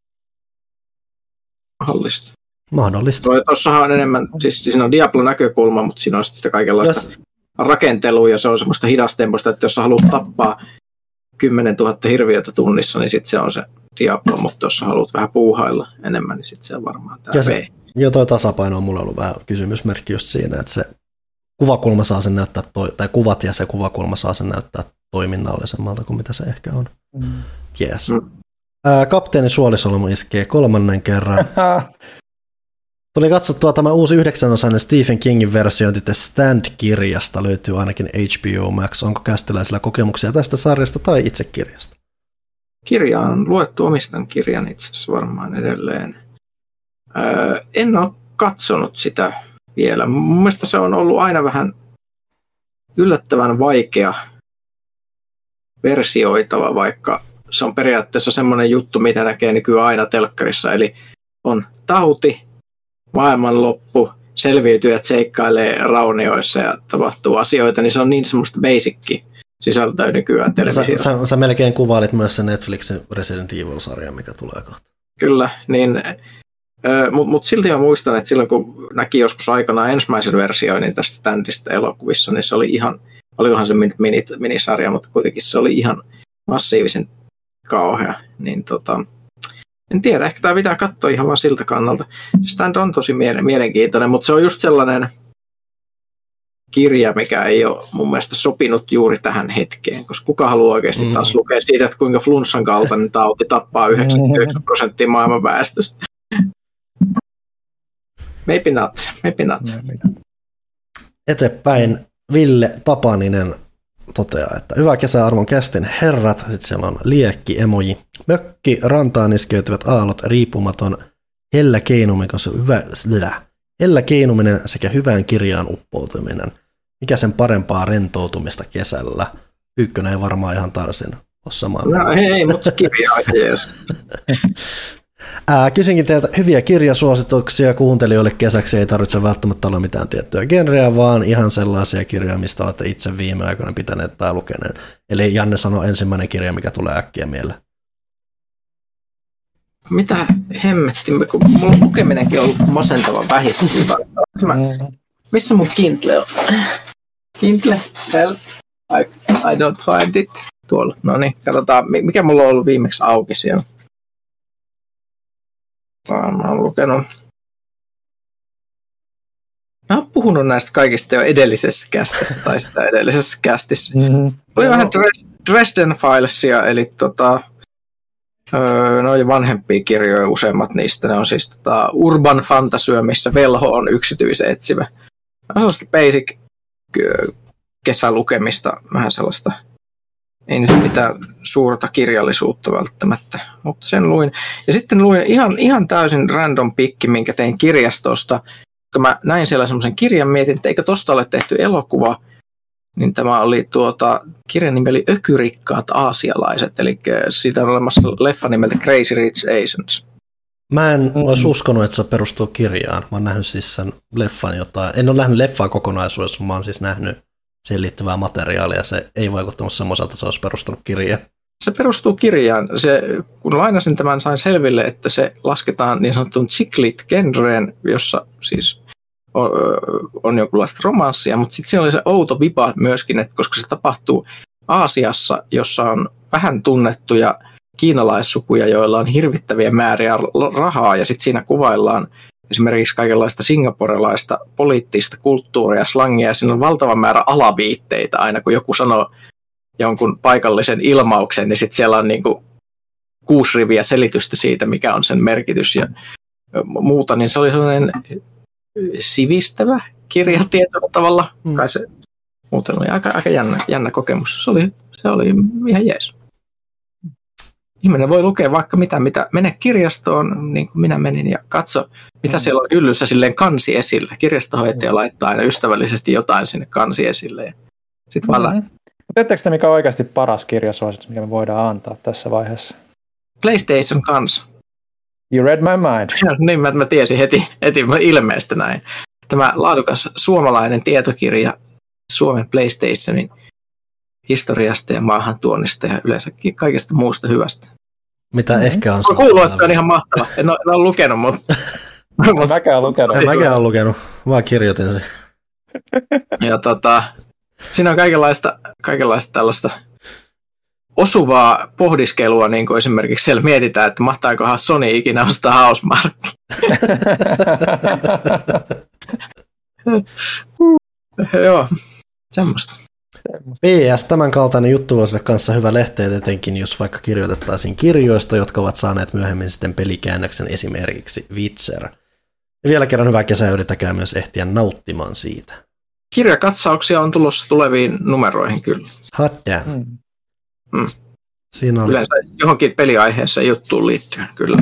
Mahdollista. Tuossahan on enemmän, siis siinä on Diablo-näkökulma, mutta siinä on sitä kaikenlaista rakentelua, ja se on semmoista hidastempoista, että jos sä haluat tappaa 10 000 hirviötä tunnissa, niin sitten se on se Diablo, mutta jos sä haluat vähän puuhailla enemmän, niin sitten se on varmaan tämä V. Joo, toi tasapaino on mulla ollut vähän kysymysmerkki just siinä, että se kuvakulma saa sen näyttää, tai kuvat ja se kuvakulma saa sen näyttää toiminnallisemmalta kuin mitä se ehkä on. Yes. Kapteeni Suolisolmu iskee 3. kerran. Tuli katsottua tämä uusi 9-osainen Stephen Kingin versiointi The Stand-kirjasta, löytyy ainakin HBO Max. Onko kästiläisillä kokemuksia tästä sarjasta tai itse kirjasta? Kirja on luettu, omistan kirjan itse asiassa varmaan edelleen. En ole katsonut sitä vielä. Mun mielestä se on ollut aina vähän yllättävän vaikea versioitava, vaikka se on periaatteessa semmoinen juttu, mitä näkee nykyään aina telkkarissa. Eli on tauti, maailmanloppu, selviytyjät seikkailee raunioissa ja tapahtuu asioita, niin se on niin semmoista basicki sisältöä nykyään televisiossa. Sä melkein kuvailit myös sen Netflixin Resident Evil-sarjan, mikä tulee kohta. Kyllä, niin, mutta silti mä muistan, että silloin kun näki joskus aikanaan ensimmäisen versioinnin tästä Standista elokuvissa, niin se oli ihan, olikohan se minisarja, mutta kuitenkin se oli ihan massiivisen kauhea. Niin en tiedä, ehkä tämä pitää katsoa ihan vaan siltä kannalta. Stand on tosi mielenkiintoinen, mutta se on just sellainen kirja, mikä ei ole mun mielestä sopinut juuri tähän hetkeen, koska kuka haluaa oikeasti taas lukea siitä, että kuinka flunssan kaltainen tauti tappaa 99% maailman väestöstä. Maybe not. Eteenpäin Ville Tapaninen toteaa, että hyvää kesää arvon kästin herrat, sitten siellä on liekki emoji, mökki, rantaan iskeytyvät aallot, riippumaton, hellä keinuminen sekä hyvään kirjaan uppoutuminen. Mikä sen parempaa rentoutumista kesällä? Ykkönen ei varmaan ihan tarsin ole samaa. No ei, mutta se kirja on jees. Kysinkin teiltä hyviä kirjasuosituksia kuuntelijoille kesäksi, ei tarvitse välttämättä olla mitään tiettyä genreä, vaan ihan sellaisia kirjoja, mistä olette itse viime aikoina pitäneet tai lukeneet. Eli Janne sanoi ensimmäinen kirja, mikä tulee äkkiä mieleen. Mitä hemmettimme, kun mulla lukeminenkin on ollut masentava vähissä. Missä mun Kindle on? Kindle, help, I don't find it. Tuolla, no niin, katsotaan, mikä mulla on ollut viimeksi auki siellä. Mä oon lukenut. Mä oon puhunut näistä kaikista jo edellisessä kästissä tai sitä edellisessä kästissä. Oli vähän Dresden Filesia, eli ne on vanhempia kirjoja, useimmat niistä. Ne on siis urban fantasyä, missä velho on yksityisetsivä. Sellaista basic kesälukemista, vähän sellaista. Ei nyt mitään suurta kirjallisuutta välttämättä, mutta sen luin. Ja sitten luin ihan täysin random pikki, minkä tein kirjastosta. Kun mä näin siellä semmoisen kirjan, mietin, että eikö tosta ole tehty elokuva, niin tämä oli kirjan nimi oli Ökyrikkaat aasialaiset, eli siitä on olemassa leffa nimeltä Crazy Rich Asians. Mä en olisi uskonut, että se perustuu kirjaan. Mä oon nähnyt siis sen leffan jotain. En ole nähnyt leffaa kokonaisuudessa, mä oon siis nähnyt siihen liittyvää materiaalia. Se ei vaikuttanut semmoiselta, että se olisi perustunut kirjaan. Se perustuu kirjaan. Kun lainasin tämän, sain selville, että se lasketaan niin sanottuun chick-lit-genreen, jossa siis on jonkunlaista romanssia, mutta sitten siinä oli se outo vipa myöskin, että koska se tapahtuu Aasiassa, jossa on vähän tunnettuja kiinalaissukuja, joilla on hirvittäviä määriä rahaa, ja sitten siinä kuvaillaan esimerkiksi kaikenlaista singaporelaista poliittista kulttuuria ja slangia, ja siinä on valtava määrä alaviitteitä aina, kun joku sanoo jonkun paikallisen ilmauksen, niin sitten siellä on niin kuin 6 riviä selitystä siitä, mikä on sen merkitys ja muuta, niin se oli sellainen sivistävä kirja tietyllä tavalla. Kai se muuten oli aika jännä kokemus. Se oli ihan jees. Ihminen voi lukea vaikka mitä mene kirjastoon, niin kuin minä menin, ja katso, mitä siellä on hyllyssä silleen kansi esillä. Kirjastohoitaja laittaa aina ystävällisesti jotain sinne kansi esille. Sitten vaan Tiedättekö te, mikä on oikeasti paras kirjasuositus, mikä me voidaan antaa tässä vaiheessa? PlayStation kans. You read my mind. Niin, mä tiesin heti ilmeistä näin. Tämä laadukas suomalainen tietokirja Suomen PlayStationin historiasta ja maahantuonnista ja yleensäkin kaikesta muusta hyvästä. Mitä ehkä on... Mä kuuluu, että se on ihan mahtava. En ole lukenut, mutta... Mäkään lukenut. En mäkään ole lukenut, vaan kirjoitin sen. Ja siinä on kaikenlaista tällaista osuvaa pohdiskelua, niin kuin esimerkiksi siellä mietitään, että mahtaikohan Sony ikinä ostaa Housemarque. Joo, semmoista. PS, tämän kaltainen juttu voisi olla kanssa hyvä lehteet, etenkin jos vaikka kirjoitettaisiin kirjoista, jotka ovat saaneet myöhemmin sitten pelikäännöksen, esimerkiksi Witcher. Ja vielä kerran hyvää kesää, yrittäkää myös ehtiä nauttimaan siitä. Kirjakatsauksia on tulossa tuleviin numeroihin kyllä. Hot damn. Siinä oli... Yleensä johonkin peliaiheeseen juttuun liittyen kyllä.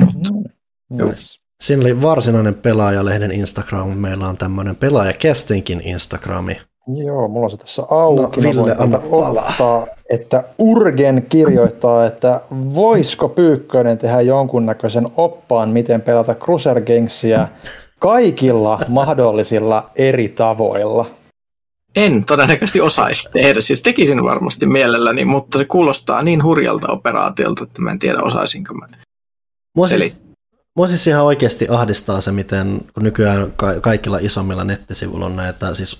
Siinä oli varsinainen Pelaajalehden Instagram, meillä on tämmöinen Pelaajakästinkin Instagrami. Joo, mulla on se tässä auki. No, Ville, anna palaa. Että Urgen kirjoittaa, että voisiko Pyykkönen tehdä jonkunnäköisen oppaan, miten pelata Crusader Kingsia kaikilla mahdollisilla eri tavoilla. En todennäköisesti osaisi tehdä, siis tekisin varmasti mielelläni, mutta se kuulostaa niin hurjalta operaatiolta, että mä en tiedä osaisinko mä selittää. Mua siis ihan oikeasti ahdistaa se, miten kun nykyään kaikilla isommilla nettisivuilla on näitä siis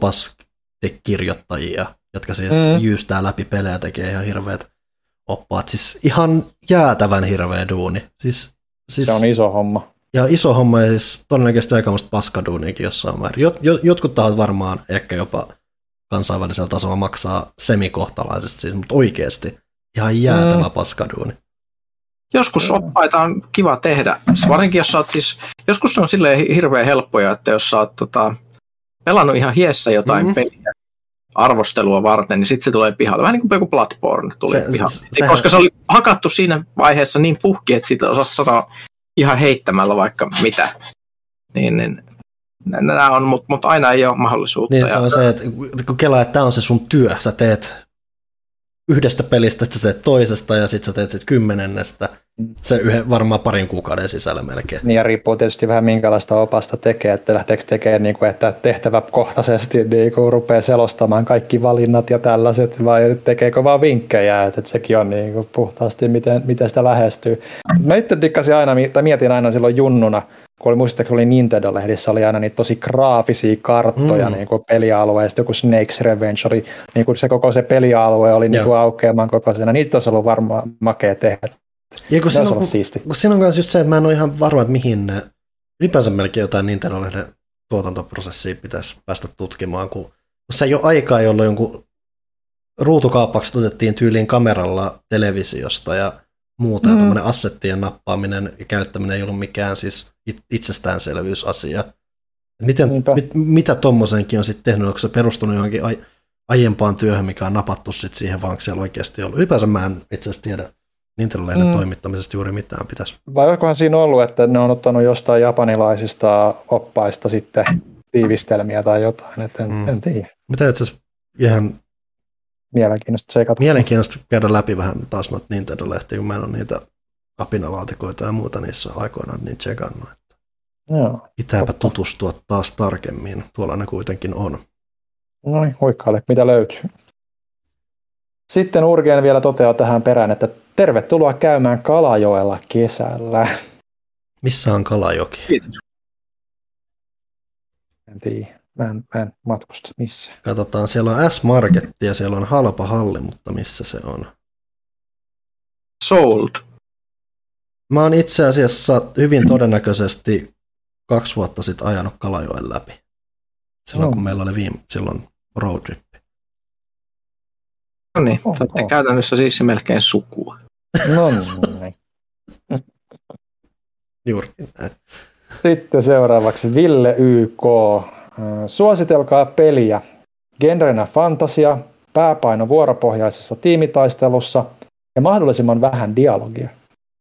opaskirjoittajia, jotka siis jyystää läpi pelejä ja tekee ihan hirveät oppaat. Siis ihan jäätävän hirveä duuni. Siis, se on iso homma. Ja iso homma ja siis todennäköisesti aikamoista paskaduuniakin jossain määrin. Jotkut tahot varmaan ehkä jopa kansainvälisellä tasolla maksaa semikohtalaisesti, siis, mutta oikeasti ihan jäätävä paskaduuni. Joskus oppaita on kiva tehdä, varsinkin jos sä oot siis, joskus on silleen hirveän helppoja, että jos sä oot pelannut ihan hiessä jotain peliä arvostelua varten, niin sitten se tulee pihalle. Vähän niin kuin joku Bloodborne tuli pihalle. Koska se oli hakattu siinä vaiheessa niin puhki, että siitä osasi sanoa ihan heittämällä vaikka mitä. Niin nämä on, mutta aina ei ole mahdollisuutta. Niin se on se, että kun kelaa, että tämä on se sun työ, sä teet yhdestä pelistä, sä teet toisesta ja sitten sä teet sit 10. Se varmaan parin kuukauden sisällä melkein. Niin ja riippuu tietysti vähän minkälaista opasta tekee, että lähteekö tekemään, niin kuin, että tehtäväkohtaisesti niin kuin rupeaa selostamaan kaikki valinnat ja tällaiset, vai tekeekö vaan vinkkejä, että sekin on niin kuin puhtaasti miten sitä lähestyy. Mä itse dikkasin aina, tai mietin aina silloin junnuna, kun oli Nintendo-lehdissä, oli aina niitä tosi graafisia karttoja niin kuin pelialueista, joku Snake's Revenge oli, niin kuin se koko se pelialue oli niin kuin aukeamaan kokoisena, niitä olisi ollut varmaan makea tehdä. Ja kun siinä on myös just se, että mä en ole ihan varma, että mihin ne, ylipäänsä melkein jotain Nintendo-lehden tuotantoprosessia pitäisi päästä tutkimaan, kun se ei ole aikaa, jolloin jonkun ruutukaappaukset otettiin tyyliin kameralla televisiosta ja muuta, ja tuommoinen assettien nappaaminen ja käyttäminen ei ollut mikään siis itsestäänselvyysasia. Mitä tommosenkin on sitten tehnyt, onko se perustunut johonkin aiempaan työhön, mikä on napattu sitten siihen, vaan siellä oikeasti ollut. Ylipäänsä mä en itse asiassa tiedä Nintendo-lehden toimittamisesta juuri mitään pitäisi. Vai onkohan siinä ollut, että ne on ottanut jostain japanilaisista oppaista sitten tiivistelmiä tai jotain, että en tiedä. Mitä itse asiassa ihan mielenkiintoista käydä läpi vähän taas noita Nintendo-lehtiä, kun mä en ole niitä apinalaatikoita ja muuta niissä aikoinaan niin tsekannut. Pitääpä tutustua taas tarkemmin. Tuolla ne kuitenkin on. Noin, huikkaile, mitä löytyy. Sitten Urgen vielä toteaa tähän perään, että tervetuloa käymään Kalajoella kesällä. Missä on Kalajoki? Kiitos. En tiedä. Mä en matkusta missä. Katsotaan, siellä on S-Marketti ja siellä on halpa halli, mutta missä se on? Sold. Mä oon itse asiassa hyvin todennäköisesti 2 vuotta sitten ajanut Kalajoen läpi. Silloin kun meillä oli silloin road trip. No niin, olette käytännössä siis melkein sukua. No niin. Juuri näin. Sitten seuraavaksi Ville YK. Suositelkaa peliä. Genrenä fantasia, pääpaino vuoropohjaisessa tiimitaistelussa ja mahdollisimman vähän dialogia.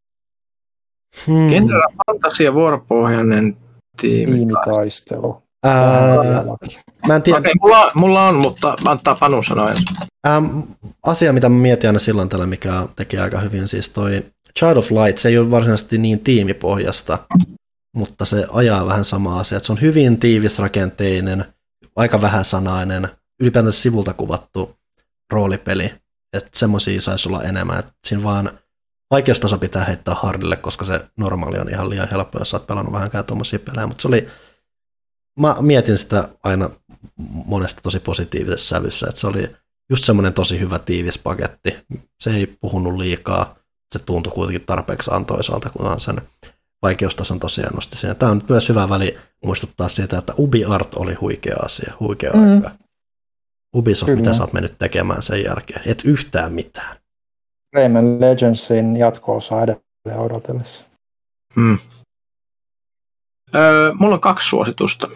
Genrenä fantasia, vuoropohjainen Tiimitaistelu. Mä en tiedä. Okei, mulla on, mutta antaa Panu sanoa ensin. Asia, mitä mä mietin aina silloin tällä, mikä tekee aika hyvin, siis toi Child of Light, se ei ole varsinaisesti niin tiimipohjasta, mutta se ajaa vähän sama asia, että se on hyvin tiivisrakenteinen, aika vähäsanainen, ylipäätänsä sivulta kuvattu roolipeli, että semmoisia saisi olla enemmän, että siinä vaan vaikeustaso pitää heittää hardille, koska se normaali on ihan liian helppo, jos sä oot pelannut vähänkään tuommoisia pelejä, mutta se oli, mä mietin sitä aina monesta tosi positiivisessa sävyssä, että se oli just semmoinen tosi hyvä tiivis paketti, se ei puhunut liikaa, se tuntui kuitenkin tarpeeksi antoisalta, kunhan sen vaikeustason tosiaan nosti siinä. Tämä on myös hyvä väli muistuttaa siitä, että UbiArt oli huikea asia, huikea aika. Ubisoft, mitä sä oot mennyt tekemään sen jälkeen? Et yhtään mitään. Rayman Legendsin jatko-osa edelleen odotellessa. Mulla on 2 suositusta.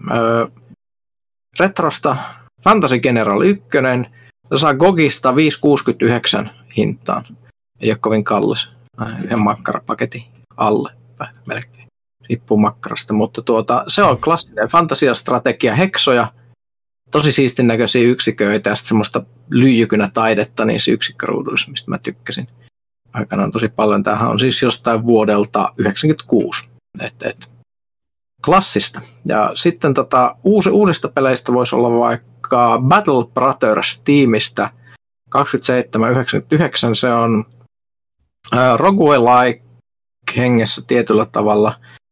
Retrosta Fantasy General 1. Se saa GOGista 5,69 hintaan. Ei ole kovin kallis. Yhden makkarapaketin alle melkein. Riippuu makkarasta. Mutta se on klassinen fantasiastrategia, heksoja. Tosi siistin näköisiä yksiköitä ja sitten semmoista lyijykynätaidetta niissä yksikköruuduissa, mistä mä tykkäsin aikanaan tosi paljon. Tämähän on siis jostain vuodelta 1996. Klassista. Ja sitten uusista peleistä voisi olla vaikka Battle Brothers-tiimistä 27,99. Se on roguelike hengessä tietyllä tavalla.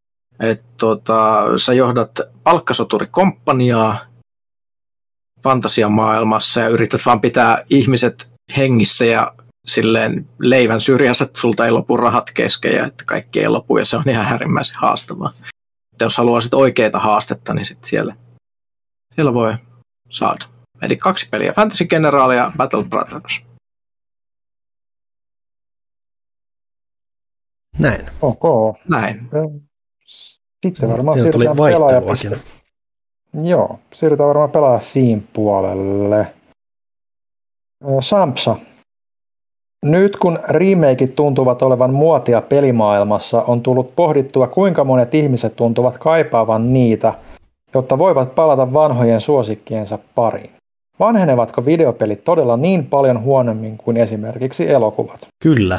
Sä johdat palkkasoturikomppaniaa fantasiamaailmassa ja yrität vaan pitää ihmiset hengissä ja silleen leivän syrjässä, että sulta ei lopu rahat kesken ja että kaikki ei lopu ja se on ihan äärimmäisen haastavaa. Että jos haluaa sit oikeaa haastetta, niin sit siellä voi saada. Eli 2 peliä, Fantasy General ja Battle Brothers. Näin. Ok. Näin. Sitten varmaan Siinä tuli vaihteluakin. Joo, siirrytään varmaan pelaaja-theme puolelle. Sampsa. Nyt kun remakeit tuntuvat olevan muotia pelimaailmassa, on tullut pohdittua, kuinka monet ihmiset tuntuvat kaipaavan niitä, jotta voivat palata vanhojen suosikkiensa pariin. Vanhenevatko videopelit todella niin paljon huonommin kuin esimerkiksi elokuvat? Kyllä.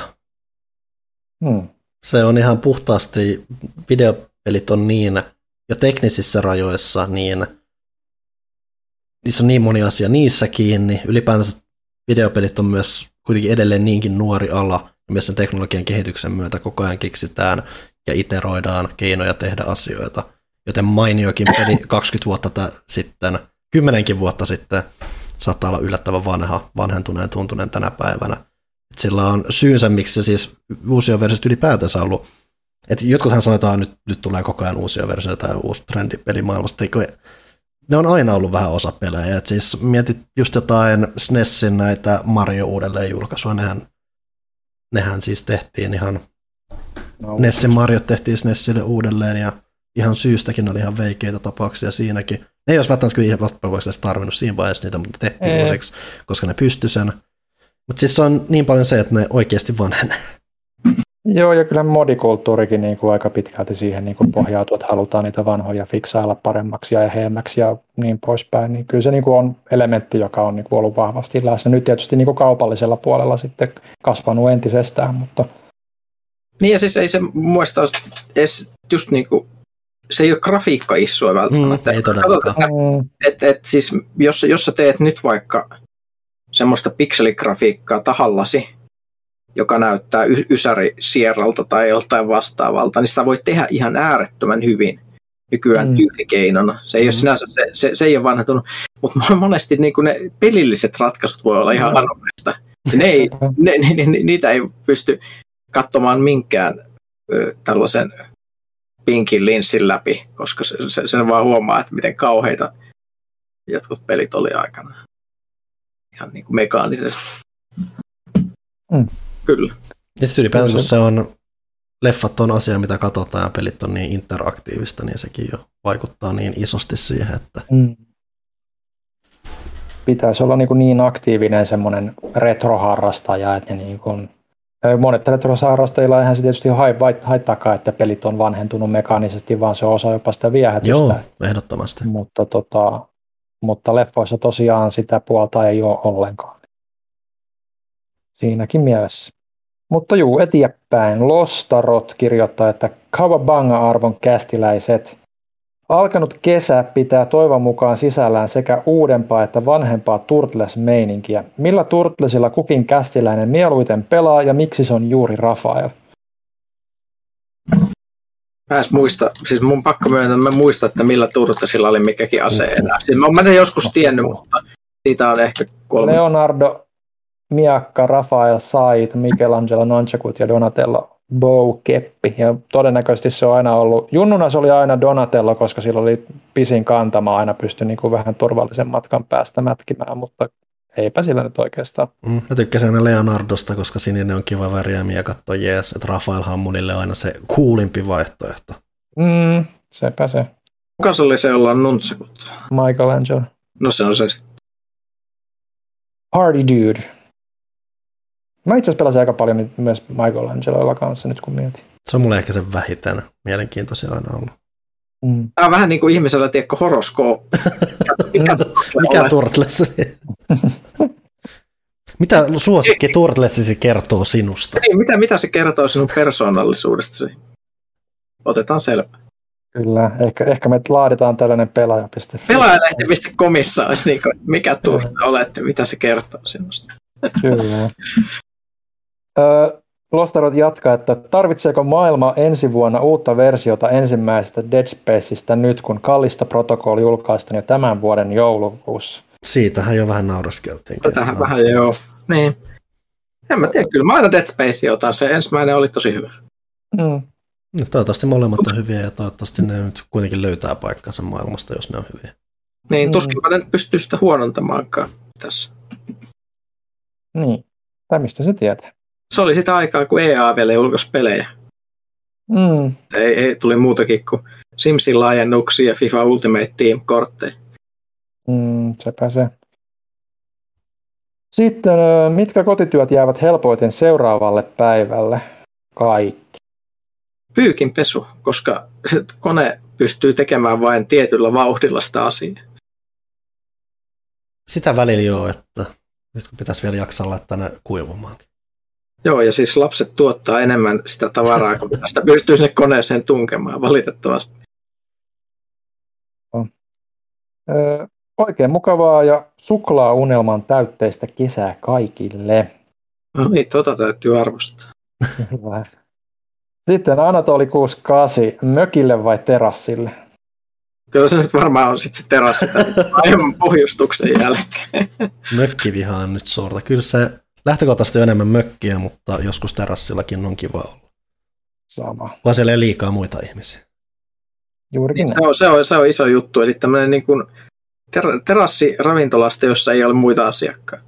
Se on ihan puhtaasti, videopelit on niin, ja teknisissä rajoissa, niin niissä on niin moni asia niissä kiinni. Ylipäänsä videopelit on myös kuitenkin edelleen niinkin nuori ala, ja myös sen teknologian kehityksen myötä koko ajan keksitään ja iteroidaan keinoja tehdä asioita. Joten mainiokin peli 20 vuotta sitten, 10 vuotta sitten, saattaa olla yllättävän vanhentuneen tuntuneen tänä päivänä. Et sillä on syynsä, miksi siis uusia versioita ylipäätänsä ollut. Et jotkuthan sanotaan, että nyt tulee koko ajan uusia versioita tai uusi trendi pelimaailmasta. Ne on aina ollut vähän osa pelejä. Et siis mietit just jotain SNESin näitä Mario uudelleen julkaisua. Nehän siis tehtiin ihan, NESin Mario tehtiin SNESille uudelleen ja ihan syystäkin oli ihan veikeitä tapauksia siinäkin. Ne ei olisi välttämättä kyllä ihan loppujen tarvinnut siinä vaiheessa niitä, mutta tehtiin uusiksi, koska ne pystyi sen. Mutta siis se on niin paljon se, että ne oikeasti vanhenee. Joo, ja kyllä modikulttuurikin niin kuin aika pitkälti siihen niin kuin pohjautuu, että halutaan niitä vanhoja fiksailla paremmaksi ja eheämmäksi ja niin poispäin. Niin kyllä se niin kuin on elementti, joka on niin kuin ollut vahvasti läsnä. Nyt tietysti niin kuin kaupallisella puolella sitten kasvanut entisestään, mutta... Niin ja siis ei se muista edes just niin kuin, se ei ole grafiikka-issue välttämättä. Ei todellakaan. Siis jos sä teet nyt vaikka semmoista pikseligrafiikkaa tahallasi, joka näyttää ysärisierralta tai joltain vastaavalta, niin sitä voi tehdä ihan äärettömän hyvin nykyään tyylikeinona. Se ei ole sinänsä, se ei ole vanhentunut, mutta monesti niin kuin ne pelilliset ratkaisut voi olla ihan anomaista. Niitä ei pysty katsomaan minkään tällaisen pinkin linssin läpi, koska sen vaan huomaa, että miten kauheita jotkut pelit oli aikana. Ihan niin kuin mekaanisesti. Kyllä. Ja sitten ylipäätään se on, leffat on asia, mitä katsotaan ja pelit on niin interaktiivista, niin sekin jo vaikuttaa niin isosti siihen, että pitäisi olla niin aktiivinen semmoinen retroharrastaja, että monet retroharrastajilla eihän se tietysti haittaakaan, että pelit on vanhentunut mekaanisesti, vaan se on osa jopa sitä viehätystä. Joo, ehdottomasti. Mutta leffoissa tosiaan sitä puolta ei ole ollenkaan. Siinäkin mielessä. Mutta eteenpäin. Lostarot kirjoittaa, että Kawabanga-arvon kästiläiset. Alkanut kesä pitää toivon mukaan sisällään sekä uudempaa että vanhempaa Turtles-meininkiä. Millä Turtlesilla kukin kästiläinen mieluiten pelaa ja miksi se on juuri Rafael? Mä en muista, siis mun pakko myöntää, mä muistan, että millä Turtlesilla oli mikäkin ase enää. Siis mä en joskus tiennyt, mutta siitä on ehkä 3. Leonardo, Miakka, Rafael, Said, Michelangelo, Nunchakut ja Donatello, Bow, keppi. Ja todennäköisesti se on aina ollut, junnuna se oli aina Donatello, koska sillä oli pisin kantama, aina pystyi vähän turvallisen matkan päästä mätkimään, mutta eipä sillä nyt oikeastaan. Mä tykkäsin aina Leonardosta, koska sininen on kiva väri ja Miakat on jees, että Rafael Hammonille on aina se coolimpi vaihtoehto. Sepä se. Kuka se oli se, jolla on nuntsakut? Michelangelo. No se on se sitten. Hardy Dude. Mä itse asiassa pelasin aika paljon myös Michelangeloilla kanssa nyt kun mietin. Se on mulle ehkä sen vähiten mielenkiintoisia aina ollut. Tämä on vähän niin kuin ihmisellä, tiedätkö, horoskooppi. Mikä Turtles? Mitä suosikki Turtlesisi kertoo sinusta? Niin, mitä se kertoo sinun persoonallisuudestasi? Otetaan selvä. Kyllä, ehkä me laaditaan tällainen pelaaja.fi. Pelaajalehti.comissa olisi niin kuin, mikä Turtle olette, mitä se kertoo sinusta. Kyllä. Lohtarot jatkaa, että tarvitseeko maailma ensi vuonna uutta versiota ensimmäisestä Dead Spaceista nyt, kun Callisto Protocol julkaistaan jo tämän vuoden joulukuussa? Siitähän jo vähän nauraskeltiin. Tähän vähän joo. Niin. En mä tiedä, kyllä mä aina Dead Space otan. Se ensimmäinen oli tosi hyvä. Toivottavasti molemmat on hyviä ja toivottavasti ne nyt kuitenkin löytää paikkansa maailmasta, jos ne on hyviä. Niin, tuskinpa ne pystyy sitä huonontamaankaan tässä. Niin, tai mistä se tietää? Se oli sitä aikaa, kun EA vielä julkaisi pelejä. Ei tuli muutakin kuin Simsin laajennuksia ja FIFA Ultimate Team-kortteja. Sepä se. Sitten, mitkä kotityöt jäävät helpoiten seuraavalle päivälle? Kaikki. Pyykinpesu, koska se kone pystyy tekemään vain tietyllä vauhdilla sitä asiaa. Sitä välillä joo, että nyt kun pitäisi vielä jaksaa laittaa ne kuivumaankin. Joo, ja siis lapset tuottaa enemmän sitä tavaraa, kun sitä pystyy sinne koneeseen tunkemaan, valitettavasti. Oikein mukavaa ja suklaaunelman täytteistä kesää kaikille. No niin, täytyy arvostaa. Sitten Anatoli 68, mökille vai terassille? Kyllä se nyt varmaan on sitten se terassi aiemman pohjustuksen jälkeen. Mökkiviha on nyt suurta. Kyllä se lähtökohtaisesti on enemmän mökkiä, mutta joskus terassillakin on kiva olla. Sama. Vaan siellä ei liikaa muita ihmisiä. Juurikin se on iso juttu, eli tämmöinen niin kuin terassi ravintolasta, jossa ei ole muita asiakkaita.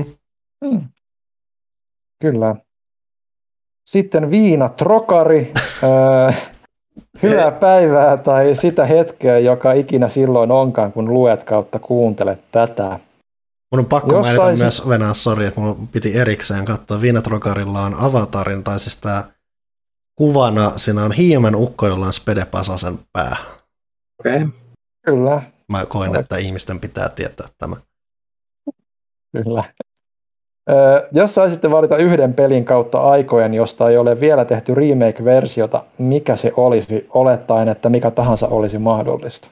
Kyllä. Sitten Viina Trokari. Hyvää päivää tai sitä hetkeä, joka ikinä silloin onkaan, kun luet kautta kuuntelet tätä. Mun on pakko mainita myös Venäjä, sori, että mun piti erikseen katsoa. Viina Trokarilla on avatarin, tai siis tää kuvana, siinä on Hiiman ukko, jolla on Spedepasasen pää. Okei. Kyllä. Mä koen, että ihmisten pitää tietää tämä. Kyllä. Jos saisitte valita yhden pelin kautta aikojen, josta ei ole vielä tehty remake-versiota, mikä se olisi, olettaen, että mikä tahansa olisi mahdollista?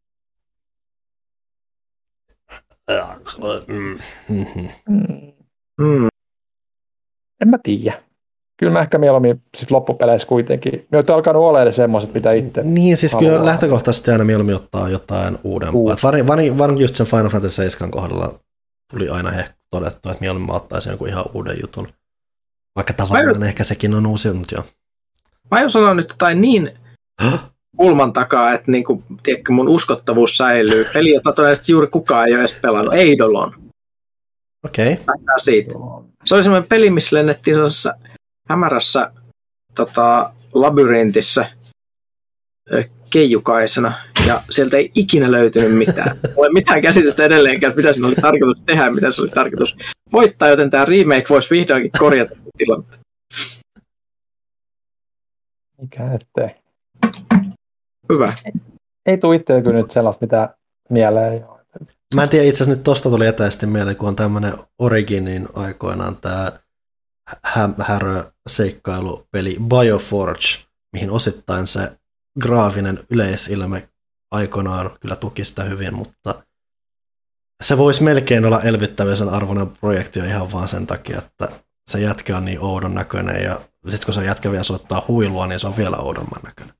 En mä tiedä. Kyllä mä ehkä mieluummin sit loppupeleissä kuitenkin. Ne on alkanut olemaan semmoiset, mitä itse niin, siis haluaa. Kyllä lähtökohtaisesti aina mieluummin ottaa jotain uudempaa. Varsinkin just sen Final Fantasy 7 kohdalla tuli aina todettu, että mieluummin mä ottaisin jonkun ihan uuden jutun. Vaikka tavallaan ehkä sekin on uusi, mutta joo. Mä aion sanoa nyt jotain niin kulman takaa, että niinku, tiedätkö, mun uskottavuus säilyy. Peli, jota todennäköisesti juuri kukaan ei ole edes pelannut. Eidolon. Okei. Siitä. Se oli semmoinen peli, missä lennettiin sellaisessa hämärässä labyrintissä keijukaisena, ja sieltä ei ikinä löytynyt mitään. Ei ole mitään käsitystä edelleenkään, mitä siinä oli tarkoitus tehdä ja mitä se oli tarkoitus voittaa, joten tämä remake voisi vihdoinkin korjata tilannetta. Mikä ettei. Hyvä. Ei tule itseä kyllä nyt sellaista, mitä mieleen. Mä en tiedä, itse asiassa nyt tosta tuli etäisesti mieleen, kun on tämmöinen Originin aikoinaan tämä härö-seikkailupeli Bioforge, mihin osittain se graafinen yleisilme aikoinaan kyllä tuki sitä hyvin, mutta se voisi melkein olla elvyttämisen arvoinen projekti ihan vaan sen takia, että se jätkä on niin oudon näköinen ja sitten kun se jätkä vielä soittaa huilua, niin se on vielä oudomman näköinen.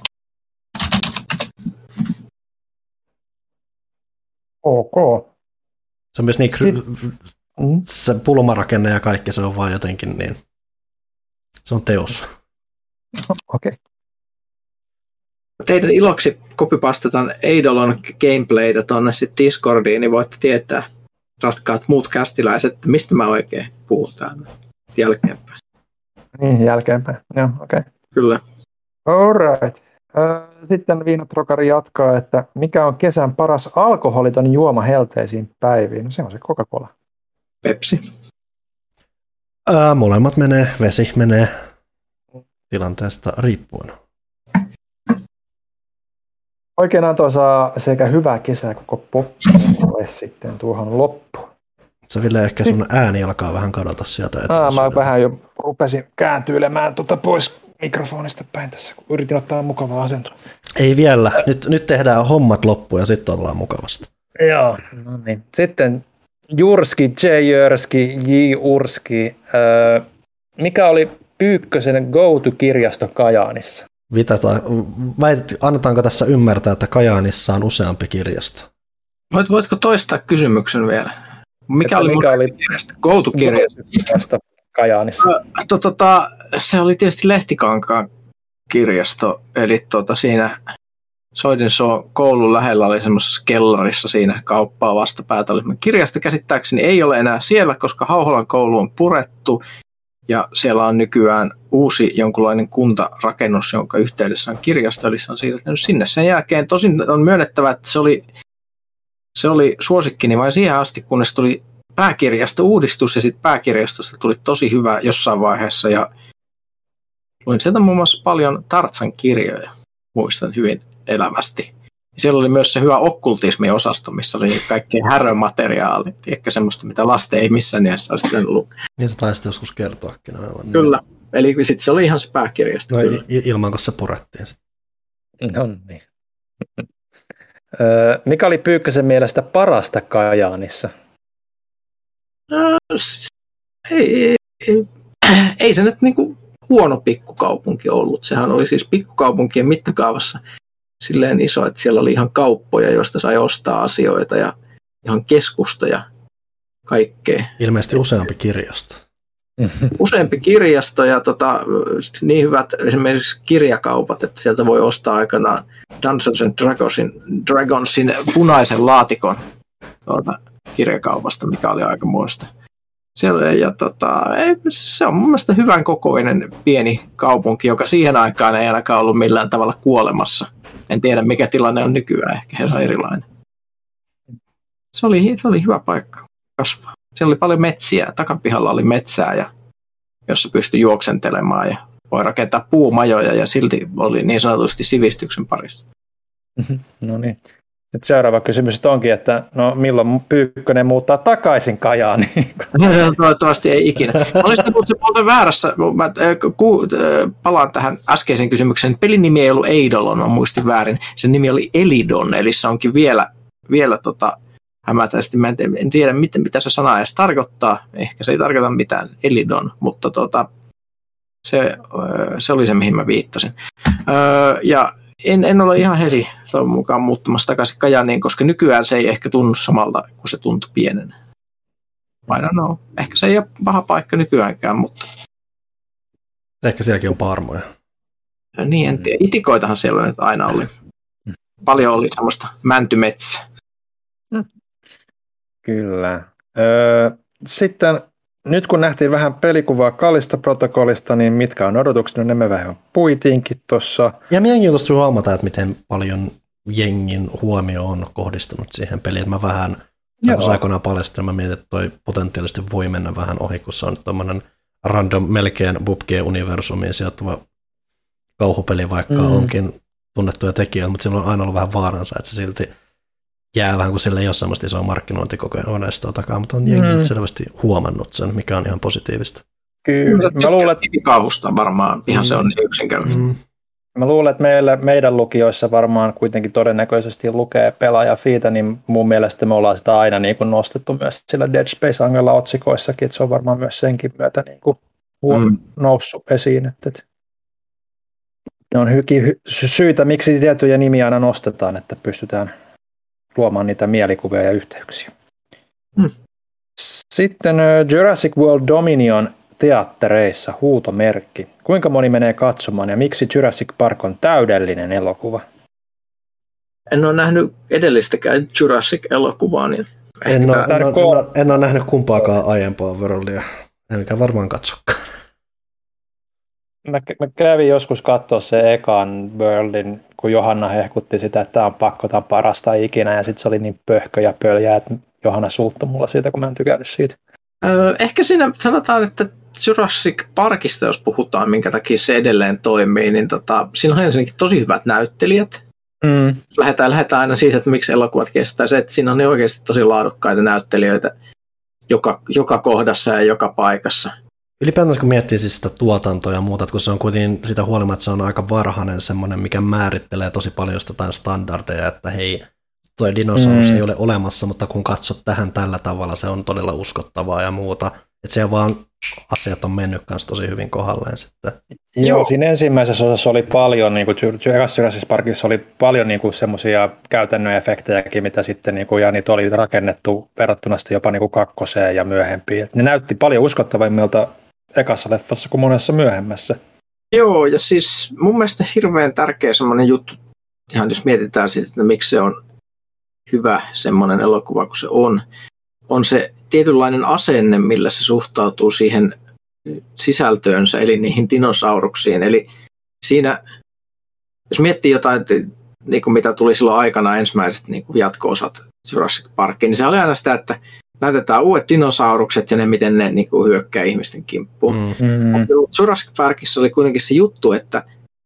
Ok. Se on myös niin, se pulmarakenne ja kaikki, se on vaan jotenkin niin, se on teos. Okei. Teidän iloksi copypastetaan Eidolon gameplaytä tuonne sitten Discordiin, niin voitte tietää, rakkaat muut kästiläiset, mistä mä oikein puhun täällä jälkeenpäin. Niin, jälkeenpäin. Joo, okei. Kyllä. Alright. Sitten Viinatrokari jatkaa, että mikä on kesän paras alkoholiton juoma helteisiin päiviin? No se on se Coca-Cola. Pepsi. Molemmat menee, vesi menee tilanteesta riippuen. Oikein antoisaa sekä hyvää kesää koko poppulle sitten tuohon loppuun. Se Ville, ehkä sun ääni alkaa vähän kadota sieltä eteen. Mä vähän jo rupesin kääntyilemään pois mikrofonista päin tässä, kun yritin ottaa mukavaa asentoa. Ei vielä. Nyt tehdään hommat loppuun ja sitten ollaan mukavasti. Joo, no niin. Sitten Jurski, J. Urski. Mikä oli Pyykkösen go-to-kirjasto Kajaanissa? Annetaanko tässä ymmärtää, että Kajaanissa on useampi kirjasto? Voitko toistaa kysymyksen vielä? Mikä oli go-to-kirjasto Kajaanissa? Se oli tietysti Lehtikankaan kirjasto, eli siinä Soidensuon koulun lähellä oli semmoisessa kellarissa siinä kauppaa vastapäätä. Kirjasto käsittääkseni ei ole enää siellä, koska Hauholan koulu on purettu ja siellä on nykyään uusi jonkunlainen kuntarakennus, jonka yhteydessä on kirjasto, eli se on siirtynyt sinne. Sen jälkeen tosin on myönnettävä, että se oli suosikkini vain siihen asti, kunnes tuli pääkirjasto-uudistus ja sitten pääkirjastosta tuli tosi hyvä jossain vaiheessa ja luin sieltä muun muassa paljon Tartsan kirjoja, muistan hyvin elävästi. Ja siellä oli myös se hyvä okkultismi-osasto, missä oli kaikkea härömateriaalia, ehkä semmoista, mitä lasten ei missään nimessä olisi pitänyt lukea. Niin sä taisit joskus kertoakin. Aivan. Kyllä, eli sitten se oli ihan se pääkirjasto. No, ilman, kun se purettiin. No niin. Mikä oli Pyykkösen mielestä parasta Kajaanissa? Ei se nyt niinku huono pikkukaupunki ollut. Sehän oli siis pikkukaupunkien mittakaavassa silleen iso, että siellä oli ihan kauppoja, joista sai ostaa asioita ja ihan keskusta ja kaikkea. Ilmeisesti useampi kirjasto. Useampi kirjasto ja niin hyvät esimerkiksi kirjakaupat, että sieltä voi ostaa aikanaan Dungeons and Dragonsin punaisen laatikon kirjakaupasta, mikä oli aika muista. Se on mun mielestä hyvän kokoinen pieni kaupunki, joka siihen aikaan ei ainakaan ollut millään tavalla kuolemassa. En tiedä, mikä tilanne on nykyään, ehkä se on erilainen. Se oli hyvä paikka kasvaa. Siellä oli paljon metsiä, takapihalla oli metsää, jossa pystyi juoksentelemaan ja voi rakentaa puumajoja ja silti oli niin sanotusti sivistyksen parissa. No niin. Nyt seuraava kysymys onkin, että no milloin Pyykkönen muuttaa takaisin Kajaaniin? Toivottavasti ei ikinä. Olisin puolta väärässä. Mä palaan tähän äskeisen kysymykseen. Pelin nimi ei ollut Eidolon, mä muistin väärin. Sen nimi oli Elidon, eli se onkin vielä hämätästi. Mä en tiedä, mitä se sana edes tarkoittaa. Ehkä se ei tarkoita mitään, Elidon, mutta se oli se, mihin mä viittasin. Ja en ole ihan heti toivon mukaan muuttamassa takaisin Kajaaniin, koska nykyään se ei ehkä tunnu samalta, kun se tuntui pienenä. I don't know. Ehkä se ei ole paha paikka nykyäänkään, mutta... Ehkä sielläkin on parmoja. Niin, en tiedä. Itikoitahan siellä nyt aina oli. Paljon oli semmoista mäntymetsää. Kyllä. Sitten nyt kun nähtiin vähän pelikuvaa Callisto-protokollista, niin mitkä on odotukset? No ne me vähän puitiinkin tuossa. Ja mielenkiintoista huomata, että miten paljon jengin huomio on kohdistunut siihen peliin. Mä vähän, kun aikoinaan paljastin, mä mietin, että toi potentiaalisesti voi mennä vähän ohi, kun se on tommonen random, melkein PUBG-universumiin sijoittuva kauhupeli, vaikka onkin tunnettuja tekijöitä, mutta sillä on aina ollut vähän vaaransa, että se silti jää vähän, kun sillä ei ole semmoista isoa markkinointikokoneistoa takaa, mutta on jengi selvästi huomannut sen, mikä on ihan positiivista. Kyllä. Mä luulen, että kauhusta varmaan ihan se on yksinkertaisesti. Mä luulen, että meidän lukijoissa varmaan kuitenkin todennäköisesti lukee pelaajafiitä, niin mun mielestä me ollaan sitä aina niin kuin nostettu myös sillä Dead Space-angella otsikoissakin, että se on varmaan myös senkin myötä niin kuin noussut esiin. Että ne on syitä, miksi tiettyjä nimiä aina nostetaan, että pystytään luomaan niitä mielikuvia ja yhteyksiä. Sitten Jurassic World Dominion teattereissa huutomerkki. Kuinka moni menee katsomaan ja miksi Jurassic Park on täydellinen elokuva? En ole nähnyt edellistäkään Jurassic-elokuvaa, niin en ole nähnyt kumpaakaan aiempaa Worldia, enkä varmaan katsokaan. Mä kävin joskus katsoa se ekan Worldin, kun Johanna hehkutti sitä, että tämä on pakko, tämä on parasta ikinä, ja sitten se oli niin pöhkö ja pöljää, että Johanna suuttui mulla siitä, kun mä en tykännyt siitä. Ehkä siinä sanotaan, että Jurassic Parkista, jos puhutaan, minkä takia se edelleen toimii, niin siinä on ensinnäkin tosi hyvät näyttelijät. Lähdetään aina siitä, että miksi elokuvat kestää. Se, että siinä on oikeasti tosi laadukkaita näyttelijöitä joka kohdassa ja joka paikassa. Ylipäätään kun miettii siis sitä tuotantoa ja muuta, kun se on kuitenkin sitä huolimatta, se on aika varhainen semmoinen, mikä määrittelee tosi paljon jotain standardeja, että hei, tuo dinosaurus ei ole olemassa, mutta kun katsot tähän tällä tavalla, se on todella uskottavaa ja muuta. Että siellä vaan asiat on mennyt kanssa tosi hyvin kohdalleen sitten. Joo, siinä ensimmäisessä osassa oli paljon, niin kuin Jurassic Parkissa oli paljon niin semmoisia käytännön efektejäkin, mitä sitten, niin kuin, ja niitä oli rakennettu verrattuna sitten jopa niin kuin kakkoseen ja myöhempiin. Et ne näytti paljon uskottavammilta ekassa leffassa kuin monessa myöhemmässä. Joo, ja siis mun mielestä hirveän tärkeä semmoinen juttu, ihan jos mietitään siitä, että miksi se on hyvä semmoinen elokuva kuin se on se tietynlainen asenne, millä se suhtautuu siihen sisältöönsä, eli niihin dinosauruksiin. Eli siinä, jos miettii jotain, niin kuin mitä tuli silloin aikana ensimmäiset niin kuin jatko-osat Jurassic Parkiin, niin se oli aina sitä, että näytetään uudet dinosaurukset ja ne, miten ne niin kuin hyökkää ihmisten kimppuun. Jurassic Parkissa oli kuitenkin se juttu, että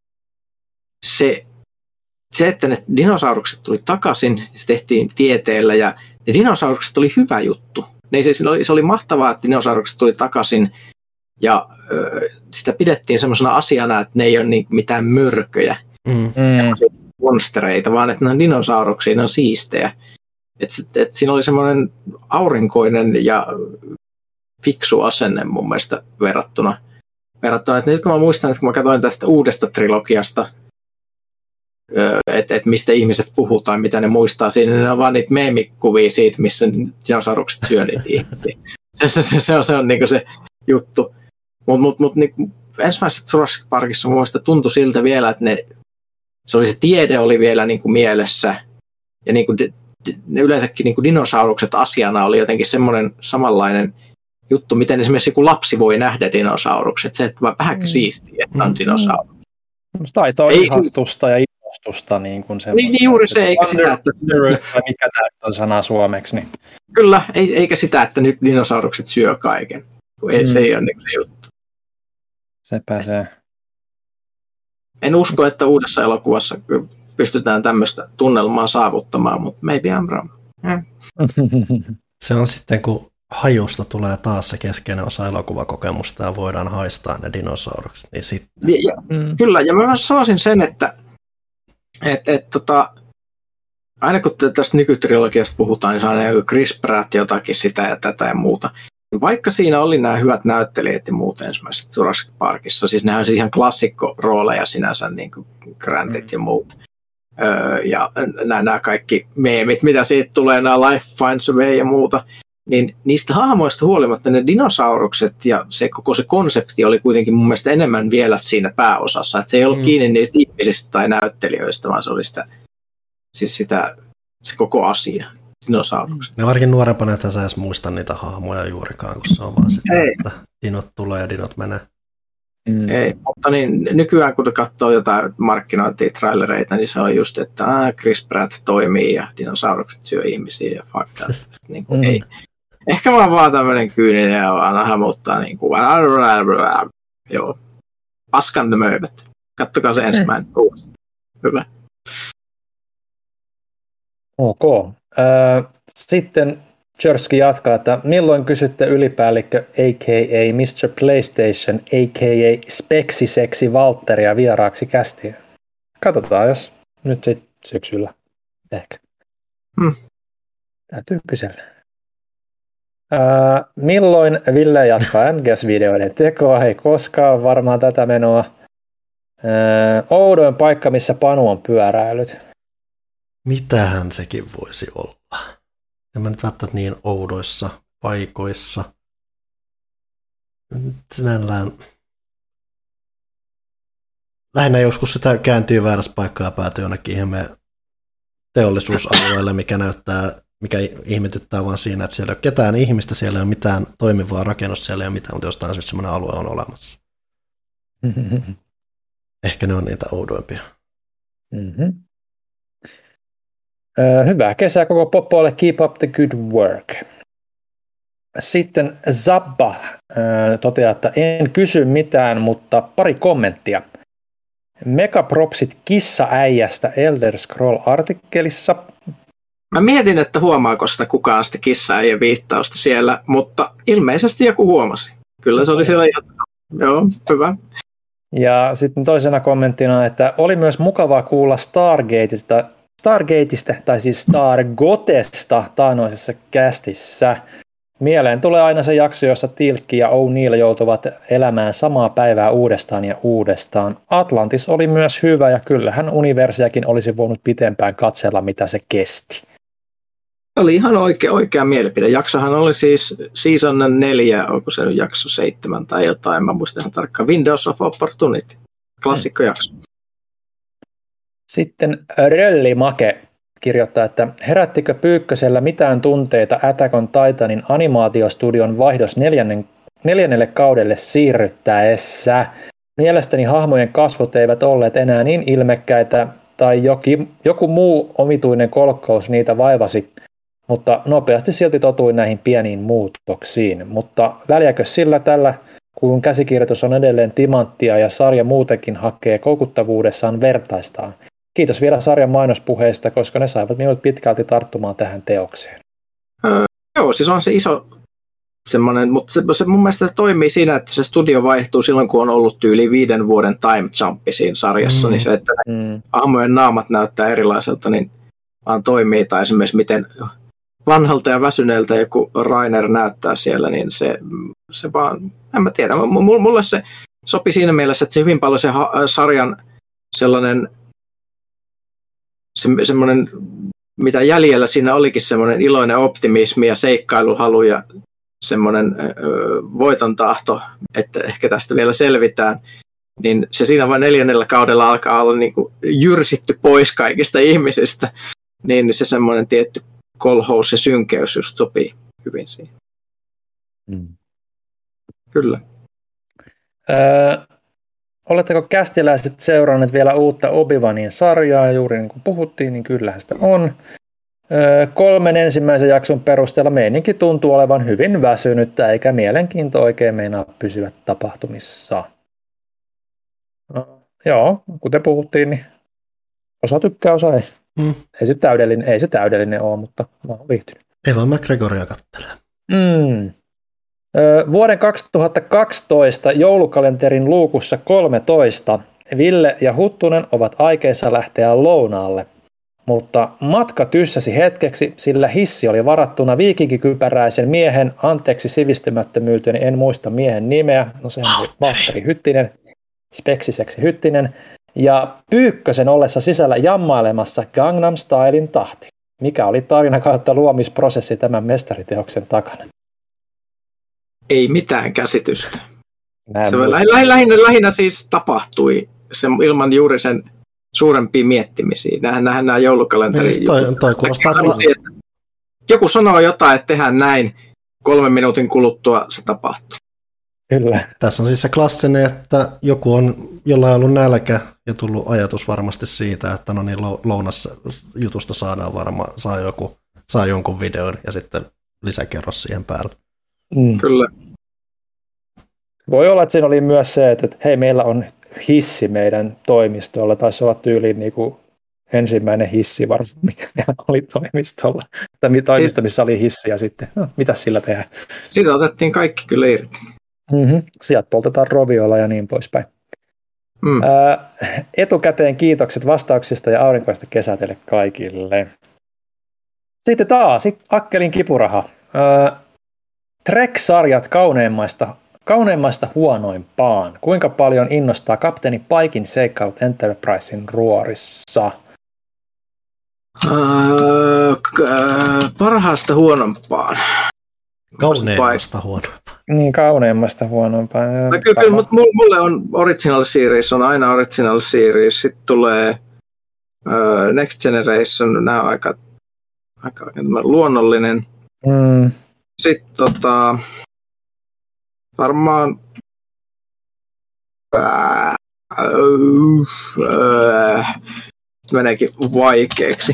se, että ne dinosaurukset tuli takaisin, se tehtiin tieteellä ja ne dinosaurukset oli hyvä juttu. Se oli mahtavaa, että dinosaurukset tuli takaisin ja sitä pidettiin semmoisena asiana, että ne ei ole niin mitään mörköjä, monstereita, vaan että ne on dinosauruksia, ne on siistejä. Et siinä oli semmoinen aurinkoinen ja fiksu asenne mun mielestä verrattuna. Että nyt kun mä muistan, että kun mä katsoin tästä uudesta trilogiasta, että mistä ihmiset puhutaan, mitä ne muistaa siinä, ne on vaan niitä meemikuvia siitä, missä dinosaurukset syö niitä ihmisiä. Se on niinku se juttu. Mut niinku, ensimmäisessä Jurassic Parkissa mun mielestä tuntui siltä vielä, että se tiede oli vielä niinku mielessä, ja niinku yleensäkin niinku dinosaurukset asiana oli jotenkin semmoinen samanlainen juttu, miten esimerkiksi joku lapsi voi nähdä dinosaurukset. Se, että vähänkö siistiä, että on dinosaurukset. Taitoa ihastusta ja innostusta. Niin, niin juuri se, eikä sitä, että mikä tämä on sana suomeksi. Niin. Kyllä, eikä sitä, että nyt dinosaurukset syö kaiken. Se ei ole niin se juttu. Sepä se. En usko, että uudessa elokuvassa pystytään tämmöistä tunnelmaa saavuttamaan, mutta maybe I'm wrong. Se on sitten, kun hajusta tulee taas se keskeinen osa elokuvakokemusta ja voidaan haistaa ne dinosaurukset, niin sitten. Kyllä, ja mä myös sanoisin sen, että aina kun tästä nykytrilogiasta puhutaan, niin se on aina Chris Pratt jotakin sitä ja tätä ja muuta. Vaikka siinä oli nämä hyvät näyttelijät ja muut ensimmäiset Jurassic Parkissa, siis nämä on siis ihan klassikko-rooleja sinänsä, niin kuin Grantit ja muut. Ja nämä kaikki meemit, mitä siitä tulee, nämä Life Finds a Way ja muuta, niin niistä hahmoista huolimatta ne dinosaurukset ja koko se konsepti oli kuitenkin mun mielestä enemmän vielä siinä pääosassa. Että se ei ollut kiinni niistä ihmisistä tai näyttelijöistä, vaan se oli se koko asia, dinosaurukset. Ne varsinkin nuorempana, että sä edes muista niitä hahmoja juurikaan, kun se on vaan sitä, että dinot tulee ja dinot menee. Ei, mutta niin, nykyään kun katsoo jotain markkinointitrailereita, niin se on just, että Chris Pratt toimii ja dinosaurukset syö ihmisiä ja fuck that. Niin kuin, ei. Ehkä mä oon vaan tämmönen kyyninen ja vaan hahmottaa niin kuin joo. Paskan ne möivät. Kattokaa se ensimmäinen uudestaan. Hyvä. Ok. Sitten Jersky jatkaa, että milloin kysytte ylipäällikkö a.k.a. Mr. PlayStation a.k.a. Speksiseksi Valtteria vieraaksi kästiin? Katsotaan, jos nyt sitten syksyllä ehkä. Täytyy kysellä. Milloin Ville jatkaa NGS-videoiden tekoa? Ei koskaan varmaan tätä menoa. Oudoin paikka, missä Panu on pyöräillyt. Mitähän sekin voisi olla? En mä nyt välttämättä niin oudoissa paikoissa. Sinällään lähinnä joskus sitä kääntyy väärässä paikkaa ja päätyy jonnekin ihmeen teollisuusalueelle, mikä ihmetyttää vaan siinä, että siellä ei ole ketään ihmistä, siellä ei ole mitään toimivaa rakennusta, siellä ei ole mitään, mutta jostain syystä semmoinen alue on olemassa. Ehkä ne on niitä oudoimpia. Mm-hmm. Hyvää kesää koko popoille, keep up the good work. Sitten Zabba toteaa, että en kysy mitään, mutta pari kommenttia. Megapropsit kissaäijästä Elder Scroll-artikkelissa. Mä mietin, että huomaako sitä kukaan sitä kissaäijän viittausta siellä, mutta ilmeisesti joku huomasi. Kyllä se oli siellä joo, hyvä. Ja sitten toisena kommenttina, että oli myös mukavaa kuulla Stargateista, tai siis Stargotesta taanoisessa kästissä. Mieleen tulee aina se jakso, jossa Tilkki ja O'Neill joutuvat elämään samaa päivää uudestaan ja uudestaan. Atlantis oli myös hyvä, ja kyllähän Universiakin olisi voinut pitempään katsella, mitä se kesti. Oli ihan oikea mielipide. Jaksohan oli siis season 4, onko se nyt jakso 7 tai jotain, mä muistan ihan tarkkaan. Windows of Opportunity, klassikkojakso. Sitten Rölli Make kirjoittaa, että herättikö Pyykkösellä mitään tunteita Attack on Titanin animaatiostudion vaihdos neljännelle kaudelle siirryttäessä? Mielestäni hahmojen kasvot eivät olleet enää niin ilmekkäitä tai joku muu omituinen kolkkaus niitä vaivasi, mutta nopeasti silti totuin näihin pieniin muutoksiin. Mutta väliäkö sillä tällä, kun käsikirjoitus on edelleen timanttia ja sarja muutenkin hakee koukuttavuudessaan vertaistaan? Kiitos vielä sarjan mainospuheista, koska ne saivat minut pitkälti tarttumaan tähän teokseen. Joo, siis on se iso semmoinen, mutta se mun mielestä se toimii siinä, että se studio vaihtuu silloin, kun on ollut yli 5 vuoden time jumpi siinä sarjassa, niin se, että hahmojen naamat näyttää erilaiselta, niin vaan toimii, tai esimerkiksi miten vanhalta ja väsyneeltä joku Rainer näyttää siellä, niin se vaan, en mä tiedä, mulle se sopi siinä mielessä, että se hyvin paljon se sarjan sellainen semmoinen, mitä jäljellä siinä olikin semmoinen iloinen optimismi ja seikkailuhalu ja semmoinen voiton tahto, että ehkä tästä vielä selvitään, niin se siinä vain 4. kaudella alkaa olla niin kuin jyrsitty pois kaikista ihmisistä, niin se semmoinen tietty kolhous ja synkeys just sopii hyvin siihen. Kyllä. Oletteko kästiläiset seuranneet vielä uutta Obi-Wanin sarjaa? Juuri niin kuin puhuttiin, niin kyllähän sitä on. 3 ensimmäisen jakson perusteella meininki tuntuu olevan hyvin väsynyttä, eikä mielenkiinto oikein meinaa pysyä tapahtumissa. Joo, kuten puhuttiin, niin osa tykkää, osa ei. Ei se täydellinen ole, mutta mä oon viihtynyt. Evan McGregoria kattelee. Vuoden 2012 joulukalenterin luukussa 13 Ville ja Huttunen ovat aikeissa lähteä lounaalle, mutta matka tyssäsi hetkeksi, sillä hissi oli varattuna viikinkikypäräisen miehen, anteeksi sivistymättömyyteni, en muista miehen nimeä, no sehän oli Valtteri Hyttinen, Speksiseksi Hyttinen, ja Pyykkösen ollessa sisällä jammailemassa Gangnam Stylein tahti. Mikä oli tarina kautta luomisprosessi tämän mestariteoksen takana? Ei mitään käsitystä. Näin Se lähinnä siis tapahtui se ilman juuri sen suurempia miettimisiä. Nähdään nämä joulukalenterin toi kuulostaa joku sanoo jotain, että tehdään näin, 3 minuutin kuluttua se tapahtuu. Kyllä. Tässä on siis se klassinen, että joku on jollain ollut nälkä ja tullut ajatus varmasti siitä, että no niin lounasjutusta saadaan varmaan, saa jonkun videon ja sitten lisäkerros siihen päälle. Kyllä. Voi olla, että siinä oli myös se, että hei, meillä on hissi meidän toimistolla. Taisi olla tyyliin niin kuin ensimmäinen hissi varmaan, mikä meillä oli toimistolla. Tai toimisto, missä oli hissi ja sitten, no, mitä sillä tehdään? Siitä otettiin kaikki kyllä irti. Sieltä poltetaan roviolla ja niin poispäin. Etukäteen kiitokset vastauksista ja aurinkoista kesää teille kaikille. Sitten taas Akkelin kipuraha. Trek-sarjat kauneimmasta huonoimpaan. Kuinka paljon innostaa kapteeni Paikin seikkailut Enterprisein ruorissa? Parhaasta huonompaan. Kauneimmasta huonompaan. Niin, kauneimmasta huonompaan. No, kyllä, mutta mulle on Original Series, on aina Original Series. Sitten tulee Next Generation, nämä on aika luonnollinen. Sitten varmaan meneekin vaikeaksi.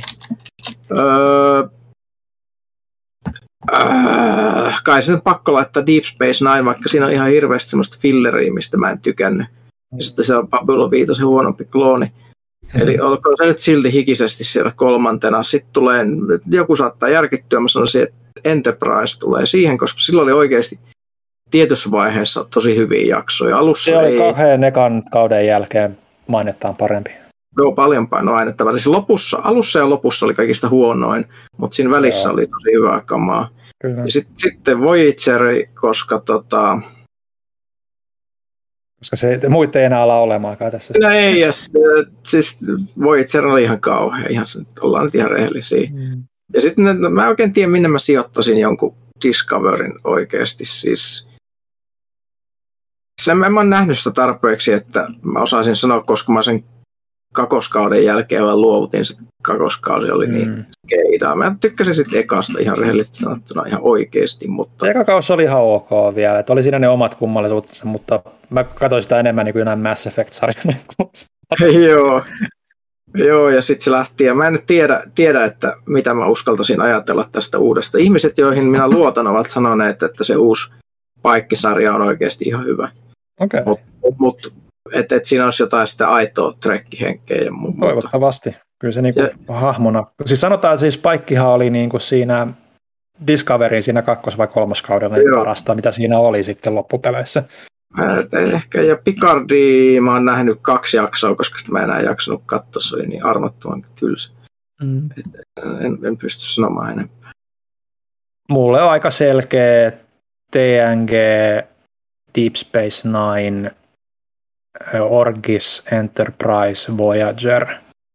Kai sen pakko laittaa Deep Space Nine, vaikka siinä on ihan hirveästi semmoista filleria, mistä mä en tykännyt. Ja sitten se on Babylon 5 se huonompi klooni. Eli olkoon se nyt silti hikisesti siellä 3. Sitten tulee, joku saattaa järkyttyä, mä sanoisin, että Enterprise tulee siihen, koska silloin oli oikeasti tietyssä vaiheessa tosi hyviä jaksoja. Se oli 2 ekan kauden jälkeen mainettaan parempi. Joo, paljon painoainettavaa. Siis alussa ja lopussa oli kaikista huonoin, mutta siinä välissä oli tosi hyvää kamaa. Kyllä. Ja sitten Voyageri, koska se muita ei enää ala olemaankaan tässä. No ei, siis Voyager oli ihan kauhea, ollaan nyt ihan rehellisiä. Ja sitten mä en oikein tiedä, minne mä sijoittaisin jonkun Discoverin oikeasti. Siis mä oon nähnyt sitä tarpeeksi, että mä osaisin sanoa, koska mä sen kakoskauden jälkeen vaan luovutin. Se kakoskausi oli niin keidaa. Mä tykkäsin sitten ekasta ihan rehellisesti sanottuna ihan oikeasti. Mutta eka kausi oli ihan ok vielä. Että oli siinä ne omat kummallisuutensa, mutta mä katsoin sitä enemmän niin kuin näin Mass Effect-sarjan. Joo, ja sitten se lähti. Ja mä en nyt tiedä, että mitä mä uskaltaisin ajatella tästä uudesta. Ihmiset, joihin minä luotan, ovat sanoneet, että se uusi Paikkisarja on oikeasti ihan hyvä. Okay. Mutta siinä olisi jotain sitä aitoa trekkihenkeä ja muuta. Toivottavasti. Kyllä se niinku hahmona. Siis sanotaan, siis Paikkihan oli niinku siinä Discoverin siinä 2. vai 3. kaudella parasta, mitä siinä oli sitten loppupeleissä. Ehkä, ja Picardia mä oon nähnyt 2 jaksoa, koska mä enää jaksanut katsoa, se oli niin armottoman tylsä. En pysty sanomaan enempää. Mulle on aika selkeä TNG, Deep Space Nine, Orgis, Enterprise, Voyager.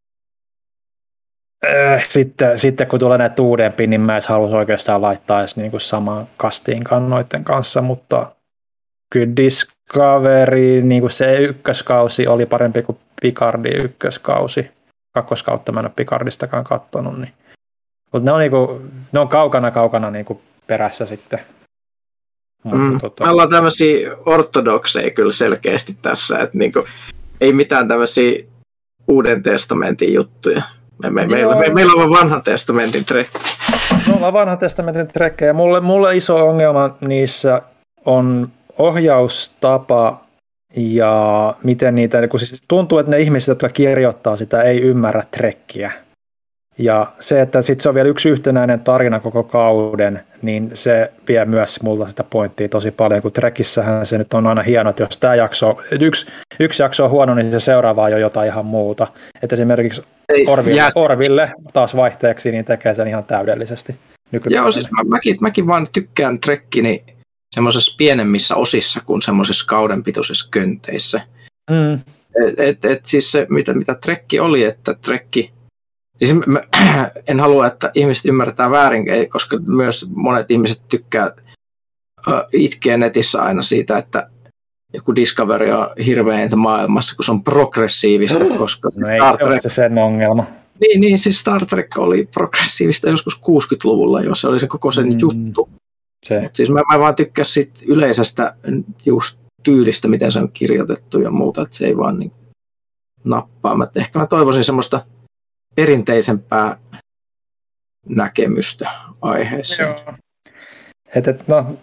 Sitten kun tulee näitä uudempia, niin mä en halua oikeastaan laittaa edes niinku samaan kastiin noiden kanssa, mutta kyllä Discovery, niin kuin se ykköskausi oli parempi kuin Picardin ykköskausi. 2. kautta mä en ole Picardistakaan katsonut. Niin. Mutta ne on kaukana niin perässä sitten. Me ollaan tämmöisiä ortodokseja kyllä selkeästi tässä, että niinku, ei mitään tämmöisiä Uuden testamentin juttuja. Meillä on vanhan testamentin trekki. Me ollaan vanhan testamentin trekkejä. Mulle iso ongelma niissä on ohjaustapa ja miten niitä, kun siis tuntuu, että ne ihmiset, jotka kirjoittaa sitä, ei ymmärrä trekkiä. Ja se, että sitten se on vielä yksi yhtenäinen tarina koko kauden, niin se vie myös multa sitä pointtia tosi paljon, kun Trekissähän se nyt on aina hieno, että jos tämä yksi jakso on huono, niin se seuraava on jo jotain ihan muuta. Että esimerkiksi Orville taas vaihteeksi, niin tekee sen ihan täydellisesti. Joo, siis mäkin vaan tykkään Trekkini semmoisessa pienemmissä osissa kuin semmoisissa kaudenpitoisissa könteissä. Siis se, mitä Trekki oli, että Trekki Siis en halua, että ihmiset ymmärtää väärin, koska myös monet ihmiset tykkää itkeä netissä aina siitä, että joku Discovery on hirveintä maailmassa, kun se on progressiivista, koska no ei Star Trek... se sen ongelma. Niin, siis Star Trek oli progressiivista joskus 60-luvulla jo, se oli se koko sen juttu. Mutta siis mä vaan tykkään sit yleisestä just tyylistä, miten se on kirjoitettu ja muuta, että se ei vaan niin nappaa. Ehkä mä toivoisin semmoista perinteisempää näkemystä aiheessa. Joo. No,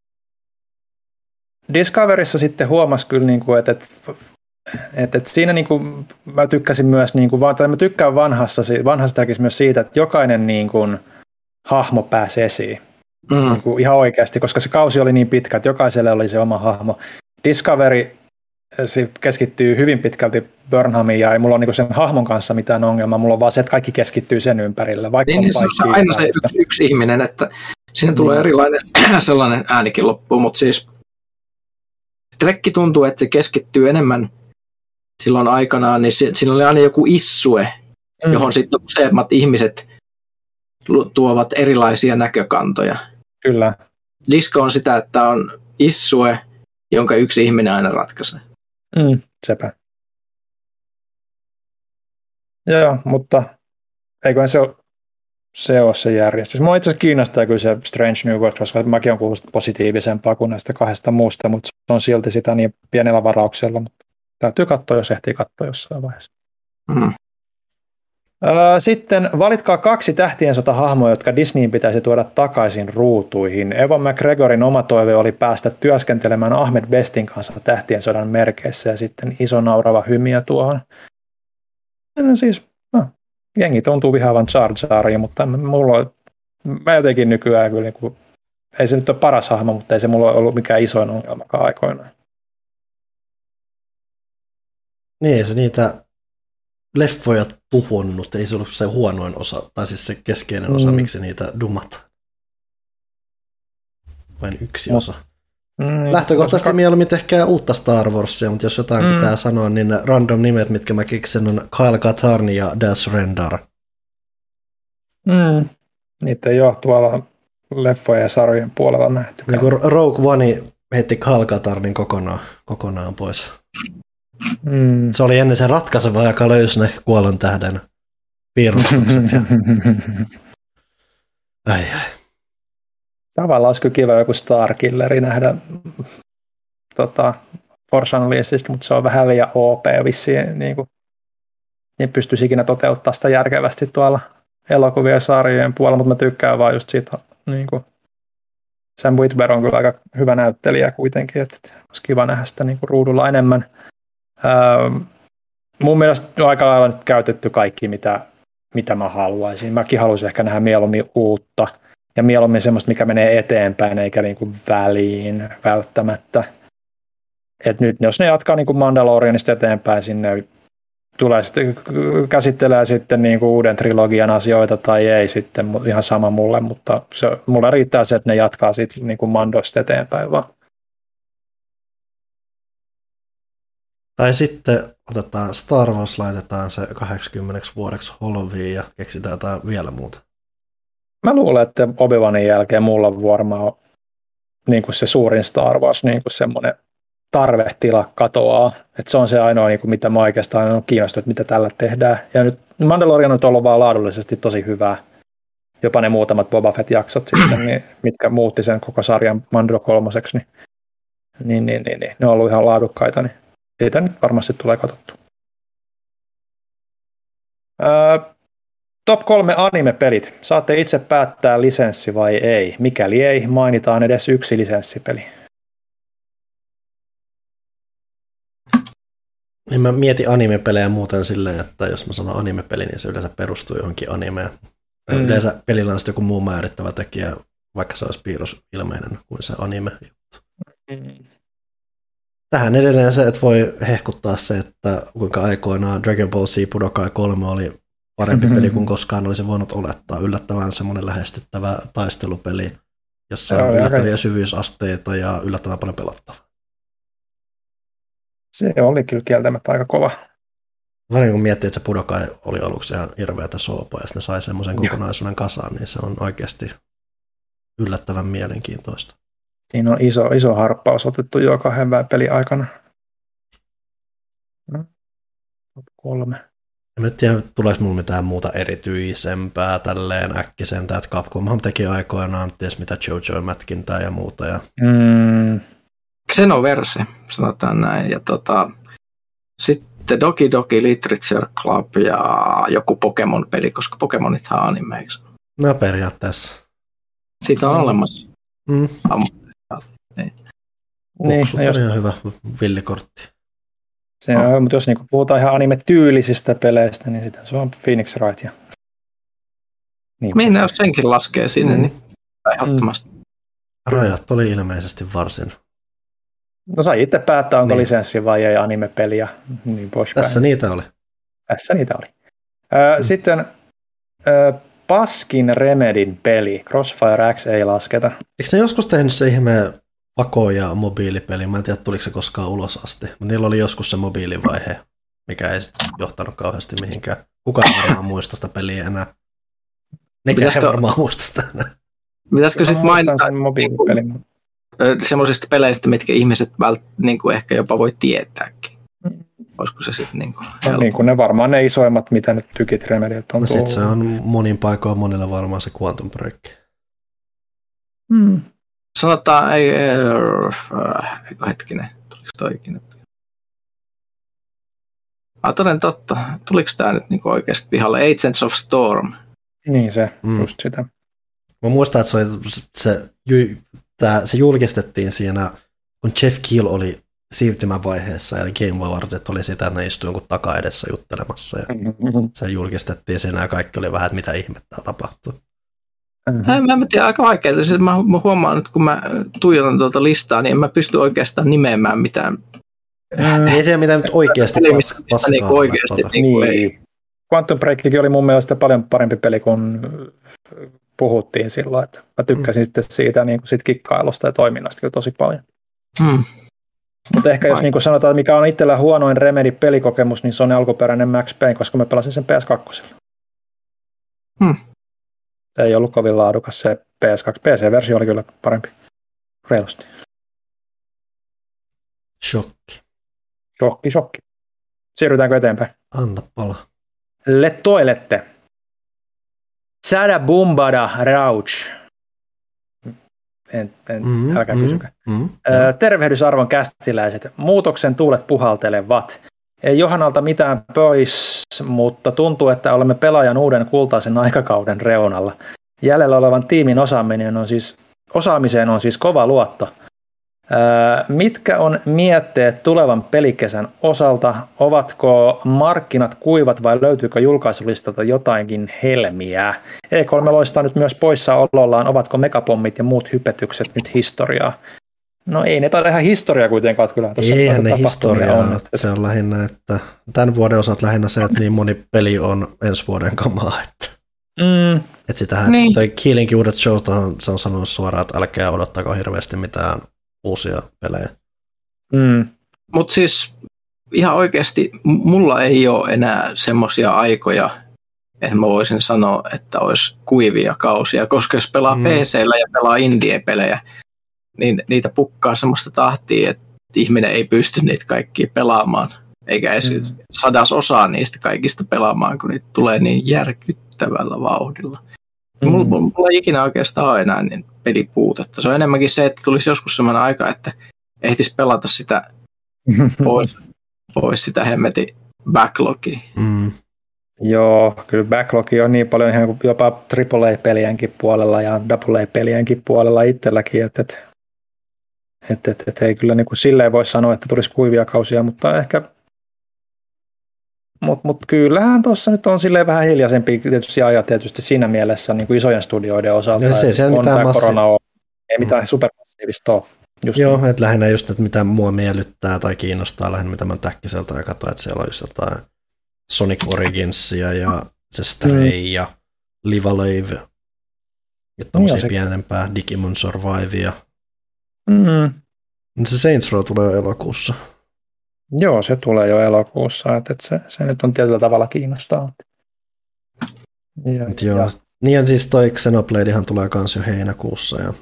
Discoverissa sitten huomasi kyllä, että siinä mä tykkäsin myös, mä tykkään vanhastakin myös siitä, että jokainen hahmo pääsi esiin. Ihan oikeasti, koska se kausi oli niin pitkä, että jokaiselle oli se oma hahmo. Discovery se keskittyy hyvin pitkälti Burnhamiin ja ei mulla ole sen hahmon kanssa mitään ongelmaa, mulla on vaan se, että kaikki keskittyy sen ympärille. Niin, se on aina se yksi ihminen, että siinä tulee erilainen sellainen äänikin loppuun, mutta siis Trekki tuntuu, että se keskittyy enemmän silloin aikanaan, niin siinä oli aina joku issue, johon sitten useimmat ihmiset tuovat erilaisia näkökantoja. Kyllä. Disco on sitä, että on issue, jonka yksi ihminen aina ratkaisee. Sepä. Joo, mutta eiköhän se ole se järjestys. Mua itse asiassa kiinnostaa kyllä se Strange New Worlds, koska mäkin olen kuullut positiivisempaa kuin näistä kahdesta muusta, mutta se on silti sitä niin pienellä varauksella. Mutta täytyy katsoa, jos ehtii katsoa jossain vaiheessa. Sitten valitkaa 2 Tähtien sota-hahmoa, jotka Disneyin pitäisi tuoda takaisin ruutuihin. Evan McGregorin oma toive oli päästä työskentelemään Ahmed Bestin kanssa Tähtien sodan merkeissä ja sitten iso naurava hymiö tuohon. Siis, jengi tuntuu vihaavan Jar Jaria, mutta mä jotenkin nykyään kyllä, ei se nyt ole paras hahmo, mutta ei se mulla ole ollut mikään isoin ongelmakaan aikoinaan. Niin, ei se niitä leffoja tuhonnut, ei se ollut se huonoin osa, tai siis se keskeinen osa, miksi niitä dumataan. Vain yksi osa. Lähtökohtaisesti mieluummin tehkää uutta Star Warsia, mutta jos jotain pitää sanoa, niin random nimet, mitkä mä keksin, on Kyle Katarn ja Dash Rendar. Niitä ei ole tuolla leffojen ja sarjojen puolella nähty. Ja kun Rogue One heitti Kyle Katarnin kokonaan pois. Se oli ennen se ratkaiseva, joka löysi ne Kuollon tähden piirustukset. Ai. Tavallaan olisi kyllä kiva joku Starkilleri nähdä Force Unleashedista, mutta se on vähän liian OP vissiin. Niin pystyisi ikinä toteuttaa sitä järkevästi tuolla elokuvien sarjojen puolella, mutta mä tykkään vaan just siitä. Sam Witwer on kyllä aika hyvä näyttelijä kuitenkin, että olisi kiva nähdä sitä ruudulla enemmän. Mun mielestä on aika lailla nyt käytetty kaikki, mitä mä haluaisin. Mäkin haluaisin ehkä nähdä mieluummin uutta ja mieluummin semmoista, mikä menee eteenpäin eikä väliin välttämättä. Et nyt jos ne jatkaa Mandalorianista eteenpäin, sinne tulee sitten, käsittelee sitten uuden trilogian asioita tai ei sitten, ihan sama mulle, mutta mulle riittää se, että ne jatkaa sitten Mandosta eteenpäin vaan. Tai sitten otetaan Star Wars, laitetaan se 80 vuodeksi Holoviin ja keksitään jotain vielä muuta. Mä luulen, että Obi-Wanin jälkeen mulla varmaan se suurin Star Wars semmoinen tarvetila katoaa. Että se on se ainoa, mitä mä oikeastaan olen kiinnostunut, mitä tällä tehdään. Ja nyt Mandalorian on ollut vaan laadullisesti tosi hyvää. Jopa ne muutamat Boba Fett-jaksot sitten, mitkä muutti sen koko sarjan Mando 3:ksi, niin ne on ollut ihan laadukkaita, niin siitä nyt varmasti tulee katsottua. Top 3 anime-pelit. Saatte itse päättää lisenssi vai ei. Mikäli ei, mainitaan edes yksi lisenssipeli. Niin mä mietin anime-pelejä muuten silleen, että jos mä sanon anime-peli, niin se yleensä perustuu johonkin animeen. Yleensä pelillä on sitten joku muu määrittävä tekijä, vaikka se olisi piirrosilmeinen kuin se anime-juttu. Tähän edelleen se, että voi hehkuttaa se, että kuinka aikoinaan Dragon Ball Z Budokai 3 oli parempi peli kuin koskaan olisi voinut olettaa. Yllättävän semmoinen lähestyttävä taistelupeli, jossa on yllättäviä syvyysasteita ja yllättävän paljon pelattavaa. Se oli kyllä kieltämättä aika kova. Vähän kun miettii, että se Budokai oli aluksi ihan hirveätä soopaa, ja sitten ne sai semmoisen kokonaisuuden kasaan, niin se on oikeasti yllättävän mielenkiintoista. Siinä on iso harppaus otettu jo 2 pelin aikana. No, 3. En tiedä, tuleeko mulla mitään muuta erityisempää tälleen äkkisentä, että Capcomhan teki aikoinaan, ties mitä JoJo-mätkintää ja muuta. Ja... Xenoverse, sanotaan näin. Ja sitten Doki Doki Literature Club ja joku Pokemon-peli, koska Pokemonithan on animeiksi. No periaatteessa. Siitä on olemassa. Oksut on ihan hyvä villikortti. Mutta jos niinku puhutaan ihan anime-tyylisistä peleistä, niin sitten se on Phoenix Wright. Ja... Minä jos senkin laskee sinne, niin ehdottomasti. Rajat oli ilmeisesti varsin. No sai itse päättää, onko lisenssi vai ei anime-peli ja niin poispäin. Tässä niitä oli. Sitten Paskin Remedin peli, Crossfire X ei lasketa. Eikö ne joskus tehnyt se ihme Pako- ja mobiilipeli? Mä en tiedä, tuliko se koskaan ulos asti. Mutta niillä oli joskus se mobiilivaihe, mikä ei johtanut kauheasti mihinkään. Kukaan ei varmaan muista sitä peliä enää. Nekään ei varmaan muista sitä enää. Pitäisikö sitten mainita semmoisista peleistä, mitkä ihmiset ehkä jopa voi tietääkin? Olisiko se sitten niin kuin ne varmaan ne isoimmat, mitä nyt tykit Remediltä on no sitten se on monin paikoin monilla varmaan se Quantum Break. Sanotaan, eikö hetkinen, tuliko toikin? Toden totta, tuliko tämä nyt niin oikeasti pihalle? Agents of Storm. Niin se, just sitä. Mä muistan, että se julkistettiin siinä, kun Jeff Keel oli siirtymävaiheessa, eli Game Awards oli sitä, että ne istui jonkun takaedessä juttelemassa. Ja se julkistettiin siinä ja kaikki oli vähän, että mitä ihmettä tapahtuu. Mä en tiedä, aika vaikeaa. Mä huomaan, että kun mä tuijotan tuota listaa, niin en mä pysty oikeastaan nimeämään mitään. Ei siellä mitään nyt oikeasti paskaa. Niin. Quantum Breakikin oli mun mielestä paljon parempi peli kuin puhuttiin silloin. Että mä tykkäsin sitten siitä niin sit kikkailusta ja toiminnasta kyllä tosi paljon. Mutta ehkä jos niin sanotaan, että mikä on itsellä huonoin Remedy-pelikokemus, niin se on alkuperäinen Max Payne, koska mä pelasin sen PS2. Se ei ollut kovin laadukas se PS2. PC-versio oli kyllä parempi. Reilusti. Shokki. Siirrytäänkö eteenpäin? Anna pala. Le Toilette. Sada Bumbada Rauch. Älkää kysykö. Tervehdysarvon kästiläiset. Muutoksen tuulet puhaltelevat. Ei Johannalta mitään pois, mutta tuntuu, että olemme pelaajan uuden kultaisen aikakauden reunalla. Jäljellä olevan tiimin osaamiseen on siis kova luotto. Mitkä on mietteet tulevan pelikesän osalta? Ovatko markkinat kuivat vai löytyykö julkaisulistalta jotainkin helmiä? E3 loistaa nyt myös poissaolollaan. Ovatko megapommit ja muut hypetykset nyt historiaa? No ei ne taida ihan historiaa kuitenkaan, kyllä. Eihän ne historiaa on. Se on lähinnä, että tämän vuoden osalta lähinnä se, että niin moni peli on ensi vuoden kamaa. Että sitähän, niin. Toi Killinkin uudet showt se on sanonut suoraan, että älkää odottako hirveästi mitään uusia pelejä. Mutta siis ihan oikeasti mulla ei ole enää semmoisia aikoja, että mä voisin sanoa, että olisi kuivia kausia, koska jos pelaa PC:llä ja pelaa indie-pelejä, niin niitä pukkaa semmoista tahtia, että ihminen ei pysty niitä kaikkia pelaamaan, eikä edes 100% niistä kaikista pelaamaan, kun niitä tulee niin järkyttävällä vauhdilla. Mulla ei ikinä oikeastaan ole enää niin pelipuutetta. Se on enemmänkin se, että tulisi joskus semmoinen aika, että ehtisi pelata sitä pois sitä hemmetin backlogia. Joo, kyllä backlogi on niin paljon ihan jopa AAA-pelienkin puolella ja AA-pelienkin puolella itselläkin, että ei kyllä niin kuin silleen voi sanoa, että tulisi kuivia kausia, mutta ehkä Mutta kyllähän tuossa nyt on silleen vähän hiljaisempi tietysti ajat tietysti siinä mielessä niin kuin isojen studioiden osalta. Ja se on mitään korona ei mitään supermassiivista ole. Joo, niin. Että lähinnä just, että mitä mua miellyttää tai kiinnostaa lähinnä, mitä mä täkkiseltä ja katsoin, että siellä on just jotain Sonic Originsia ja se Stray ja Live Alive ja tommosia pienempää Digimon Survivea. Se Saints Row tulee elokuussa. Joo, se tulee jo elokuussa, että se nyt on tietyllä tavalla kiinnostaa. Joo, niin ja siis toi Xenobladehan tulee kans jo heinäkuussa. Ja...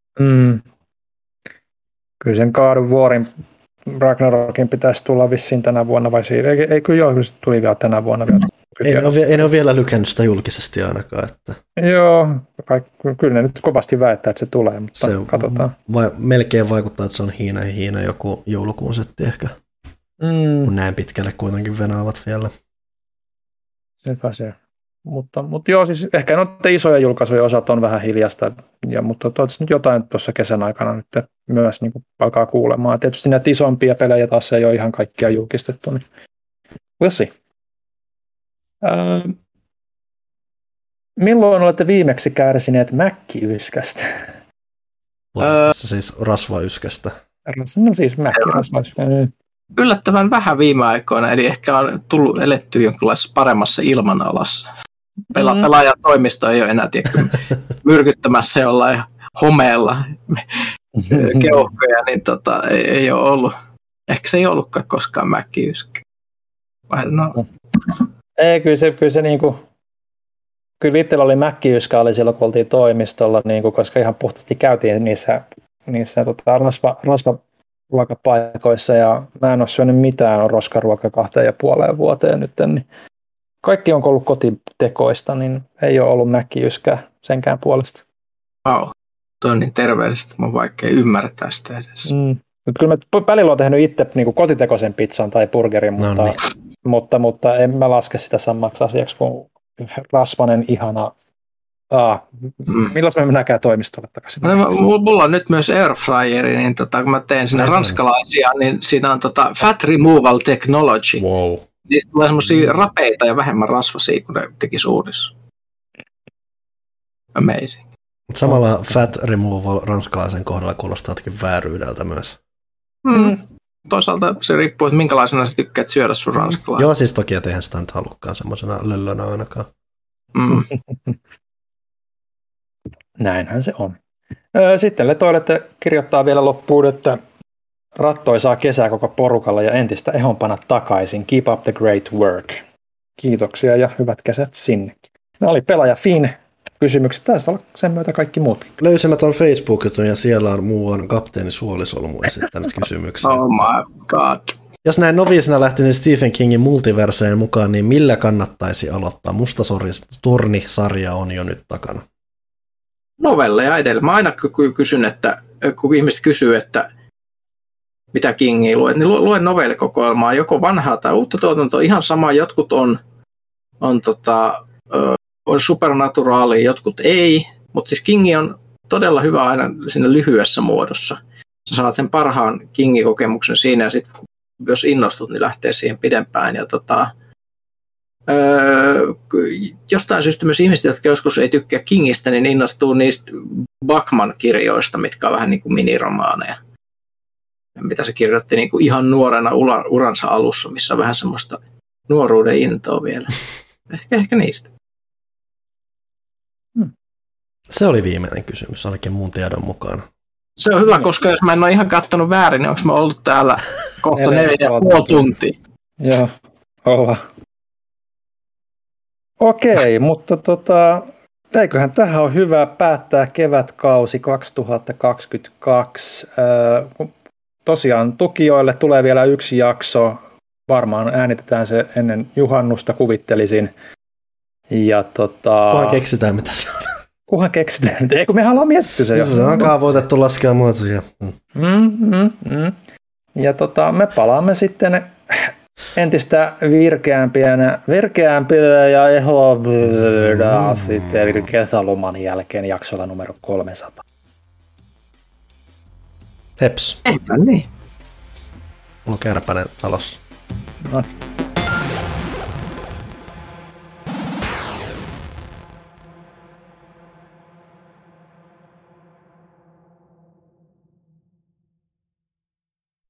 Kyllä sen God of Warin Ragnarokin pitäisi tulla vissiin tänä vuonna, vai siinä? Ei kyllä joo, kyllä se tuli vielä tänä vuonna. Ei ne ole vielä lykännyt sitä julkisesti ainakaan. Että... Joo, kyllä ne nyt kovasti väittää, että se tulee, mutta katsotaan. Melkein vaikuttaa, että se on Hiina joku joulukuun setti ehkä. Kun näin pitkälle kuitenkin venaavat vielä. Sepä se. Mutta joo, siis ehkä noiden isoja julkaisuja osat on vähän hiljasta, mutta toivottavasti nyt jotain tuossa kesän aikana nyt myös niin kuin alkaa kuulemaan. Tietysti näitä isompia pelejä taas ei ole ihan kaikkia julkistettu, niin we'll see. Milloin olette viimeksi kärsineet mäkkiyskästä? Siis rasvayskästä. No siis mäkkirasvayskästä. Yllättävän vähän viime aikoina, eli ehkä on tullut elettyä jonkinlaisessa paremmassa ilmanalassa. Pelaajan toimisto ei ole enää myrkyttämässä jollain homeella keuhkoja, niin ei ole ollut. Ehkä se ei ollutkaan koskaan mäkkiyskä. No. Ei, kyllä se niinku, kyllä itsellä oli mäkkiyskä oli silloin, kun oltiin toimistolla, niinku, koska ihan puhtaasti käytiin niissä rasvaruokapaikoissa ja mä en ole syönyt mitään roskaruokaa 2,5 vuoteen nyt, niin kaikki on ollut kotitekoista, niin ei ole ollut mäkkiyskää senkään puolesta. Wow, toi on niin terveellistä, mun on vaikea ymmärtää sitä edes. Mutta kyllä mä välillä olen tehnyt itse niin kotitekoisen pizzan tai burgerin, mutta en mä laske sitä samaksi asiaksi kuin rasvanen, ihana. Milloin me mennäänkään toimistolle takaisin? No, mulla on nyt myös airfryeri, niin kun mä teen sinne ranskalaisia, niin siinä on fat removal technology. Wow. Niistä tulee semmosia rapeita ja vähemmän rasvasia, kun ne tekisi uudessa. Amazing. Samalla fat removal ranskalaisen kohdalla kuulostaa jotenkin vääryydeltä myös. Toisaalta se riippuu, että minkälaisena sä tykkäät syödä sun ranskalaisen. Joo, siis toki, että eihän sitä nyt halukkaan semmoisena löllönä ainakaan. Näinhän se on. Sitten Letoilette kirjoittaa vielä loppuun, että rattoisaa kesää koko porukalla ja entistä ehompana takaisin. Keep up the great work. Kiitoksia ja hyvät kesät sinnekin. Nämä oli pelaaja Finn kysymykset. Taisi olla sen myötä kaikki muut. Löysimmät on Facebook-jutun ja siellä on muuan kapteeni Suolisolmu esittänyt kysymyksiä. Oh my god. Jos näin noviisina lähtisin Stephen Kingin multiverseen mukaan, niin millä kannattaisi aloittaa? Torni-sarja on jo nyt takana. Novelleja edelleen. Mä aina kysyn, että kun ihmiset kysyy, että mitä Kingia luet, niin luen novellikokoelmaa, joko vanhaa tai uutta tuotantoa, ihan sama, jotkut on supernaturaali, jotkut ei, mutta siis Kingi on todella hyvä aina siinä lyhyessä muodossa. Sä saat sen parhaan Kingi-kokemuksen siinä ja sitten jos innostut, niin lähtee siihen pidempään. Ja jostain syystä myös ihmiset, jotka joskus ei tykkää Kingistä, niin innostuu niistä Bachman-kirjoista, mitkä on vähän niin kuin miniromaaneja. Mitä se kirjoitti niin kuin ihan nuorena uransa alussa, missä on vähän semmoista nuoruuden intoa vielä. Ehkä niistä. Se oli viimeinen kysymys, ainakin mun tiedon mukaan. Se on hyvä, koska jos mä en ole ihan kattonut väärin, niin onko mä ollut täällä kohta 4,5 tuntia? Joo, ollaan. Okei, mutta eiköhän tähän on hyvä päättää kevätkausi 2022. Tosiaan tukijoille tulee vielä yksi jakso. Varmaan äänitetään se ennen juhannusta, kuvittelisin. Ja kunhan keksitään, mitä se on. Kunhan keksitään. Ei, kun mehän ollaan mietitty se jo. Se on kaavoitettu laskea muotoja. Ja me palaamme sitten entistä virkeämpillä ja ehovyydää sitten, eli kesäloman jälkeen jaksolla numero 300. Heps. Eipä niin. Mulla on kärpänen talossa. No.